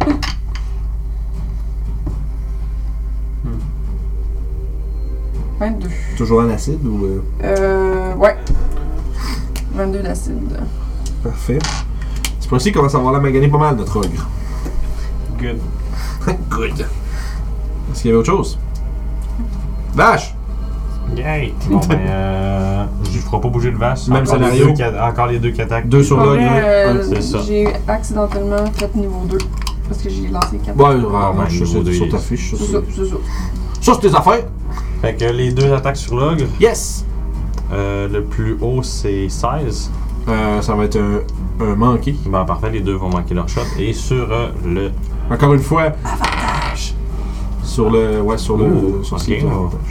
22. Toujours en acide ou. Ouais. 22 d'acide. Parfait. C'est pas aussi qu'on commence à avoir la maganer pas mal, notre ogre. Good. Good. Est-ce qu'il y avait autre chose? Vache! Yay! Bon, ben, je lui ferai pas bouger le vache. Même Encore scénario. Encore les deux qui attaquent. 2 sur Pour l'ogre. vrai, c'est ça. j'ai accidentellement fait niveau 2. Parce que j'ai lancé 4. Ouais, rarement, Ouais, je niveau deux, sais, sur il- ta fiche. C'est ça, c'est ça. Ça, c'est tes affaires? Fait que les deux attaques sur l'ogre, Yes! le plus haut c'est 16. Ça va être un manqué. Ben parfait, les deux vont manquer leur shot. Et sur le. Encore une fois. Sur le. Ouais, sur le. Ouh, Sur ok. ce qui est avantage.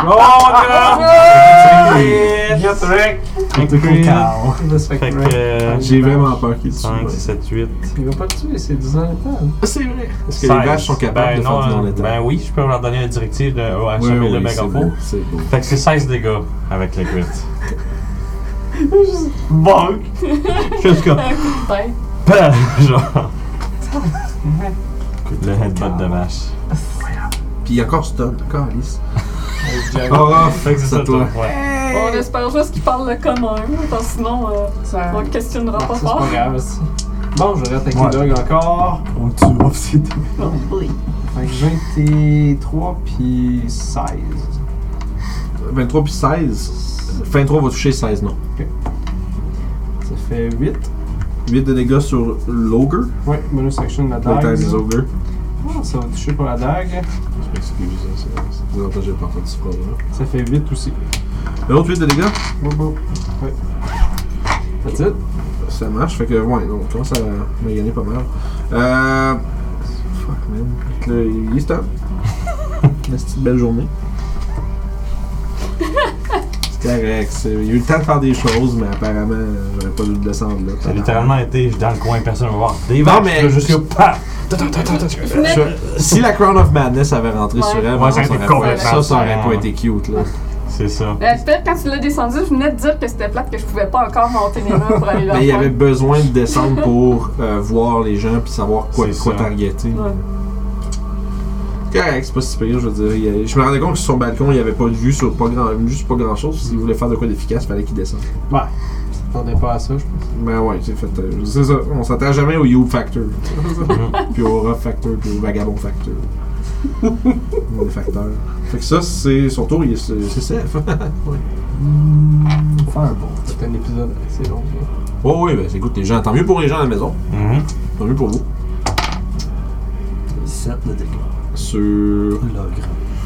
T'es cool, Carl. Fait que. J'ai vraiment peur qu'il tue. 5, 7, 8. Il va pas te tuer, c'est 10 ans létal. C'est vrai. Est-ce que les vaches sont capables de faire du non-létal? Ben oui, je peux leur donner la directive de assommer le c'est mégaphone. beau. C'est beau. Fait que c'est 16 dégâts avec le crit. Bonk! Juste comme. Ouais. Bam! Genre. Le headbutt de vache. Puis il y a encore stun. Encore Alice. Jack. Oh, Fait que c'est c'est ça, à toi. Ouais. On espère juste qu'il parle le commun, parce que sinon Ça... on le questionnera Ça, pas c'est fort. pas grave. ça. Bon, je vais attaquer Ouais. Doug encore. On tue off, c'est tout. Fait que 23 puis 16. 23 puis 16. 23 va toucher 16, non. Ça fait 8. 8 de dégâts sur l'ogre. Ouais, bonus action de la Time dague. is ogre. Ah, ça va toucher pour la dague. Je m'excuse, c'est l'avantage j'ai pas fait ce problème. Ça fait 8 aussi. L'autre 8 de dégâts? Bobo. Ouais. That's it. Ça marche, fait que ouais, donc, on commence à me gagner pas mal. Fuck man. Fait que là, il est stop. Une petite belle journée. C'est correct, il y a eu le temps de faire des choses, mais apparemment, j'aurais pas dû le descendre là. Ça a littéralement été, je suis dans le coin, personne ne va voir. Des Non, vaches, mais- là, juste paf! Si la Crown of Madness avait rentré Ouais. sur elle, Ouais, ça aurait été complètement ça aurait différent. pas été cute là. C'est ça. Peut-être quand tu l'as descendu, je venais de dire que c'était plate, que je pouvais pas encore monter les murs pour aller là. Mais il y avait besoin de descendre pour voir les gens puis savoir quoi C'est ça. targeter. Ouais. Correct, c'est pas si pire, je veux dire. Je me rendais compte que sur son balcon, il n'y avait pas de vue sur pas grand chose. S'il voulait faire de quoi d'efficace, il fallait qu'il descende. Ouais. Je m'attendais pas à ça, je pense. Ben ouais, c'est fait. C'est ça, on s'attend jamais au You Factor. Puis au Rough Factor, puis au Vagabond Factor. Les facteurs. Fait que ça, c'est son tour, c'est safe. Ouais. Fireball. C'est un épisode assez long. ça. Oh oui, ben écoute, les gens, tant mieux pour les gens à la maison. Mhm. Tant mieux pour vous. 7 de dégâts. Sur. L'ogre.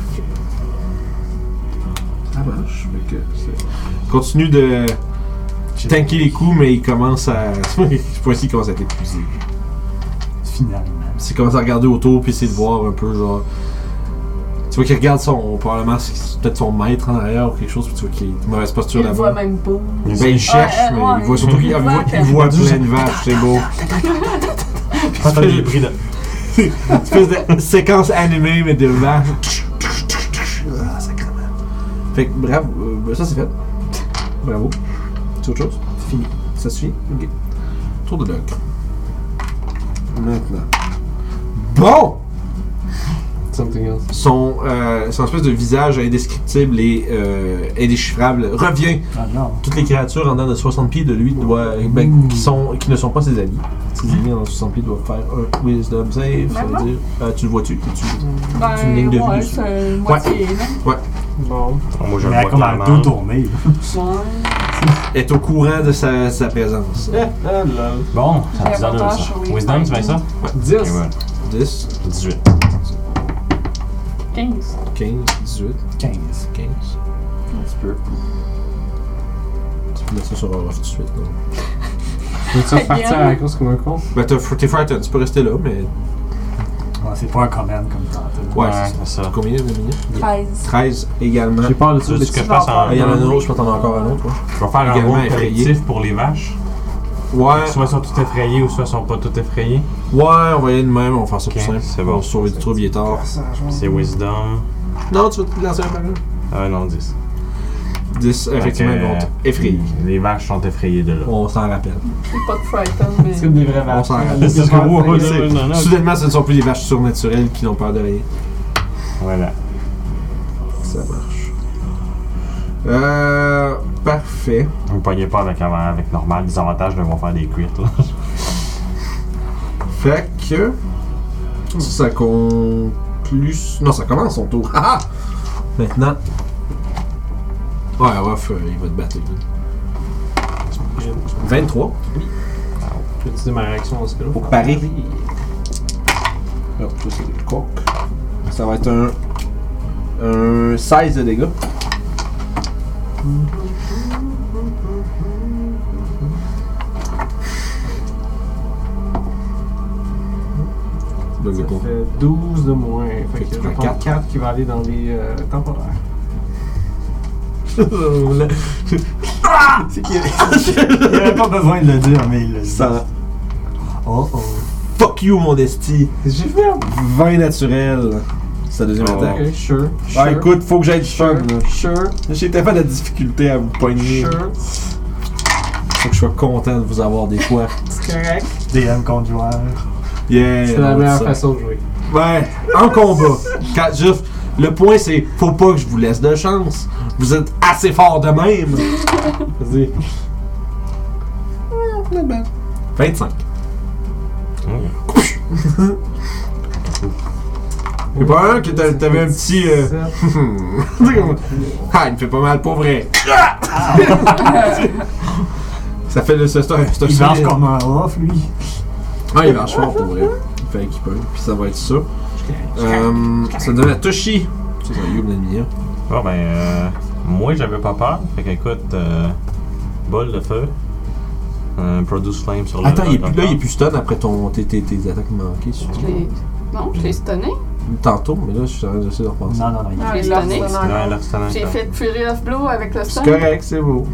Ça marche. Fait que continue de tanker les coups, mais il commence à. Cette fois-ci, il commence à être épuisé. Finalement. Il commence à regarder autour puis essayer de voir un peu genre. Tu vois qu'il regarde probablement c'est peut-être son maître en arrière ou quelque chose, puis tu vois qu'il est en mauvaise posture Il le voit là-bas. même pas. Ben il cherche, mais ouais. il voit surtout qu'il Il voit voit plein de vaches, c'est beau. Quand j'ai pris de. Une espèce de séquence animée, mais de vaches. Ah, sacrément. Fait que bravo, ça c'est fait. Bravo. C'est autre chose? C'est fini. Ça suffit? Ok. Tour de Doc. Maintenant. Bon! Something else. Son espèce de visage indescriptible et indéchiffrable revient. Ah non. Toutes les créatures en dedans de 60 pieds de lui qui ne sont pas ses alliés. Ses alliés en 60 pieds doivent faire un Wisdom save. Ça veut dire. Tu le vois-tu? Ben, une ligne de vue ouais, dessus. c'est moitié, là. Bon. Moi, je le Mais vois comme en clairement. deux tournées. Ouais. est au courant de sa présence. Bon, ça J'ai a 10 à 2, avantage ça. sur les Wisdom, tu fais ça? 10. Ok, voilà. 10, 18. 15. 15, 18, 15. 15. Un petit peu. Tu peux mettre ça sur Orof tout de suite. Non? Peux-tu repartir à la course comme un con? Ben, t'es frightened, tu peux rester là, mais. Ouais, c'est pas un command comme tantôt. Ouais, Ouais, c'est c'est ça. combien de minutes 13. 13 également. J'ai peur de ça. Tu veux mais que tu je vas fasse faire. un- Ah, il y en a un autre, je peux t'en encore un autre. Ouais. Je vais faire un Également rôle effrayé. collectif pour les vaches. Ouais, Soit ils sont toutes effrayées ou soit ils sont pas toutes effrayées. on va y aller de même, on va faire ça Ok, plus simple. c'est On bon. va se sauver du trouble, il est tard. C'est Wisdom. Non, tu vas te lancer un par là. Ah non, 10. 10, effectivement, Fait que, ils vont effrayer. Les vaches sont effrayées de là. On s'en rappelle. C'est pas de frighten, mais. C'est comme des vrais On vaches. s'en rappelle. C'est ce que vous C'est- Soudainement, ce ne sont plus des vaches surnaturelles qui n'ont peur de rien. Voilà. Ça marche. Parfait. Vous ne pognez pas avec normal. Les avantages devront faire des crits, là. Fait que. Ça conclut. Non, ça commence son tour. Ah! Maintenant. Ouais, Ruff, il va te battre. Lui. 23 Peux-tu dire ma réaction dans ce cas-là? pour parer. Oh, ça c'est le coq. Ça va être un 16 de dégâts. Ça fait 12 de moins. Fait que tu je prends prends 4. 4 qui va aller dans les temporaires. C'est qu'il Il avait pas besoin de le dire, mais il le dit. Ça. Oh oh. Fuck you, mon esti. Qu'est-ce que j'ai fait? 20 naturel. C'est la deuxième attaque. Ok, sure. Ah, écoute, faut que j'aille du fun. Sure. Là. Sure. J'ai tellement de difficulté à vous pogner. Sure. Faut que je sois content de vous avoir des fois. C'est correct. DM contre joueur. Yeah. C'est la on dit meilleure ça. façon de jouer. Ouais, en combat. Juste, le point c'est, faut pas que je vous laisse de chance. Vous êtes assez fort de même. Vas-y. 25. Y'a pas un que t'avais un petit. Ah, il me fait pas mal, pour vrai. Ça fait le. C'est un Il marche comme un off, lui. Ah, il marche fort pour vrai. Il fait qu'il peut. Puis ça va être ça. Ça donne à Toshi. Ça, c'est un Youb l'ennemi. Bon, ben, moi, j'avais pas peur. Fait qu'écoute, bol de feu. Produce flame sur le. Attends, il est plus stun après tes attaques manquées. Si tu Je l'ai- Non, je l'ai stunné. Tantôt, mais là, je suis en train d'essayer de repenser. Non, non, non. Ah, il- je l'ai stunné. Ouais, là, c'est un J'ai instant. fait Fury of Blow avec le stun. C'est correct, c'est beau.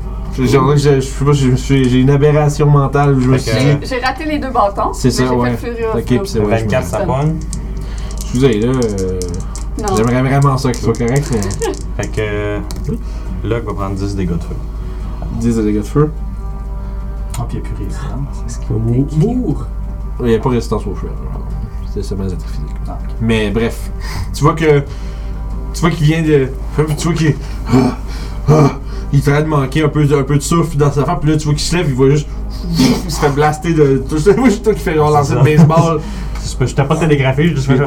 J'ai une aberration mentale où je me Fait suis que- dit. J'ai raté les deux bâtons. C'est ça, mais j'ai ouais. fait Fury of Ok, Blow. puis c'est ouais, je 24, ça pogne. Excusez, là. Non. J'aimerais vraiment ça qu'il soit correct, mais. Fait que. Locke va prendre 10 dégâts de feu. 10 de dégâts de feu. Oh, puis il n'y a plus résistance. Est-ce qu'il va mourir? Il n'y a pas résistance au feu. C'est seulement les attaques physiques. Ah, ok. Mais bref. Tu vois que. Tu vois qu'il vient de. Tu vois qu'il. Il est en train de manquer un peu de souffle dans sa face, puis là tu vois qu'il se lève, il voit juste. Il se fait blaster de. Tu vois juste toi qui fait genre lancer le baseball. Je t'ai pas télégraphié, je juste fait genre.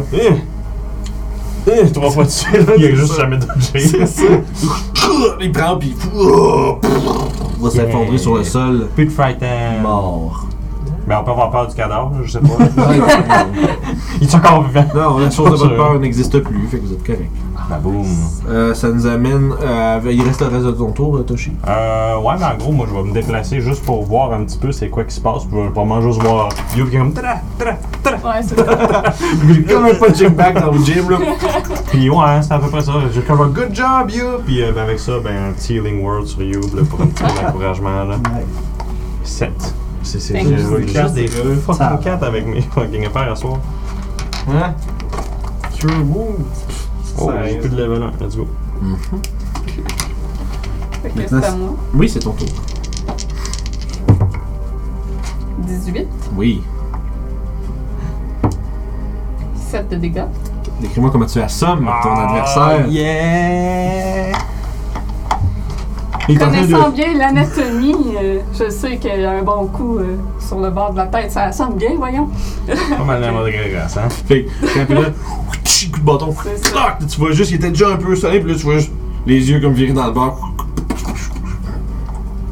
3 fois dessus, il a juste jamais dodgé. C'est ça. Il prend, puis. Il va s'effondrer sur le sol. Plus de frighten. Mort. Mais on peut avoir peur du cadavre, je sais pas. Il est encore vivant. Non, la chose de votre peur n'existe plus, fait que vous êtes correct. Bah boum. Ça nous amène. Il reste le reste de ton tour, Toshi. Ouais, mais en gros, moi je vais me déplacer juste pour voir un petit peu c'est quoi qui se passe. Puis je vais probablement juste voir Yo qui est comme. Tada, tada, tada. Ouais, c'est ça. J'ai comme un punching bag dans le gym, là. Puis ouais, c'est à peu près ça. J'ai comme un good job, You. Puis ben, avec ça, ben un petit healing word sur You là, pour un petit encouragement. Là. Ouais. 7. C'est Thank you. j'ai juste des fucking 4 avec mes fucking affaires à soir. Hein? Cure wound. Oh, j'ai plus de level 1. Let's go. Fait que Maintenant, c'est à moi. Oui, c'est ton tour. 18. Oui. 7 de dégâts. Décris-moi comment tu assommes ton adversaire. Yeah! Il est en train Connaissant de. bien l'anatomie, je sais qu'il y a un bon coup sur le bord de la tête. Ça semble bien, voyons. Pas mal la mode grâce, hein? Fait que, quand là, coup de bâton. C'est ça. Clac! Tu vois juste, il était déjà un peu sonné, puis là, tu vois juste les yeux comme virés dans le bord.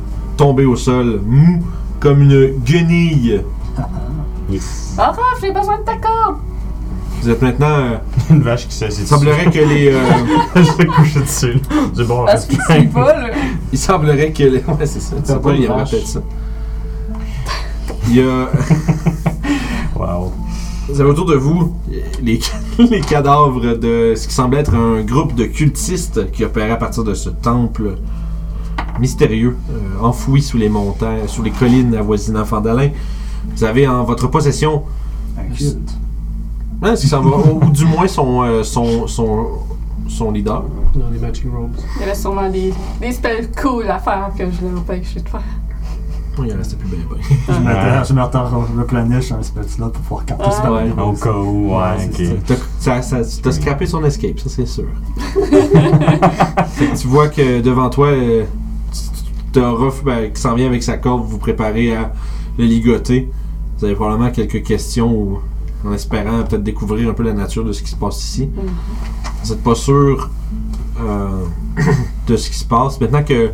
tomber au sol, mou comme une guenille. Ah, j'ai besoin de ta corde! Vous êtes maintenant... Une vache qui s'assied il semblerait que les... Je vais coucher dessus. C'est bon, Parce qu'il sait pas, là. il semblerait que les... Ouais, c'est ça. C'est pas, il y aurait peut-être ça. Il y a... Wow. Vous avez autour de vous les cadavres de ce qui semble être un groupe de cultistes qui opéraient à partir de ce temple mystérieux, enfoui sous les montagnes, sous les collines avoisinant Fandalin. Vous avez en votre possession... Un culte. Ouais, ce qui semble, ou du moins son leader. Dans les matching robes. Il y avait sûrement des spells cool à faire que je l'ai empêché de faire. Il en restait plus bien. Je me planais sur un spell slot pour pouvoir capter ce Ouais. ballon. Au cas où, ouais, ok. T'as scrappé son escape, ça c'est sûr. Fait que tu vois que devant toi, t'as Ruff qui s'en vient avec sa corde, vous préparez à le ligoter. Vous avez probablement quelques questions ou en espérant peut-être découvrir un peu la nature de ce qui se passe ici. Vous n'êtes pas sûr de ce qui se passe. Maintenant que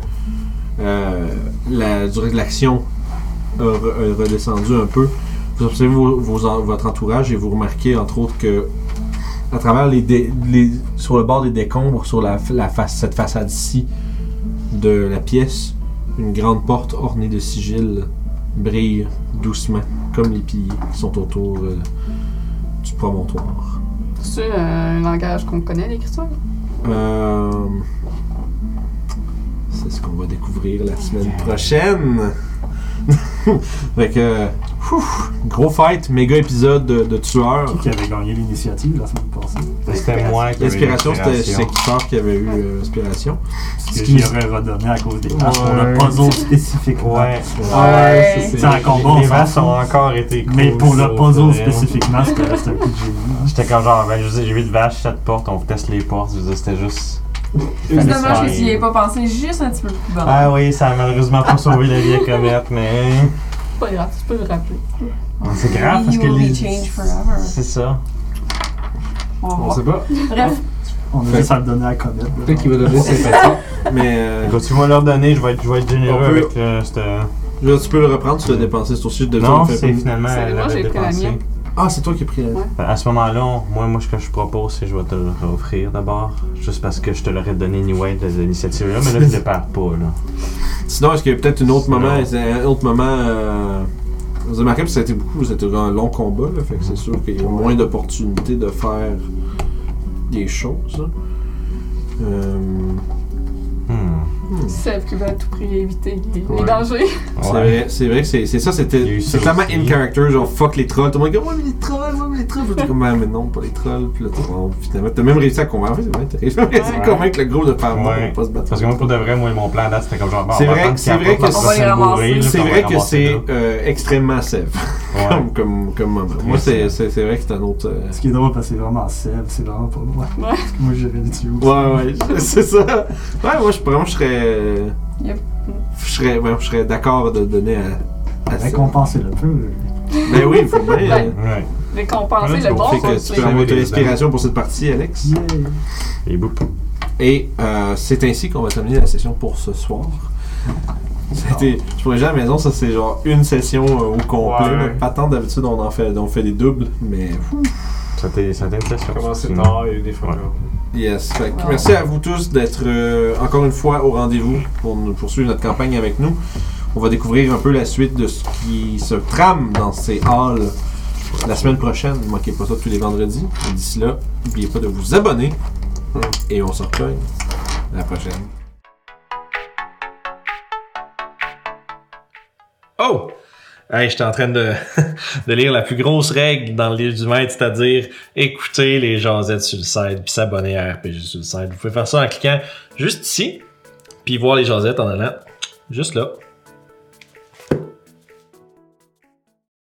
la durée de l'action a redescendu un peu, vous observez votre entourage et vous remarquez entre autres que à travers sur le bord des décombres, sur cette façade ici de la pièce, une grande porte ornée de sigils brille doucement, comme les piliers qui sont autour du promontoire. C'est un langage qu'on connaît, l'écriture? C'est ce qu'on va découvrir la semaine prochaine. Fait que, gros fight, méga épisode de tueurs. Qui avait gagné l'initiative la semaine passée? C'était moi qui avais L'inspiration, c'était Kifar qui avait eu l'inspiration. Ce qui aurait redonné à cause des vaches pour le puzzle spécifiquement. Ouais. C'est un combat, Les on vaches s'en ont fout. encore été cool. Mais pour le sauf puzzle que- spécifiquement, c'était un coup de génie. J'étais comme genre, ben, je veux dire, j'ai 8 vaches, 7 portes, on teste les portes, je veux dire, c'était juste. C'est dommage que tu y aies pas pensé juste un petit peu plus bas. Ah oui, ça a malheureusement pas sauvé la vie à Comète, mais. C'est pas grave, tu peux le rappeler. C'est grave parce You que will les. be changed forever. C'est ça. On va On voir. sait pas. Bref, On a juste à le donner à Comet. Peut-être qu'il va donner sympathie. Mais Quand tu vas leur donner, je vais être généreux On peut- avec cette. tu peux le reprendre, tu l'as dépensé, c'est aussi de Non, c'est finalement, C'est elle moi, avait j'ai pris la dépensé. mienne. Ah, c'est toi qui as pris la... Ouais. À ce moment-là, moi, ce que je propose, c'est que je vais te le offrir d'abord. Juste parce que je te l'aurais donné anyway de l'initiative-là, mais là, je ne perds pas, là. Sinon, est-ce qu'il y a peut-être un autre Sinon. moment, vous avez remarqué que ça a été c'était un long combat, là, fait que c'est sûr qu'il y a moins d'opportunités de faire des choses. Hein. Sèvres qui veut à tout prix éviter les Ouais. dangers. C'est vrai que c'est ça, Il y a eu ça c'est clairement aussi. in character, genre fuck les trolls. Tout le monde dit ouais, mais les trolls, Puis t'es comme mais non, pas les trolls. Puis là, finalement, t'as même réussi à convaincre. En fait, c'est vrai, t'as réussi à convaincre le groupe de faire non, on va pas se battre. Parce que moi, pour de vrai, mon plan là, c'était comme genre, bon, C'est on va vrai- attendre c'est qu'il vrai apporte que notre c'est- prochaine bourrée, là, C'est puis on va vrai que ramasser c'est là. extrêmement safe Ouais. comme moment. Moi, c'est vrai que c'est un autre. Ce qui est drôle parce que c'est vraiment Seb, c'est vraiment pas moi. Ouais. Parce que moi j'ai le dessus. Ouais, c'est ça. Ouais, moi, je serais. Yep. Je serais d'accord de donner à ça. Récompenser le peu. Ben oui, il faut bien. Ouais. Ouais. Récompenser Ouais, le bon Fait que tu côté. peux avoir de l'inspiration pour cette partie, Alex. Yeah. Et boum. Et c'est ainsi qu'on va terminer la session pour ce soir. C'était, je pourrais dire à la maison, ça c'est genre une session au complet. Ouais. là. Pas tant d'habitude, on fait des doubles, mais Ça a été une session. Commencer sinon. tard, il y a eu des fois. Ouais. yes. Fait que merci à vous tous d'être encore une fois au rendez-vous pour nous poursuivre notre campagne avec nous. On va découvrir un peu la suite de ce qui se trame dans ces halls la semaine prochaine. Ne manquez pas ça tous les vendredis. Et d'ici là, n'oubliez pas de vous abonner. Et on se rejoint la prochaine. Oh! Hey, j'étais en train de lire la plus grosse règle dans le livre du maître, c'est-à-dire écouter les jasettes sur le site puis s'abonner à RPG sur le site. Vous pouvez faire ça en cliquant juste ici, puis voir les jasettes en allant juste là.